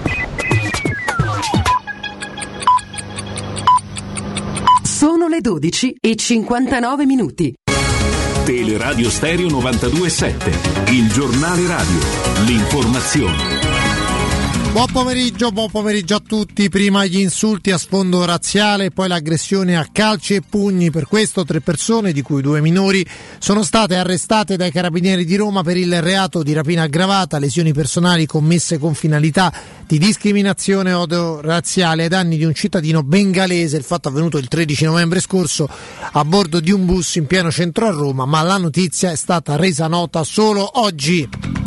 Speaker 25: Sono le dodici e cinquantanove minuti.
Speaker 21: Teleradio Stereo novantadue e sette. Il giornale radio. L'informazione.
Speaker 26: Buon pomeriggio, buon pomeriggio a tutti. Prima gli insulti a sfondo razziale, poi l'aggressione a calci e pugni. Per questo tre persone, di cui due minori, sono state arrestate dai carabinieri di Roma per il reato di rapina aggravata, lesioni personali commesse con finalità di discriminazione o odio razziale ai danni di un cittadino bengalese. Il fatto è avvenuto il tredici novembre scorso a bordo di un bus in pieno centro a Roma, ma la notizia è stata resa nota solo oggi.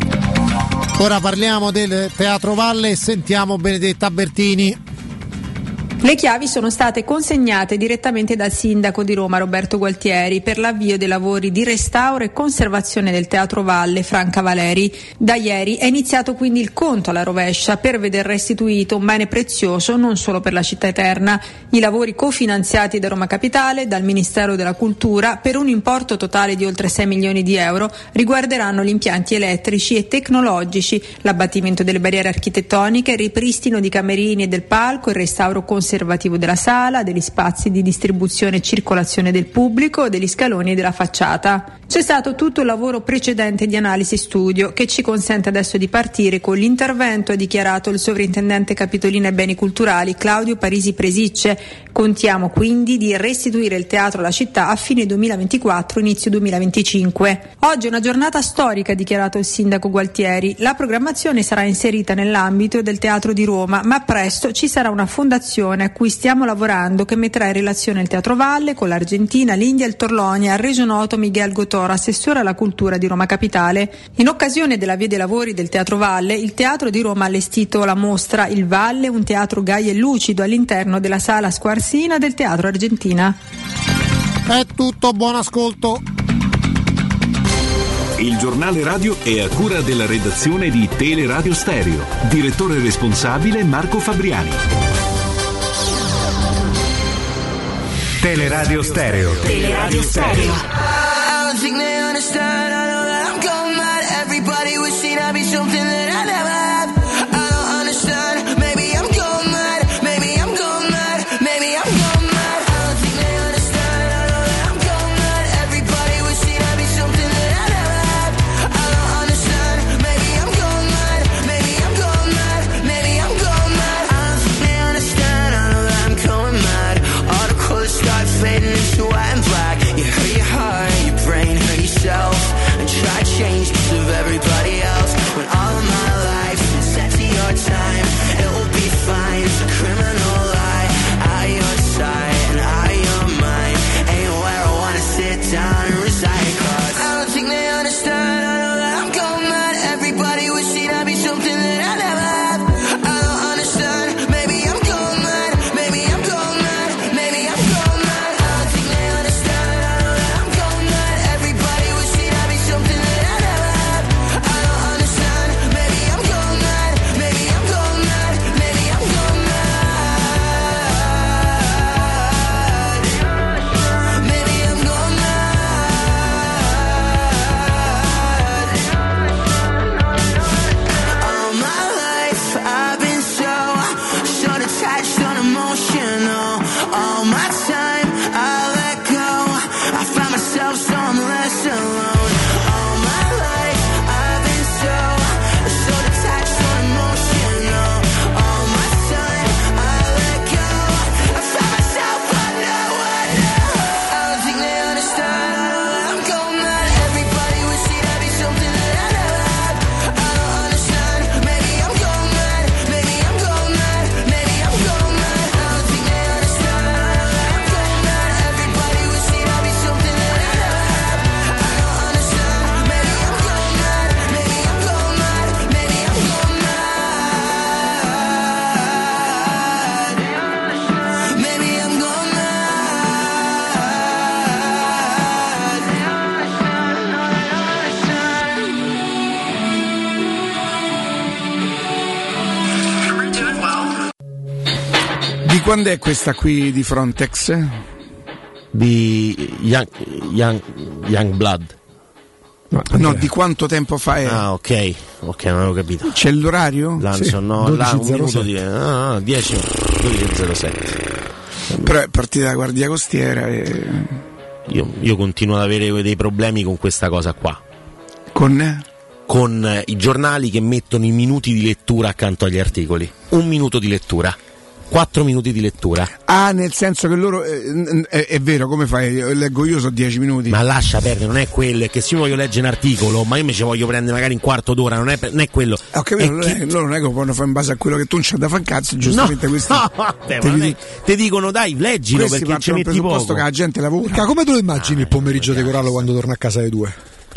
Speaker 26: Ora parliamo del Teatro Valle e sentiamo Benedetta Bertini.
Speaker 27: Le chiavi sono state consegnate direttamente dal sindaco di Roma Roberto Gualtieri per l'avvio dei lavori di restauro e conservazione del Teatro Valle Franca Valeri. Da ieri è iniziato quindi il conto alla rovescia per veder restituito un bene prezioso non solo per la città eterna. I lavori cofinanziati da Roma Capitale, dal Ministero della Cultura, per un importo totale di oltre sei milioni di euro, riguarderanno gli impianti elettrici e tecnologici, l'abbattimento delle barriere architettoniche, il ripristino di camerini e del palco, il restauro conservativo della sala, degli spazi di distribuzione e circolazione del pubblico, degli scaloni e della facciata. C'è stato tutto il lavoro precedente di analisi studio che ci consente adesso di partire con l'intervento, ha dichiarato il sovrintendente capitolino ai beni culturali Claudio Parisi Presicce. Contiamo quindi di restituire il teatro alla città a fine duemilaventiquattro, inizio duemilaventicinque. Oggi è una giornata storica, ha dichiarato il sindaco Gualtieri. La programmazione sarà inserita nell'ambito del Teatro di Roma, ma presto ci sarà una fondazione a cui stiamo lavorando che metterà in relazione il Teatro Valle con l'Argentina, l'India e il Torlonia, ha reso noto Miguel Gotor, assessore alla cultura di Roma Capitale. In occasione dell'avvio dei lavori del Teatro Valle, il Teatro di Roma ha allestito la mostra Il Valle, un teatro gaio e lucido all'interno della sala Squarsina del Teatro Argentina.
Speaker 26: È tutto, buon ascolto.
Speaker 21: Il giornale radio è a cura della redazione di Teleradio Stereo. Direttore responsabile Marco Fabriani.
Speaker 7: Teleradio Stereo.
Speaker 9: Teleradio Stereo.
Speaker 16: I don't think they understand. I know that I'm going mad. Everybody wishing I'd be something that I never have. I don't understand. Maybe I'm going mad. Maybe I'm going mad. Maybe I'm going mad. I don't think they understand. I know that I'm going mad. Everybody wishing I'd be something that I never have. I don't understand. Maybe I'm going mad. Maybe I'm going mad. Maybe I'm going mad. I don't think they understand. I know that I'm going mad. All the colors start fading into white and black. You hurt your heart, your brain, hurt yourself, and try to change because of everybody else. When all of my life is set to your time, it will be fine. It's a criminal lie. I your side and I your mind. Ain't where I wanna sit down and reside. Cause I don't think they understand. I know that I'm going mad. Everybody wishing I'd be something that I never have. I don't understand. Maybe I'm going mad. Maybe I'm going mad. Maybe I'm going mad. I don't think they understand. I know that I'm going mad. Everybody wishing I'd be something that I never have. I don't understand. Maybe I'm going mad. Maybe I'm going mad. Maybe I'm going mad. Maybe I'm going mad. All my life I've been so, so detached, unemotional. All my time I let go. I found myself so I'm less alone. All my life I've been so, so detached, unemotional. All my time I let go. I found myself underwater. I don't think they understand. I know that I'm going mad. Everybody wishing I'd be something that I never have. I don't understand. Maybe I'm going mad. Maybe I'm going mad. Maybe I'm going mad. I don't think they understand. I know that I'm going mad. Everybody wishing I'd be something that I never have. I don't understand. Maybe I'm going mad. Maybe I'm going mad. Maybe I'm going mad. Maybe I'm going mad.
Speaker 8: Di quando è questa qui di Frontex?
Speaker 14: Di Young, young, young Blood.
Speaker 8: No, di quanto tempo fa è?
Speaker 14: Ah, ok, ok, non avevo capito.
Speaker 8: C'è l'orario?
Speaker 14: Lanzo, no, là, un minuto di ah, dieci dodici zero sette.
Speaker 8: Però è partita la Guardia Costiera e...
Speaker 14: io, io continuo ad avere dei problemi con questa cosa qua.
Speaker 8: Con?
Speaker 14: Con eh, i giornali che mettono i minuti di lettura accanto agli articoli. Un minuto di lettura. Quattro minuti di lettura.
Speaker 8: Ah, nel senso che loro eh, è, è vero, come fai? Leggo io, so dieci minuti.
Speaker 14: Ma lascia perdere, non è quello, è che se io voglio leggere un articolo, ma io mi ci voglio prendere magari un quarto d'ora, non è, non è quello.
Speaker 8: Ho capito,
Speaker 14: è
Speaker 8: che...
Speaker 14: che...
Speaker 8: loro non è che possono fare in base a quello che tu non c'è da fare cazzo, giustamente
Speaker 14: no,
Speaker 8: questi.
Speaker 14: No, vabbè, te,
Speaker 8: dico...
Speaker 14: te dicono dai, leggilo
Speaker 8: questi
Speaker 14: perché ci metti poco.
Speaker 8: Che la gente lavora.
Speaker 4: Perché, come te lo immagini ah, il pomeriggio di Corallo quando torna a casa alle due?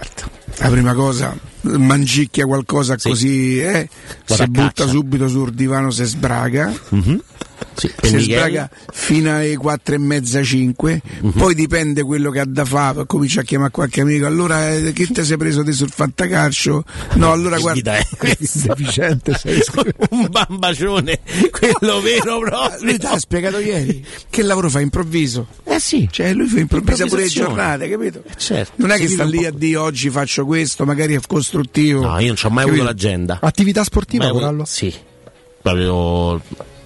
Speaker 8: La prima cosa, mangicchia qualcosa sì. Così, eh, si butta subito sul divano, se sbraga.
Speaker 14: Mm-hmm.
Speaker 8: Sì, si sbraga fino alle quattro e mezza, cinque, uh-huh. Poi dipende quello che ha da fare, comincia a chiamare qualche amico, allora eh, che ti sei preso te sul fantacalcio? No, allora guarda,
Speaker 14: è deficiente, sei un bambacione, quello vero proprio.
Speaker 8: Lui ti ha spiegato ieri che lavoro fa improvviso.
Speaker 14: Eh sì,
Speaker 8: cioè lui fa improvvisa pure le giornate, capito?
Speaker 14: Eh certo.
Speaker 8: Non è che sta lì a dire oggi faccio questo, magari è costruttivo.
Speaker 14: No, io non ci ho mai capito? Avuto l'agenda.
Speaker 4: Attività sportiva, Corallo?
Speaker 14: Sì, proprio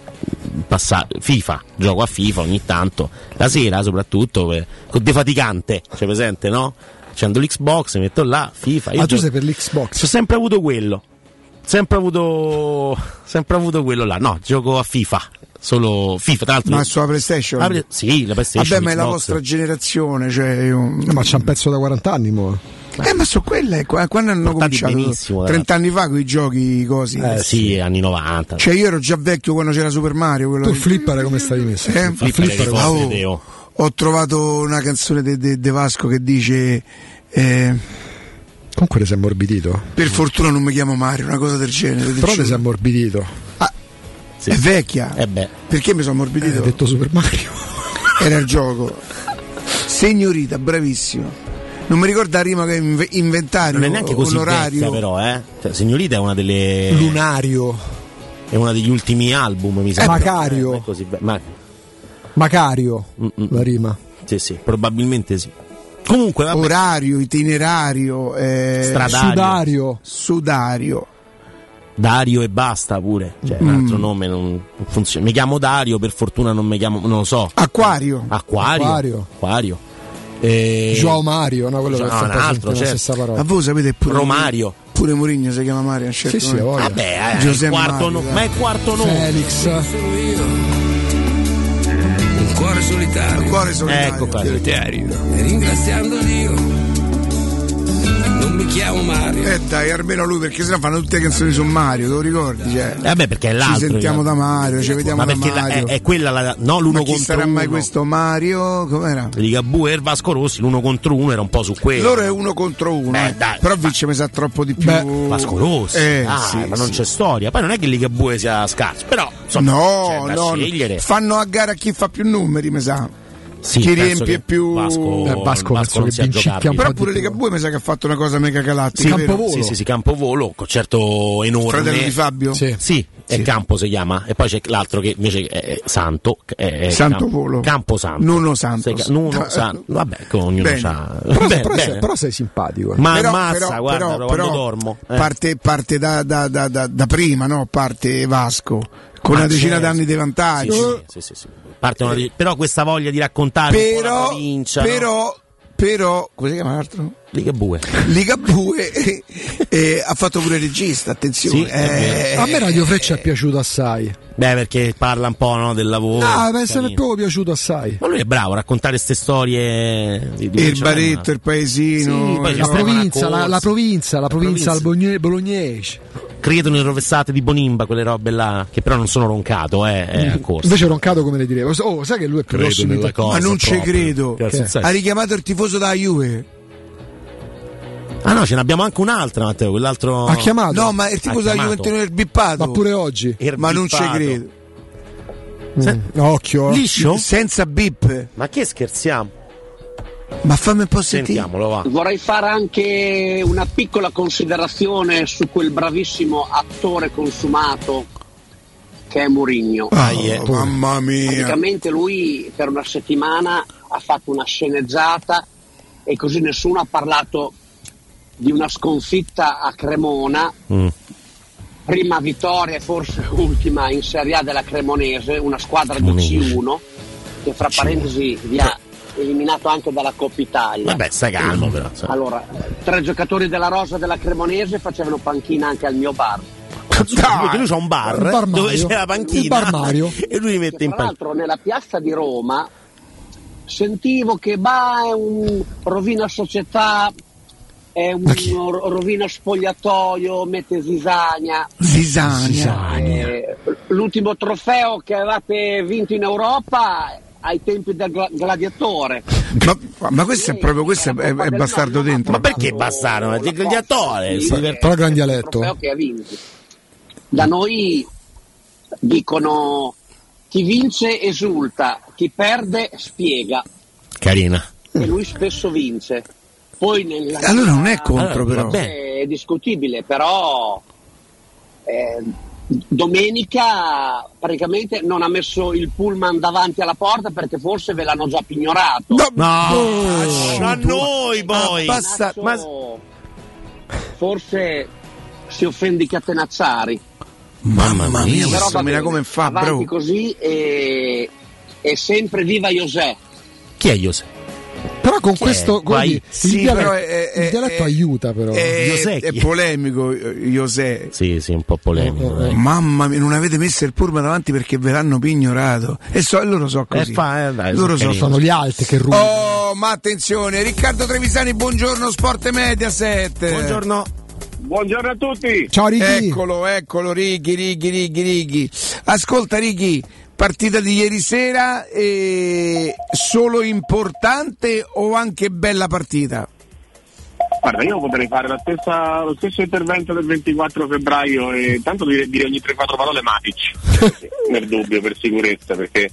Speaker 14: passato FIFA, gioco a FIFA ogni tanto la sera, soprattutto per, con defaticante, cioè presente, no? Accendo l'Xbox, mi metto là, FIFA. Io
Speaker 4: ah, tu
Speaker 14: gioco...
Speaker 4: sei per l'Xbox?
Speaker 14: Ho sempre avuto quello, sempre avuto sempre avuto quello là, no, gioco a FIFA, solo FIFA, tra l'altro.
Speaker 8: Ma sulla PlayStation?
Speaker 14: Ah, sì, la PlayStation.
Speaker 8: Vabbè, ma è la vostra generazione, cioè io...
Speaker 4: no, ma c'è un pezzo da quaranta anni, mo.
Speaker 8: Eh, ma su quelle, quando hanno cominciato trenta anni fa con i giochi così.
Speaker 14: Eh sì, anni novanta.
Speaker 8: Cioè io ero già vecchio quando c'era Super Mario. Quello
Speaker 4: tu il flipper come stavi messo?
Speaker 8: Eh?
Speaker 14: Il flipper
Speaker 8: flipper oh, ho trovato una canzone di de, de Vasco che dice eh,
Speaker 4: comunque ti sei ammorbidito.
Speaker 8: Per fortuna non mi chiamo Mario, una cosa del genere.
Speaker 4: Però ti sei ammorbidito.
Speaker 8: Ah,
Speaker 14: sì.
Speaker 8: È vecchia.
Speaker 14: Eh beh.
Speaker 8: Perché mi sono ammorbidito?
Speaker 4: Eh, hai detto Super Mario.
Speaker 8: Era il gioco. Signorita, bravissimo. Non mi ricordo la rima che inv- inventario.
Speaker 14: Non è neanche così
Speaker 8: onorario.
Speaker 14: vecchia però, eh. Cioè, Signorita è una delle...
Speaker 4: Lunario.
Speaker 14: È uno degli ultimi album, mi sa.
Speaker 4: Eh, Macario.
Speaker 14: Non è così ve- Ma...
Speaker 4: Macario,
Speaker 14: Mm-mm.
Speaker 4: la rima.
Speaker 14: Sì, sì, probabilmente sì. Comunque, vabbè.
Speaker 8: Orario, itinerario, eh,
Speaker 14: Stradario.
Speaker 4: Sudario.
Speaker 8: Sudario.
Speaker 14: Dario e basta pure, cioè un altro
Speaker 8: Mm.
Speaker 14: nome non, non funziona. Mi chiamo Dario, per fortuna non mi chiamo, non lo so.
Speaker 8: Acquario.
Speaker 14: Acquario.
Speaker 4: Acquario.
Speaker 14: Acquario. E...
Speaker 4: Joao Mario, no, quello
Speaker 14: No,
Speaker 4: che fa
Speaker 14: un
Speaker 4: presente
Speaker 14: altro,
Speaker 4: la
Speaker 14: certo.
Speaker 4: stessa parola.
Speaker 8: Ma voi sapete pure
Speaker 14: Romario.
Speaker 8: Pure Mourinho si chiama Mario, certo.
Speaker 4: Sì, sì, ha voglia.
Speaker 14: Vabbè, eh,
Speaker 8: Giuseppe
Speaker 14: il quarto
Speaker 8: Mario,
Speaker 14: no-
Speaker 8: dai.
Speaker 14: ma è il quarto nome.
Speaker 4: Felix.
Speaker 5: Un cuore solitario.
Speaker 8: Un cuore solitario.
Speaker 14: Ecco qua.
Speaker 5: solitario. E ringraziando Dio. Non mi chiamo Mario.
Speaker 8: Eh dai, almeno lui, perché sennò fanno tutte le canzoni su Mario, te lo ricordi? Cioè,
Speaker 14: Eh beh, perché è l'altro.
Speaker 8: ci sentiamo da Mario, ci vediamo
Speaker 14: Ma
Speaker 8: da
Speaker 14: perché la-
Speaker 8: Mario.
Speaker 14: è, è quella la, no, l'uno
Speaker 8: Ma chi
Speaker 14: contro
Speaker 8: sarà
Speaker 14: uno.
Speaker 8: mai questo Mario? Com'era?
Speaker 14: Ligabue e il Vasco Rossi, l'uno contro uno era un po' su quello.
Speaker 8: Loro è uno contro uno,
Speaker 14: Beh,
Speaker 8: eh.
Speaker 14: dai.
Speaker 8: Però vince mi sa troppo di più.
Speaker 4: Beh,
Speaker 14: Vasco Rossi,
Speaker 8: Eh,
Speaker 14: ah,
Speaker 8: sì,
Speaker 14: ma non
Speaker 8: sì.
Speaker 14: c'è storia. Poi non è che Ligabue sia scarso, però insomma,
Speaker 8: No,
Speaker 14: c'è da
Speaker 8: no,
Speaker 14: scegliere.
Speaker 8: fanno a gara chi fa più numeri, mi sa.
Speaker 14: Sì,
Speaker 8: chi
Speaker 14: penso
Speaker 8: riempie
Speaker 14: che
Speaker 8: più.
Speaker 14: Vasco,
Speaker 4: Eh, Vasco penso
Speaker 14: non
Speaker 4: che
Speaker 14: sia
Speaker 4: vincicchia
Speaker 14: giocabile.
Speaker 4: un
Speaker 8: Però
Speaker 4: po'
Speaker 8: pure
Speaker 4: di più.
Speaker 8: Ligabue mi sa che ha fatto una cosa mega galattica.
Speaker 14: Sì,
Speaker 8: vero?
Speaker 4: Campovolo.
Speaker 14: Sì, sì, sì, Campovolo, concerto enorme.
Speaker 8: Fratello di Fabio?
Speaker 4: Sì.
Speaker 14: Sì, è
Speaker 8: Sì.
Speaker 14: Campo si chiama. E poi c'è l'altro che invece è Santo. È, è
Speaker 8: Santo
Speaker 14: Campo,
Speaker 8: Polo.
Speaker 14: Campo Santo.
Speaker 8: Nuno Santos.
Speaker 14: Si chiama- Nuno Santo. Vabbè, che ognuno
Speaker 8: Bene.
Speaker 14: c'ha.
Speaker 4: Però,
Speaker 14: Beh,
Speaker 4: però
Speaker 14: bene.
Speaker 4: sei, però sei simpatico. eh.
Speaker 14: Ma
Speaker 8: Però-
Speaker 14: ammazza,
Speaker 8: però-
Speaker 14: guarda,
Speaker 8: però-
Speaker 14: quando
Speaker 8: però
Speaker 14: dormo. eh.
Speaker 8: Parte, parte da, da- da- da- da prima, no? Parte Vasco. Con
Speaker 14: Ma
Speaker 8: una decina
Speaker 14: certo.
Speaker 8: d'anni di vantaggio.
Speaker 14: Sì, sì, sì, sì, sì. Parte una- Però questa voglia di raccontare un po' la
Speaker 8: Però,
Speaker 14: provincia, no?
Speaker 8: però, però, come si chiama l'altro?
Speaker 14: Ligabue.
Speaker 8: Ligabue eh, eh, ha fatto pure regista, attenzione.
Speaker 14: Sì, è
Speaker 8: eh,
Speaker 4: A me Radio Freccia è piaciuto assai.
Speaker 14: Beh, perché parla un po', no, del lavoro.
Speaker 4: Ah, mi è
Speaker 14: carino.
Speaker 4: proprio piaciuto assai.
Speaker 14: Ma lui è bravo a raccontare queste storie di, di
Speaker 8: il
Speaker 14: cioè,
Speaker 8: baretto, il paesino.
Speaker 14: Sì, poi
Speaker 8: eh,
Speaker 14: ci
Speaker 4: La
Speaker 14: sta una
Speaker 4: provincia, la,
Speaker 14: corsa.
Speaker 4: la provincia, la provincia
Speaker 14: provincia.
Speaker 4: al Bogne- bolognese.
Speaker 14: credo nelle rovesciate di Bonimba, quelle robe là, che però non sono roncato, eh, è a corsa.
Speaker 4: Invece roncato come le direi. Oh, sai che lui è più
Speaker 14: Credo
Speaker 4: grosso di
Speaker 14: nella
Speaker 4: te.
Speaker 14: cosa
Speaker 8: Ma non ci
Speaker 14: proprio.
Speaker 8: credo.
Speaker 14: Cazzo,
Speaker 4: Che?
Speaker 14: sai.
Speaker 8: Ha richiamato il tifoso della Juve.
Speaker 14: Ah no, ce ne abbiamo anche un'altra, Matteo, quell'altro...
Speaker 4: Ha chiamato?
Speaker 8: No, ma il tifoso
Speaker 14: Ha
Speaker 8: della
Speaker 14: chiamato.
Speaker 8: Juventus è bippato.
Speaker 4: Ma pure oggi.
Speaker 8: Ma non ci
Speaker 14: Erbippato.
Speaker 8: credo.
Speaker 14: Se-
Speaker 4: Mm, occhio. eh.
Speaker 14: Liscio?
Speaker 8: Senza bip.
Speaker 14: Ma che scherziamo?
Speaker 8: Ma fammi un po' sentire.
Speaker 14: Sentiamolo, va.
Speaker 7: Vorrei fare anche una piccola considerazione su quel bravissimo attore consumato che è Mourinho.
Speaker 8: Oh, mamma mia.
Speaker 7: Praticamente lui per una settimana ha fatto una sceneggiata e così nessuno ha parlato di una sconfitta a Cremona,
Speaker 14: Mm.
Speaker 7: prima vittoria e forse ultima in Serie A della Cremonese, una squadra di
Speaker 14: Cremonese.
Speaker 7: C uno che fra parentesi vi ha eliminato anche dalla Coppa Italia.
Speaker 14: Vabbè, stai calmo però. sai.
Speaker 7: Allora, tre giocatori della rosa della Cremonese facevano panchina anche al mio bar.
Speaker 14: Perché lui c'ha un bar,
Speaker 4: Il bar
Speaker 14: dove
Speaker 4: Mario.
Speaker 14: c'è la panchina
Speaker 4: Il bar Mario.
Speaker 14: e lui mette
Speaker 7: Che
Speaker 14: in
Speaker 7: tra
Speaker 14: panchina.
Speaker 7: l'altro nella piazza di Roma sentivo che bah, è un rovina società, è un ro- rovina spogliatoio, mette zizagna.
Speaker 8: Zizagna.
Speaker 7: Eh, l'ultimo trofeo che avevate vinto in Europa ai tempi del gla- gladiatore.
Speaker 8: Ma, ma questo è proprio questo è, è- è bastardo dentro.
Speaker 14: Ma perché bastardo? È il gladiatore.
Speaker 7: Sì,
Speaker 14: si
Speaker 7: eh,
Speaker 14: diverte-
Speaker 4: Però gran
Speaker 7: il
Speaker 4: dialetto.
Speaker 7: trofeo che ha vinto. Da noi dicono chi vince esulta, chi perde spiega
Speaker 14: Carina.
Speaker 7: e lui spesso vince. Poi nella
Speaker 8: Allora non è contro,
Speaker 14: Allora,
Speaker 8: però.
Speaker 14: vabbè.
Speaker 7: è discutibile, però eh, domenica praticamente non ha messo il pullman davanti alla porta perché forse ve l'hanno già pignorato.
Speaker 8: No,
Speaker 14: No, a noi poi.
Speaker 8: Basta, ma
Speaker 7: Forse si offende i catenacciari.
Speaker 8: mamma mia,
Speaker 7: Però
Speaker 8: questo
Speaker 7: va
Speaker 8: mira
Speaker 7: bene,
Speaker 8: come fa,
Speaker 7: avanti
Speaker 8: bro.
Speaker 7: così e, e sempre viva José.
Speaker 14: Chi è José?
Speaker 4: Però con
Speaker 14: Chi
Speaker 4: questo
Speaker 14: è?
Speaker 4: come
Speaker 14: Vai.
Speaker 4: dire, il
Speaker 8: Sì,
Speaker 4: dialetto,
Speaker 8: però è- è-
Speaker 4: il dialetto
Speaker 8: è-
Speaker 4: aiuta però.
Speaker 8: È,
Speaker 14: José
Speaker 8: è
Speaker 14: chi è?
Speaker 8: polemico, José.
Speaker 14: Sì, sì, un po' polemico. dai.
Speaker 8: Mamma mia, non avete messo il pullman davanti perché ve l'hanno pignorato. E so, e loro so così.
Speaker 14: Eh, fa, eh, dai,
Speaker 8: loro
Speaker 14: sono
Speaker 8: so
Speaker 14: carini.
Speaker 4: Sono gli altri che rubano.
Speaker 8: Oh, ma attenzione, Riccardo Trevisani, buongiorno Sport Mediaset.
Speaker 14: Buongiorno.
Speaker 6: Buongiorno a tutti.
Speaker 4: Ciao Ricky.
Speaker 8: Eccolo, eccolo, Righi, Righi, Righi, Righi. Ascolta Righi, partita di ieri sera, eh, solo importante o anche bella partita?
Speaker 6: Guarda, io potrei fare la stessa, lo stesso intervento del ventiquattro febbraio e tanto dire, dire ogni tre quattro parole Matic, nel dubbio, per sicurezza, perché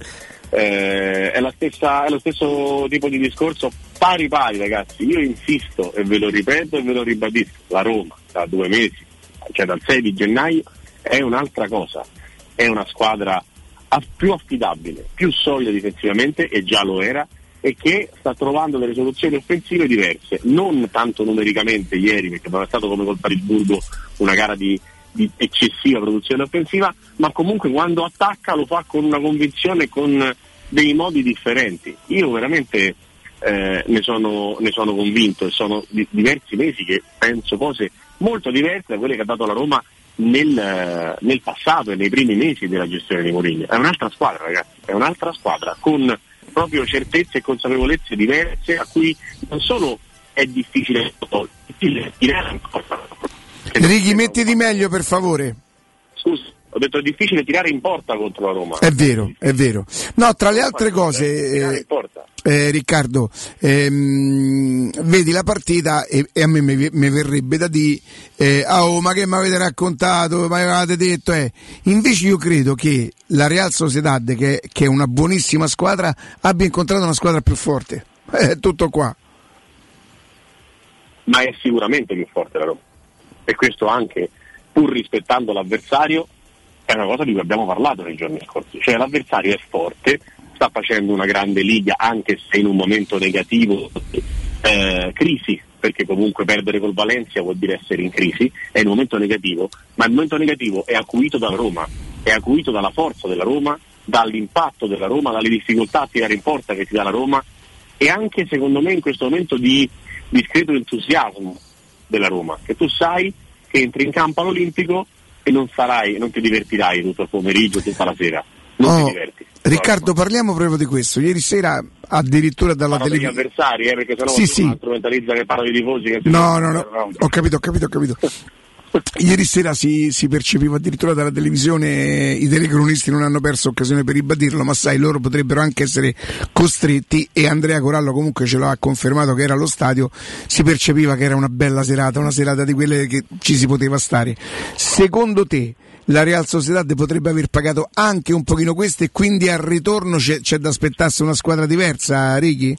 Speaker 6: Eh, è, la stessa, è lo stesso tipo di discorso, pari pari ragazzi. Io insisto e ve lo ripeto e ve lo ribadisco, la Roma da due mesi, cioè dal sei di gennaio, è un'altra cosa, è una squadra più affidabile, più solida difensivamente, e già lo era, e che sta trovando delle soluzioni offensive diverse, non tanto numericamente ieri, perché non è stato come col Parisburgo una gara di, di eccessiva produzione offensiva, ma comunque quando attacca lo fa con una convinzione, con dei modi differenti. Io veramente eh, ne, sono, ne sono convinto, e sono di, diversi mesi che penso cose molto diverse da quelle che ha dato la Roma nel, nel passato e nei primi mesi della gestione di Mourinho. È un'altra squadra, ragazzi, è un'altra squadra con proprio certezze e consapevolezze diverse, a cui non solo è difficile tirare.
Speaker 8: Righi, mettiti meglio per favore.
Speaker 6: Scusa, ho detto è difficile tirare in porta contro la Roma.
Speaker 8: È vero, è vero. No, tra le altre cose, eh, eh, Riccardo, ehm, vedi la partita e, e a me mi, mi verrebbe da dire, eh, oh, ma che mi avete raccontato, mi avevate detto, eh. Invece io credo che la Real Sociedad, che, che è una buonissima squadra, abbia incontrato una squadra più forte. È tutto qua.
Speaker 6: Ma è sicuramente più forte la Roma. E questo anche, pur rispettando l'avversario, è una cosa di cui abbiamo parlato nei giorni scorsi. Cioè l'avversario è forte, sta facendo una grande liga, anche se in un momento negativo, eh, crisi, perché comunque perdere col Valencia vuol dire essere in crisi, è in un momento negativo, ma il momento negativo è acuito dalla Roma, è acuito dalla forza della Roma, dall'impatto della Roma, dalle difficoltà a tirare in porta che ti dà la Roma, e anche secondo me in questo momento di discreto entusiasmo della Roma, che tu sai che entri in campo all'Olimpico e non sarai, non ti divertirai tutto il pomeriggio, tutta la sera, non
Speaker 8: oh,
Speaker 6: ti diverti.
Speaker 8: Riccardo, parliamo proprio di questo. Ieri sera addirittura dalla
Speaker 6: televisione avversari, eh, perché sennò
Speaker 8: sì, sì.
Speaker 6: strumentalizza che parla di tifosi che
Speaker 8: no, no, no, no, ho capito, ho capito, ho capito. Ieri sera si, si percepiva addirittura dalla televisione, i telecronisti non hanno perso occasione per ribadirlo, ma sai, loro potrebbero anche essere costretti, e Andrea Corallo comunque ce l'ha confermato che era allo stadio, si percepiva che era una bella serata, una serata di quelle che ci si poteva stare. Secondo te la Real Sociedad potrebbe aver pagato anche un pochino questo, e quindi al ritorno c'è, c'è da aspettarsi una squadra diversa, Righi?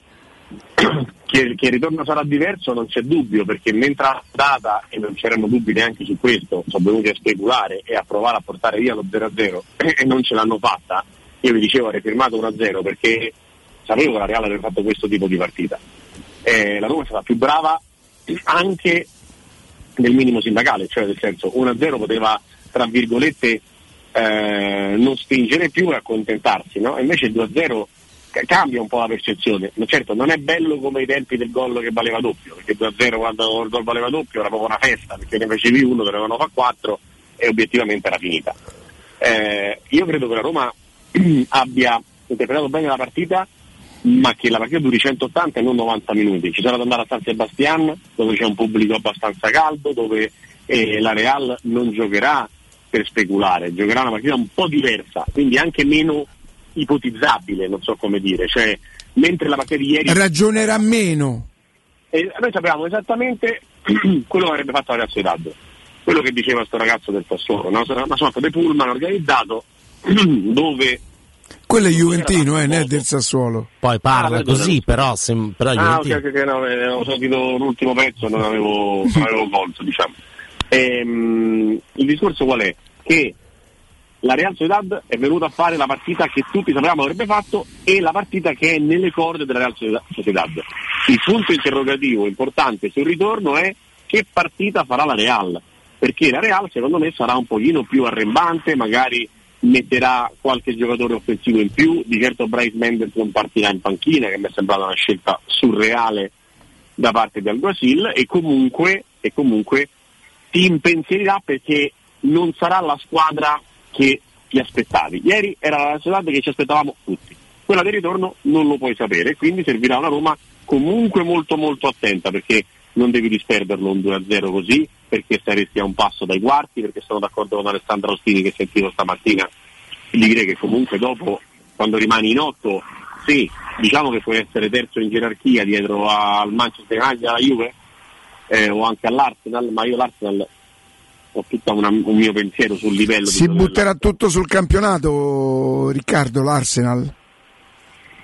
Speaker 6: Che, che il ritorno sarà diverso non c'è dubbio, perché mentre è data, e non c'erano dubbi neanche su questo, sono venuti a speculare e a provare a portare via lo zero a zero e non ce l'hanno fatta. Io vi dicevo, avrei firmato uno a zero perché sapevo che la Real aveva fatto questo tipo di partita. Eh, la Roma è stata più brava anche nel minimo sindacale, cioè nel senso uno a zero poteva, tra virgolette, eh, non spingere più e accontentarsi, no? Invece il due a zero cambia un po' la percezione. Certo, non è bello come i tempi del gol che valeva doppio, perché due a zero quando il gol valeva doppio era proprio una festa, perché ne facevi uno, te ne avevano fa quattro e obiettivamente era finita. Eh, io credo che la Roma abbia interpretato bene la partita, ma che la partita duri centottanta e non novanta minuti. Ci sarà da andare a San Sebastian, dove c'è un pubblico abbastanza caldo, dove eh, la Real non giocherà per speculare, giocherà una partita un po' diversa, quindi anche meno ipotizzabile, non so come dire, cioè mentre la partita di ieri
Speaker 8: ragionerà meno,
Speaker 6: e noi sappiamo esattamente quello che avrebbe fatto la Real Sociedad, quello che diceva sto ragazzo del Sassuolo, no? Una sorta di pullman organizzato dove
Speaker 8: quello è Juventino, eh, non è del Sassuolo.
Speaker 14: Poi parla ah, così, però, sem- però
Speaker 6: ah, ok, ok, ok, no, eh, ho sentito l'ultimo pezzo, non avevo, non avevo colto, diciamo. Ehm, il discorso qual è? Che la Real Sociedad è venuta a fare la partita che tutti sapevamo avrebbe fatto, e la partita che è nelle corde della Real Sociedad. Il punto interrogativo importante sul ritorno è che partita farà la Real, perché la Real secondo me sarà un pochino più arrembante, magari metterà qualche giocatore offensivo in più, di certo Bryce Mendes non partirà in panchina, che mi è sembrata una scelta surreale da parte del Brasil, e comunque, e comunque ti impensierirà, perché non sarà la squadra che ti aspettavi. Ieri era la Sociedad che ci aspettavamo tutti, quella del ritorno non lo puoi sapere, quindi servirà una Roma comunque molto molto attenta, perché non devi disperderlo un due a zero così, perché saresti a un passo dai quarti, perché sono d'accordo con Alessandro Ostini che sentivo stamattina di dire che comunque dopo, quando rimani in otto, sì, diciamo che puoi essere terzo in gerarchia dietro al Manchester United, alla Juve, eh, o anche all'Arsenal, ma io l'Arsenal ho tutto una, un mio pensiero sul livello.
Speaker 8: Si butterà tutto sul campionato, Riccardo, l'Arsenal?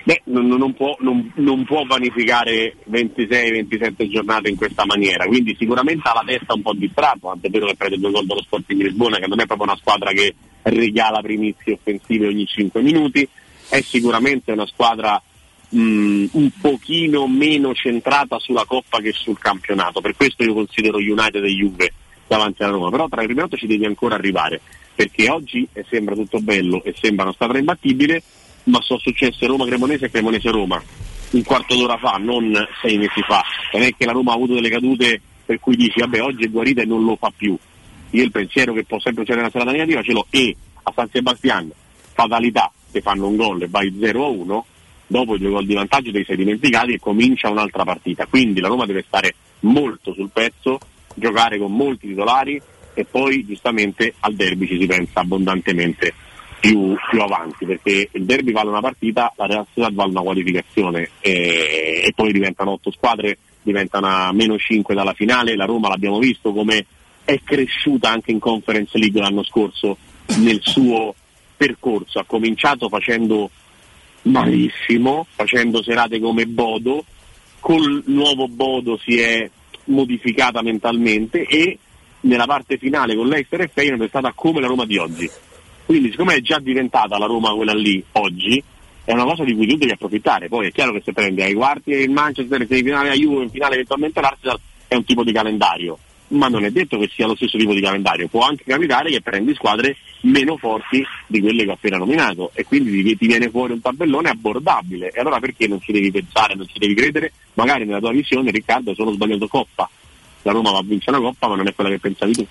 Speaker 1: Beh, non, non, può, non, non può vanificare ventisei ventisette giornate in questa maniera, quindi sicuramente ha la testa un po' distratta, tant'è vero che prende due gol dallo Sporting Lisbona, che non è proprio una squadra che regala primizie offensive ogni cinque minuti, è sicuramente una squadra mh, un pochino meno centrata sulla Coppa che sul campionato, per questo io considero United e Juve davanti alla Roma, però tra le prime otto ci devi ancora arrivare, perché oggi eh, sembra tutto bello e sembra una squadra imbattibile, ma sono successe Roma-Cremonese e Cremonese-Roma un quarto d'ora fa, non sei mesi fa. Non è che la Roma ha avuto delle cadute per cui dici vabbè oggi è guarita e non lo fa più. Io il pensiero che può sempre succedere una serata negativa ce l'ho, e a San Sebastian fatalità, che fanno un gol e vai zero a uno, dopo i due gol di vantaggio te li sei dimenticati e comincia un'altra partita, quindi la Roma deve stare molto sul pezzo, giocare con molti titolari e poi giustamente al derby ci si pensa abbondantemente Più, più avanti, perché il derby vale una partita, la Real Sociedad vale una qualificazione e, e poi diventano otto squadre, diventano a meno cinque dalla finale. La Roma l'abbiamo visto come è cresciuta anche in Conference League l'anno scorso nel suo percorso, ha cominciato facendo malissimo, facendo serate come Bodo, col nuovo Bodo si è modificata mentalmente e nella parte finale con Leicester e Feyenoord è stata come la Roma di oggi. Quindi siccome è già diventata la Roma quella lì oggi, è una cosa di cui tu devi approfittare. Poi è chiaro che se prendi ai quarti il Manchester, in semifinale a Juve, in finale eventualmente l'Arsenal, è un tipo di calendario, ma non è detto che sia lo stesso tipo di calendario. Può anche capitare che prendi squadre meno forti di quelle che ho appena nominato e quindi ti, ti viene fuori un tabellone abbordabile. E allora perché non ci devi pensare, non ci devi credere? Magari nella tua visione, Riccardo, hai solo sbagliato Coppa. La Roma va a vincere una Coppa, ma non è quella che pensavi tu.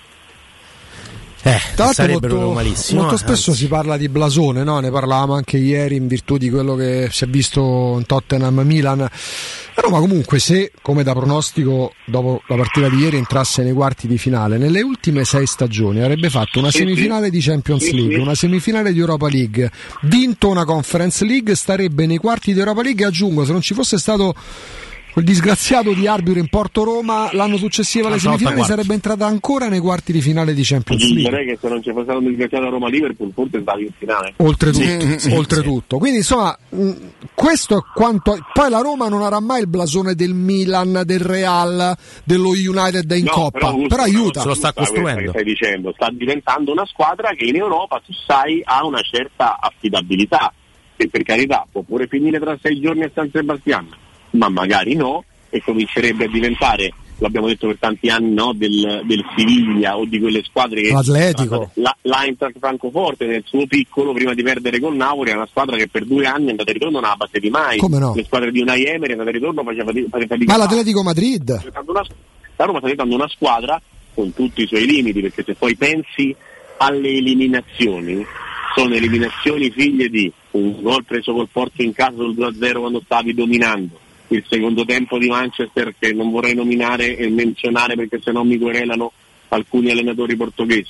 Speaker 14: Eh, sarebbero
Speaker 4: molto,
Speaker 14: malissimo.
Speaker 4: Molto
Speaker 14: eh,
Speaker 4: spesso
Speaker 14: anzi.
Speaker 4: si parla di blasone, no? Ne parlavamo anche ieri in virtù di quello che si è visto in Tottenham-Milan. La Roma comunque, se come da pronostico dopo la partita di ieri entrasse nei quarti di finale, nelle ultime sei stagioni avrebbe fatto una semifinale di Champions League, una semifinale di Europa League, vinto una Conference League, starebbe nei quarti di Europa League e aggiungo, se non ci fosse stato quel disgraziato di Arbitro in Porto Roma l'anno successivo alle semifinali sarebbe entrata ancora nei quarti di finale di Champions League.
Speaker 1: Direi che se non ci fosse stato un disgraziato a Roma-Liverpool forse stavi in finale.
Speaker 4: Oltretutto,
Speaker 1: sì, sì,
Speaker 4: oltretutto.
Speaker 1: Sì.
Speaker 4: Quindi insomma mh, questo è quanto. Poi la Roma non avrà mai il blasone del Milan, del Real, dello United in
Speaker 1: no,
Speaker 4: Coppa,
Speaker 1: però, Augusto,
Speaker 4: però aiuta.
Speaker 1: Se lo sta costruendo. Che stai dicendo, sta diventando una squadra che in Europa tu sai ha una certa affidabilità, e per carità può pure finire tra sei giorni a San Sebastian, ma magari no, e comincerebbe a diventare, l'abbiamo detto per tanti anni, no, del, del Siviglia o di quelle squadre che
Speaker 4: l'Atletico,
Speaker 1: la, l'Eintracht Francoforte nel suo piccolo prima di perdere con Napoli è una squadra che per due anni è andata e ritorno non la battevi mai.
Speaker 4: Come no?
Speaker 1: Le squadre di Unai Emery andata e ritorno faceva fatica.
Speaker 4: Ma l'Atletico Madrid,
Speaker 1: una, la Roma sta diventando una squadra con tutti i suoi limiti, perché se poi pensi alle eliminazioni, sono eliminazioni figlie di un gol preso col Porto in casa sul due a zero quando stavi dominando, il secondo tempo di Manchester che non vorrei nominare e menzionare perché sennò mi querelano alcuni allenatori portoghesi,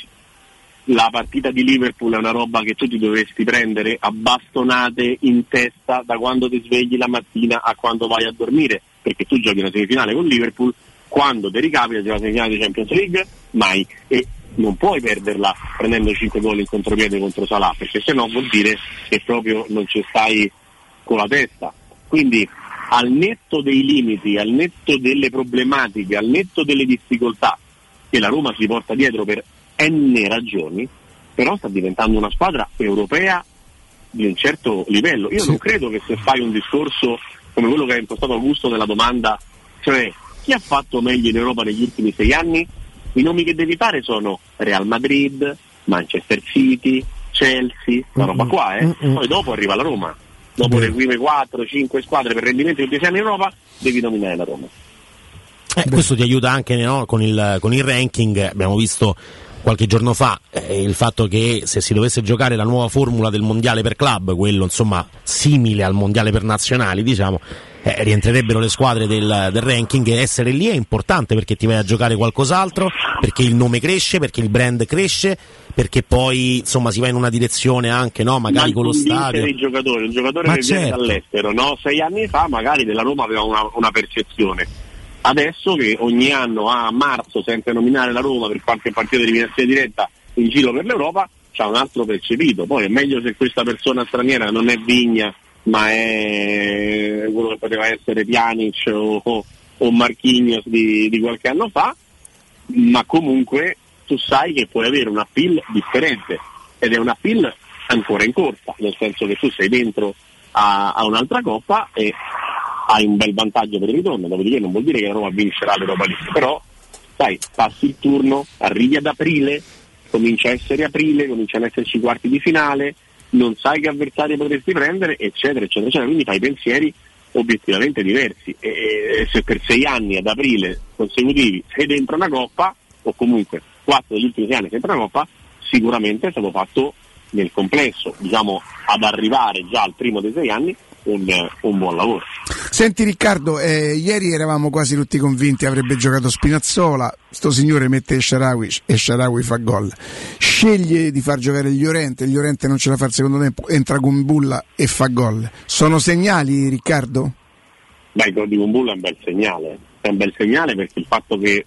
Speaker 1: la partita di Liverpool è una roba che tu ti dovresti prendere a bastonate in testa da quando ti svegli la mattina a quando vai a dormire, perché tu giochi una semifinale con Liverpool, quando ti ricapita di una semifinale di Champions League mai, e non puoi perderla prendendo cinque gol in contropiede contro Salah, perché sennò vuol dire che proprio non ci stai con la testa. Quindi al netto dei limiti, al netto delle problematiche, al netto delle difficoltà che la Roma si porta dietro per n ragioni, però sta diventando una squadra europea di un certo livello. Io sì. non credo che se fai un discorso come quello che ha impostato Augusto nella domanda, cioè chi ha fatto meglio in Europa negli ultimi sei anni, i nomi che devi fare sono Real Madrid, Manchester City, Chelsea, la roba qua, eh. Mm-hmm. Poi dopo arriva la Roma. Dopo le prime quattro cinque squadre per rendimento che ti siamo in Europa, devi nominare la Roma.
Speaker 14: Eh, questo ti aiuta anche, no? con, il, con il ranking. Abbiamo visto qualche giorno fa eh, il fatto che se si dovesse giocare la nuova formula del mondiale per club, quello insomma simile al mondiale per nazionali, diciamo, eh, rientrerebbero le squadre del, del ranking, e essere lì è importante perché ti vai a giocare qualcos'altro, perché il nome cresce, perché il brand cresce, perché poi insomma si va in una direzione anche, no, magari con lo stadio.
Speaker 1: Dei giocatori, un giocatore
Speaker 14: Ma
Speaker 1: che
Speaker 14: certo.
Speaker 1: viene dall'estero, no? Sei anni fa magari della Roma aveva una, una percezione. Adesso che ogni anno a marzo sente nominare la Roma per qualche partita di eliminazione diretta in giro per l'Europa, c'ha un altro percepito. Poi è meglio se questa persona straniera non è Vigna, ma è quello che poteva essere Pjanic o, o, o Marquinhos di, di qualche anno fa, ma comunque tu sai che puoi avere un appeal differente, ed è un appeal ancora in corsa, nel senso che tu sei dentro a, a un'altra coppa e hai un bel vantaggio per il ritorno, dopodiché non vuol dire che la Roma vincerà l'Europa League, però sai, passi il turno, arrivi ad aprile, comincia a essere aprile, cominciano ad esserci quarti di finale, non sai che avversari potresti prendere, eccetera, eccetera, eccetera, quindi fai pensieri obiettivamente diversi, e se per sei anni ad aprile consecutivi sei dentro una coppa, o comunque quattro degli ultimi sei anni sei dentro una coppa, sicuramente è stato fatto nel complesso, diciamo, ad arrivare già al primo dei sei anni un, un buon lavoro.
Speaker 8: Senti Riccardo, eh, ieri eravamo quasi tutti convinti avrebbe giocato Spinazzola, sto signore mette El Shaarawy e Shaarawy fa gol, sceglie di far giocare gli Llorente, gli Llorente non ce la fa al secondo tempo, entra Kumbulla e fa gol. Sono segnali, Riccardo?
Speaker 1: Beh, il gol di Kumbulla è un bel segnale, è un bel segnale perché il fatto che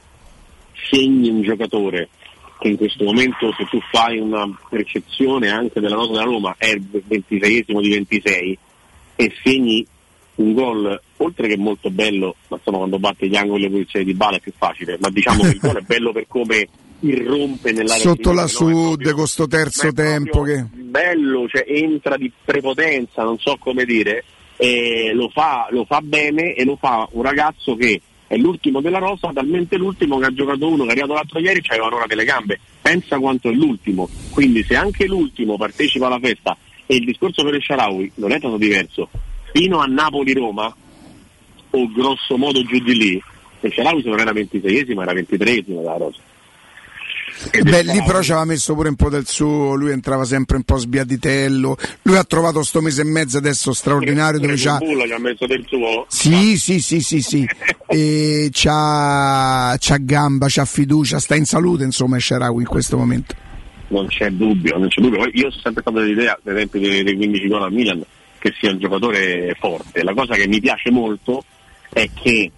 Speaker 1: segni un giocatore che in questo momento, se tu fai una percezione anche della nota della Roma, è il ventiseiesimo di ventisei, e segni un gol, oltre che molto bello, ma insomma quando batte gli angoli e le posizioni di Bala è più facile, ma diciamo che il gol è bello per come irrompe nell'area
Speaker 8: sotto la
Speaker 1: no?
Speaker 8: Sud con sto terzo tempo che
Speaker 1: bello, cioè entra di prepotenza, non so come dire, e lo fa, lo fa bene, e lo fa un ragazzo che è l'ultimo della rosa, talmente l'ultimo che ha giocato uno che è arrivato l'altro ieri, c'avevano ora delle gambe, pensa quanto è l'ultimo, quindi se anche l'ultimo partecipa alla festa, e il discorso per El Shaarawy non è tanto diverso, fino a Napoli-Roma o grosso modo giù di lì, El Shaarawy se non era ventiseiesimo era ventitreesimo della rosa.
Speaker 8: Beh, lì però ci aveva messo pure un po' del suo, lui entrava sempre un po' sbiaditello, lui ha trovato sto mese e mezzo adesso straordinario dove c'ha...
Speaker 1: Ci ha messo del suo?
Speaker 8: Sì, sì, sì, sì, sì. E c'ha, c'ha gamba, c'ha fiducia, sta in salute insomma El Shaarawy in questo momento.
Speaker 1: Non c'è dubbio, non c'è dubbio. Io sono sempre stato dell'idea, ad esempio, dei, dei quindici gol al Milan, che sia un giocatore forte. La cosa che mi piace molto è che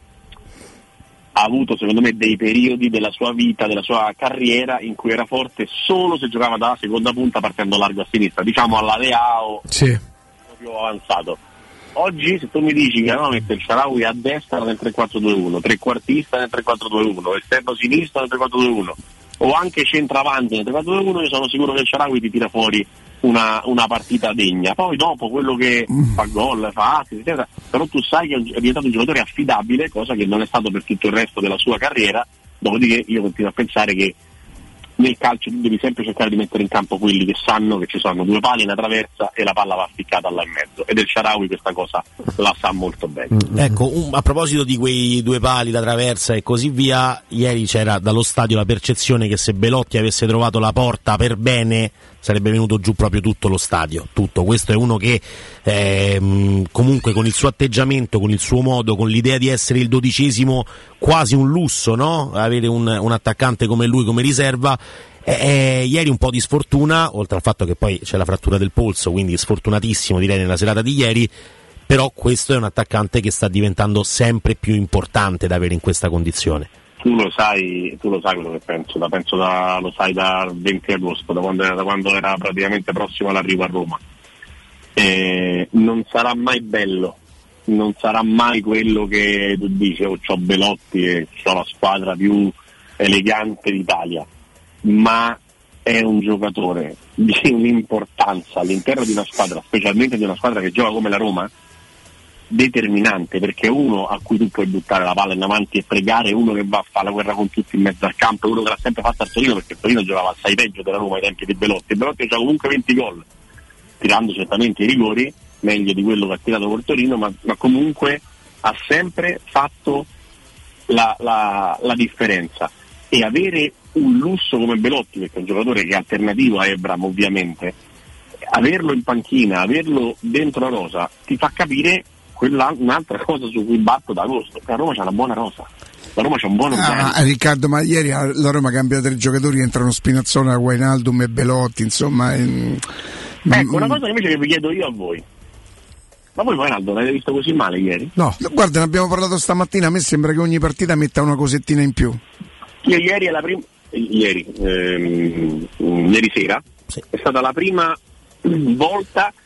Speaker 1: ha avuto, secondo me, dei periodi della sua vita, della sua carriera, in cui era forte solo se giocava da seconda punta partendo largo a sinistra, diciamo alla Leao,
Speaker 4: sì,
Speaker 1: più avanzato. Oggi se tu mi dici che no, mette il Shaarawy a destra nel tre quattro due uno, trequartista nel tre quattro due uno, esterno sinistro nel tre quattro due uno, o anche centravanti nel tre quattro due uno, io sono sicuro che il Shaarawy ti tira fuori una, una partita degna. Poi dopo quello che mm. fa gol, fa assist, eccetera, però tu sai che è diventato un giocatore affidabile, cosa che non è stato per tutto il resto della sua carriera. Dopodiché io continuo a pensare che nel calcio tu devi sempre cercare di mettere in campo quelli che sanno che ci sono due pali, una traversa e la palla va ficcata là in mezzo, ed El Shaarawy questa cosa la sa molto bene.
Speaker 14: Mm. Ecco, un, a proposito di quei due pali, la traversa e così via, ieri c'era dallo stadio la percezione che se Belotti avesse trovato la porta per bene sarebbe venuto giù proprio tutto lo stadio, tutto. Questo è uno che eh, comunque con il suo atteggiamento, con il suo modo, con l'idea di essere il dodicesimo, quasi un lusso, no? Avere un, un attaccante come lui come riserva. Eh, eh, ieri un po' di sfortuna, oltre al fatto che poi c'è la frattura del polso, quindi sfortunatissimo direi nella serata di ieri, però questo è un attaccante che sta diventando sempre più importante da avere in questa condizione.
Speaker 1: Tu lo sai, tu lo sai quello che penso, da, penso da, lo sai dal venti agosto, da quando, era, da quando era praticamente prossimo all'arrivo a Roma. Eh, non sarà mai bello, non sarà mai quello che tu dici, oh, c'ho Belotti e c'ho la squadra più elegante d'Italia, ma è un giocatore di un'importanza all'interno di una squadra, specialmente di una squadra che gioca come la Roma, determinante, perché è uno a cui tu puoi buttare la palla in avanti e pregare, uno che va a fare la guerra con tutti in mezzo al campo, uno che l'ha sempre fatta al Torino, perché il Torino giocava assai peggio della Roma ai tempi di Belotti, e Belotti ha comunque venti gol, tirando certamente i rigori, meglio di quello che ha tirato col Torino, ma, ma comunque ha sempre fatto la, la, la differenza. E avere un lusso come Belotti, perché è un giocatore che è alternativo a Ebram ovviamente, averlo in panchina, averlo dentro la rosa, ti fa capire quella, un'altra cosa su cui batto da agosto. La Roma c'ha una buona rosa, la Roma c'ha un buon organico.
Speaker 8: Ah, Riccardo, ma ieri la Roma cambia tre giocatori, entrano Spinazzola, Wijnaldum e Belotti, insomma. Ehm...
Speaker 1: Ecco, una cosa invece che vi chiedo io a voi: ma voi Wijnaldum l'avete visto così male ieri?
Speaker 8: No, guarda, ne abbiamo parlato stamattina, a me sembra che ogni partita metta una cosettina in più.
Speaker 1: Io ieri è la prima ieri, ehm, ieri sera sì. È stata la prima volta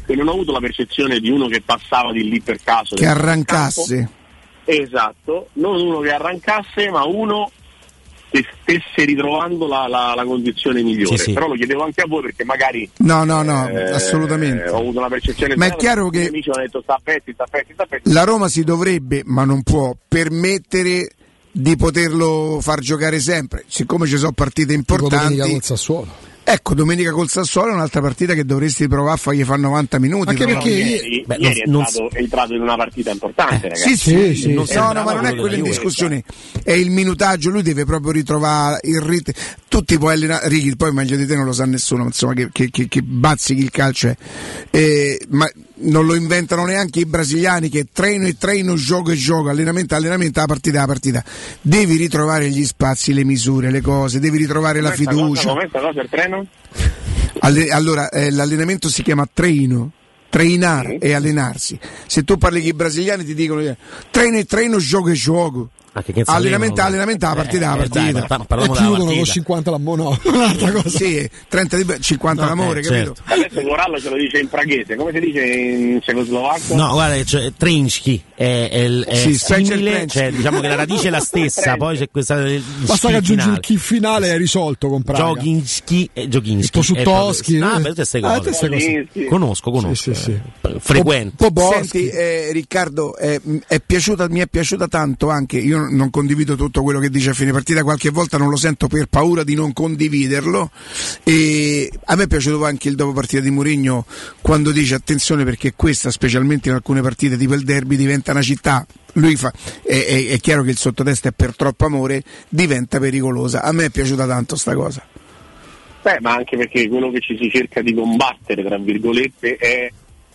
Speaker 1: e non ho avuto la percezione di uno che passava di lì per caso,
Speaker 8: che arrancasse.
Speaker 1: Esatto, non uno che arrancasse, ma uno che stesse ritrovando la, la, la condizione migliore.
Speaker 14: Sì, sì.
Speaker 1: Però lo chiedevo anche a voi perché magari
Speaker 8: No, no, no,
Speaker 1: eh,
Speaker 8: assolutamente.
Speaker 1: ho avuto una percezione.
Speaker 8: Ma è chiaro che
Speaker 1: i amici hanno detto sta petti, sta petti, sta petti.
Speaker 8: La Roma si dovrebbe, ma non può, permettere di poterlo far giocare sempre, siccome ci sono partite importanti.
Speaker 4: Tipo domenica col Sassuolo.
Speaker 8: Ecco, domenica col Sassuolo è un'altra partita che dovresti provare a fargli fare novanta minuti.
Speaker 4: Anche perché
Speaker 1: ieri,
Speaker 14: Beh,
Speaker 1: ieri
Speaker 14: non,
Speaker 1: è, entrato, è entrato in una partita importante,
Speaker 8: Eh,
Speaker 1: ragazzi.
Speaker 8: sì, sì, sì.
Speaker 14: non
Speaker 8: No, no, ma non è quello in discussione, è il minutaggio, lui deve proprio ritrovare il ritmo. Tutti puoi allenare, Ricky, poi meglio di te non lo sa nessuno, insomma, che, che, che, che bazzichi il calcio è. Eh, ma non lo inventano neanche i brasiliani, che traino e traino, gioco e gioco, allenamento e allenamento, la partita la partita. Devi ritrovare gli spazi, le misure, le cose, devi ritrovare la
Speaker 1: Questa
Speaker 8: fiducia.
Speaker 1: Cosa, come sta cosa il treno?
Speaker 8: Alle- allora, eh, l'allenamento si chiama traino, trainare e allenarsi. Se tu parli con i brasiliani ti dicono eh, traino e traino, gioco e gioco.
Speaker 14: Ah, che cazzo
Speaker 8: Allenamento,
Speaker 14: allenano?
Speaker 8: allenamento, la partita, la
Speaker 14: Eh, dai,
Speaker 8: partita.
Speaker 14: pa- parliamo
Speaker 4: E
Speaker 14: della
Speaker 4: chiudono con
Speaker 14: partita.
Speaker 4: cinquanta l'ammono. Un'altra cosa.
Speaker 8: Sì, trenta di cinquanta
Speaker 14: No,
Speaker 8: l'amore,
Speaker 14: eh,
Speaker 8: capito?
Speaker 14: certo.
Speaker 1: Adesso Corallo ce lo dice in praghese, come si dice in cecoslovacco?
Speaker 14: No, guarda, cioè, Trinski è, è, è
Speaker 8: Sì, specie il
Speaker 14: simile,
Speaker 8: Trinski.
Speaker 14: cioè, diciamo che la radice è la stessa, poi c'è questa il
Speaker 4: Basta che
Speaker 14: schi
Speaker 4: aggiungi
Speaker 14: finale.
Speaker 4: il chi finale è risolto con Praga.
Speaker 14: Joginski e Joginski.
Speaker 4: Tosutowski,
Speaker 14: Eh, proprio- Ah,
Speaker 4: eh?
Speaker 14: beh, tutte queste
Speaker 4: Ah,
Speaker 14: cose.
Speaker 4: tutte queste cose.
Speaker 1: Sì, sì.
Speaker 14: Conosco, conosco.
Speaker 4: Sì, sì, sì.
Speaker 14: Eh, Frequente.
Speaker 8: Senti, eh, Riccardo, eh, è piaciuta, mi è piaciuta tanto anche, io non condivido tutto quello che dice a fine partita, qualche volta non lo sento per paura di non condividerlo, e a me è piaciuto anche il dopo partita di Mourinho quando dice attenzione perché questa, specialmente in alcune partite tipo il derby, diventa una città, lui fa, è, è, è chiaro che il sottotesto è per troppo amore, diventa pericolosa. A me è piaciuta tanto sta cosa.
Speaker 1: Beh, ma anche perché quello che ci si cerca di combattere, tra virgolette, è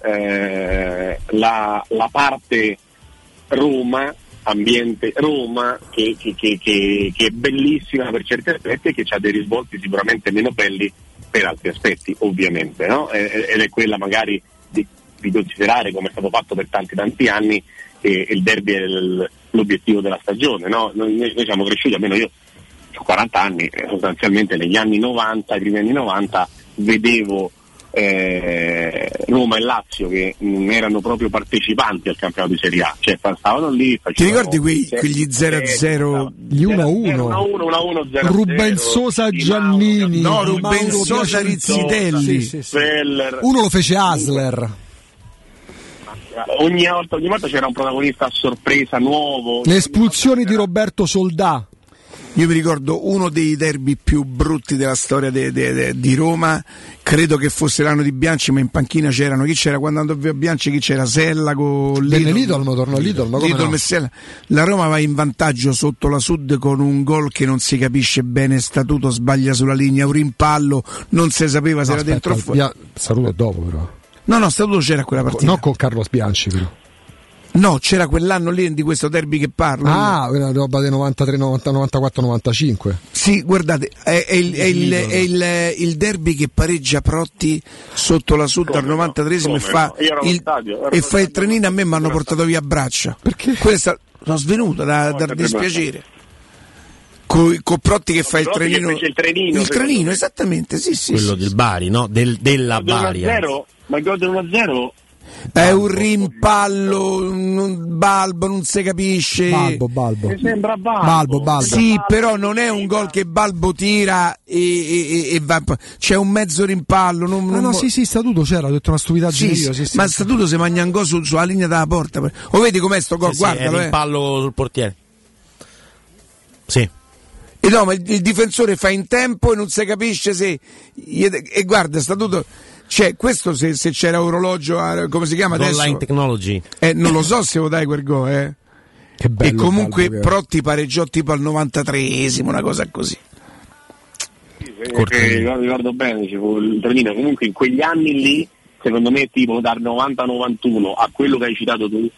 Speaker 1: eh, la, la parte Roma, ambiente Roma, che, che, che, che, che è bellissima per certi aspetti e che ha dei risvolti sicuramente meno belli per altri aspetti, ovviamente, no? Ed è quella magari di, di considerare, come è stato fatto per tanti tanti anni, che il derby è il, l'obiettivo della stagione, no? Noi, noi siamo cresciuti, almeno io ho quaranta anni, eh, sostanzialmente negli anni novanta, i primi anni novanta, vedevo eh, Roma e Lazio che mh, erano proprio partecipanti al campionato di Serie A, cioè stavano lì.
Speaker 8: Ti ricordi quei, quegli zero a zero?
Speaker 4: Gli uno a uno. Ruben Sosa Giannini.
Speaker 8: No, Ruben Sosa Rizzitelli.
Speaker 4: Sì, sì, sì. Uno lo fece Hasler.
Speaker 1: Ogni volta, ogni volta c'era un protagonista a sorpresa nuovo.
Speaker 4: Le espulsioni di Roberto Soldà.
Speaker 8: Io mi ricordo uno dei derby più brutti della storia de, de, de, di Roma, credo che fosse l'anno di Bianchi, ma in panchina c'erano, chi c'era quando andò via Bianchi, chi c'era? Sella con
Speaker 4: Lidl, Lidl, tornò Lidl, ma come
Speaker 8: Lidl
Speaker 4: no?
Speaker 8: Messella. La Roma va in vantaggio sotto la Sud con un gol che non si capisce bene, Statuto sbaglia sulla linea, un rimpallo, non si sapeva se
Speaker 4: No,
Speaker 8: era
Speaker 4: aspetta,
Speaker 8: dentro o fuori.
Speaker 4: via, Statuto è dopo però.
Speaker 8: No, no, Statuto c'era quella partita.
Speaker 4: No, con Carlos Bianchi però.
Speaker 8: No, c'era quell'anno lì di questo derby che parlo.
Speaker 4: Ah, una roba del novantatré, novanta, novantaquattro, novantacinque.
Speaker 8: Sì, guardate, è, è, il, è, il, è il, il derby che pareggia Protti sotto la Sud al novantatreesimo e fa
Speaker 1: no? Io ero allo
Speaker 8: il,
Speaker 1: stadio, ero
Speaker 8: e
Speaker 1: allo
Speaker 8: fa il trenino. A me mi hanno portato via a braccia.
Speaker 4: Perché?
Speaker 8: Questa sono svenuta da,
Speaker 1: No,
Speaker 8: da
Speaker 1: sempre
Speaker 8: dispiacere. Con, con Protti che fa il
Speaker 1: Protti che
Speaker 8: trenino.
Speaker 1: fece il trenino,
Speaker 8: Il trenino,
Speaker 1: secondo me.
Speaker 8: esattamente, sì, sì.
Speaker 14: Quello
Speaker 8: sì,
Speaker 14: del
Speaker 8: sì.
Speaker 14: Bari, no? Del, della
Speaker 1: uno a
Speaker 14: Bari.
Speaker 1: zero, ma il gol del uno a zero
Speaker 8: È un rimpallo, un balbo, non si capisce.
Speaker 4: Balbo, Balbo.
Speaker 1: mi sembra Balbo.
Speaker 4: Balbo, Balbo.
Speaker 8: Sì, però non è un gol che Balbo tira e, e, e va. C'è un mezzo rimpallo. Non,
Speaker 4: Ah
Speaker 8: non
Speaker 4: no,
Speaker 8: mo-
Speaker 4: sì, sì, Statuto c'era, ho detto una stupidaggine
Speaker 8: Sì,
Speaker 4: io.
Speaker 8: sì,
Speaker 4: Sì, sì,
Speaker 8: ma
Speaker 4: sì.
Speaker 8: Statuto si mangia un gol su, sulla linea della porta. O vedi com'è sto gol?
Speaker 14: Sì, sì, è
Speaker 8: Guardalo,
Speaker 14: il
Speaker 8: eh.
Speaker 14: rimpallo sul portiere. Sì.
Speaker 8: E no, ma il, il difensore fa in tempo e non si capisce se. E guarda, Statuto. Cioè, questo se, se c'era orologio, eh, come si chiama
Speaker 14: Goal
Speaker 8: adesso?
Speaker 14: line technology.
Speaker 8: Eh, non lo so se lo dai quel gol, eh.
Speaker 4: Che bello
Speaker 8: E comunque
Speaker 4: Balbo che era.
Speaker 8: Protti pareggiò tipo al novantatreesimo, una cosa così.
Speaker 1: Perché ricordo bene, ci fu il trenino. Comunque in quegli anni lì, secondo me, tipo dal novanta novantuno a quello che hai citato tu,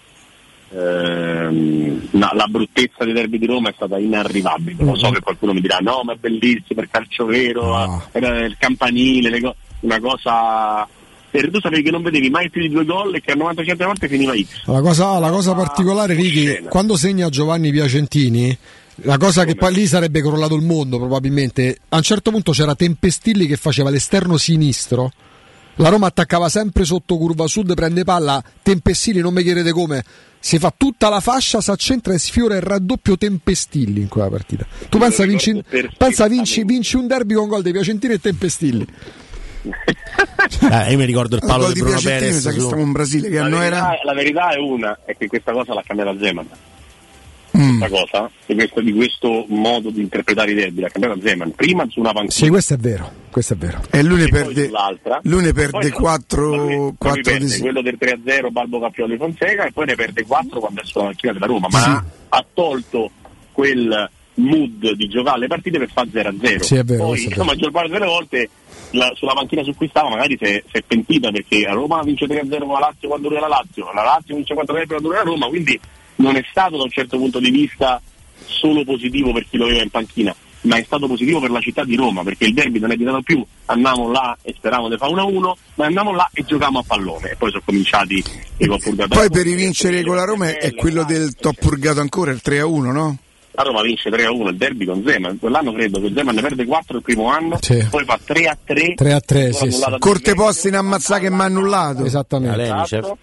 Speaker 1: ehm, no, la bruttezza dei derby di Roma è stata inarrivabile. Lo so che qualcuno mi dirà no, ma è bellissimo, il calcio vero,
Speaker 4: No.
Speaker 1: era il campanile, le co- una cosa. E tu sapevi che non vedevi mai più di due gol e che al novantacinque volte finiva X.
Speaker 4: La cosa, la cosa particolare, Ricky,
Speaker 1: scena.
Speaker 4: quando segna Giovanni Piacentini, la cosa che poi lì sarebbe crollato il mondo probabilmente, a un certo punto c'era Tempestilli che faceva l'esterno sinistro, La Roma attaccava sempre sotto curva sud, prende palla, Tempestilli, non mi chiedete come, si fa tutta la fascia, si accentra e sfiora il raddoppio Tempestilli in quella partita. Tu pensa vinci, pensa vinci, vinci un derby con gol di Piacentini e Tempestilli.
Speaker 14: Eh, io mi ricordo il palo
Speaker 8: gol
Speaker 14: di
Speaker 8: di
Speaker 14: Bruno
Speaker 8: Piacentini,
Speaker 14: Perez.
Speaker 8: mi sa che stiamo in Brasile, che
Speaker 1: La
Speaker 8: anno
Speaker 1: verità,
Speaker 8: era?
Speaker 1: la verità è una, è che questa cosa l'ha cambiata Zeman.
Speaker 8: Mm.
Speaker 1: Questa cosa, di questo, di questo modo di interpretare i derby, l'ha cambiata Zeman. Prima su una panchina.
Speaker 4: Sì, questo è vero, questo è vero.
Speaker 8: E lui ne
Speaker 1: e poi
Speaker 8: perde,
Speaker 1: sull'altra.
Speaker 8: lui ne
Speaker 1: E
Speaker 8: perde
Speaker 1: poi-
Speaker 8: quattro,
Speaker 1: poi
Speaker 8: quattro
Speaker 1: perde
Speaker 8: di
Speaker 1: quello del tre a zero Balbo Cappioli Fonseca e poi ne perde quattro quando è sulla panchina della Roma, ma
Speaker 8: Sì.
Speaker 1: ha tolto quel mood di giocare le partite per fare zero a zero.
Speaker 4: Sì, è vero,
Speaker 1: Poi
Speaker 4: questo è
Speaker 1: insomma
Speaker 4: vero.
Speaker 1: il maggior parte delle volte la- sulla panchina su cui stava magari si è, si è pentita perché la Roma vince tre a zero con la Lazio quando lui era la Lazio, la Lazio vince quattro a zero quando lui era la Roma, quindi non è stato da un certo punto di vista solo positivo per chi lo aveva in panchina, ma è stato positivo per la città di Roma, perché il derby non è diventato più andiamo là e speravamo di fare uno a uno, ma andiamo là e giochiamo a pallone, e poi sono cominciati i gol purgatori.
Speaker 8: Poi per rivincere con la Roma è quello del top purgato ancora, il tre a uno, no?
Speaker 1: La Roma vince tre a uno il derby con Zeman, quell'anno credo che Zeman ne perde quattro il primo anno,
Speaker 4: Sì.
Speaker 1: poi fa tre a tre
Speaker 4: tre a tre, sì, sì.
Speaker 8: Corte posti in ammazzà che mi ha annullato.
Speaker 4: Esattamente.
Speaker 1: Esatto.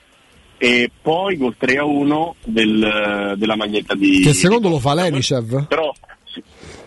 Speaker 1: E poi col tre a uno del, della maglietta di...
Speaker 4: Che il secondo lo fa Lenicev?
Speaker 1: Però sì,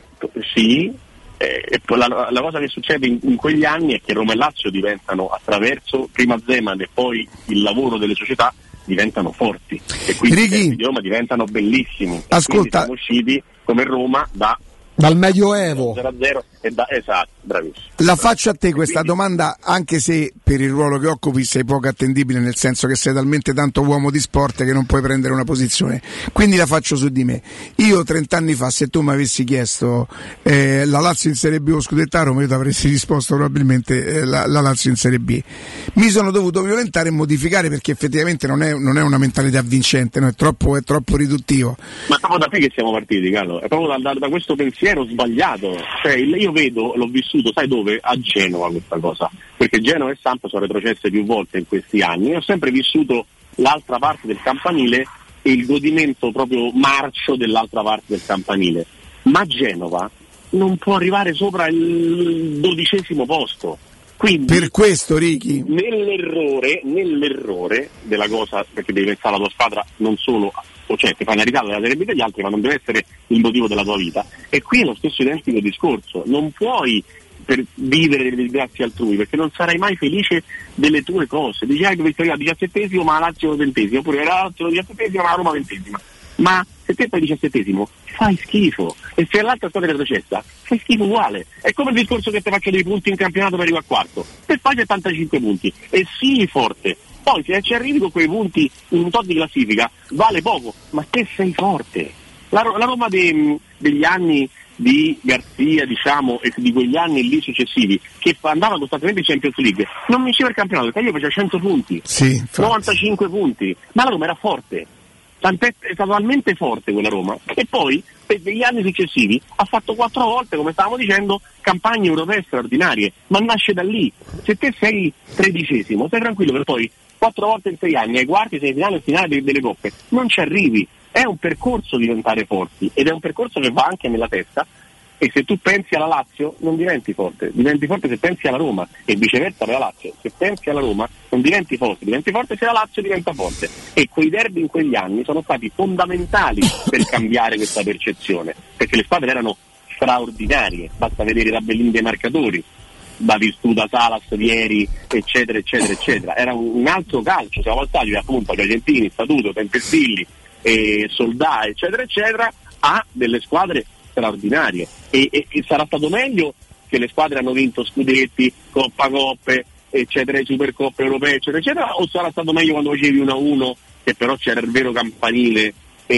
Speaker 1: sì eh, e poi la, la cosa che succede in, in quegli anni è che Roma e Lazio diventano, attraverso prima Zeman e poi il lavoro delle società, diventano forti e quindi
Speaker 8: Righi,
Speaker 1: i derby di Roma diventano bellissimi. E
Speaker 8: ascolta,
Speaker 1: quindi siamo usciti come Roma da
Speaker 4: dal Medioevo
Speaker 1: zero a zero e da, esatto, bravissimo.
Speaker 8: la faccio a te questa domanda, anche se per il ruolo che occupi sei poco attendibile, nel senso che sei talmente tanto uomo di sport che non puoi prendere una posizione, quindi la faccio su di me. Io trent'anni fa, se tu mi avessi chiesto eh, la Lazio in Serie B o Scudettaro, io ti avresti risposto probabilmente eh, la, la Lazio in Serie B. Mi sono dovuto violentare e modificare perché effettivamente non è, non è una mentalità vincente, no? è, troppo, è troppo riduttivo.
Speaker 1: Ma proprio da qui che siamo partiti, Carlo, è proprio da, da, da questo pensiero sbagliato. Cioè, il- io vedo, l'ho vissuto, sai dove? A Genova questa cosa, perché Genova e Samp sono retrocesse più volte in questi anni. Io ho sempre vissuto l'altra parte del campanile e il godimento proprio marcio dell'altra parte del campanile. Ma Genova non può arrivare sopra il dodicesimo posto. Quindi,
Speaker 8: Per questo, Ricky,
Speaker 1: nell'errore, nell'errore della cosa, perché devi pensare alla tua squadra non solo, o cioè ti fai una risata della Serie B degli altri, ma non deve essere il motivo della tua vita. E qui è lo stesso identico discorso, non puoi per vivere delle disgrazie altrui, perché non sarai mai felice delle tue cose. Dici, ah, dove stai al diciassettesimo, ma la Lazio ventesimo, oppure la Lazio diciassettesimo, ma la Roma ventesima. Ma se te fai diciassettesimo, fai schifo. E se l'altra squadra è retrocessa, fai schifo uguale. È come il discorso che ti faccio dei punti in campionato per arrivare a quarto. Se fai settantacinque punti, e sì, forte. Poi se ci arrivi con quei punti in un tot di classifica, vale poco, ma te sei forte. La, Ro- la Roma de- degli anni di Garzia, diciamo, e di quegli anni lì successivi, che fa- andava costantemente in Champions League, non vinceva il campionato, perché io faceva cento punti,
Speaker 8: sì, infatti.
Speaker 1: novantacinque punti, ma la Roma era forte. Tant'è, è stata talmente forte quella Roma che poi per degli anni successivi ha fatto quattro volte, come stavamo dicendo, campagne europee straordinarie, ma nasce da lì. Se te sei tredicesimo, stai tranquillo, per poi quattro volte in sei anni ai quarti, semifinali e finale delle, delle coppe non ci arrivi. È un percorso diventare forti ed è un percorso che va anche nella testa. E se tu pensi alla Lazio non diventi forte, diventi forte se pensi alla Roma, e viceversa per la Lazio, se pensi alla Roma non diventi forte, diventi forte se la Lazio diventa forte. E quei derby in quegli anni sono stati fondamentali per cambiare questa percezione, perché le squadre erano straordinarie, basta vedere i tabellini dei marcatori, da Vistuta, Salas, Vieri, eccetera eccetera eccetera. Era un, un altro calcio, siamo passati appunto a Piacentini, Statuto, Tempestilli, eh, Soldà, eccetera eccetera, a delle squadre straordinarie. E, e, e sarà stato meglio che le squadre hanno vinto scudetti, Coppa Coppe, eccetera, Supercoppe europee, eccetera eccetera, o sarà stato meglio quando facevi uno a uno, che però c'era il vero campanile e,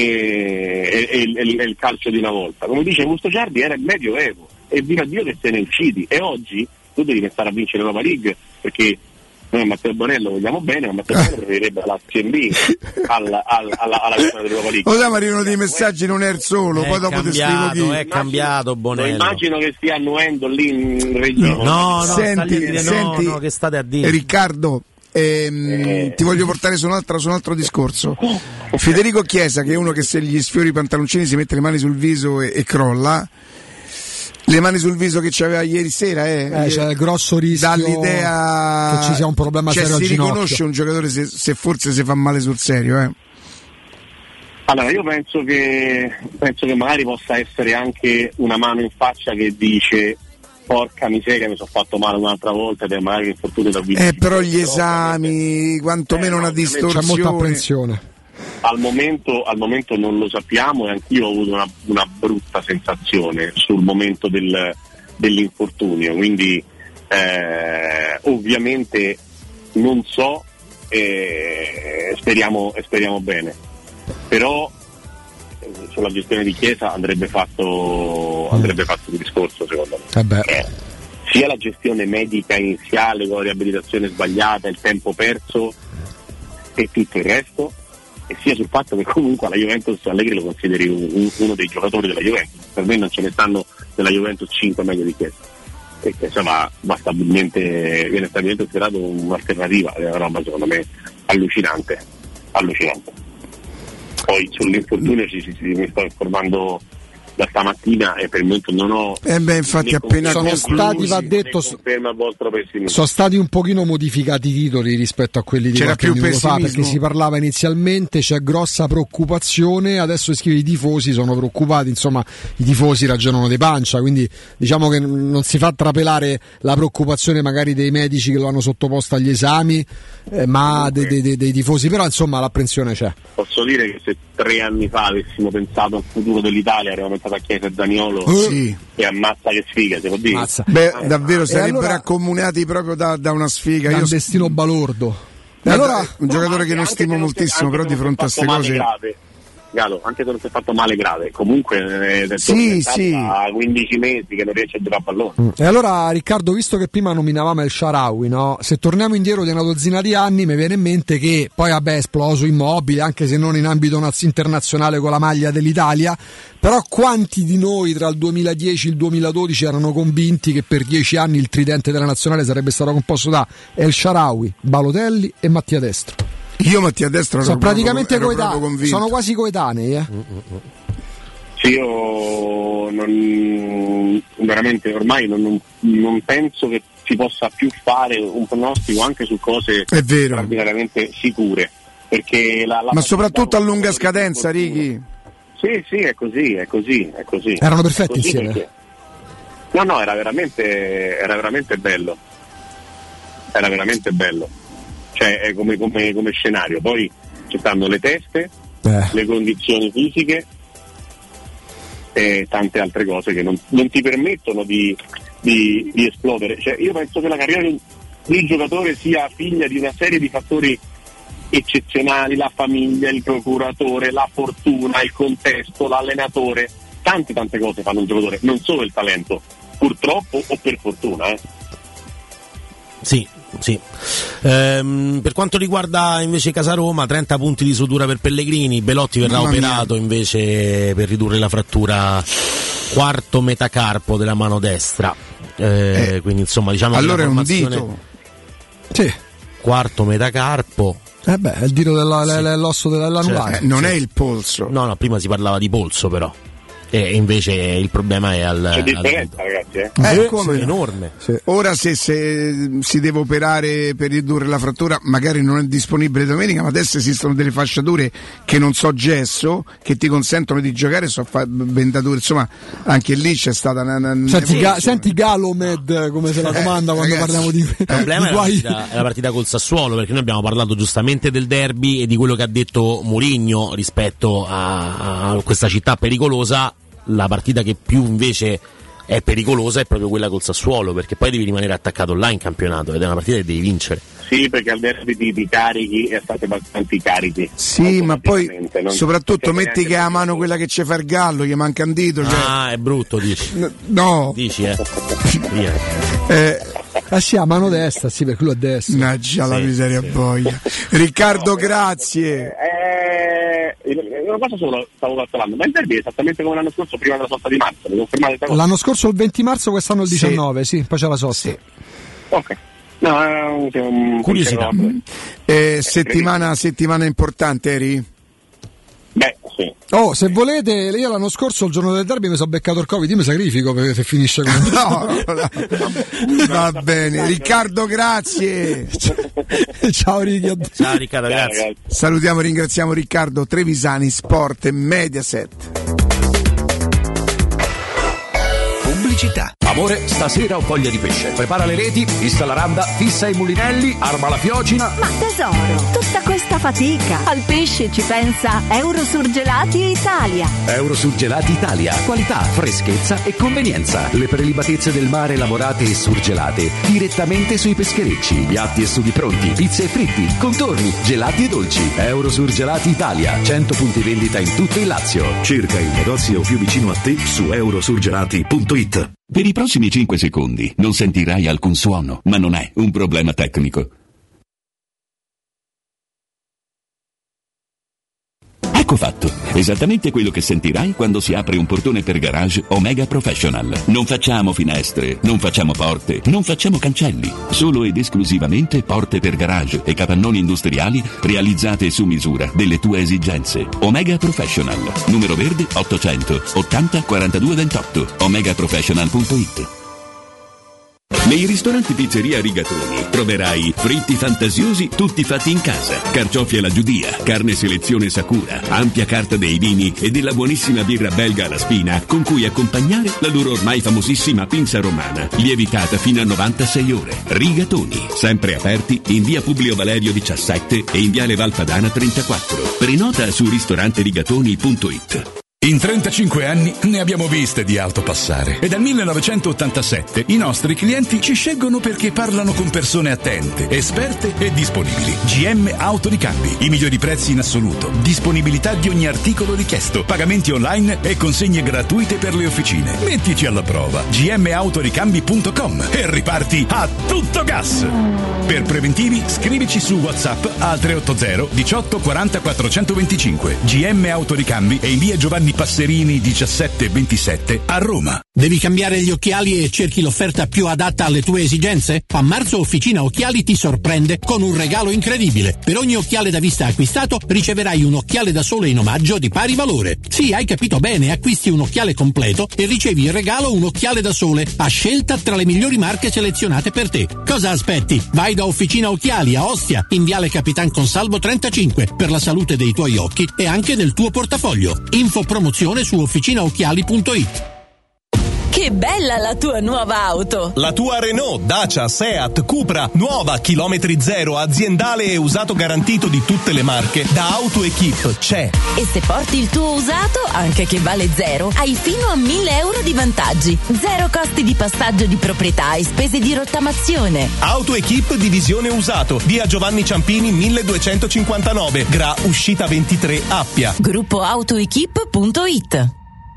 Speaker 1: e, e, e, e il calcio di una volta? Come dice Augusto Ciardi, era il Medioevo, e viva Dio che se ne è usciti. E oggi tu devi pensare a vincere l'Europa League, perché noi a Matteo Bonello vogliamo bene, ma Matteo Bonello preferirebbe la C M B alla, alla, alla, alla vittoria dell'Europa League.
Speaker 8: Lo sai, arrivano dei messaggi, non è il solo,
Speaker 14: È
Speaker 8: poi dopo ti scrivo
Speaker 14: cambiato,
Speaker 8: chi.
Speaker 14: è cambiato Bonello.
Speaker 1: Immagino che stia annuendo lì in regia.
Speaker 14: No, no,
Speaker 8: Senti,
Speaker 14: stai a dire no,
Speaker 8: senti,
Speaker 14: no, che state a dire?
Speaker 8: Riccardo, ehm,
Speaker 1: Eh.
Speaker 8: ti voglio portare su un, altro, su un altro discorso. Federico Chiesa, che è uno che se gli sfiori i pantaloncini si mette le mani sul viso e, e crolla, Le mani sul viso che c'aveva ieri sera, eh?
Speaker 4: eh c'è il grosso rischio
Speaker 8: dall'idea
Speaker 4: che ci sia un problema
Speaker 8: cioè,
Speaker 4: serio al
Speaker 8: si
Speaker 4: ginocchio.
Speaker 8: riconosce un giocatore se, se forse si fa male sul serio, eh?
Speaker 1: Allora, io penso che penso che magari possa essere anche una mano in faccia che dice porca miseria, mi sono fatto male un'altra volta ed è magari l'infortunio da vicino.
Speaker 8: Eh, però gli esami, quantomeno
Speaker 1: eh,
Speaker 8: una distorsione.
Speaker 4: C'è molta apprensione.
Speaker 1: Al momento, al momento non lo sappiamo e anch'io ho avuto una, una brutta sensazione sul momento del, dell'infortunio, quindi eh, ovviamente non so e speriamo, e speriamo bene. Però eh, sulla gestione di Chiesa andrebbe fatto andrebbe fatto un discorso, secondo me.
Speaker 4: Eh beh.
Speaker 1: Eh, sia la gestione medica iniziale con la riabilitazione sbagliata, il tempo perso e tutto il resto, e sia sul fatto che comunque la Juventus Allegri lo consideri un, un, uno dei giocatori della Juventus. Per me non ce ne stanno nella Juventus cinque meglio di Chiesa, e Chiesa va, va stabilmente, viene stabilmente considerato un'alternativa, è una roba secondo me allucinante allucinante. Poi sull'infortunio ci, ci, ci, mi sto informando da stamattina e per il momento non ho
Speaker 8: eh beh infatti appena
Speaker 4: sono stati, va detto,
Speaker 1: conferma il vostro pessimismo.
Speaker 4: Sono stati un pochino modificati i titoli rispetto a quelli di
Speaker 8: C'era
Speaker 4: qualche
Speaker 8: più
Speaker 4: minuto fa,
Speaker 8: pessimismo.
Speaker 4: perché si parlava inizialmente, c'è grossa preoccupazione, adesso scrive i tifosi sono preoccupati, insomma i tifosi ragionano di pancia, quindi diciamo che non si fa trapelare la preoccupazione magari dei medici che lo hanno sottoposto agli esami, eh, ma dei, dei, dei, dei tifosi, però insomma l'apprensione c'è.
Speaker 1: Posso dire che se tre anni fa avessimo pensato al futuro dell'Italia avremmo pensato a Chiesa e Zaniolo,
Speaker 8: sì.
Speaker 1: E ammazza che sfiga, se può dire.
Speaker 4: Mazza.
Speaker 8: Beh,
Speaker 1: Eh,
Speaker 8: davvero
Speaker 1: e
Speaker 8: sarebbero
Speaker 4: allora-
Speaker 8: accomunati proprio da, da una sfiga.
Speaker 4: Da
Speaker 8: Io
Speaker 4: un destino balordo.
Speaker 8: E
Speaker 4: allora-
Speaker 8: un giocatore
Speaker 1: No,
Speaker 8: che non
Speaker 1: anche
Speaker 8: stimo
Speaker 1: se non
Speaker 8: moltissimo,
Speaker 1: si-
Speaker 8: però
Speaker 1: anche
Speaker 8: di
Speaker 1: se
Speaker 8: fronte a
Speaker 1: non si è
Speaker 8: queste
Speaker 1: fatto male
Speaker 8: cose.
Speaker 1: grave, Galo, anche se non si è fatto male grave, comunque è da
Speaker 8: Sì, sì.
Speaker 1: a quindici mesi che non riesce a giocare a pallone.
Speaker 4: E allora Riccardo, visto che prima nominavamo El Shaarawy, no? Se torniamo indietro di una dozzina di anni mi viene in mente che poi vabbè è esploso Immobile, anche se non in ambito naz- internazionale con la maglia dell'Italia, però quanti di noi tra il duemiladieci e il duemiladodici erano convinti che per dieci anni il tridente della nazionale sarebbe stato composto da El Shaarawy, Balotelli e Mattia Destro?
Speaker 8: Io Mattia Destro ero
Speaker 4: Sono
Speaker 8: proprio-
Speaker 4: praticamente
Speaker 8: ero proprio
Speaker 4: coetanei,
Speaker 8: convinto.
Speaker 4: sono quasi coetanei, eh?
Speaker 1: Sì, io non, veramente ormai non, non, non penso che si possa più fare un pronostico anche su cose
Speaker 8: È vero.
Speaker 1: straordinariamente sicure, perché la, la
Speaker 8: Ma soprattutto a lunga scadenza, Righi.
Speaker 1: Sì, sì, è così, è così, è così.
Speaker 4: Erano perfetti
Speaker 1: È così
Speaker 4: insieme.
Speaker 1: perché- No, no, era veramente, era veramente bello. Era veramente bello. Cioè, è come, come, come scenario. Poi ci stanno le teste,
Speaker 4: Eh.
Speaker 1: le condizioni fisiche e tante altre cose che non, non ti permettono di, di, di esplodere. Cioè, io penso che la carriera di un, di un giocatore sia figlia di una serie di fattori eccezionali: la famiglia, il procuratore, la fortuna, il contesto, l'allenatore. Tante tante cose fanno un giocatore, non solo il talento, purtroppo o per fortuna. Eh.
Speaker 14: Sì, sì. Ehm, per quanto riguarda invece Casaroma, trenta punti di sutura per Pellegrini, Belotti verrà
Speaker 8: Mamma mia.
Speaker 14: operato invece per ridurre la frattura, quarto metacarpo della mano destra. Eh,
Speaker 8: Eh,
Speaker 14: quindi insomma diciamo
Speaker 8: allora
Speaker 14: che
Speaker 8: è
Speaker 14: la
Speaker 8: un
Speaker 14: formazione,
Speaker 8: dito.
Speaker 4: Sì.
Speaker 14: quarto metacarpo.
Speaker 4: Eh beh, è il dito della,
Speaker 14: Sì.
Speaker 4: l'osso dell'anulare.
Speaker 8: Eh, non è il polso.
Speaker 14: No, no, prima si parlava di polso però. E invece il problema è al...
Speaker 1: C'è
Speaker 14: al-
Speaker 1: differenza, ragazzi. Eh.
Speaker 8: Eh,
Speaker 14: Sì,
Speaker 8: come
Speaker 14: sì,
Speaker 8: no?
Speaker 14: enorme.
Speaker 8: Ora se, se si deve operare per ridurre la frattura, magari non è disponibile domenica, ma adesso esistono delle fasciature che non so gesso, che ti consentono di giocare, so fa- vendature, insomma anche lì c'è stata una, una
Speaker 4: Senti,
Speaker 8: un'evoluzione.
Speaker 4: Ga- senti Galomed come se la domanda
Speaker 8: Eh,
Speaker 4: quando
Speaker 8: ragazzi,
Speaker 4: parliamo di,
Speaker 14: Il problema
Speaker 4: di
Speaker 14: è la,
Speaker 4: guai.
Speaker 14: partita, è la partita col Sassuolo, perché noi abbiamo parlato giustamente del derby e di quello che ha detto Mourinho rispetto a, a questa città pericolosa. La partita che più invece è pericolosa è proprio quella col Sassuolo, perché poi devi rimanere attaccato là in campionato ed è una partita che devi vincere.
Speaker 1: Sì, perché al derby di, di carichi e state abbastanza carichi.
Speaker 8: Sì, ma poi
Speaker 1: non-
Speaker 8: soprattutto
Speaker 1: perché
Speaker 8: metti che a mano quella che ci fa il gallo, gli manca un dito, cioè,
Speaker 14: Ah, è brutto, dici.
Speaker 8: no,
Speaker 14: Dici, eh. Via.
Speaker 8: eh,
Speaker 4: Ah sì, a mano destra, sì, per quello a destra.
Speaker 8: mannaggia la
Speaker 14: Sì,
Speaker 8: miseria
Speaker 14: sì.
Speaker 8: boia. Riccardo, grazie.
Speaker 1: Eh, una cosa solo stavo calcolando, ma il derby è esattamente come l'anno scorso, prima della sosta di marzo, mi confermate questa cosa?
Speaker 4: L'anno scorso il venti marzo, quest'anno il
Speaker 8: Sì.
Speaker 4: diciannove, sì, poi c'è la sosta.
Speaker 8: Sì.
Speaker 1: Ok. No, è un, è un
Speaker 14: Curiosità.
Speaker 1: pensiero-
Speaker 8: Eh, settimana, settimana importante, eri?
Speaker 1: Beh, sì,
Speaker 4: Oh, se volete, io l'anno scorso, il giorno del derby, mi sono beccato il Covid, io mi sacrifico perché se finisce come
Speaker 8: no, no, no. Va bene, Riccardo, grazie.
Speaker 4: Ciao Riccardo.
Speaker 14: Ciao Riccardo, grazie.
Speaker 8: Salutiamo e ringraziamo Riccardo Trevisani, Sport e Mediaset.
Speaker 22: Pubblicità. Amore, stasera ho voglia di pesce. Prepara le reti, fissa la randa, fissa i mulinelli, arma la fiocina.
Speaker 2: Ma tesoro, tutta questa fatica. Al pesce ci pensa Eurosurgelati Italia.
Speaker 22: Eurosurgelati Italia. Qualità, freschezza e convenienza. Le prelibatezze del mare lavorate e surgelate direttamente sui pescherecci. Piatti e sughi pronti, pizze e fritti, contorni, gelati e dolci. Eurosurgelati Italia. cento punti vendita in tutto il Lazio.
Speaker 21: Cerca il negozio più vicino a te su eurosurgelati punto it.
Speaker 23: Per i prossimi cinque secondi non sentirai alcun suono, ma non è un problema tecnico. Ecco fatto, esattamente quello che sentirai quando si apre un portone per garage Omega Professional. Non facciamo finestre, non facciamo porte, non facciamo cancelli, solo ed esclusivamente porte per garage e capannoni industriali realizzate su misura delle tue esigenze. Omega Professional, numero verde ottocento ottanta quarantadue ventotto, omega professional punto it. Nei ristoranti Pizzeria Rigatoni troverai fritti fantasiosi tutti fatti in casa, carciofi alla giudia, carne selezione Sakura, ampia carta dei vini e della buonissima birra belga alla spina con cui accompagnare la loro ormai famosissima pinza romana, lievitata fino a novantasei ore. Rigatoni, sempre aperti in via Publio Valerio diciassette e in viale Valpadana trentaquattro. Prenota su ristoranterigatoni punto it.
Speaker 9: In trentacinque anni ne abbiamo viste di auto passare e dal millenovecentottantasette i nostri clienti ci scelgono perché parlano con persone attente, esperte e disponibili. G M Autoricambi, i migliori prezzi in assoluto, disponibilità di ogni articolo richiesto, pagamenti online e consegne gratuite per le officine. Mettici alla prova g m autoricambi punto com e riparti a tutto gas. Per preventivi scrivici su WhatsApp al tre otto zero diciotto quaranta quattrocentoventicinque. G M Autoricambi e in via Giovanni Passerini diciassette ventisette a Roma.
Speaker 3: Devi cambiare gli occhiali e cerchi l'offerta più adatta alle tue esigenze? A marzo Officina Occhiali ti sorprende con un regalo incredibile. Per ogni occhiale da vista acquistato riceverai un occhiale da sole in omaggio di pari valore. Sì, hai capito bene, acquisti un occhiale completo e ricevi in regalo un occhiale da sole a scelta tra le migliori marche selezionate per te. Cosa aspetti? Vai da Officina Occhiali a Ostia, in viale Capitan Consalvo trentacinque, per la salute dei tuoi occhi e anche del tuo portafoglio. Info promozione su officinaocchiali punto it.
Speaker 2: Che bella la tua nuova auto!
Speaker 10: La tua Renault, Dacia, Seat, Cupra, nuova, chilometri zero, aziendale e usato garantito di tutte le marche, da AutoEquip c'è.
Speaker 2: E se porti il tuo usato, anche che vale zero, hai fino a mille euro di vantaggi. Zero costi di passaggio di proprietà e spese di rottamazione.
Speaker 10: AutoEquip divisione usato, via Giovanni Ciampini milleduecentocinquantanove, Gra uscita ventitré, Appia.
Speaker 2: Gruppo autoequip punto it.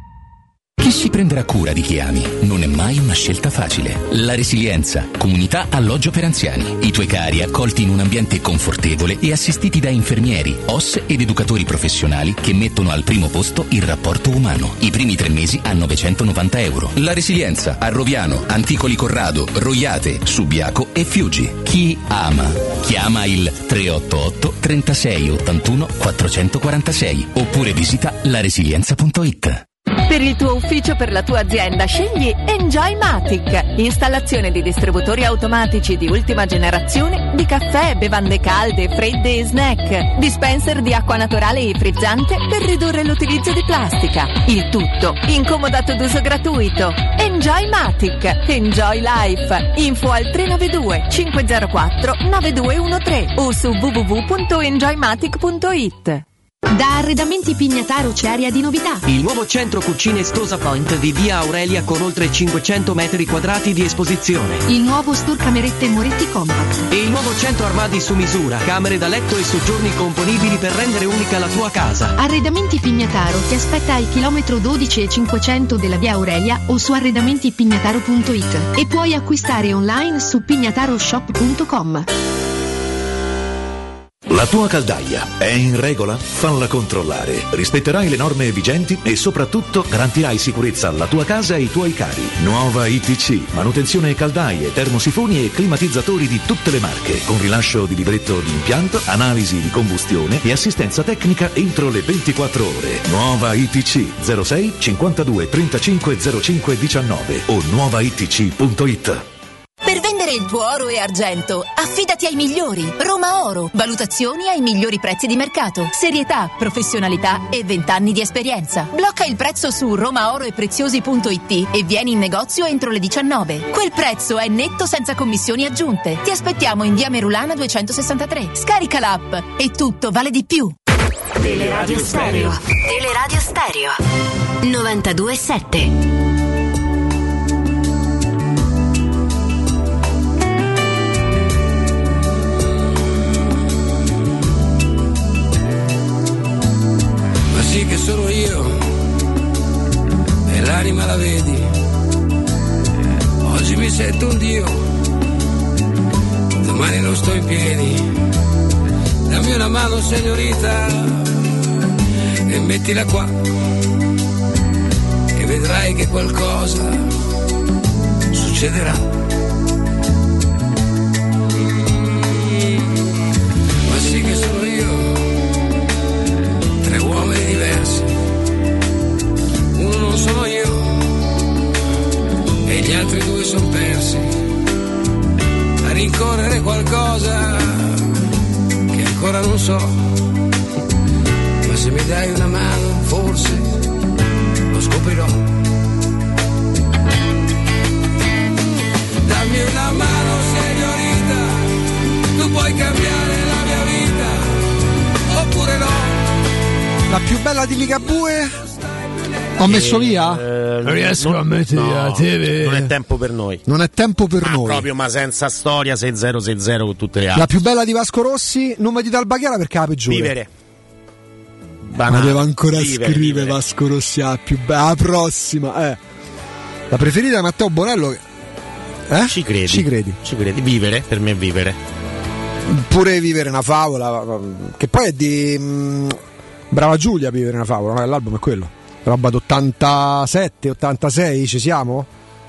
Speaker 22: Chi si prenderà cura di chi ami non è mai una scelta facile. La Resilienza, comunità alloggio per anziani. I tuoi cari accolti in un ambiente confortevole e assistiti da infermieri, O S ed educatori professionali che mettono al primo posto il rapporto umano. I primi tre mesi a novecentonovanta euro. La Resilienza a Roviano, Anticoli Corrado, Roiate, Subiaco e Fiuggi. Chi ama? Chiama il tre otto otto trentasei ottantuno quattrocentoquarantasei oppure visita la resilienza punto it.
Speaker 2: Per il tuo ufficio, per la tua azienda, scegli Enjoymatic. Installazione di distributori automatici di ultima generazione di caffè, bevande calde, fredde e snack. Dispenser di acqua naturale e frizzante per ridurre l'utilizzo di plastica. Il tutto incomodato d'uso gratuito. Enjoymatic. Enjoy Life. Info al tre nove due cinque zero quattro nove due uno tre o su w w w punto enjoymatic punto it.
Speaker 24: Da Arredamenti Pignataro c'è aria di novità.
Speaker 17: Il nuovo centro cucine Stosa Point di via Aurelia con oltre cinquecento metri quadrati di esposizione.
Speaker 24: Il nuovo store camerette Moretti Compact.
Speaker 17: E il nuovo centro armadi su misura, camere da letto e soggiorni componibili per rendere unica la tua casa.
Speaker 24: Arredamenti Pignataro ti aspetta al chilometro dodici e cinquecento della via Aurelia o su arredamenti pignataro punto it e puoi acquistare online su pignataroshop punto com.
Speaker 21: La tua caldaia è in regola? Falla controllare. Rispetterai le norme vigenti e soprattutto garantirai sicurezza alla tua casa e ai tuoi cari. Nuova I T C, manutenzione caldaie, termosifoni e climatizzatori di tutte le marche, con rilascio di libretto di impianto, analisi di combustione e assistenza tecnica entro le ventiquattro ore. Nuova I T C zero sei cinquantadue trentacinque zero cinque diciannove o nuova I T C punto it.
Speaker 11: Per vendere il tuo oro e argento, affidati ai migliori. Roma Oro. Valutazioni ai migliori prezzi di mercato. Serietà, professionalità e vent'anni di esperienza. Blocca il prezzo su romaoroepreziosi punto it e vieni in negozio entro le diciannove. Quel prezzo è netto senza commissioni aggiunte. Ti aspettiamo in via Merulana duecentosessantatré. Scarica l'app e tutto vale di più.
Speaker 24: Teleradio Stereo. Teleradio Stereo. novantadue sette.
Speaker 5: Sì che sono io e l'anima la vedi, oggi mi sento un dio, domani non sto in piedi, dammi una mano signorita e mettila qua e vedrai che qualcosa succederà. Ma sì che sono io, tre uomini diversi, uno non sono io e gli altri due sono persi a rincorrere qualcosa che ancora non so, ma se mi dai una mano forse lo scoprirò. Dammi una mano signorita, tu puoi cambiare la mia vita oppure no.
Speaker 4: La più bella di Ligabue? Ho messo via?
Speaker 14: Eh,
Speaker 4: non riesco a mettere
Speaker 14: no,
Speaker 4: la T V.
Speaker 14: Non è tempo per noi.
Speaker 4: Non è tempo per
Speaker 14: ah,
Speaker 4: noi.
Speaker 14: Proprio, ma senza storia, sei zero sei zero con tutte le altre.
Speaker 4: La più bella di Vasco Rossi, non mi dite Alba Chiara perché è la peggiore.
Speaker 14: Vivere.
Speaker 4: Banale. Ma devo ancora
Speaker 14: vivere,
Speaker 4: scrivere
Speaker 14: vivere.
Speaker 4: Vasco Rossi la più bella. La prossima, eh. La preferita di Matteo Bonello. Eh?
Speaker 14: Ci credi?
Speaker 4: Ci credi?
Speaker 14: Ci credi? Vivere, per me è vivere.
Speaker 4: Pure Vivere una favola, che poi è di mh, Brava Giulia, Vivere una favola, no? L'album è quello. Roba d'ottantasette, ottantasei, ci siamo?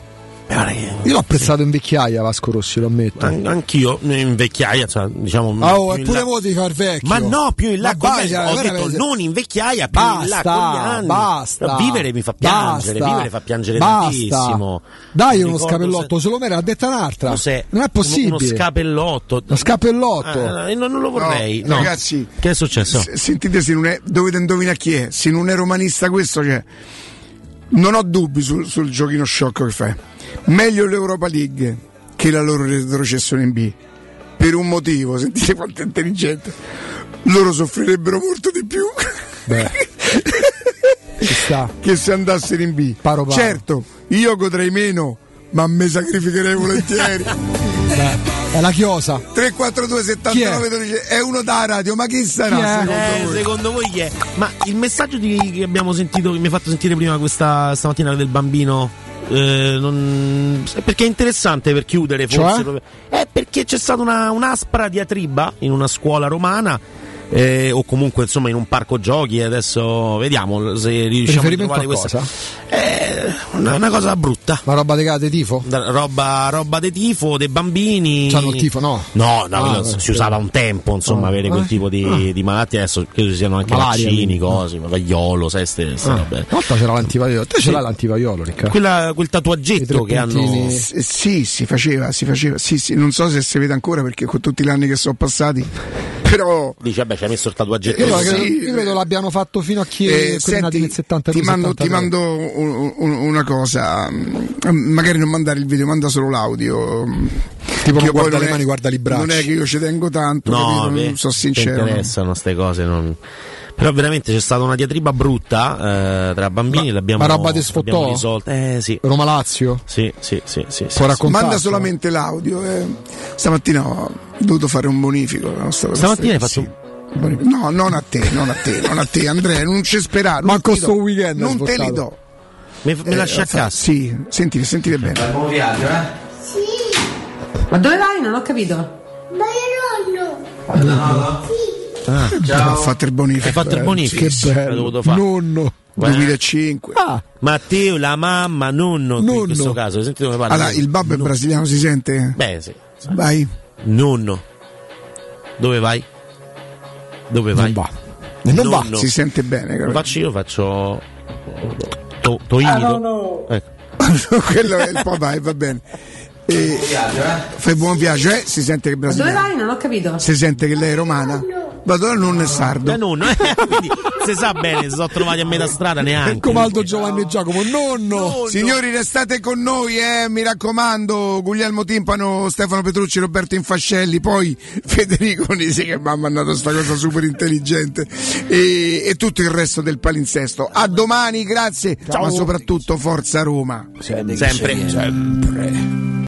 Speaker 4: Io l'ho apprezzato in vecchiaia Vasco Rossi, lo ammetto.
Speaker 14: An- anch'io in vecchiaia, cioè, diciamo.
Speaker 4: Oh, eppure mo ti fa il vecchio.
Speaker 14: Ma no, più in là,
Speaker 4: con
Speaker 14: me,
Speaker 4: cioè,
Speaker 14: ho detto
Speaker 4: veramente...
Speaker 14: non in vecchiaia, più
Speaker 4: basta,
Speaker 14: in là con gli anni.
Speaker 4: Basta,
Speaker 14: vivere mi fa piangere,
Speaker 4: basta,
Speaker 14: vivere fa piangere
Speaker 4: basta.
Speaker 14: tantissimo.
Speaker 4: Dai
Speaker 14: Mi
Speaker 4: uno
Speaker 14: ricordo
Speaker 4: scapellotto,
Speaker 14: se...
Speaker 4: se lo merita, ha detto un'altra.
Speaker 14: Se...
Speaker 4: Non è possibile.
Speaker 14: Uno scapellotto.
Speaker 4: Lo scapellotto.
Speaker 14: Eh, non, non lo vorrei.
Speaker 8: No,
Speaker 14: no.
Speaker 8: Ragazzi,
Speaker 14: che è successo?
Speaker 8: S- sentite, se non è, dovete indovinare chi è. Se non è romanista questo, cioè, non ho dubbi sul, sul giochino sciocco che fai. Meglio l'Europa League che la loro retrocessione in B, per un motivo, sentite quanto è intelligente, loro soffrirebbero molto di più.
Speaker 4: Beh, ci sta.
Speaker 8: Che se andassero in B.
Speaker 4: Paro paro.
Speaker 8: Certo, io godrei meno, ma me sacrificherei volentieri.
Speaker 4: Beh, è la chiosa.
Speaker 8: tre quattro due settantanove dodici è uno da radio, ma chi sarà
Speaker 14: Chi
Speaker 8: secondo
Speaker 14: eh,
Speaker 8: voi?
Speaker 14: Secondo voi chi è? Ma il messaggio di, che abbiamo sentito, che mi ha fatto sentire prima questa stamattina del bambino, eh, non, è perché è interessante per chiudere, forse.
Speaker 4: Cioè?
Speaker 14: È perché c'è stata una, un'aspra diatriba in una scuola romana. Eh, o comunque insomma in un parco giochi, adesso vediamo se riusciamo a trovare questa. È una, una cosa brutta.
Speaker 4: Ma roba de tifo?
Speaker 14: Da, roba, roba de tifo, dei bambini.
Speaker 4: C'hanno il tifo, no?
Speaker 14: No, no,
Speaker 4: ah,
Speaker 14: si
Speaker 4: sì.
Speaker 14: usava un tempo, insomma,
Speaker 4: ah,
Speaker 14: avere quel
Speaker 4: eh?
Speaker 14: tipo di,
Speaker 4: ah.
Speaker 14: di malattie. Adesso credo ci siano anche
Speaker 4: Malaria,
Speaker 14: vaccini,
Speaker 4: quindi.
Speaker 14: cose, vagliolo, sai, ste, ste
Speaker 4: Ah.
Speaker 14: robe.
Speaker 4: Una volta c'era l'antivaiolo. Te
Speaker 14: Sì.
Speaker 4: ce l'hai l'antivaiolo, Riccardo?
Speaker 14: Quella, quel tatuaggetto che hanno.
Speaker 8: S- sì, si faceva, si faceva. Sì, sì, non so se si vede ancora perché con tutti gli anni che sono passati. Però
Speaker 14: dice, vabbè, ci hai messo il tatuaggetto.
Speaker 4: Io,
Speaker 14: sì.
Speaker 4: credo, io credo l'abbiano fatto fino a chi
Speaker 8: Eh,
Speaker 4: quelli nati nel settantadue
Speaker 8: ti mando, ti
Speaker 4: settantatré.
Speaker 8: mando un- un- una cosa, magari non mandare il video, manda solo l'audio.
Speaker 4: Tipo
Speaker 8: Che
Speaker 4: non
Speaker 8: poi
Speaker 4: guarda
Speaker 8: non
Speaker 4: le
Speaker 8: è-
Speaker 4: mani, guarda li bracci.
Speaker 8: Non è che io ci tengo tanto,
Speaker 14: No,
Speaker 8: capito?
Speaker 14: beh,
Speaker 8: Non so
Speaker 14: ti
Speaker 8: sincero.
Speaker 14: interessano queste cose. Non... Però veramente c'è stata una diatriba brutta eh, tra bambini.
Speaker 4: Ma-
Speaker 14: l'abbiamo,
Speaker 4: ma roba te sfottò?
Speaker 14: l'abbiamo risolta. Eh sì.
Speaker 4: Roma Lazio?
Speaker 14: Sì, sì, sì, sì, sì,
Speaker 4: Può
Speaker 14: sì.
Speaker 4: raccontarci?
Speaker 8: Manda solamente l'audio. Eh. Stamattina ho dovuto fare un bonifico. La nostra
Speaker 14: Stamattina hai
Speaker 8: sì.
Speaker 14: fatto
Speaker 8: No, non a te, non a te, non a te, Andrea, non c'è sperare.
Speaker 4: Ma
Speaker 8: non
Speaker 4: con
Speaker 8: ti do,
Speaker 4: sto weekend
Speaker 8: non
Speaker 4: hai
Speaker 8: te li
Speaker 4: svoltato.
Speaker 8: do.
Speaker 14: Mi, mi
Speaker 8: Eh,
Speaker 14: lasci a
Speaker 8: fa-
Speaker 14: casa?
Speaker 8: Sì, sentite, sentite bene.
Speaker 12: Buon viaggio, eh?
Speaker 13: Sì,
Speaker 12: Ma dove vai? Non ho capito.
Speaker 13: ma io nonno.
Speaker 12: No, no.
Speaker 13: Sì.
Speaker 8: Ah,
Speaker 14: ciao.
Speaker 8: Ha fatto il bonifico.
Speaker 14: Hai fatto il bonifico?
Speaker 8: Che bello.
Speaker 14: dovuto fare.
Speaker 8: Nonno. duemilacinque.
Speaker 4: Ah.
Speaker 14: Matteo, la mamma, nonno,
Speaker 8: Nonno.
Speaker 14: in questo caso. Sentite come parla.
Speaker 8: Allora, il babbo è brasiliano, si sente?
Speaker 14: Beh, sì.
Speaker 8: Vai.
Speaker 14: Nonno. Dove vai? Dove vai?
Speaker 8: Non va.
Speaker 14: Non
Speaker 8: va. Si sente bene.
Speaker 14: Lo faccio io, faccio to, Toini.
Speaker 8: Ah, no,
Speaker 14: to...
Speaker 8: no.
Speaker 14: Ecco.
Speaker 8: Quello è il papà, va bene. E fai buon viaggio, eh? Si sente che è
Speaker 27: Dove
Speaker 8: brasiliano.
Speaker 27: vai? Non ho capito.
Speaker 8: Si sente che lei è romana. Vado da nonno e sardo.
Speaker 14: Da nonno, eh? Quindi si sa bene, si sono trovati a metà strada neanche.
Speaker 4: Come Aldo, Giovanni e Giacomo, nonno.
Speaker 8: nonno. Signori, restate con noi, eh, mi raccomando. Guglielmo Timpano, Stefano Petrucci, Roberto Infascelli, poi Federico Nisi che mi ha mandato sta cosa super intelligente e, e tutto il resto del palinsesto. A domani, grazie.
Speaker 4: Ciao.
Speaker 8: Ma soprattutto forza Roma.
Speaker 14: Sempre.
Speaker 8: Sempre.